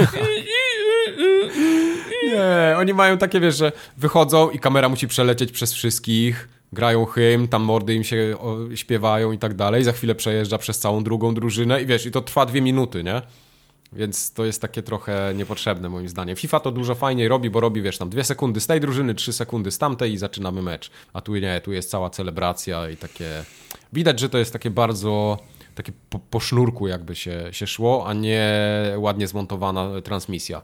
Nie, oni mają takie, wiesz, że wychodzą i kamera musi przelecieć przez wszystkich, grają hymn, tam mordy im się o, śpiewają i tak dalej, za chwilę przejeżdża przez całą drugą drużynę i wiesz, i to trwa dwie minuty, nie? Więc to jest takie trochę niepotrzebne moim zdaniem. FIFA to dużo fajniej robi, bo robi, wiesz, tam dwie sekundy z tej drużyny, trzy sekundy z tamtej i zaczynamy mecz. A tu nie, tu jest cała celebracja i takie... Widać, że to jest takie bardzo... takie po, po sznurku jakby się, się szło, a nie ładnie zmontowana transmisja.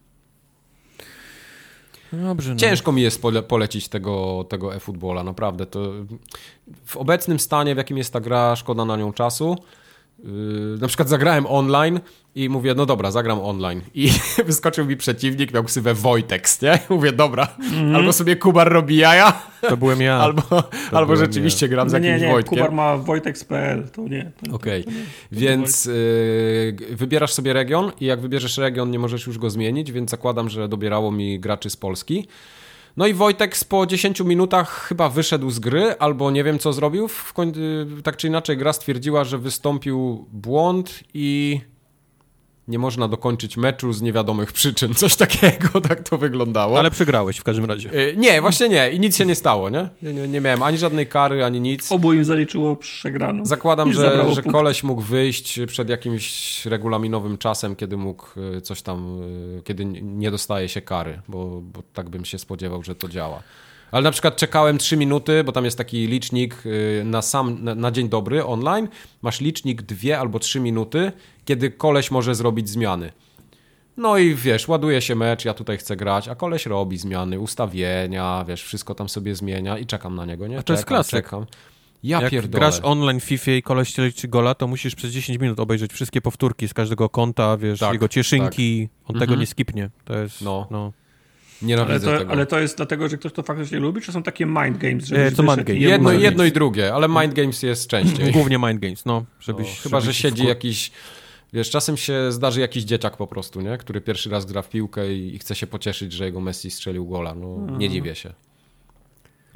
Dobrze, no. Ciężko mi jest pole- polecić tego, tego e-footballa, naprawdę. To w obecnym stanie, w jakim jest ta gra, szkoda na nią czasu. Yy, na przykład zagrałem online i mówię, no dobra, zagram online. I wyskoczył mi przeciwnik, miał ksywę Wojtex, nie? Mówię, dobra, mm. albo sobie Kubar robi jaja, to byłem ja. albo, albo rzeczywiście ja. gram z no jakimś nie, nie, Wojtkiem. Kubar ma Wojtex kropka p l, to nie. Okej, okay. Więc yy, wybierasz sobie region i jak wybierzesz region, nie możesz już go zmienić, więc zakładam, że dobierało mi graczy z Polski. No i Wojtek po dziesięciu minutach chyba wyszedł z gry, albo nie wiem co zrobił. W koń... Tak czy inaczej gra stwierdziła, że wystąpił błąd i nie można dokończyć meczu z niewiadomych przyczyn. Coś takiego, tak to wyglądało. Ale przegrałeś w każdym razie. Nie, właśnie nie. I nic się nie stało, nie? Nie, nie miałem ani żadnej kary, ani nic. Obu im zaliczyło przegraną. Zakładam, że, że koleś mógł wyjść przed jakimś regulaminowym czasem, kiedy mógł coś tam, kiedy nie dostaje się kary, bo, bo tak bym się spodziewał, że to działa. Ale na przykład czekałem trzy minuty, bo tam jest taki licznik na sam, na, na dzień dobry online, masz licznik dwie albo trzy minuty, kiedy koleś może zrobić zmiany. No i wiesz, ładuje się mecz, ja tutaj chcę grać, a koleś robi zmiany, ustawienia, wiesz, wszystko tam sobie zmienia i czekam na niego, nie? A to jest klasyk. Czekam. Ja Jak pierdolę. grasz online w FIFA i koleś liczy gola, to musisz przez dziesięć minut obejrzeć wszystkie powtórki z każdego konta, wiesz, tak, jego cieszynki, tak. On mhm. tego nie skipnie. To jest, no... no. Nienawidzę ale to, tego. Ale to jest dlatego, że ktoś to faktycznie lubi, czy są takie mind games? Że to mind games. Jedno, jedno i drugie, ale mind games jest częściej. Głównie mind games, no. Żebyś, no chyba, żebyś że siedzi wkur... jakiś... Wiesz, czasem się zdarzy jakiś dzieciak po prostu, nie? Który pierwszy raz gra w piłkę i, i chce się pocieszyć, że jego Messi strzelił gola. No, nie dziwię się.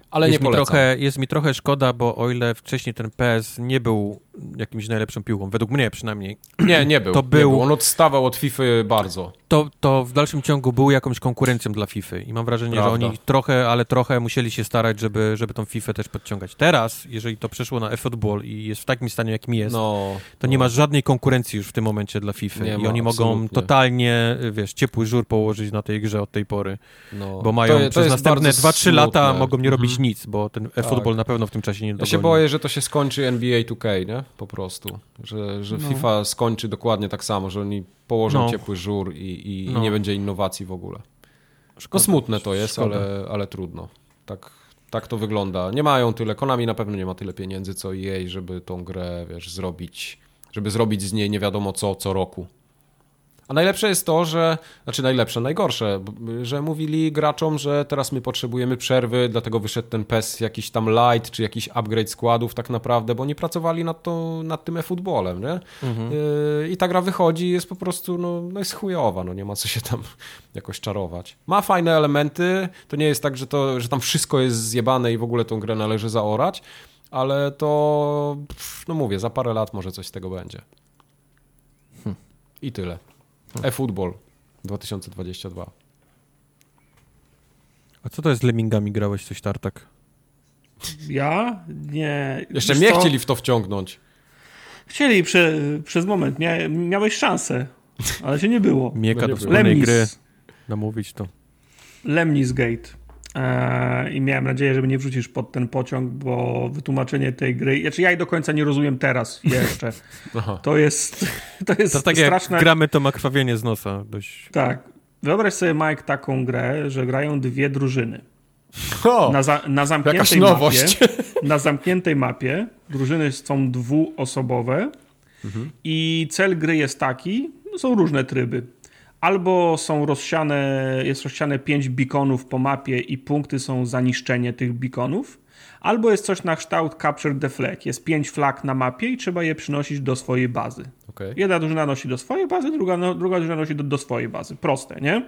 Ale jest nie polecam. Mi trochę, jest mi trochę szkoda, bo o ile wcześniej ten P S nie był jakimś najlepszą piłką, według mnie przynajmniej. Nie, nie był. To nie był, był. On odstawał od FIFA bardzo. To, to w dalszym ciągu był jakąś konkurencją dla FIFA i mam wrażenie, Prawda. że oni trochę, ale trochę musieli się starać, żeby, żeby tą FIFA też podciągać. Teraz, jeżeli to przeszło na eFootball i jest w takim stanie, jakim jest, no, to no. nie ma żadnej konkurencji już w tym momencie dla FIFA Nie i ma, oni mogą absolutnie. totalnie, wiesz, ciepły żur położyć na tej grze od tej pory, No. bo mają to, to przez następne dwa trzy lata mogą nie robić mhm. nic, bo ten eFootball Tak. na pewno w tym czasie nie dogoni. Ja się boję, że to się skończy N B A two K, nie? Po prostu. Że, że No. FIFA skończy dokładnie tak samo, że oni położą No. ciepły żur i, i No. nie będzie innowacji w ogóle. Szkoda. No smutne to jest, Szkoda. ale, ale trudno. Tak, tak to wygląda. Nie mają tyle, Konami na pewno nie ma tyle pieniędzy co E A, żeby tą grę, wiesz, zrobić, żeby zrobić z niej nie wiadomo co, co roku. A najlepsze jest to, że, znaczy najlepsze, najgorsze, że mówili graczom, że teraz my potrzebujemy przerwy, dlatego wyszedł ten P E S jakiś tam light, czy jakiś upgrade składów tak naprawdę, bo nie pracowali nad, to, nad tym e-footballem, nie? Mhm. Yy, I ta gra wychodzi i jest po prostu, no, no jest chujowa, no nie ma co się tam jakoś czarować. Ma fajne elementy, to nie jest tak, że, to, że tam wszystko jest zjebane i w ogóle tą grę należy zaorać, ale to, pff, no mówię, za parę lat może coś z tego będzie. Hm. I tyle. eFootball dwa tysiące dwadzieścia dwa. A co to jest z Lemmingami? Grałeś coś, Tartak? Ja? Nie. Jeszcze Wiesz mnie co? chcieli w to wciągnąć. Chcieli prze, przez moment. Mia, miałeś szansę, ale się nie było. Mieka No nie do było. wspólnej Lemnis. gry. Namówić to. Lemnis Gate. Eee, I miałem nadzieję, że mnie nie wrzucisz pod ten pociąg, bo wytłumaczenie tej gry... Znaczy ja jej do końca nie rozumiem teraz jeszcze. Aha. To jest, to jest To tak straszne... jak gramy, to ma krwawienie z nosa. Dość... Tak. Wyobraź sobie, Mike, taką grę, że grają dwie drużyny. O, Na, za, na, jakaś zamkniętej nowość. mapie, na zamkniętej mapie drużyny są dwuosobowe Mhm. i cel gry jest taki, no są różne tryby. Albo są rozsiane, jest rozsiane pięć beaconów po mapie i punkty są za niszczenie tych beaconów, albo jest coś na kształt Capture the Flag. Jest pięć flag na mapie i trzeba je przynosić do swojej bazy. Okay. Jedna drużyna nosi do swojej bazy, druga, no, druga drużyna nosi do, do swojej bazy. Proste, nie?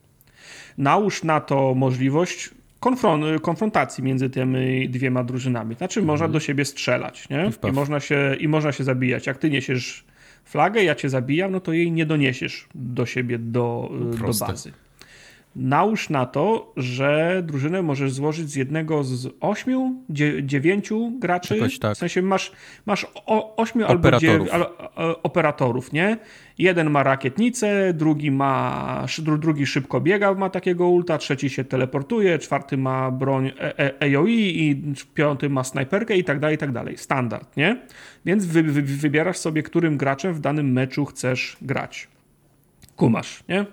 Nałóż na to możliwość konfron- konfrontacji między tymi dwiema drużynami. Znaczy mm. można do siebie strzelać, nie? I, I, można się, I można się zabijać. Jak ty niesiesz flagę, ja cię zabijam, no to jej nie doniesiesz do siebie, do, do bazy. Nałóż na to, że drużynę możesz złożyć z jednego z ośmiu, dzie, dziewięciu graczy. Tak. W sensie masz, masz o, ośmiu operatorów. albo dziewięć operatorów, nie? Jeden ma rakietnicę, drugi ma drugi szybko biega, ma takiego ulta, trzeci się teleportuje, czwarty ma broń A O E i piąty ma snajperkę i tak dalej, i tak dalej. Standard, nie? Więc wy, wy, wybierasz sobie, którym graczem w danym meczu chcesz grać. Kumasz, nie?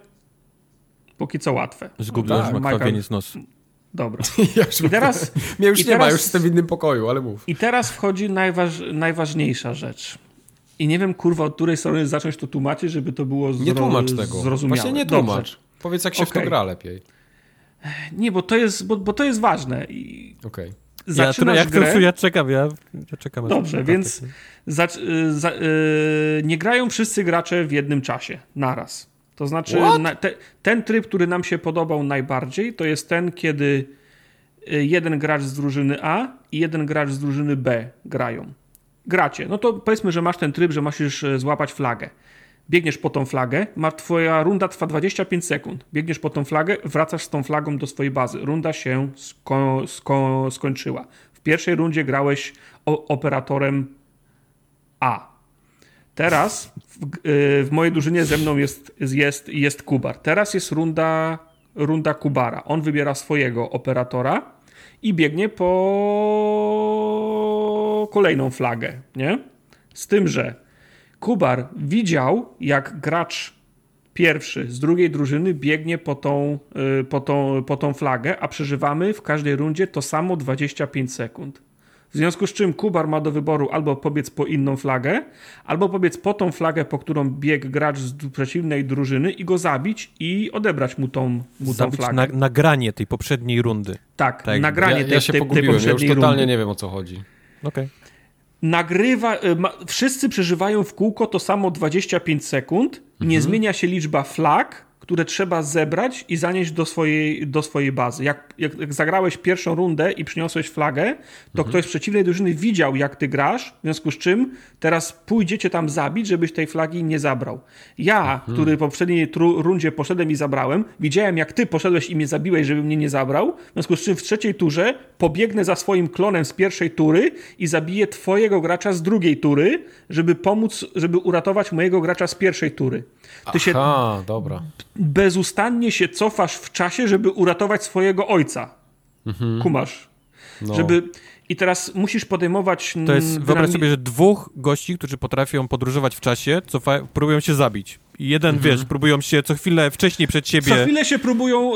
Póki co łatwe. Zgubiłem, że ma krwawienie z nosa. Dobra. Ja już I teraz... Mnie już i nie teraz, ma, już jestem w innym pokoju, ale mów. I teraz wchodzi najważ, najważniejsza rzecz. I nie wiem, kurwa, od której strony zacząć to tłumaczyć, żeby to było zro, Nie tłumacz tego. zrozumiałe. Właśnie nie tłumacz. Dobrze. Powiedz, jak się Okay. w to gra lepiej. Nie, bo to jest, bo, bo to jest ważne. I Okej. Okay. zaczynasz ja, grę... Ja, ja czekam, ja, ja czekam. Dobrze, więc za, za, yy, nie grają wszyscy gracze w jednym czasie, naraz. To znaczy na, te, ten tryb, który nam się podobał najbardziej, to jest ten, kiedy jeden gracz z drużyny A i jeden gracz z drużyny B grają. Gracie. No to powiedzmy, że masz ten tryb, że musisz złapać flagę. Biegniesz po tą flagę, ma, twoja runda trwa dwadzieścia pięć sekund. Biegniesz po tą flagę, wracasz z tą flagą do swojej bazy. Runda się sko, sko, skończyła. W pierwszej rundzie grałeś o, operatorem A. Teraz w, w mojej drużynie ze mną jest, jest, jest Kubar. Teraz jest runda, runda Kubara. On wybiera swojego operatora i biegnie po kolejną flagę, nie? Z tym, że Kubar widział, jak gracz pierwszy z drugiej drużyny biegnie po tą, po tą, po tą flagę, a przeżywamy w każdej rundzie to samo dwadzieścia pięć sekund. W związku z czym Kubar ma do wyboru albo pobiec po inną flagę, albo pobiec po tą flagę, po którą biegł gracz z przeciwnej drużyny i go zabić i odebrać mu tą, mu tą flagę. Na, nagranie tej poprzedniej rundy. Tak, tak nagranie ja, tej, ja się tej, pogubiłem, tej poprzedniej ja już totalnie rundy. nie wiem, o co chodzi. Okej. Okay. Nagrywa, ma, wszyscy przeżywają w kółko to samo dwadzieścia pięć sekund, mhm. Nie zmienia się liczba flag, które trzeba zebrać i zanieść do swojej, do swojej bazy. Jak, jak, jak zagrałeś pierwszą rundę i przyniosłeś flagę, to mhm. ktoś z przeciwnej drużyny widział, jak ty grasz, w związku z czym teraz pójdziecie tam zabić, żebyś tej flagi nie zabrał. Ja, mhm. który w poprzedniej tru, rundzie poszedłem i zabrałem, widziałem, jak ty poszedłeś i mnie zabiłeś, żeby mnie nie zabrał, w związku z czym w trzeciej turze pobiegnę za swoim klonem z pierwszej tury i zabiję twojego gracza z drugiej tury, żeby pomóc, żeby uratować mojego gracza z pierwszej tury. Ty Aha, się dobra. bezustannie się cofasz w czasie, żeby uratować swojego ojca. Mhm. Kumasz. No. Żeby... I teraz musisz podejmować... To jest, wyobraź sobie, że dwóch gości, którzy potrafią podróżować w czasie, cofa, próbują się zabić. I jeden, mhm. wiesz, próbują się co chwilę wcześniej przed siebie... Co chwilę się próbują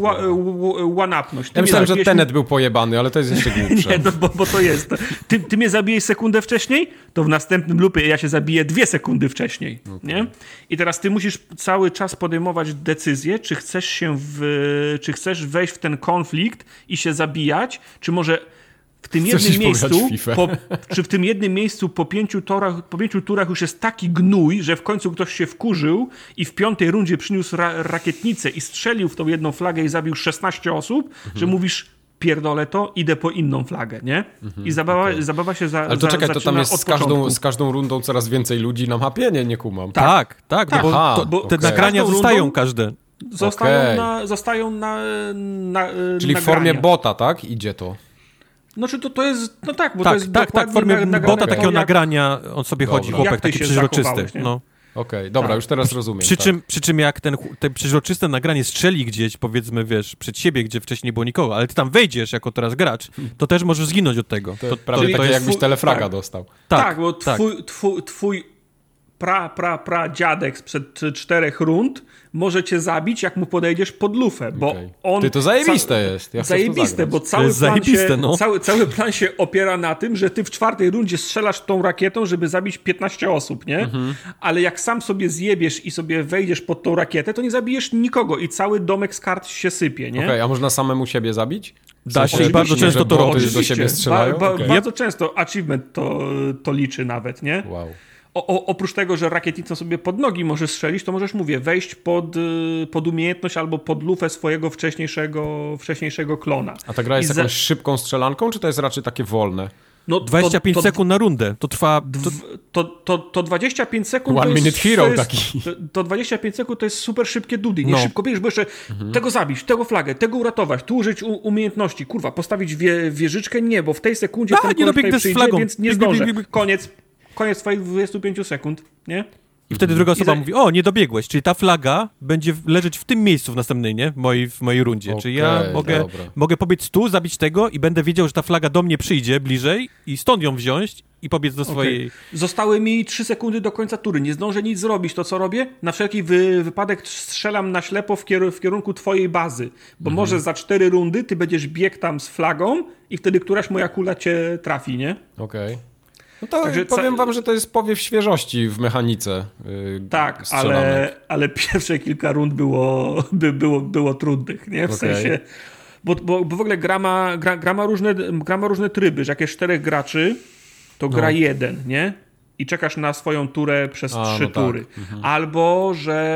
one-upnąć. Ja myślałem, że Tenet był pojebany, ale to jest jeszcze głupsze. Nie, no, bo, bo to jest... Ty, ty mnie zabijesz sekundę wcześniej, to w następnym loopie ja się zabiję dwie sekundy wcześniej. Okay. Nie? I teraz ty musisz cały czas podejmować decyzję, czy chcesz się w, czy chcesz wejść w ten konflikt i się zabijać, czy może... W tym Chcesz jednym miejscu, po, czy w tym jednym miejscu po pięciu, torach, po pięciu turach już jest taki gnój, że w końcu ktoś się wkurzył i w piątej rundzie przyniósł ra, rakietnicę i strzelił w tą jedną flagę i zabił szesnaście osób, mhm. że mówisz, pierdolę to, idę po inną flagę, nie? Mhm, I zabawa, okay. zabawa się za, Ale to za, czekaj, to tam jest z każdą, z każdą rundą coraz więcej ludzi na mapie? Nie, nie kumam. Tak, tak, tak, no bo, Aha, to, bo okay. te nagrania zostają każde. Zostają, okay. na, zostają na, na Czyli nagrania. w formie bota, tak? Idzie to. Znaczy to, to jest, no tak, bo tak, to jest tak, tak, w formie nagrane bota takiego jak... nagrania, on sobie Dobra. chodzi, chłopak taki przeźroczysty. No. Okej, okay, dobra, tak. już teraz rozumiem. Przy, tak. czym, przy czym jak ten, te przeźroczyste nagranie strzeli gdzieś, powiedzmy, wiesz, przed siebie, gdzie wcześniej nie było nikogo, ale ty tam wejdziesz jako teraz gracz, to też możesz zginąć od tego. To, to prawie to, to jakbyś twój... telefraga tak. dostał. Tak, tak bo twój, tak. twój, twój pra, pra, pra dziadek sprzed czterech rund może cię zabić, jak mu podejdziesz pod lufę, bo okay. on... Ty, to zajebiste ca... jest. Ja zajebiste, bo cały plan, się, no. cały, cały plan się opiera na tym, że ty w czwartej rundzie strzelasz tą rakietą, żeby zabić piętnaście osób, nie? Mhm. Ale jak sam sobie zjebiesz i sobie wejdziesz pod tą rakietę, to nie zabijesz nikogo i cały domek z kart się sypie, nie? Okej, okay, a można samemu siebie zabić? Da się i bardzo często to robić. do siebie strzelają? Ba, ba, okay. Bardzo często achievement to, to liczy nawet, nie? Wow. O, o, oprócz tego, że rakietnicą sobie pod nogi możesz strzelić, to możesz, mówię, wejść pod, pod umiejętność albo pod lufę swojego wcześniejszego, wcześniejszego klona. A ta gra jest za... jakąś szybką strzelanką, czy to jest raczej takie wolne? No, dwadzieścia pięć to, to, sekund na rundę, to trwa... To, to, to, to dwadzieścia pięć sekund One to minute jest, hero to jest, taki. To, to dwadzieścia pięć sekund to jest super szybkie dudy, nie? No. Szybko bierzesz, bo jeszcze mhm. tego zabić, tego flagę, tego uratować, tu użyć u, umiejętności, kurwa, postawić wie, wieżyczkę, nie, bo w tej sekundzie A, ten nie koleś przyjdzie, flagą. więc nie zdążę. Koniec. Koniec twoich dwudziestu pięciu sekund, nie? I wtedy druga osoba za... mówi, o, nie dobiegłeś, czyli ta flaga będzie leżeć w tym miejscu w następnej, nie? W mojej, w mojej rundzie. Okay, czyli ja mogę, mogę pobiec tu, zabić tego i będę wiedział, że ta flaga do mnie przyjdzie bliżej i stąd ją wziąć i pobiec do swojej... Okay. Zostały mi trzy sekundy do końca tury. Nie zdążę nic zrobić. To co robię? Na wszelki wy... wypadek strzelam na ślepo w, kier... w kierunku twojej bazy. Bo mhm. może za cztery rundy ty będziesz biegł tam z flagą i wtedy któraś moja kula cię trafi, nie? Okej. Okay. No to Także powiem ca... wam, że to jest powiew świeżości w mechanice. Yy, tak, ale, ale pierwsze kilka rund było, by, było, było trudnych, nie? W okay. sensie... Bo, bo, bo w ogóle gra ma, gra, gra, ma różne, gra ma różne tryby, że jak jest czterech graczy, to no. gra jeden, nie? I czekasz na swoją turę przez A, trzy no tury. Tak. Mhm. Albo,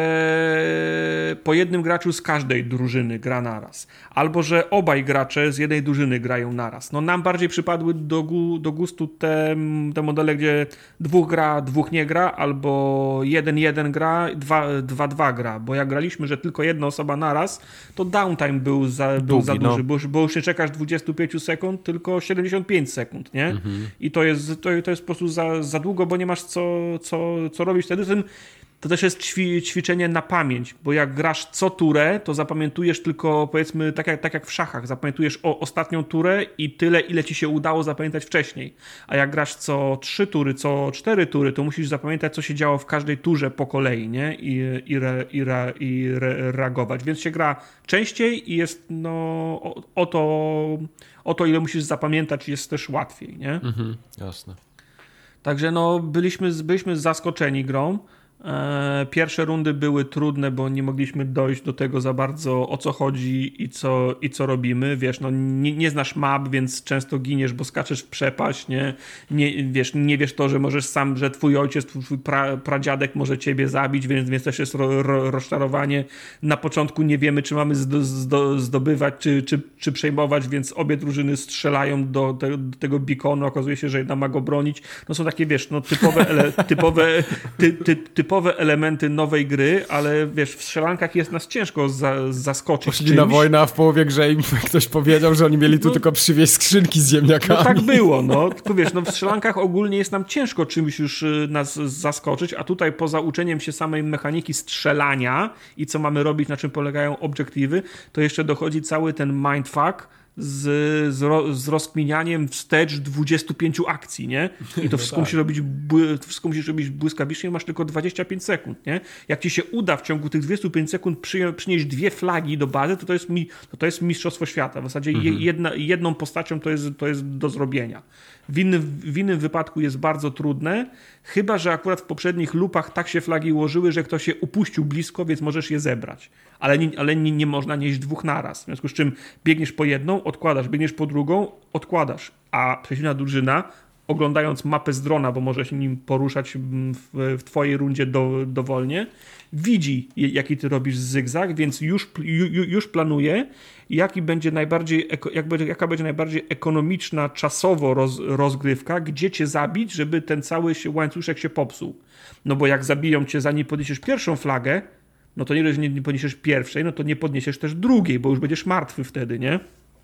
że po jednym graczu z każdej drużyny gra naraz. Albo, że obaj gracze z jednej drużyny grają naraz. No nam bardziej przypadły do, gu, do gustu te, te modele, gdzie dwóch gra, dwóch nie gra, albo jeden, jeden gra, dwa, dwa, dwa gra. Bo jak graliśmy, że tylko jedna osoba naraz, to downtime był za, był Długi, za duży, no. bo, już, bo już nie czekasz dwadzieścia pięć sekund, tylko siedemdziesiąt pięć sekund, nie? Mhm. I to jest, to, to jest po prostu za, za długo, bo nie masz co, co, co robić wtedy. To też jest ćwi, ćwiczenie na pamięć, bo jak grasz co turę, to zapamiętujesz tylko, powiedzmy, tak jak, tak jak w szachach, zapamiętujesz o ostatnią turę i tyle, ile ci się udało zapamiętać wcześniej. A jak grasz co trzy tury, co cztery tury, to musisz zapamiętać, co się działo w każdej turze po kolei, nie? I, i, re, i, re, i re, reagować. Więc się gra częściej i jest no o, o, to, o to, ile musisz zapamiętać, jest też łatwiej, nie? Mhm, jasne. Także no, byliśmy, byliśmy zaskoczeni grą. Pierwsze rundy były trudne, bo nie mogliśmy dojść do tego za bardzo, o co chodzi i co, i co robimy. Wiesz, no nie, nie znasz map, więc często giniesz, bo skaczesz w przepaść, nie? Nie, wiesz, nie wiesz to, że możesz sam, że twój ojciec, twój pra, pradziadek może ciebie zabić, więc, więc też jest ro, ro, rozczarowanie. Na początku nie wiemy, czy mamy zdo, zdo, zdobywać, czy, czy, czy przejmować, więc obie drużyny strzelają do, do, do tego beaconu. Okazuje się, że jedna ma go bronić. No są takie, wiesz, no typowe, ele, typowe, ty, ty, ty, typowe elementy nowej gry, ale wiesz, w strzelankach jest nas ciężko za, zaskoczyć. Poszli czymś. na wojnę, a w połowie grze im ktoś powiedział, że oni mieli tu no, tylko przywieźć skrzynki z ziemniakami. No tak było, no. Tylko wiesz, no w strzelankach ogólnie jest nam ciężko czymś już nas zaskoczyć, a tutaj poza uczeniem się samej mechaniki strzelania i co mamy robić, na czym polegają obiektywy, to jeszcze dochodzi cały ten mindfuck z, z, ro, z rozkminianiem wstecz dwudziestu pięciu akcji, nie? I to wszystko, no tak. musisz robić, wszystko musisz robić błyskawicznie, masz tylko dwadzieścia pięć sekund, nie? Jak ci się uda w ciągu tych dwudziestu pięciu sekund przy, przynieść dwie flagi do bazy, to to jest, mi, to, to jest mistrzostwo świata. W zasadzie mhm. jedna, jedną postacią to jest, to jest do zrobienia. W innym, w innym wypadku jest bardzo trudne, chyba że akurat w poprzednich lupach tak się flagi ułożyły, że ktoś się upuścił blisko, więc możesz je zebrać. Ale nie, ale nie, nie można nieść dwóch naraz. W związku z czym biegniesz po jedną, odkładasz, biegniesz po drugą, odkładasz. A przeciwna drużyna, oglądając mapę z drona, bo możesz nim poruszać w, w twojej rundzie do, dowolnie, widzi, jaki ty robisz zygzak, więc już, ju, już planuje, jaki będzie najbardziej, jak będzie, jaka będzie najbardziej ekonomiczna czasowo roz, rozgrywka, gdzie cię zabić, żeby ten cały się, łańcuszek się popsuł. No bo jak zabiją cię, zanim podniesiesz pierwszą flagę, no to nie dość, że nie podniesiesz pierwszej, no to nie podniesiesz też drugiej, bo już będziesz martwy wtedy, nie?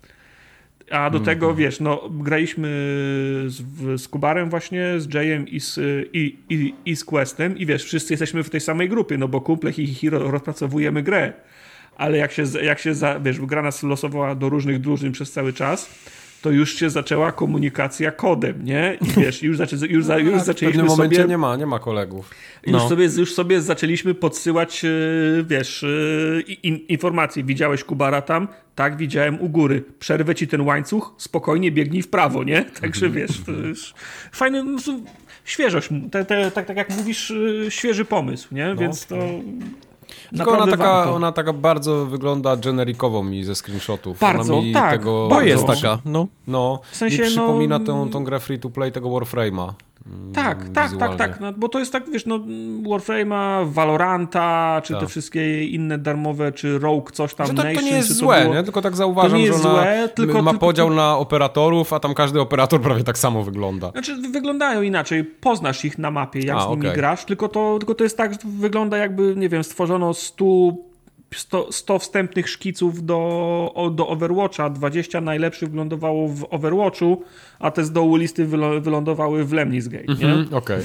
A do mm-hmm. tego, wiesz, no graliśmy z, z Kubarem właśnie, z Jayem i z, i, i, i z Questem i wiesz, wszyscy jesteśmy w tej samej grupie, no bo kumple hi, hi, rozpracowujemy grę. Ale jak się, jak się za, wiesz, gra nas losowała do różnych drużyn przez cały czas, to już się zaczęła komunikacja kodem, nie? I wiesz, już, zaczę, już, za, już no, zaczęliśmy w pewnym momencie sobie... nie ma, nie ma kolegów. Już, no. sobie, już sobie zaczęliśmy podsyłać, wiesz, in, informacje. Widziałeś Kubara tam? Tak, widziałem u góry. Przerwę ci ten łańcuch, spokojnie biegnij w prawo, nie? Także wiesz, to już fajny, no, świeżość, te, te, tak, tak jak mówisz, świeży pomysł, nie? No, Więc to... Tylko ona taka, ona taka bardzo wygląda generikowo mi ze screenshotów. Bardzo, ona mi tak. Tego, bo jest taka, no. No, w sensie, mi przypomina no, tą, tą grę free to play tego Warframe'a. Tak, tak, tak, tak, no, bo to jest tak, wiesz, no Warframe'a, Valoranta, czy tak. te wszystkie inne darmowe, czy Rogue, coś tam, że to, Nation, to nie jest czy złe, było... nie? Tylko tak zauważam, to nie jest że ona złe, tylko, ma tylko, podział tylko... na operatorów, a tam każdy operator prawie tak samo wygląda. Znaczy wyglądają inaczej, poznasz ich na mapie, jak a, z nimi okay. grasz, tylko to, tylko to jest tak, że to wygląda jakby, nie wiem, stworzono stu sto, sto wstępnych szkiców do, do Overwatcha, dwadzieścia najlepszych wylądowało w Overwatchu, a te z dołu listy wylądowały w Lemnis Gate, nie? Mm-hmm, okay.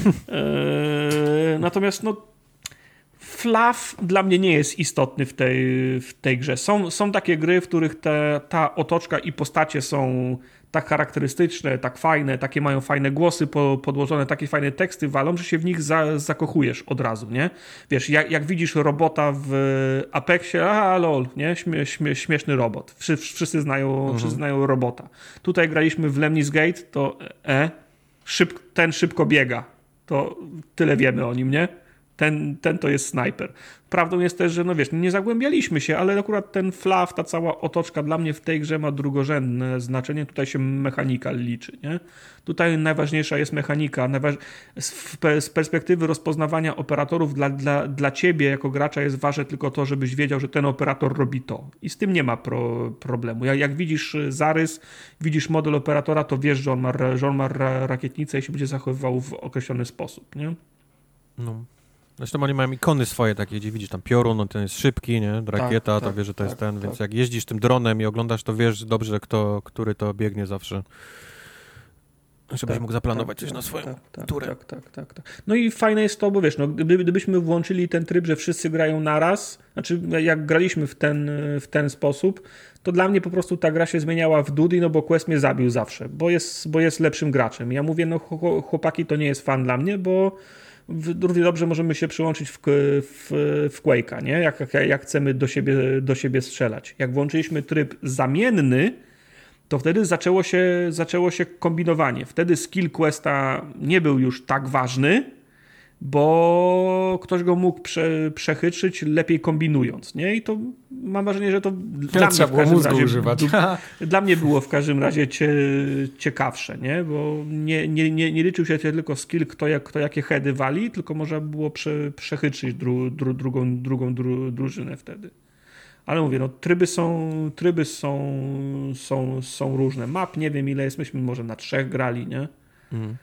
e, natomiast no fluff dla mnie nie jest istotny w tej, w tej grze. Są, są takie gry, w których te, ta otoczka i postacie są tak charakterystyczne, tak fajne, takie mają fajne głosy po, podłożone, takie fajne teksty walą, że się w nich za, zakochujesz od razu, nie? Wiesz, jak, jak widzisz robota w Apexie, a lol, nie? Śmie, śmie, śmieszny robot. Wszyscy, wszyscy, znają, mhm. wszyscy znają robota. Tutaj graliśmy w Lemnis Gate, to e, szyb, ten szybko biega. To tyle wiemy o nim, nie? Ten, ten to jest snajper. Prawdą jest też, że no wiesz, nie zagłębialiśmy się, ale akurat ten fluff, ta cała otoczka dla mnie w tej grze ma drugorzędne znaczenie. Tutaj się mechanika liczy, nie? Tutaj najważniejsza jest mechanika. Najważ... Z perspektywy rozpoznawania operatorów dla, dla, dla ciebie jako gracza jest ważne tylko to, żebyś wiedział, że ten operator robi to. I z tym nie ma pro, problemu. Jak, jak widzisz zarys, widzisz model operatora, to wiesz, że on ma, że on ma rakietnicę i się będzie zachowywał w określony sposób, nie? No. Zresztą oni mają ikony swoje takie, gdzie widzisz tam piorun, no ten jest szybki, nie? Rakieta, tak, to tak, wiesz, że to tak, jest ten, tak. Więc jak jeździsz tym dronem i oglądasz, to wiesz dobrze, kto, który to biegnie zawsze. Żebyś tak, mógł zaplanować tak, coś na swoją tak, tak, turę. Tak, tak, tak, tak. No i fajne jest to, bo wiesz, no, gdyby, gdybyśmy włączyli ten tryb, że wszyscy grają naraz, znaczy jak graliśmy w ten, w ten sposób, to dla mnie po prostu ta gra się zmieniała w dudy, no bo Quest mnie zabił zawsze, bo jest, bo jest lepszym graczem. Ja mówię, no chłopaki, to nie jest fan dla mnie, bo równie dobrze możemy się przyłączyć w, w, w Quake'a, nie? Jak, jak, jak chcemy do siebie, do siebie strzelać. Jak włączyliśmy tryb zamienny, to wtedy zaczęło się, zaczęło się kombinowanie. Wtedy skill Questa nie był już tak ważny, bo ktoś go mógł prze, przechytrzyć lepiej kombinując, nie? I to mam wrażenie, że to dla mnie w każdym razie używać. dla mnie było w każdym razie cie, ciekawsze, nie? Bo nie, nie, nie, nie liczył się tylko skill, kto, jak, kto jakie heady wali, tylko można było prze, przechytrzyć dru, dru, drugą, drugą dru, drużynę wtedy. Ale mówię, no tryby są tryby są, są, są różne. Map nie wiem ile jest, myśmy może na trzech grali, nie? Mhm.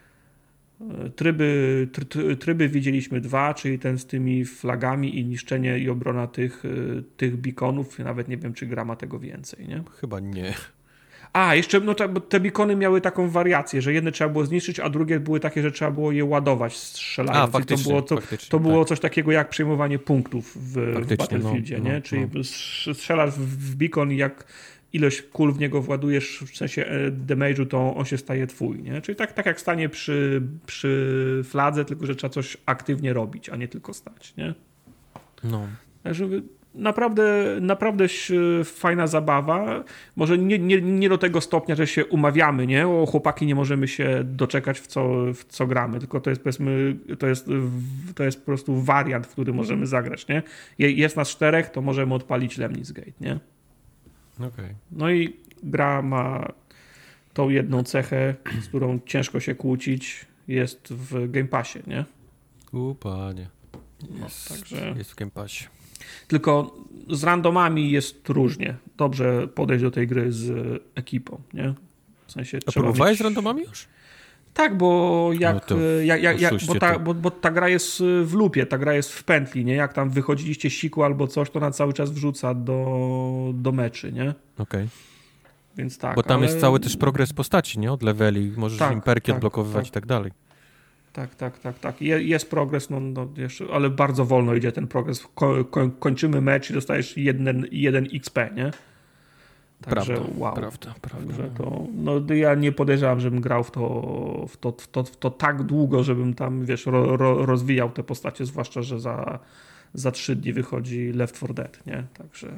Tryby, try, tryby widzieliśmy dwa, czyli ten z tymi flagami i niszczenie i obrona tych, tych beaconów. Nawet nie wiem, czy gra ma tego więcej, nie? Chyba nie. A, jeszcze no te, bo te beacony miały taką wariację, że jedne trzeba było zniszczyć, a drugie były takie, że trzeba było je ładować strzelając. A, faktycznie, to było, to, faktycznie, to było tak. coś takiego jak przejmowanie punktów w, w Battlefieldzie, no, nie? No, czyli no. strzelasz w beacon i jak ilość kul w niego władujesz w sensie damage'u, to on się staje twój, nie? Czyli tak, tak jak stanie przy, przy fladze, tylko że trzeba coś aktywnie robić, a nie tylko stać, nie? No. Także naprawdę, naprawdę fajna zabawa. Może nie, nie, nie do tego stopnia, że się umawiamy, nie? O, chłopaki, nie możemy się doczekać w co, w co gramy, tylko to jest, powiedzmy, to jest, to jest po prostu wariant, w który możemy zagrać, nie? Jest nas czterech, to możemy odpalić Lemnis Gate, nie? Okay. No i gra ma tą jedną cechę, z którą ciężko się kłócić, jest w Game Passie, nie? U, panie. Jest, no, także... jest w Game Passie. Tylko z randomami jest różnie. Dobrze podejść do tej gry z ekipą, nie? W sensie A próbowałeś mieć... z randomami już? Tak, bo jak, no to jak, jak, jak bo, ta, to. bo, bo ta gra jest w loopie, ta gra jest w pętli, nie? Jak tam wychodziliście siku albo coś, to ona cały czas wrzuca do, do meczy, nie? Okej. Okay. Więc tak. Bo tam ale... jest cały też progres postaci, nie? Od leveli, możesz tak, im perki tak, odblokowywać tak. i tak dalej. Tak, tak, tak, tak. Je, jest progres, no, no jeszcze, ale bardzo wolno idzie ten progres. Ko, ko, kończymy mecz i dostajesz jeden, jeden X P, nie? Także prawda, wow. Prawda, prawda. Także to, no ja nie podejrzewam, żebym grał w to, w to, w to, w to tak długo, żebym tam, wiesz, ro, ro, rozwijał te postacie, zwłaszcza, że za, za trzy dni wychodzi Left four Dead, nie? Także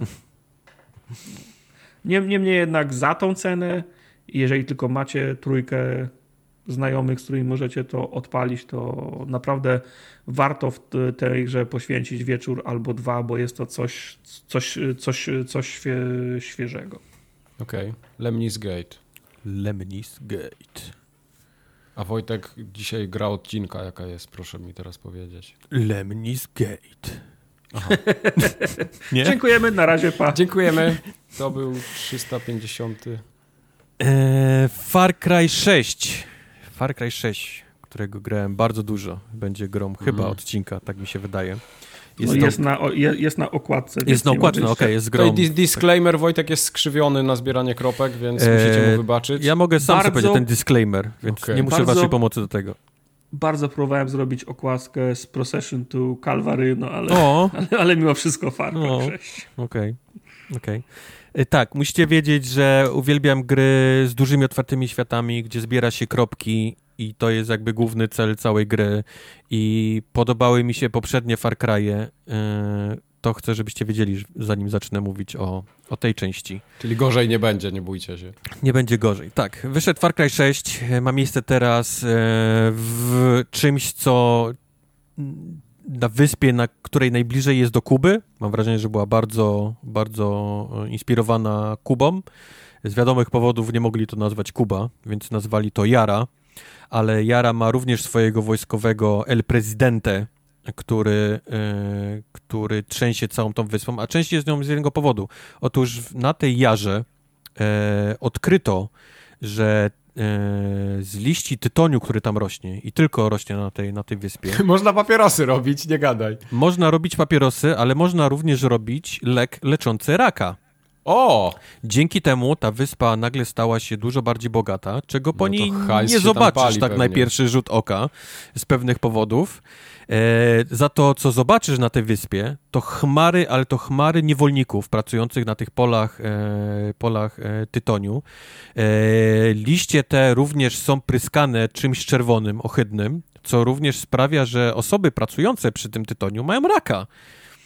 niemniej jednak za tą cenę, jeżeli tylko macie trójkę znajomych, z którymi możecie to odpalić, to naprawdę warto w tej grze poświęcić wieczór albo dwa, bo jest to coś, coś, coś, coś świe, świeżego. Okej. Okay. Lemnis Gate. Lemnis Gate. A Wojtek dzisiaj gra odcinka, jaka jest, proszę mi teraz powiedzieć. Lemnis Gate. Aha. Nie? Dziękujemy, na razie, pa. Dziękujemy. To był trzysta pięćdziesiąty. Eee, Far Cry sześć. Far Cry sześć, którego grałem bardzo dużo. Będzie grą mm. chyba odcinka, tak mi się wydaje. Jest, no jest, to... na, jest na okładce. Jest na okładce, no okej, okay, jest grą. Dis- disclaimer, Wojtek jest skrzywiony na zbieranie kropek, więc eee, musicie mu wybaczyć. Ja mogę sam bardzo... sobie powiedzieć ten disclaimer, więc okay. nie muszę bardzo... waszej pomocy do tego. Bardzo próbowałem zrobić okładkę z Procession to Calvary, no ale, ale, ale mimo wszystko Far Cry sześć. Okej, okej. Tak, musicie wiedzieć, że uwielbiam gry z dużymi, otwartymi światami, gdzie zbiera się kropki i to jest jakby główny cel całej gry i podobały mi się poprzednie Far Cry'e. To chcę, żebyście wiedzieli, zanim zacznę mówić o, o tej części. Czyli gorzej nie będzie, nie bójcie się. Nie będzie gorzej, tak. Wyszedł Far Cry sześć, ma miejsce teraz w czymś, co... na wyspie, na której najbliżej jest do Kuby. Mam wrażenie, że była bardzo, bardzo inspirowana Kubą. Z wiadomych powodów nie mogli to nazwać Kuba, więc nazwali to Yara, ale Yara ma również swojego wojskowego El Presidente, który, yy, który trzęsie całą tą wyspą, a częściej z nią z jednego powodu. Otóż na tej Jarze yy, odkryto, że z liści tytoniu, który tam rośnie i tylko rośnie na tej, na tej wyspie. Można papierosy robić, nie gadaj. Można robić papierosy, ale można również robić lek leczący raka. O! Dzięki temu ta wyspa nagle stała się dużo bardziej bogata, czego po no niej nie zobaczysz tak pewnie. Na pierwszy rzut oka z pewnych powodów. E, za to, co zobaczysz na tej wyspie, to chmary, ale to chmary niewolników pracujących na tych polach, e, polach e, tytoniu. E, liście te również są pryskane czymś czerwonym, ohydnym, co również sprawia, że osoby pracujące przy tym tytoniu mają raka.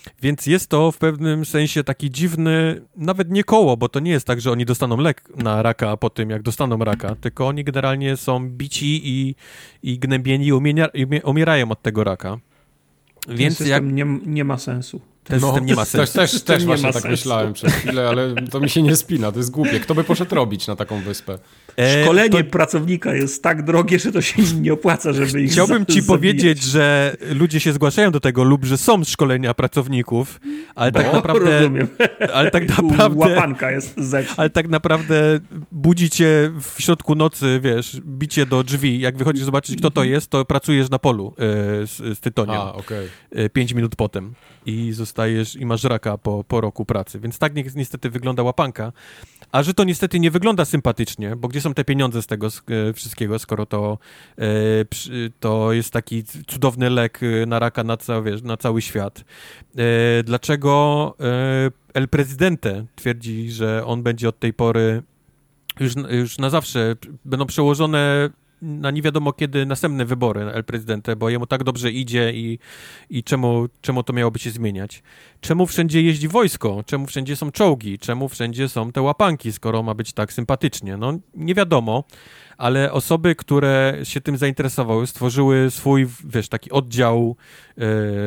Więc jest to w pewnym sensie taki dziwny, nawet nie koło, bo to nie jest tak, że oni dostaną lek na raka po tym, jak dostaną raka, tylko oni generalnie są bici i, i gnębieni i, umienia, i umierają od tego raka. Ten Więc system jak... nie, nie ma sensu. Ten no, system nie ma sensu. Też, też, też nie właśnie ma tak sensu. myślałem przez chwilę, ale to mi się nie spina, to jest głupie. Kto by poszedł robić na taką wyspę? E, Szkolenie to... pracownika jest tak drogie, że to się nie opłaca, żeby ich Chciałbym za- ci zabijać. powiedzieć, że ludzie się zgłaszają do tego lub że są szkolenia pracowników, ale tak Bo, naprawdę... rozumiem. Ale tak naprawdę... Łapanka jest zepsuta. Ale tak naprawdę budzi cię w środku nocy, wiesz, bicie do drzwi. Jak wychodzisz zobaczyć, kto to jest, to pracujesz na polu e, z, z tytoniem. A, okej. E, pięć minut potem. I zostajesz, i masz raka po, po roku pracy. Więc tak ni- niestety wygląda łapanka. A że to niestety nie wygląda sympatycznie, bo gdzie są te pieniądze z tego z, e, wszystkiego, skoro to, e, przy, to jest taki cudowny lek na raka na, ca, wiesz, na cały świat. E, dlaczego e, El Presidente twierdzi, że on będzie od tej pory już, już na zawsze, będą przełożone na nie wiadomo kiedy następne wybory na El Presidente, bo jemu tak dobrze idzie i, i czemu, czemu to miałoby się zmieniać? Czemu wszędzie jeździ wojsko? Czemu wszędzie są czołgi? Czemu wszędzie są te łapanki, skoro ma być tak sympatycznie? No nie wiadomo, ale osoby, które się tym zainteresowały, stworzyły swój, wiesz, taki oddział e,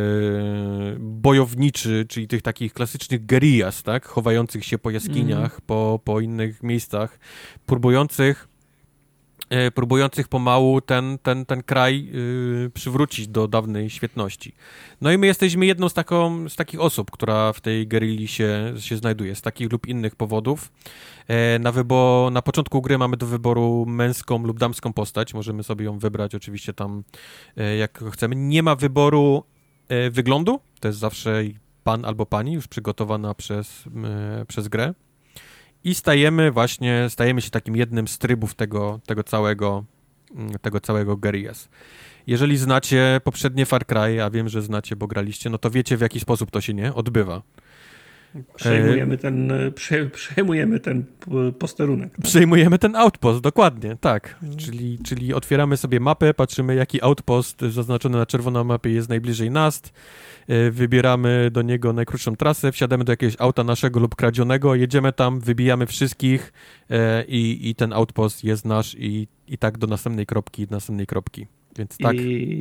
bojowniczy, czyli tych takich klasycznych guerillas, tak? Chowających się po jaskiniach, mm. po, po innych miejscach, próbujących próbujących pomału ten, ten, ten kraj yy, przywrócić do dawnej świetności. No i my jesteśmy jedną z, taką, z takich osób, która w tej gerilli się, się znajduje, z takich lub innych powodów. E, na, wybor, na początku gry mamy do wyboru męską lub damską postać, możemy sobie ją wybrać oczywiście tam e, jak chcemy. Nie ma wyboru e, wyglądu, to jest zawsze pan albo pani, już przygotowana przez, e, przez grę. I stajemy właśnie, stajemy się takim jednym z trybów tego, tego całego, tego całego guerillas. Jeżeli znacie poprzednie Far Cry, a wiem, że znacie, bo graliście, no to wiecie, w jaki sposób to się nie odbywa. Przejmujemy ten, prze, przejmujemy ten posterunek. Tak? Przejmujemy ten outpost, dokładnie, tak. Czyli, czyli otwieramy sobie mapę, patrzymy, jaki outpost zaznaczony na czerwonej mapie jest najbliżej nas, wybieramy do niego najkrótszą trasę, wsiadamy do jakiegoś auta naszego lub kradzionego, jedziemy tam, wybijamy wszystkich i, i ten outpost jest nasz i, i tak do następnej kropki, następnej kropki. Więc tak.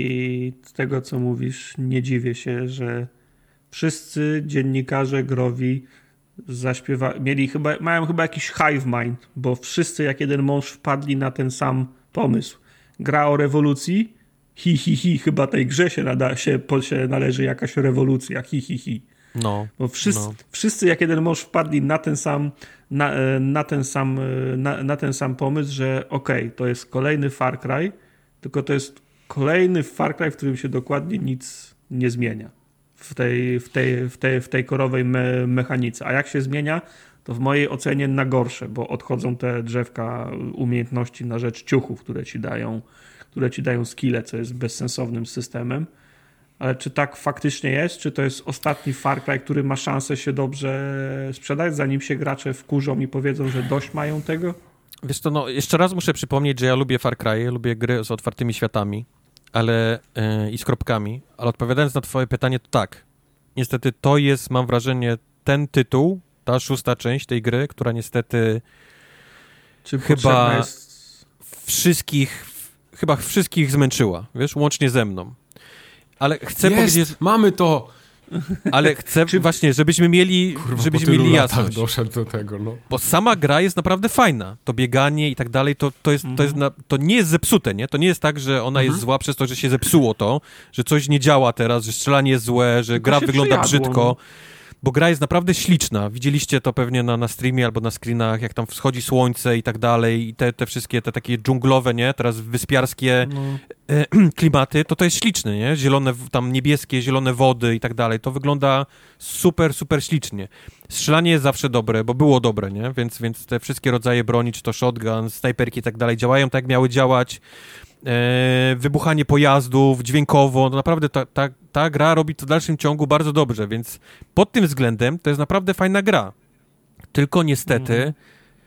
I z tego, co mówisz, nie dziwię się, że wszyscy dziennikarze growi zaśpiewa... mieli chyba, mają chyba jakiś hive mind, bo wszyscy jak jeden mąż wpadli na ten sam pomysł. Gra o rewolucji, hi, hi, hi, chyba tej grze się, nada, się, po, się należy jakaś rewolucja, hi, hi, hi. No, bo wszyscy, no. wszyscy jak jeden mąż wpadli na ten sam, na, na ten sam, na, na ten sam pomysł, że okej, okay, to jest kolejny Far Cry, tylko to jest kolejny Far Cry, w którym się dokładnie nic nie zmienia. W tej, w tej, w tej, w tej korowej me, mechanice. A jak się zmienia, to w mojej ocenie na gorsze, bo odchodzą te drzewka umiejętności na rzecz ciuchów, które ci dają, które ci dają skille, co jest bezsensownym systemem. Ale czy tak faktycznie jest? Czy to jest ostatni Far Cry, który ma szansę się dobrze sprzedać, zanim się gracze wkurzą i powiedzą, że dość mają tego? Wiesz to, no jeszcze raz muszę przypomnieć, że ja lubię Far Cry, lubię gry z otwartymi światami, ale yy, i z kropkami, ale odpowiadając na twoje pytanie, to tak. Niestety to jest, mam wrażenie, ten tytuł, ta szósta część tej gry, która niestety Czy chyba jest... wszystkich, chyba wszystkich zmęczyła, wiesz, łącznie ze mną. Ale chcę jest, powiedzieć... mamy to! Ale chcę Czy... właśnie, żebyśmy mieli, Kurwa, żebyśmy mieli jasność. doszedł do tego, no. Bo sama gra jest naprawdę fajna. To bieganie i tak dalej, to, to, jest, to, jest na, to nie jest zepsute, nie? To nie jest tak, że ona mhm. jest zła przez to, że się zepsuło to, że coś nie działa teraz, że strzelanie jest złe, że Tylko gra wygląda przyjadło, brzydko. No. Bo gra jest naprawdę śliczna. Widzieliście to pewnie na, na streamie albo na screenach, jak tam wschodzi słońce i tak dalej i te, te wszystkie te takie dżunglowe, nie? Teraz wyspiarskie No. e, klimaty, to to jest śliczne, nie? Zielone, tam niebieskie, zielone wody i tak dalej. To wygląda super, super ślicznie. Strzelanie jest zawsze dobre, bo było dobre, nie? Więc, więc te wszystkie rodzaje broni, czy to shotgun, snajperki i tak dalej, działają tak, jak miały działać. E, wybuchanie pojazdów, dźwiękowo, no naprawdę ta, ta, ta gra robi to w dalszym ciągu bardzo dobrze, więc pod tym względem to jest naprawdę fajna gra. Tylko niestety mm.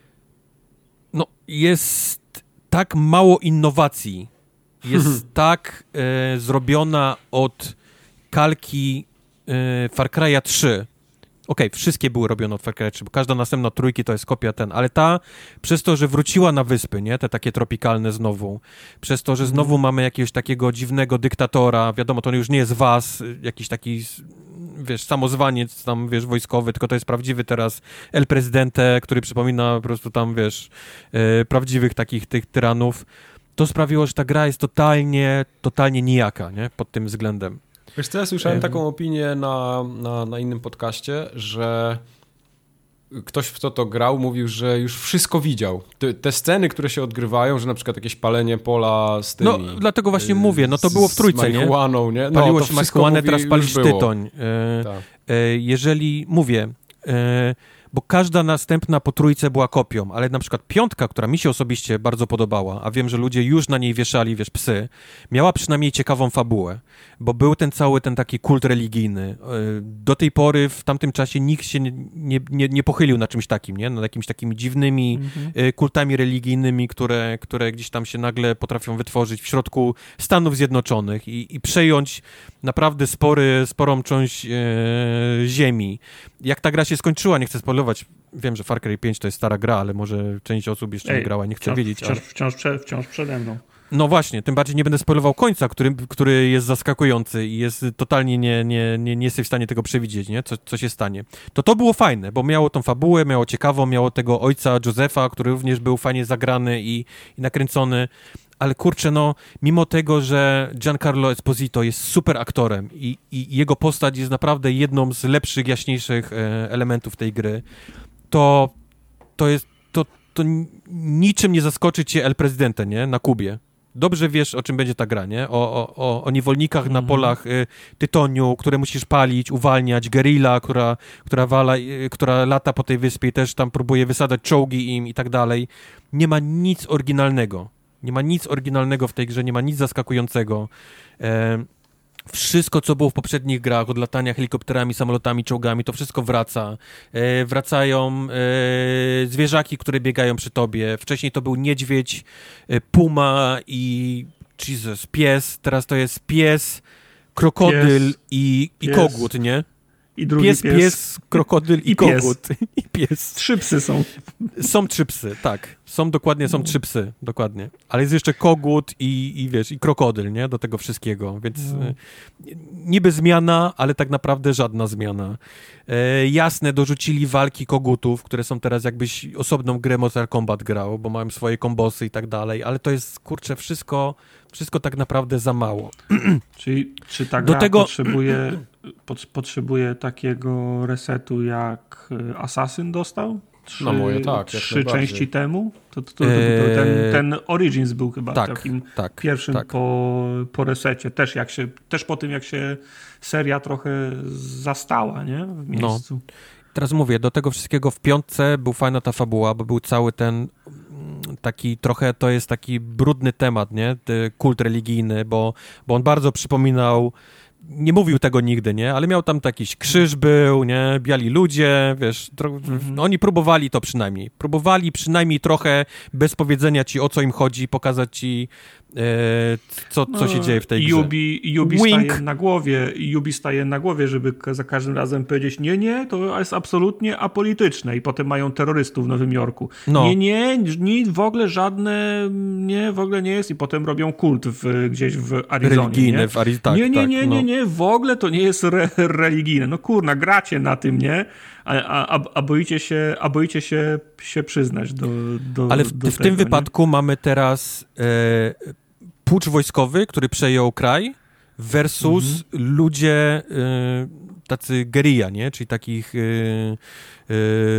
no jest tak mało innowacji, jest tak e, zrobiona od kalki y, Far Cry'a trzy. Okej, okay, wszystkie były robione od Far Cry trzy, bo każda następna trójki to jest kopia ten, ale ta, przez to, że wróciła na wyspy, nie, te takie tropikalne znowu, przez to, że znowu mm. mamy jakiegoś takiego dziwnego dyktatora, wiadomo, to już nie jest was, jakiś taki, wiesz, samozwaniec tam, wiesz, wojskowy, tylko to jest prawdziwy teraz El Presidente, który przypomina po prostu tam, wiesz, e, prawdziwych takich tych tyranów, to sprawiło, że ta gra jest totalnie, totalnie nijaka, nie, pod tym względem. Wiesz co, ja słyszałem taką opinię na, na, na innym podcaście, że ktoś, w co to grał, mówił, że już wszystko widział. Te, te sceny, które się odgrywają, że na przykład jakieś palenie pola z tymi... No, dlatego właśnie y, mówię, no to było w trójce, nie? Z marihuaną, nie? No, paliło to się marihuanę, teraz palisz tytoń. E, tak. e, jeżeli, mówię... E, bo każda następna po trójce była kopią, ale na przykład piątka, która mi się osobiście bardzo podobała, a wiem, że ludzie już na niej wieszali, wiesz, psy, miała przynajmniej ciekawą fabułę, bo był ten cały, ten taki kult religijny. Do tej pory, w tamtym czasie nikt się nie, nie, nie pochylił na czymś takim, nie? Nad jakimiś takimi dziwnymi mhm. kultami religijnymi, które, które gdzieś tam się nagle potrafią wytworzyć w środku Stanów Zjednoczonych i, i przejąć naprawdę spory, sporą część e, ziemi. Jak ta gra się skończyła, nie chcę spoilować, wiem, że Far Cry pięć to jest stara gra, ale może część osób jeszcze Ej, nie grała, nie chcę wciąż, wiedzieć. Wciąż, ale... wciąż, prze, wciąż przede mną. No właśnie, tym bardziej nie będę spoilował końca, który, który jest zaskakujący i jest totalnie nie, nie, nie, nie jesteś w stanie tego przewidzieć, nie? Co, co się stanie. To to było fajne, bo miało tą fabułę, miało ciekawą, miało tego ojca Josefa, który również był fajnie zagrany i, i nakręcony, ale kurczę, no, mimo tego, że Giancarlo Esposito jest super aktorem i, i jego postać jest naprawdę jedną z lepszych, jaśniejszych e, elementów tej gry, to to jest, to, to niczym nie zaskoczy cię El Presidente, nie? Na Kubie. Dobrze wiesz, o czym będzie ta gra, nie? O, o, o niewolnikach mm-hmm. na polach y, tytoniu, które musisz palić, uwalniać, gerilla, która, która, wala, y, która lata po tej wyspie i też tam próbuje wysadzać czołgi im i tak dalej. Nie ma nic oryginalnego. Nie ma nic oryginalnego w tej grze, nie ma nic zaskakującego. E, wszystko, co było w poprzednich grach, od latania helikopterami, samolotami, czołgami, to wszystko wraca. E, wracają e, zwierzaki, które biegają przy tobie. Wcześniej to był niedźwiedź, e, puma i Jesus, pies. Teraz to jest pies, krokodyl pies, i, i pies. kogut, nie? I drugi pies, pies, pies, krokodyl i, i kogut. I pies. Trzy psy są. Są trzy psy, tak. Są dokładnie, są trzy psy, dokładnie. Ale jest jeszcze kogut i, i wiesz, i krokodyl, nie? Do tego wszystkiego, więc no. e, niby zmiana, ale tak naprawdę żadna zmiana. E, jasne, dorzucili walki kogutów, które są teraz jakbyś osobną grę Mortal Kombat grał, bo mają swoje kombosy i tak dalej, ale to jest, kurczę, wszystko, wszystko tak naprawdę za mało. Czyli czy ta gra Do tego... potrzebuje... Pot, potrzebuje takiego resetu, jak Assassin dostał? Trzy, no moje, tak. Trzy części temu? To, to, to, to, ten, ten Origins był chyba tak, takim tak, pierwszym tak. Po, po resecie. Też, jak się, też po tym, jak się seria trochę zastała, nie? W miejscu. No. Teraz mówię, do tego wszystkiego w piątce był fajna ta fabuła, bo był cały ten taki trochę, to jest taki brudny temat, nie? Kult religijny, bo, bo on bardzo przypominał, nie mówił tego nigdy, nie? Ale miał tam jakiś krzyż był, nie? Biali ludzie, wiesz, tro... mm-hmm. oni próbowali to przynajmniej. Próbowali przynajmniej trochę bez powiedzenia ci, o co im chodzi, pokazać ci, e, co, co no, się dzieje w tej grze. Yubi, Yubi staje na głowie, Yubi staje na głowie, żeby za każdym razem powiedzieć, nie, nie, to jest absolutnie apolityczne i potem mają terrorystów w Nowym Jorku. No. Nie, nie, nie, w ogóle żadne, nie, w ogóle nie jest i potem robią kult w, gdzieś w Arizonie. Religijny w Arizonie, tak, nie, nie, tak, nie, no. nie, nie, w ogóle to nie jest re- religijne. No kurna, gracie na tym, nie? A, a, a boicie się, a boicie się, się przyznać do, do Ale w, do w tego, tym nie? wypadku mamy teraz e, pucz wojskowy, który przejął kraj versus mhm. ludzie e, tacy guerilla, nie? Czyli takich e, e,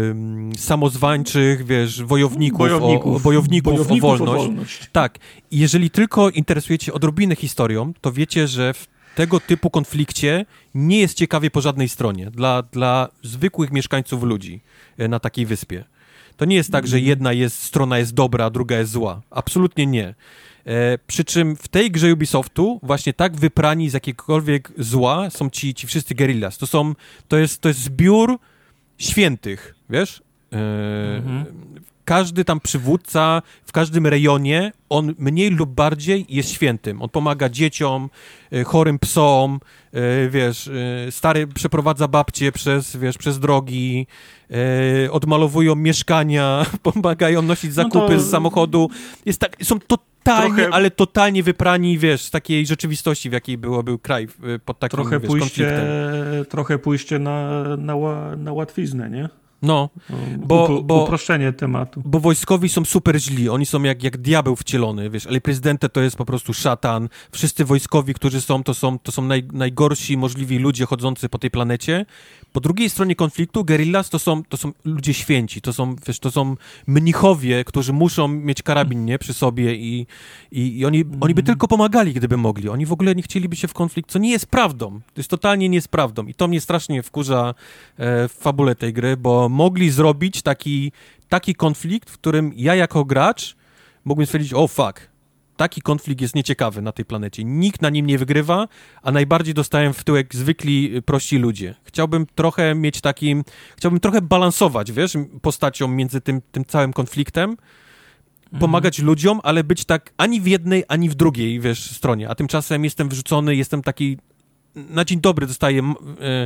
samozwańczych, wiesz, wojowników, bojowników, o, bojowników, bojowników o, wolność. o wolność. Tak. I jeżeli tylko interesujecie się odrobinę historią, to wiecie, że w tego typu konflikcie nie jest ciekawie po żadnej stronie dla, dla zwykłych mieszkańców ludzi na takiej wyspie. To nie jest tak, że jedna jest, strona jest dobra, a druga jest zła. Absolutnie nie. E, przy czym w tej grze Ubisoftu właśnie tak wyprani z jakiegokolwiek zła są ci, ci wszyscy guerillas. To są, to jest, to jest zbiór świętych, wiesz? E, mhm. każdy tam przywódca w każdym rejonie, on mniej lub bardziej jest świętym. On pomaga dzieciom, chorym psom, wiesz, stary przeprowadza babcie przez, wiesz, przez drogi, odmalowują mieszkania, pomagają nosić zakupy no to... z samochodu. Jest tak, są totalnie, trochę... ale totalnie wyprani, wiesz, z takiej rzeczywistości, w jakiej było, był kraj pod takim, trochę wiesz, pójście, konfliktem. Trochę pójście na, na, na łatwiznę, nie? No, bo, Upo, bo, uproszczenie tematu. Bo wojskowi są super źli, oni są jak, jak diabeł wcielony, wiesz, ale prezydent to jest po prostu szatan. Wszyscy wojskowi, którzy są, to są, to są naj, najgorsi możliwi ludzie chodzący po tej planecie. Po drugiej stronie konfliktu guerillas to są, to są ludzie święci, to są, wiesz, to są mnichowie, którzy muszą mieć karabin, nie, przy sobie i, i, i oni, oni by tylko pomagali, gdyby mogli. Oni w ogóle nie chcieliby się w konflikt, co nie jest prawdą. To jest totalnie nie jest prawdą i to mnie strasznie wkurza e, w fabule tej gry, bo mogli zrobić taki, taki konflikt, w którym ja jako gracz mógłbym stwierdzić, o fuck, taki konflikt jest nieciekawy na tej planecie. Nikt na nim nie wygrywa, a najbardziej dostałem w tyłek zwykli, prości ludzie. Chciałbym trochę mieć taki, chciałbym trochę balansować, wiesz, postacią między tym, tym całym konfliktem, pomagać mhm. ludziom, ale być tak ani w jednej, ani w drugiej, wiesz, stronie. A tymczasem jestem wyrzucony, jestem taki na dzień dobry dostaję e,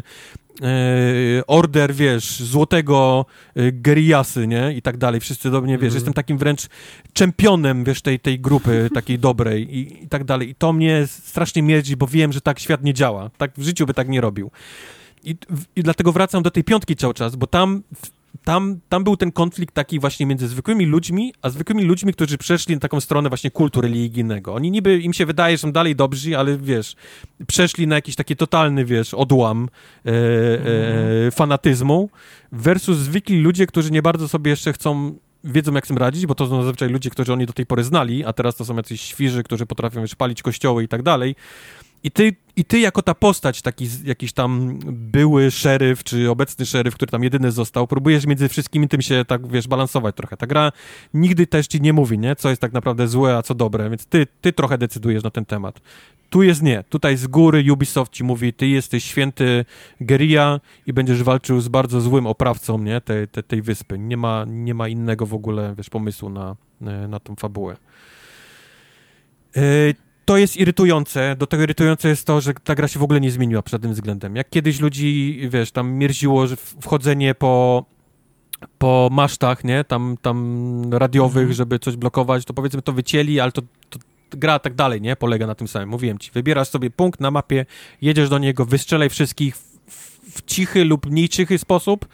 e, order, wiesz, złotego e, Geriyasy, nie? I tak dalej. Wszyscy do mnie, wiesz, mm. jestem takim wręcz czempionem, wiesz, tej, tej grupy takiej dobrej i, i tak dalej. I to mnie strasznie mierdzi, bo wiem, że tak świat nie działa. Tak w życiu by tak nie robił. I, i dlatego wracam do tej piątki cały czas, bo tam... Tam, tam był ten konflikt taki właśnie między zwykłymi ludźmi, a zwykłymi ludźmi, którzy przeszli na taką stronę właśnie kultu religijnego. Oni niby, im się wydaje, że są dalej dobrzy, ale wiesz, przeszli na jakiś taki totalny, wiesz, odłam e, e, fanatyzmu versus zwykli ludzie, którzy nie bardzo sobie jeszcze chcą, wiedzą jak z tym radzić, bo to są zazwyczaj ludzie, którzy oni do tej pory znali, a teraz to są jacyś świrzy, którzy potrafią już palić kościoły i tak dalej. I ty, I ty jako ta postać, taki jakiś tam były szeryf, czy obecny szeryf, który tam jedyny został, próbujesz między wszystkimi tym się tak, wiesz, balansować trochę. Ta gra nigdy też ci nie mówi, nie? Co jest tak naprawdę złe, a co dobre, więc ty, ty trochę decydujesz na ten temat. Tu jest nie. Tutaj z góry Ubisoft ci mówi, ty jesteś święty guerilla i będziesz walczył z bardzo złym oprawcą, nie? Tej, tej, tej wyspy. Nie ma, nie ma innego w ogóle, wiesz, pomysłu na, na tą fabułę. Yy, To jest irytujące. Do tego irytujące jest to, że ta gra się w ogóle nie zmieniła pod tym względem. Jak kiedyś ludzi, wiesz, tam mierziło, że wchodzenie po, po masztach, nie, tam, tam radiowych, mhm. żeby coś blokować, to powiedzmy to wycięli, ale to, to gra tak dalej, nie, polega na tym samym. Mówiłem ci, wybierasz sobie punkt na mapie, jedziesz do niego, wystrzelaj wszystkich w, w, w cichy lub mniej cichy sposób,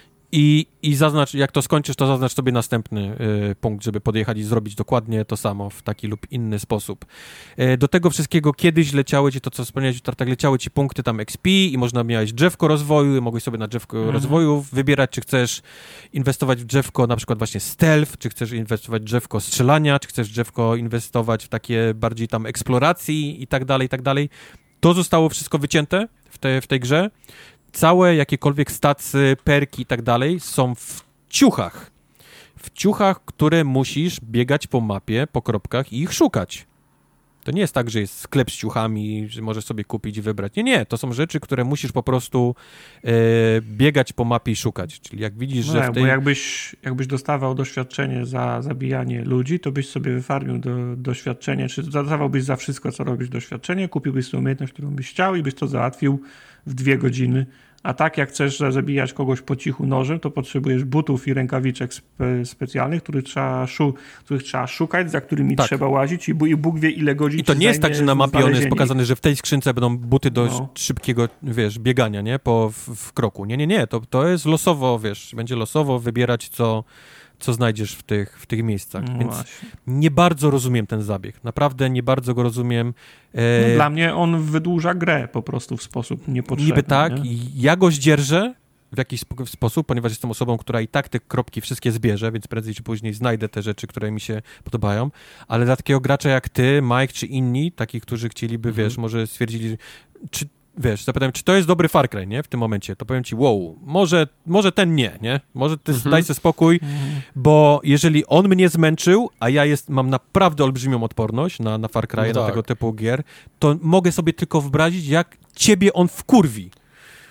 I, i zaznacz, jak to skończysz, to zaznacz sobie następny y, punkt, żeby podjechać i zrobić dokładnie to samo w taki lub inny sposób. Y, do tego wszystkiego kiedyś leciały ci, to co wspomniałeś, tak leciały ci punkty tam X P i można miałeś drzewko rozwoju, mogłeś sobie na drzewko mhm. rozwoju wybierać, czy chcesz inwestować w drzewko na przykład właśnie stealth, czy chcesz inwestować w drzewko strzelania, czy chcesz drzewko inwestować w takie bardziej tam eksploracji i tak dalej, i tak dalej. To zostało wszystko wycięte w, te, w tej grze. Całe jakiekolwiek stacje, perki i tak dalej są w ciuchach. W ciuchach, które musisz biegać po mapie, po kropkach i ich szukać. To nie jest tak, że jest sklep z ciuchami, że możesz sobie kupić i wybrać. Nie, nie. To są rzeczy, które musisz po prostu e, biegać po mapie i szukać. Czyli jak widzisz, no że tak, w tej... bo jakbyś, jakbyś dostawał doświadczenie za zabijanie ludzi, to byś sobie wyfarmił do, doświadczenie, czy dostawałbyś za wszystko, co robisz doświadczenie, kupiłbyś sobie umiejętność, którą byś chciał i byś to załatwił w dwie godziny. A tak jak chcesz zabijać kogoś po cichu nożem, to potrzebujesz butów i rękawiczek spe- specjalnych, których trzeba, szu- których trzeba szukać, za którymi tak. trzeba łazić i, b- i Bóg wie ile godzin. I to nie jest tak, że na mapie on jest pokazane, że w tej skrzynce będą buty do no. szybkiego, wiesz, biegania, nie? Po, w, w kroku. Nie, nie, nie. To, to jest losowo, wiesz, będzie losowo wybierać, co, co znajdziesz w tych, w tych miejscach. No Więc właśnie. nie bardzo rozumiem ten zabieg. Naprawdę nie bardzo go rozumiem. E... No, dla mnie on wydłuża grę po prostu w sposób niepotrzebny. Niby tak. Nie? Ja go zdzierżę w jakiś sp- sposób, ponieważ jestem osobą, która i tak te kropki wszystkie zbierze, więc prędzej czy później znajdę te rzeczy, które mi się podobają. Ale dla takiego gracza jak ty, Mike, czy inni, takich, którzy chcieliby, mhm. wiesz, może stwierdzili, czy wiesz, zapytałem, czy to jest dobry Far Cry, nie? W tym momencie. To powiem ci, wow, może, może ten nie, nie? Może ty mhm. daj sobie spokój, mhm. bo jeżeli on mnie zmęczył, a ja jest, mam naprawdę olbrzymią odporność na, na Far Cry, no na tak. tego typu gier, to mogę sobie tylko wyobrazić, jak ciebie on wkurwi.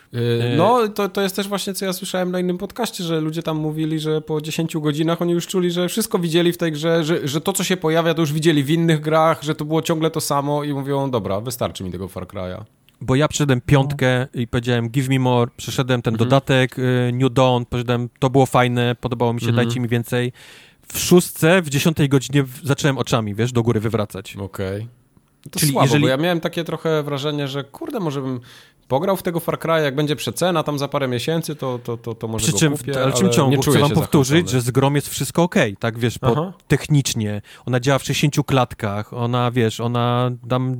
No, to, to jest też właśnie, co ja słyszałem na innym podcaście, że ludzie tam mówili, że po dziesięciu godzinach oni już czuli, że wszystko widzieli w tej grze, że, że to, co się pojawia, to już widzieli w innych grach, że to było ciągle to samo i mówią, dobra, wystarczy mi tego Far Cry'a. Bo ja przeszedłem piątkę i powiedziałem give me more, przeszedłem ten mhm. dodatek y, New Dawn, powiedziałem, to było fajne, podobało mi się, mhm. dajcie mi więcej. W szóstce, w dziesiątej godzinie w, zacząłem oczami, wiesz, do góry wywracać. Okej. Okay. To Czyli słabo, jeżeli... bo ja miałem takie trochę wrażenie, że kurde, może bym pograł w tego Far Cry'a, jak będzie przecena tam za parę miesięcy, to, to, to, to może Przy czym, go kupię, ale czym ciągu, nie czuję chcę wam powtórzyć, zachęcony. Że z grom jest wszystko okej, okay, tak, wiesz, bo technicznie, ona działa w sześćdziesięciu klatkach, ona, wiesz, ona tam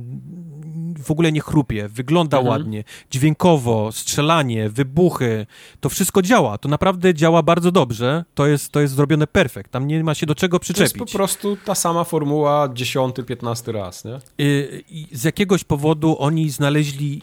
w ogóle nie chrupie, wygląda mhm. ładnie, dźwiękowo, strzelanie, wybuchy, to wszystko działa, to naprawdę działa bardzo dobrze, to jest, to jest zrobione perfekt, tam nie ma się do czego przyczepić. To jest po prostu ta sama formuła dziesiąty, piętnasty raz, nie? I, i z jakiegoś powodu oni znaleźli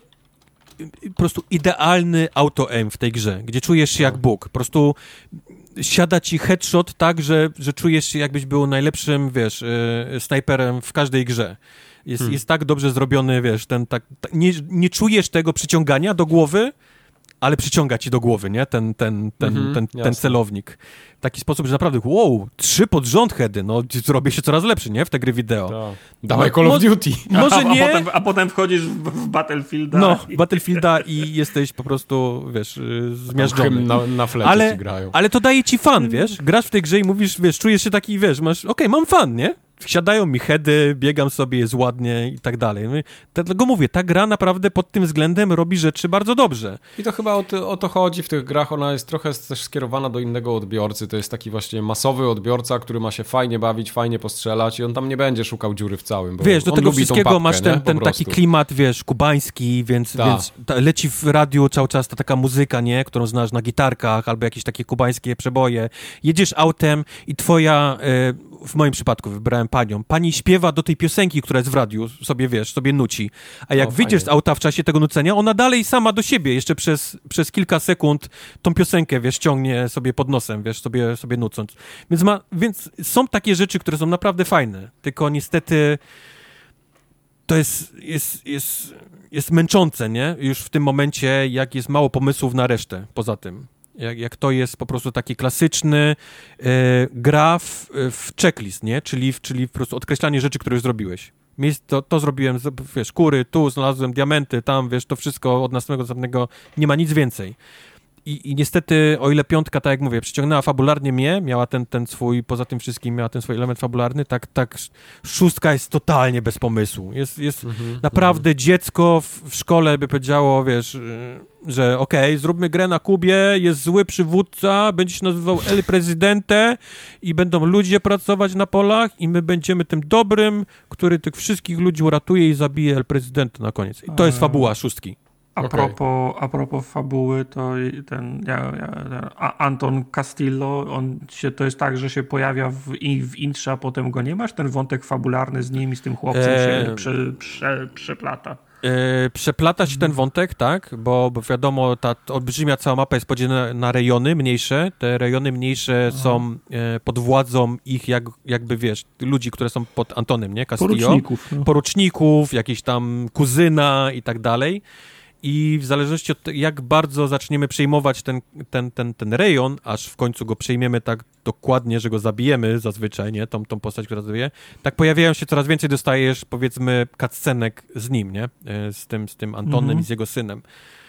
po prostu idealny auto-aim w tej grze, gdzie czujesz się no. jak Bóg. Po prostu siada ci headshot tak, że, że czujesz się jakbyś był najlepszym, wiesz, yy, snajperem w każdej grze. Jest, hmm. jest tak dobrze zrobiony, wiesz, ten tak, ta, nie, nie czujesz tego przyciągania do głowy, ale przyciąga ci do głowy, nie? Ten, ten, ten, mm-hmm, ten, ten celownik. W taki sposób, że naprawdę, wow, trzy pod rząd heady, no zrobię się coraz lepszy, nie? W te gry wideo. To. Dawaj Call of Duty. Może nie. A, a, potem, a potem wchodzisz w, w Battlefielda. No, w Battlefielda i jesteś po prostu, wiesz, zmiażdżony. Na, na flecie ale, ci grają. Ale to daje ci fan, wiesz? Grasz w tej grze i mówisz, wiesz, czujesz się taki, wiesz, masz, okej, okay, mam fan, nie? Wsiadają mi heady, biegam sobie, jest ładnie i tak dalej. Dlatego mówię, ta gra naprawdę pod tym względem robi rzeczy bardzo dobrze. I to chyba o to, o to chodzi w tych grach, ona jest trochę też skierowana do innego odbiorcy, to jest taki właśnie masowy odbiorca, który ma się fajnie bawić, fajnie postrzelać i on tam nie będzie szukał dziury w całym. Bo wiesz, do tego wszystkiego papkę, masz ten, ten taki klimat, wiesz, kubański, więc, więc ta, leci w radiu cały czas ta taka muzyka, nie, którą znasz na gitarkach albo jakieś takie kubańskie przeboje. Jedziesz autem i twoja... Y, w moim przypadku wybrałem panią. Pani śpiewa do tej piosenki, która jest w radiu, sobie wiesz, sobie nuci. A jak o, wyjdziesz fajnie. z auta w czasie tego nucenia, ona dalej sama do siebie, jeszcze przez, przez kilka sekund tą piosenkę, wiesz, ciągnie sobie pod nosem, wiesz, sobie, sobie nucąc. Więc, ma, więc są takie rzeczy, które są naprawdę fajne, tylko niestety to jest, jest, jest, jest męczące, nie? Już w tym momencie, jak jest mało pomysłów na resztę poza tym. Jak, jak to jest po prostu taki klasyczny e, gra w, w checklist, nie? Czyli, czyli po prostu odkreślanie rzeczy, które już zrobiłeś. To, to zrobiłem, wiesz, kury, tu znalazłem diamenty, tam, wiesz, to wszystko od następnego, następnego, nie ma nic więcej. I, I niestety, o ile piątka, tak jak mówię, przyciągnęła fabularnie mnie, miała ten, ten swój, poza tym wszystkim miała ten swój element fabularny, tak, tak szóstka jest totalnie bez pomysłu. Jest, jest mm-hmm, naprawdę mm-hmm. dziecko w, w szkole by powiedziało, wiesz, że okej, okay, zróbmy grę na Kubie, jest zły przywódca, będzie się nazywał El Presidente i będą ludzie pracować na polach i my będziemy tym dobrym, który tych wszystkich ludzi uratuje i zabije El Presidente na koniec. I to jest fabuła szóstki. A, okay. propos, a propos fabuły, to ten, ja, ja, ten Anton Castillo, on się, to jest tak, że się pojawia w, w intrze, a potem go nie masz? Ten wątek fabularny z nim i z tym chłopcem eee... się prze, prze, przeplata. Yy, przeplata się ten wątek, tak, bo, bo wiadomo, ta olbrzymia cała mapa jest podzielona na rejony mniejsze. Te rejony mniejsze Aha. są e, pod władzą ich, jak, jakby wiesz, ludzi, które są pod Antonem, nie? Castillo. Poruczników. No. Poruczników, jakiś tam kuzyna i tak dalej. I w zależności od tego, jak bardzo zaczniemy przejmować ten, ten, ten, ten rejon, aż w końcu go przejmiemy tak dokładnie, że go zabijemy zazwyczaj, nie? Tą, tą postać, która zabije, tak pojawiają się coraz więcej, dostajesz, powiedzmy, cutscenek z nim, nie? Z tym, z tym Antonem mhm. i z jego synem.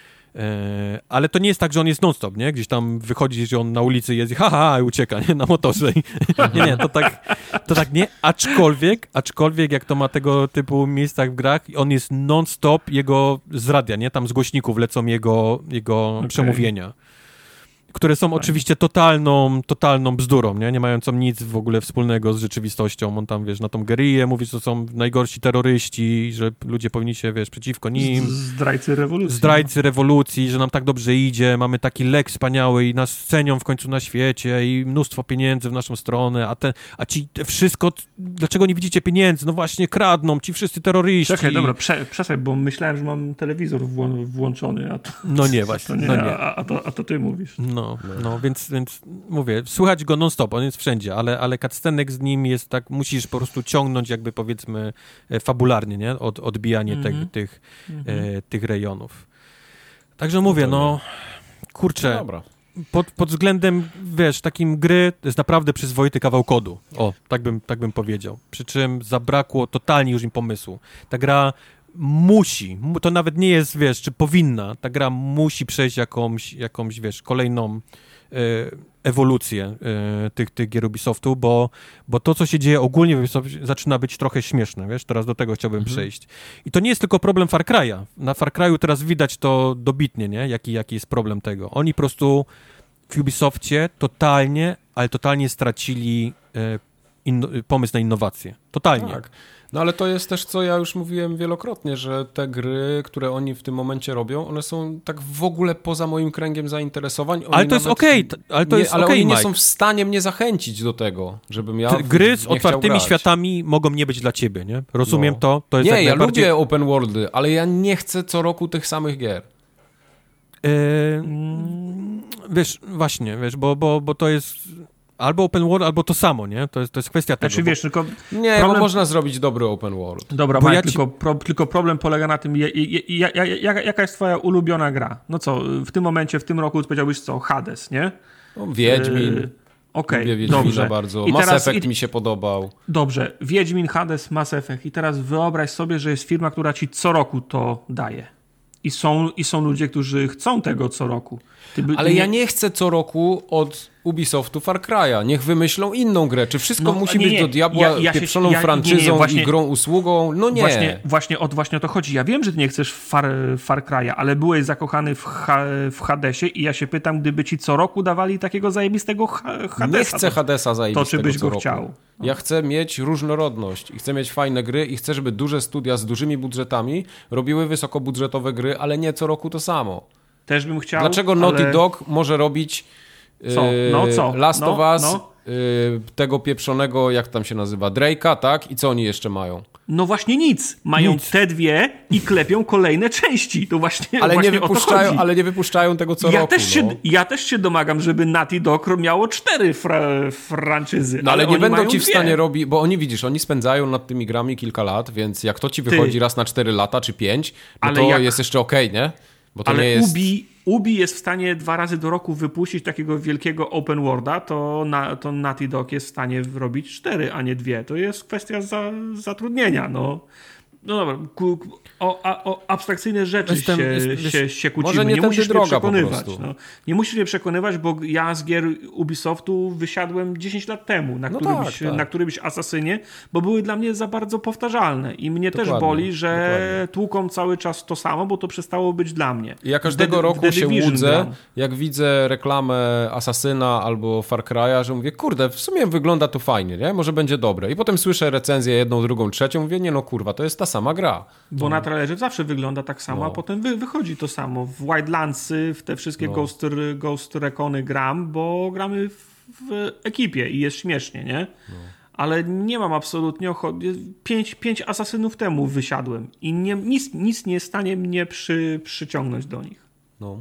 E, ale to nie jest tak, że on jest non-stop, nie? Gdzieś tam wychodzi, że on na ulicy jest i haha, i ucieka, nie? Na motorze. nie, nie, to tak, to tak nie. Aczkolwiek, aczkolwiek jak to ma tego typu miejscach w grach, on jest non-stop jego z radia, nie? Tam z głośników lecą jego, jego okay. przemówienia. Które są oczywiście totalną, totalną bzdurą, nie? Nie mającą nic w ogóle wspólnego z rzeczywistością. On tam, wiesz, na tą guerillę mówi, że to są najgorsi terroryści, że ludzie powinni się, wiesz, przeciwko nim. Zdrajcy rewolucji. Zdrajcy rewolucji, że nam tak dobrze idzie, mamy taki lek wspaniały i nas cenią w końcu na świecie i mnóstwo pieniędzy w naszą stronę, a, te, a ci te wszystko, dlaczego nie widzicie pieniędzy? No właśnie, kradną ci wszyscy terroryści. Czekaj, dobra, prze, przestań, bo myślałem, że mam telewizor wło- włączony, a to... No nie, właśnie, to nie, no nie. A, a, to, a to ty mówisz. No. No, no więc, więc mówię, słychać go non-stop, on jest wszędzie, ale, ale cutscenek z nim jest tak, musisz po prostu ciągnąć jakby powiedzmy fabularnie, nie? Od, odbijanie mm-hmm. te, tych, mm-hmm. e, tych rejonów. Także mówię, no, kurczę, no dobra. Pod, pod względem, wiesz, takim gry to jest naprawdę przyzwoity kawał kodu. O, tak bym, tak bym powiedział. Przy czym zabrakło totalnie już im pomysłu. Ta gra musi, to nawet nie jest, wiesz, czy powinna, ta gra musi przejść jakąś, jakąś wiesz, kolejną e, ewolucję e, tych, tych gier Ubisoftu, bo, bo to, co się dzieje ogólnie w Ubisoftie, zaczyna być trochę śmieszne, wiesz, teraz do tego chciałbym mhm. przejść. I to nie jest tylko problem Far Cry'a. Na Far Cry'u teraz widać to dobitnie, nie? Jaki, jaki jest problem tego. Oni po prostu w Ubisoftie totalnie, ale totalnie stracili e, in, pomysł na innowację. Totalnie. Tak. No ale to jest też, co ja już mówiłem wielokrotnie, że te gry, które oni w tym momencie robią, one są tak w ogóle poza moim kręgiem zainteresowań. Oni ale to jest okej, okay. ale to nie, jest ale okay, oni nie Mike. są w stanie mnie zachęcić do tego, żebym ja Te gry z nie otwartymi światami mogą nie być dla ciebie, nie? Rozumiem no. to? To jest nie, jak ja najbardziej... lubię open worldy, ale ja nie chcę co roku tych samych gier. Yy, wiesz, właśnie, wiesz, bo, bo, bo to jest albo open world, albo to samo, nie? To jest, to jest kwestia tego. Znaczy, wiesz, tylko nie, problem... bo można zrobić dobry open world. Dobra, Mike, ja ci... tylko, pro, tylko problem polega na tym, je, je, je, je, je, jaka jest twoja ulubiona gra? No co, w tym momencie, w tym roku powiedziałbyś co? Hades, nie? No, Wiedźmin. Yy, Okej, okay, Wiedźmina dobrze. bardzo. I Mass teraz, Effect i... mi się podobał. Dobrze, Wiedźmin, Hades, Mass Effect. I teraz wyobraź sobie, że jest firma, która ci co roku to daje. I są, i są ludzie, którzy chcą tego co roku. By, Ale nie... ja nie chcę co roku od Ubisoftu Far Cry'a. Niech wymyślą inną grę. Czy wszystko no, musi nie, być nie. do diabła ja, ja pieprzoną ja, franczyzą nie, nie, właśnie, i grą usługą? No nie. Właśnie, właśnie, o, właśnie o to chodzi. Ja wiem, że ty nie chcesz Far, Far Cry'a, ale byłeś zakochany w, ha, w Hadesie i ja się pytam, gdyby ci co roku dawali takiego zajebistego ha, Hadesa. Nie chcę Hadesa zajebistego to czy byś go roku. chciał? No. Ja chcę mieć różnorodność i chcę mieć fajne gry i chcę, żeby duże studia z dużymi budżetami robiły wysokobudżetowe gry, ale nie co roku to samo. Też bym chciał. Dlaczego Naughty ale... Dog może robić co? No, co? Last no, of Us, no. y, tego pieprzonego, jak tam się nazywa, Drake'a, tak? I co oni jeszcze mają? No właśnie nic. Mają nic. te dwie i klepią kolejne części. To właśnie, ale, właśnie nie wypuszczają, ale nie wypuszczają tego co ja roku. Też się, no. Ja też się domagam, żeby Naughty Dog miało cztery fra, franczyzy. No ale, ale nie będą ci w dwie. stanie robić, bo oni widzisz, oni spędzają nad tymi grami kilka lat, więc jak to ci wychodzi Ty. raz na cztery lata czy pięć, no ale to jak... jest jeszcze okej, okay, nie? Bo to ale nie jest... Ubi... Ubi jest w stanie dwa razy do roku wypuścić takiego wielkiego open worlda, to, na, to Naughty Dog jest w stanie robić cztery, a nie dwie. To jest kwestia za, zatrudnienia, no. No dobra, ku, o, a, o abstrakcyjne rzeczy Jestem, się, jest, się, się kłócimy. Może nie, nie musisz mnie przekonywać. Po no. Nie musisz mnie przekonywać, bo ja z gier Ubisoftu wysiadłem dziesięć lat temu na, no którymś, tak, tak. na którymś Asasynie, bo były dla mnie za bardzo powtarzalne. I mnie dokładnie, też boli, że dokładnie. tłuką cały czas to samo, bo to przestało być dla mnie. I ja każdego The, roku The się Division łudzę, gram. jak widzę reklamę Asasyna albo Far Cry'a, że mówię, kurde, w sumie wygląda to fajnie, nie? Może będzie dobre. I potem słyszę recenzję jedną, drugą, trzecią, mówię, nie no kurwa, to jest ta sama gra. Bo no. na trailerze zawsze wygląda tak samo, no. a potem wy, wychodzi to samo. W Wildlandsy, w te wszystkie no. Ghost, Ghost Recony gram, bo gramy w, w ekipie i jest śmiesznie, nie? No. Ale nie mam absolutnie ochoty. Pięć, pięć asasynów temu wysiadłem i nie, nic, nic nie jest w stanie mnie przy, przyciągnąć do nich. No.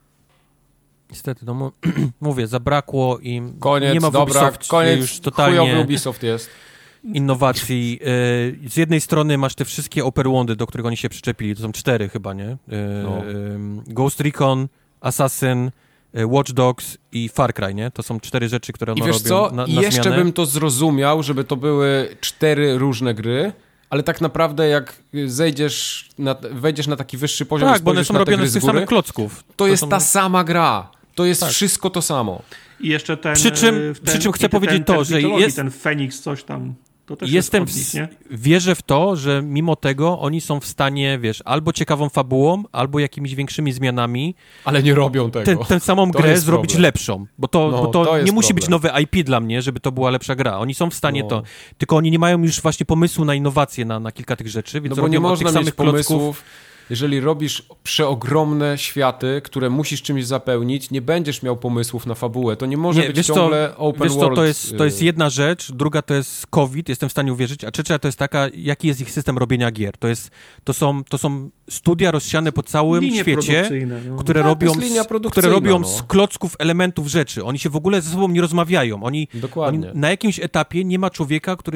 Niestety, no mówię, zabrakło im... Koniec, nie ma w dobra, Ubisoft, koniec, już totalnie... chujowy Ubisoft jest. Innowacji. Z jednej strony masz te wszystkie open worldy, do których oni się przyczepili, to są cztery chyba, nie? No. Ghost Recon, Assassin, Watch Dogs i Far Cry, nie? To są cztery rzeczy, które one I wiesz robią co? na, na I jeszcze zmianę. bym to zrozumiał, żeby to były cztery różne gry, ale tak naprawdę jak zejdziesz, na, wejdziesz na taki wyższy poziom, tak, bo one są robione z tych samych klocków. To, to jest są... ta sama gra. To jest tak. wszystko to samo. I jeszcze ten... Przy czym, ten, przy czym chcę ten, powiedzieć ten, to, ten że jest... ten Feniks coś tam... To też Jestem jest odbić, nie? wierzę w to, że mimo tego oni są w stanie, wiesz, albo ciekawą fabułą, albo jakimiś większymi zmianami. Ale nie robią tego. Tę, tę samą to grę zrobić problem. lepszą. Bo to, no, bo to, to nie musi problem. być nowe I P dla mnie, żeby to była lepsza gra. Oni są w stanie no. to. Tylko oni nie mają już właśnie pomysłu na innowacje, na, na kilka tych rzeczy. Więc no bo nie można tych mieć samych pomysłów. klocków. Jeżeli robisz przeogromne światy, które musisz czymś zapełnić, nie będziesz miał pomysłów na fabułę. To nie może nie, być ciągle co, open wiesz world. Co, to, jest, to jest jedna rzecz, druga to jest COVID, jestem w stanie uwierzyć, a trzecia to jest taka, jaki jest ich system robienia gier. To, jest, to, są, to są studia rozsiane po całym linie świecie, no. które, no, robią z, które robią no. z klocków elementów rzeczy. Oni się w ogóle ze sobą nie rozmawiają. Oni, oni na jakimś etapie nie ma człowieka, który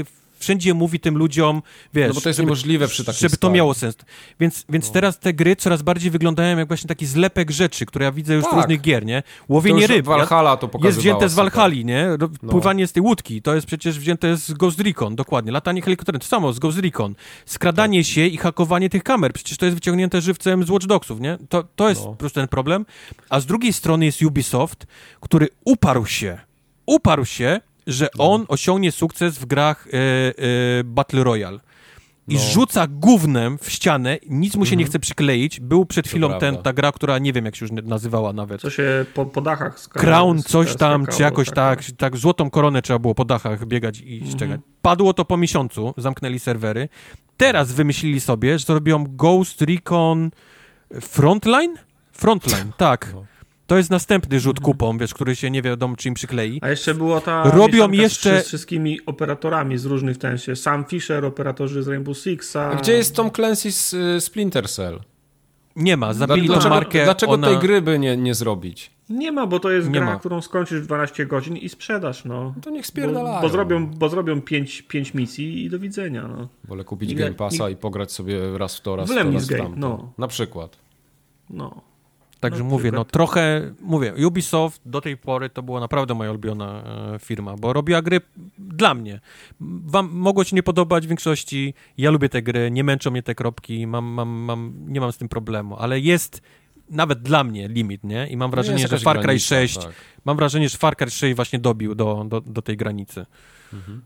wszędzie mówi tym ludziom, wiesz... No bo to jest żeby, niemożliwe przy takim Żeby to skali. miało sens. Więc, więc no. teraz te gry coraz bardziej wyglądają jak właśnie taki zlepek rzeczy, które ja widzę już tak. z różnych gier, nie? Łowienie ryb. Valhalla to pokazywała. Jest wzięte z Valhalli, super. nie? Pływanie no. z tej łódki, to jest przecież wzięte z Ghost Recon, dokładnie. Latanie helikopterem, to samo z Ghost Recon. Skradanie tak. się i hakowanie tych kamer, przecież to jest wyciągnięte żywcem z Watch Dogsów, nie? To, to jest no. po prostu ten problem. A z drugiej strony jest Ubisoft, który uparł się, uparł się, że no. on osiągnie sukces w grach y, y, Battle Royale. I no. rzuca gównem w ścianę, nic mu się mm-hmm. nie chce przykleić. Był przed chwilą ten, ta gra, która nie wiem jak się już nazywała nawet. Co się po, po dachach skakało. Crown, coś tam, skakało, czy jakoś tak, tak, tak, złotą koronę trzeba było po dachach biegać i mm-hmm. ściągać. Padło to po miesiącu, zamknęli serwery. Teraz wymyślili sobie, że to robią Ghost Recon Frontline? Frontline, tak. No. To jest następny rzut kupą, wiesz, który się nie wiadomo, czy im przyklei. A jeszcze była ta Robią jeszcze z wszystkimi operatorami z różnych tensie. Sam Fisher, operatorzy z Rainbow Sixa. A gdzie jest Tom Clancy z y, Splinter Cell? Nie ma, zabili dlaczego, tą markę. Dlaczego ona... tej gry by nie, nie zrobić? Nie ma, bo to jest nie gra, ma. którą skończysz w dwanaście godzin i sprzedasz, no. To niech spierdalają. Bo, bo zrobią, bo zrobią pięć, pięć misji i do widzenia, no. Wolę kupić I, Game Passa i, i pograć sobie raz w to, raz w to, raz w game, tamto. no. Na przykład. No. Także no, mówię, no trochę, mówię, Ubisoft do tej pory to była naprawdę moja ulubiona e, firma, bo robiła gry dla mnie. Wam mogło się nie podobać w większości, ja lubię te gry, nie męczą mnie te kropki, mam, mam, mam, nie mam z tym problemu, ale jest nawet dla mnie limit, nie? I mam wrażenie, że Far Cry granica, sześć, tak. mam wrażenie, że Far Cry sześć właśnie dobił do, do, do tej granicy. Mhm.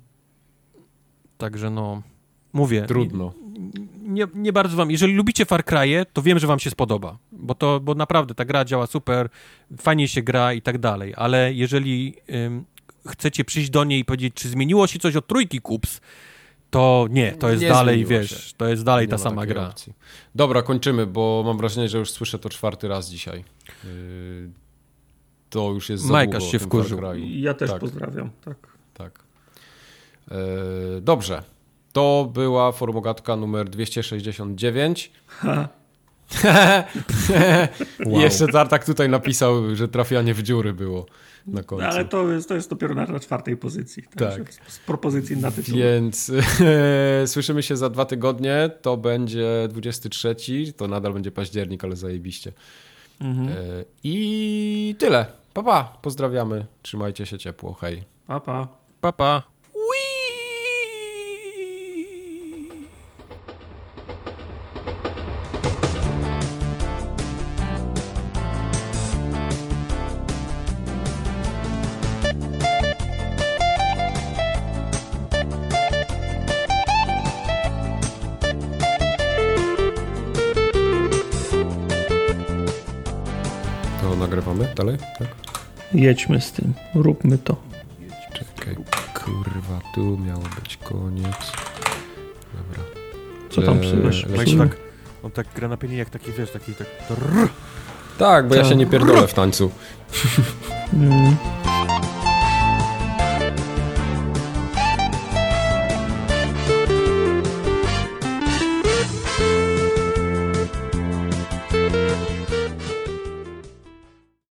Także no, mówię. Trudno. Nie, nie bardzo wam, jeżeli lubicie Far Cry'e, to wiem, że wam się spodoba, bo to, bo naprawdę ta gra działa super, fajnie się gra i tak dalej, ale jeżeli ym, chcecie przyjść do niej i powiedzieć, czy zmieniło się coś od trójki Kups, to nie, to jest nie dalej, wiesz, się. to jest dalej nie ta sama gra. Opcji. Dobra, kończymy, bo mam wrażenie, że już słyszę to czwarty raz dzisiaj. Yy, to już jest za Majkasz długo się wkurzył. Ja też tak. pozdrawiam, tak. Tak. Yy, dobrze. To była Formogatka numer dwieście sześćdziesiąt dziewięć. Wow. I jeszcze Tartak tutaj napisał, że trafianie w dziury było na końcu. No, ale to jest, to jest dopiero na, na czwartej pozycji. Tak. Z propozycji na tytuł. Więc słyszymy się za dwa tygodnie. To będzie dwudziesty trzeci. To nadal będzie październik, ale zajebiście. Mhm. I tyle. Pa, pa. Pozdrawiamy. Trzymajcie się ciepło. Hej. Pa, pa. Pa, pa. Nagrywamy dalej? Tak? Jedźmy z tym. Róbmy to. Czekaj, kurwa, tu miało być koniec. Dobra. Co tam przyjesz? Le- tak, on tak gra na pianinie jak taki, wiesz, taki tak... Tak, bo ja się nie pierdolę w tańcu. Mm.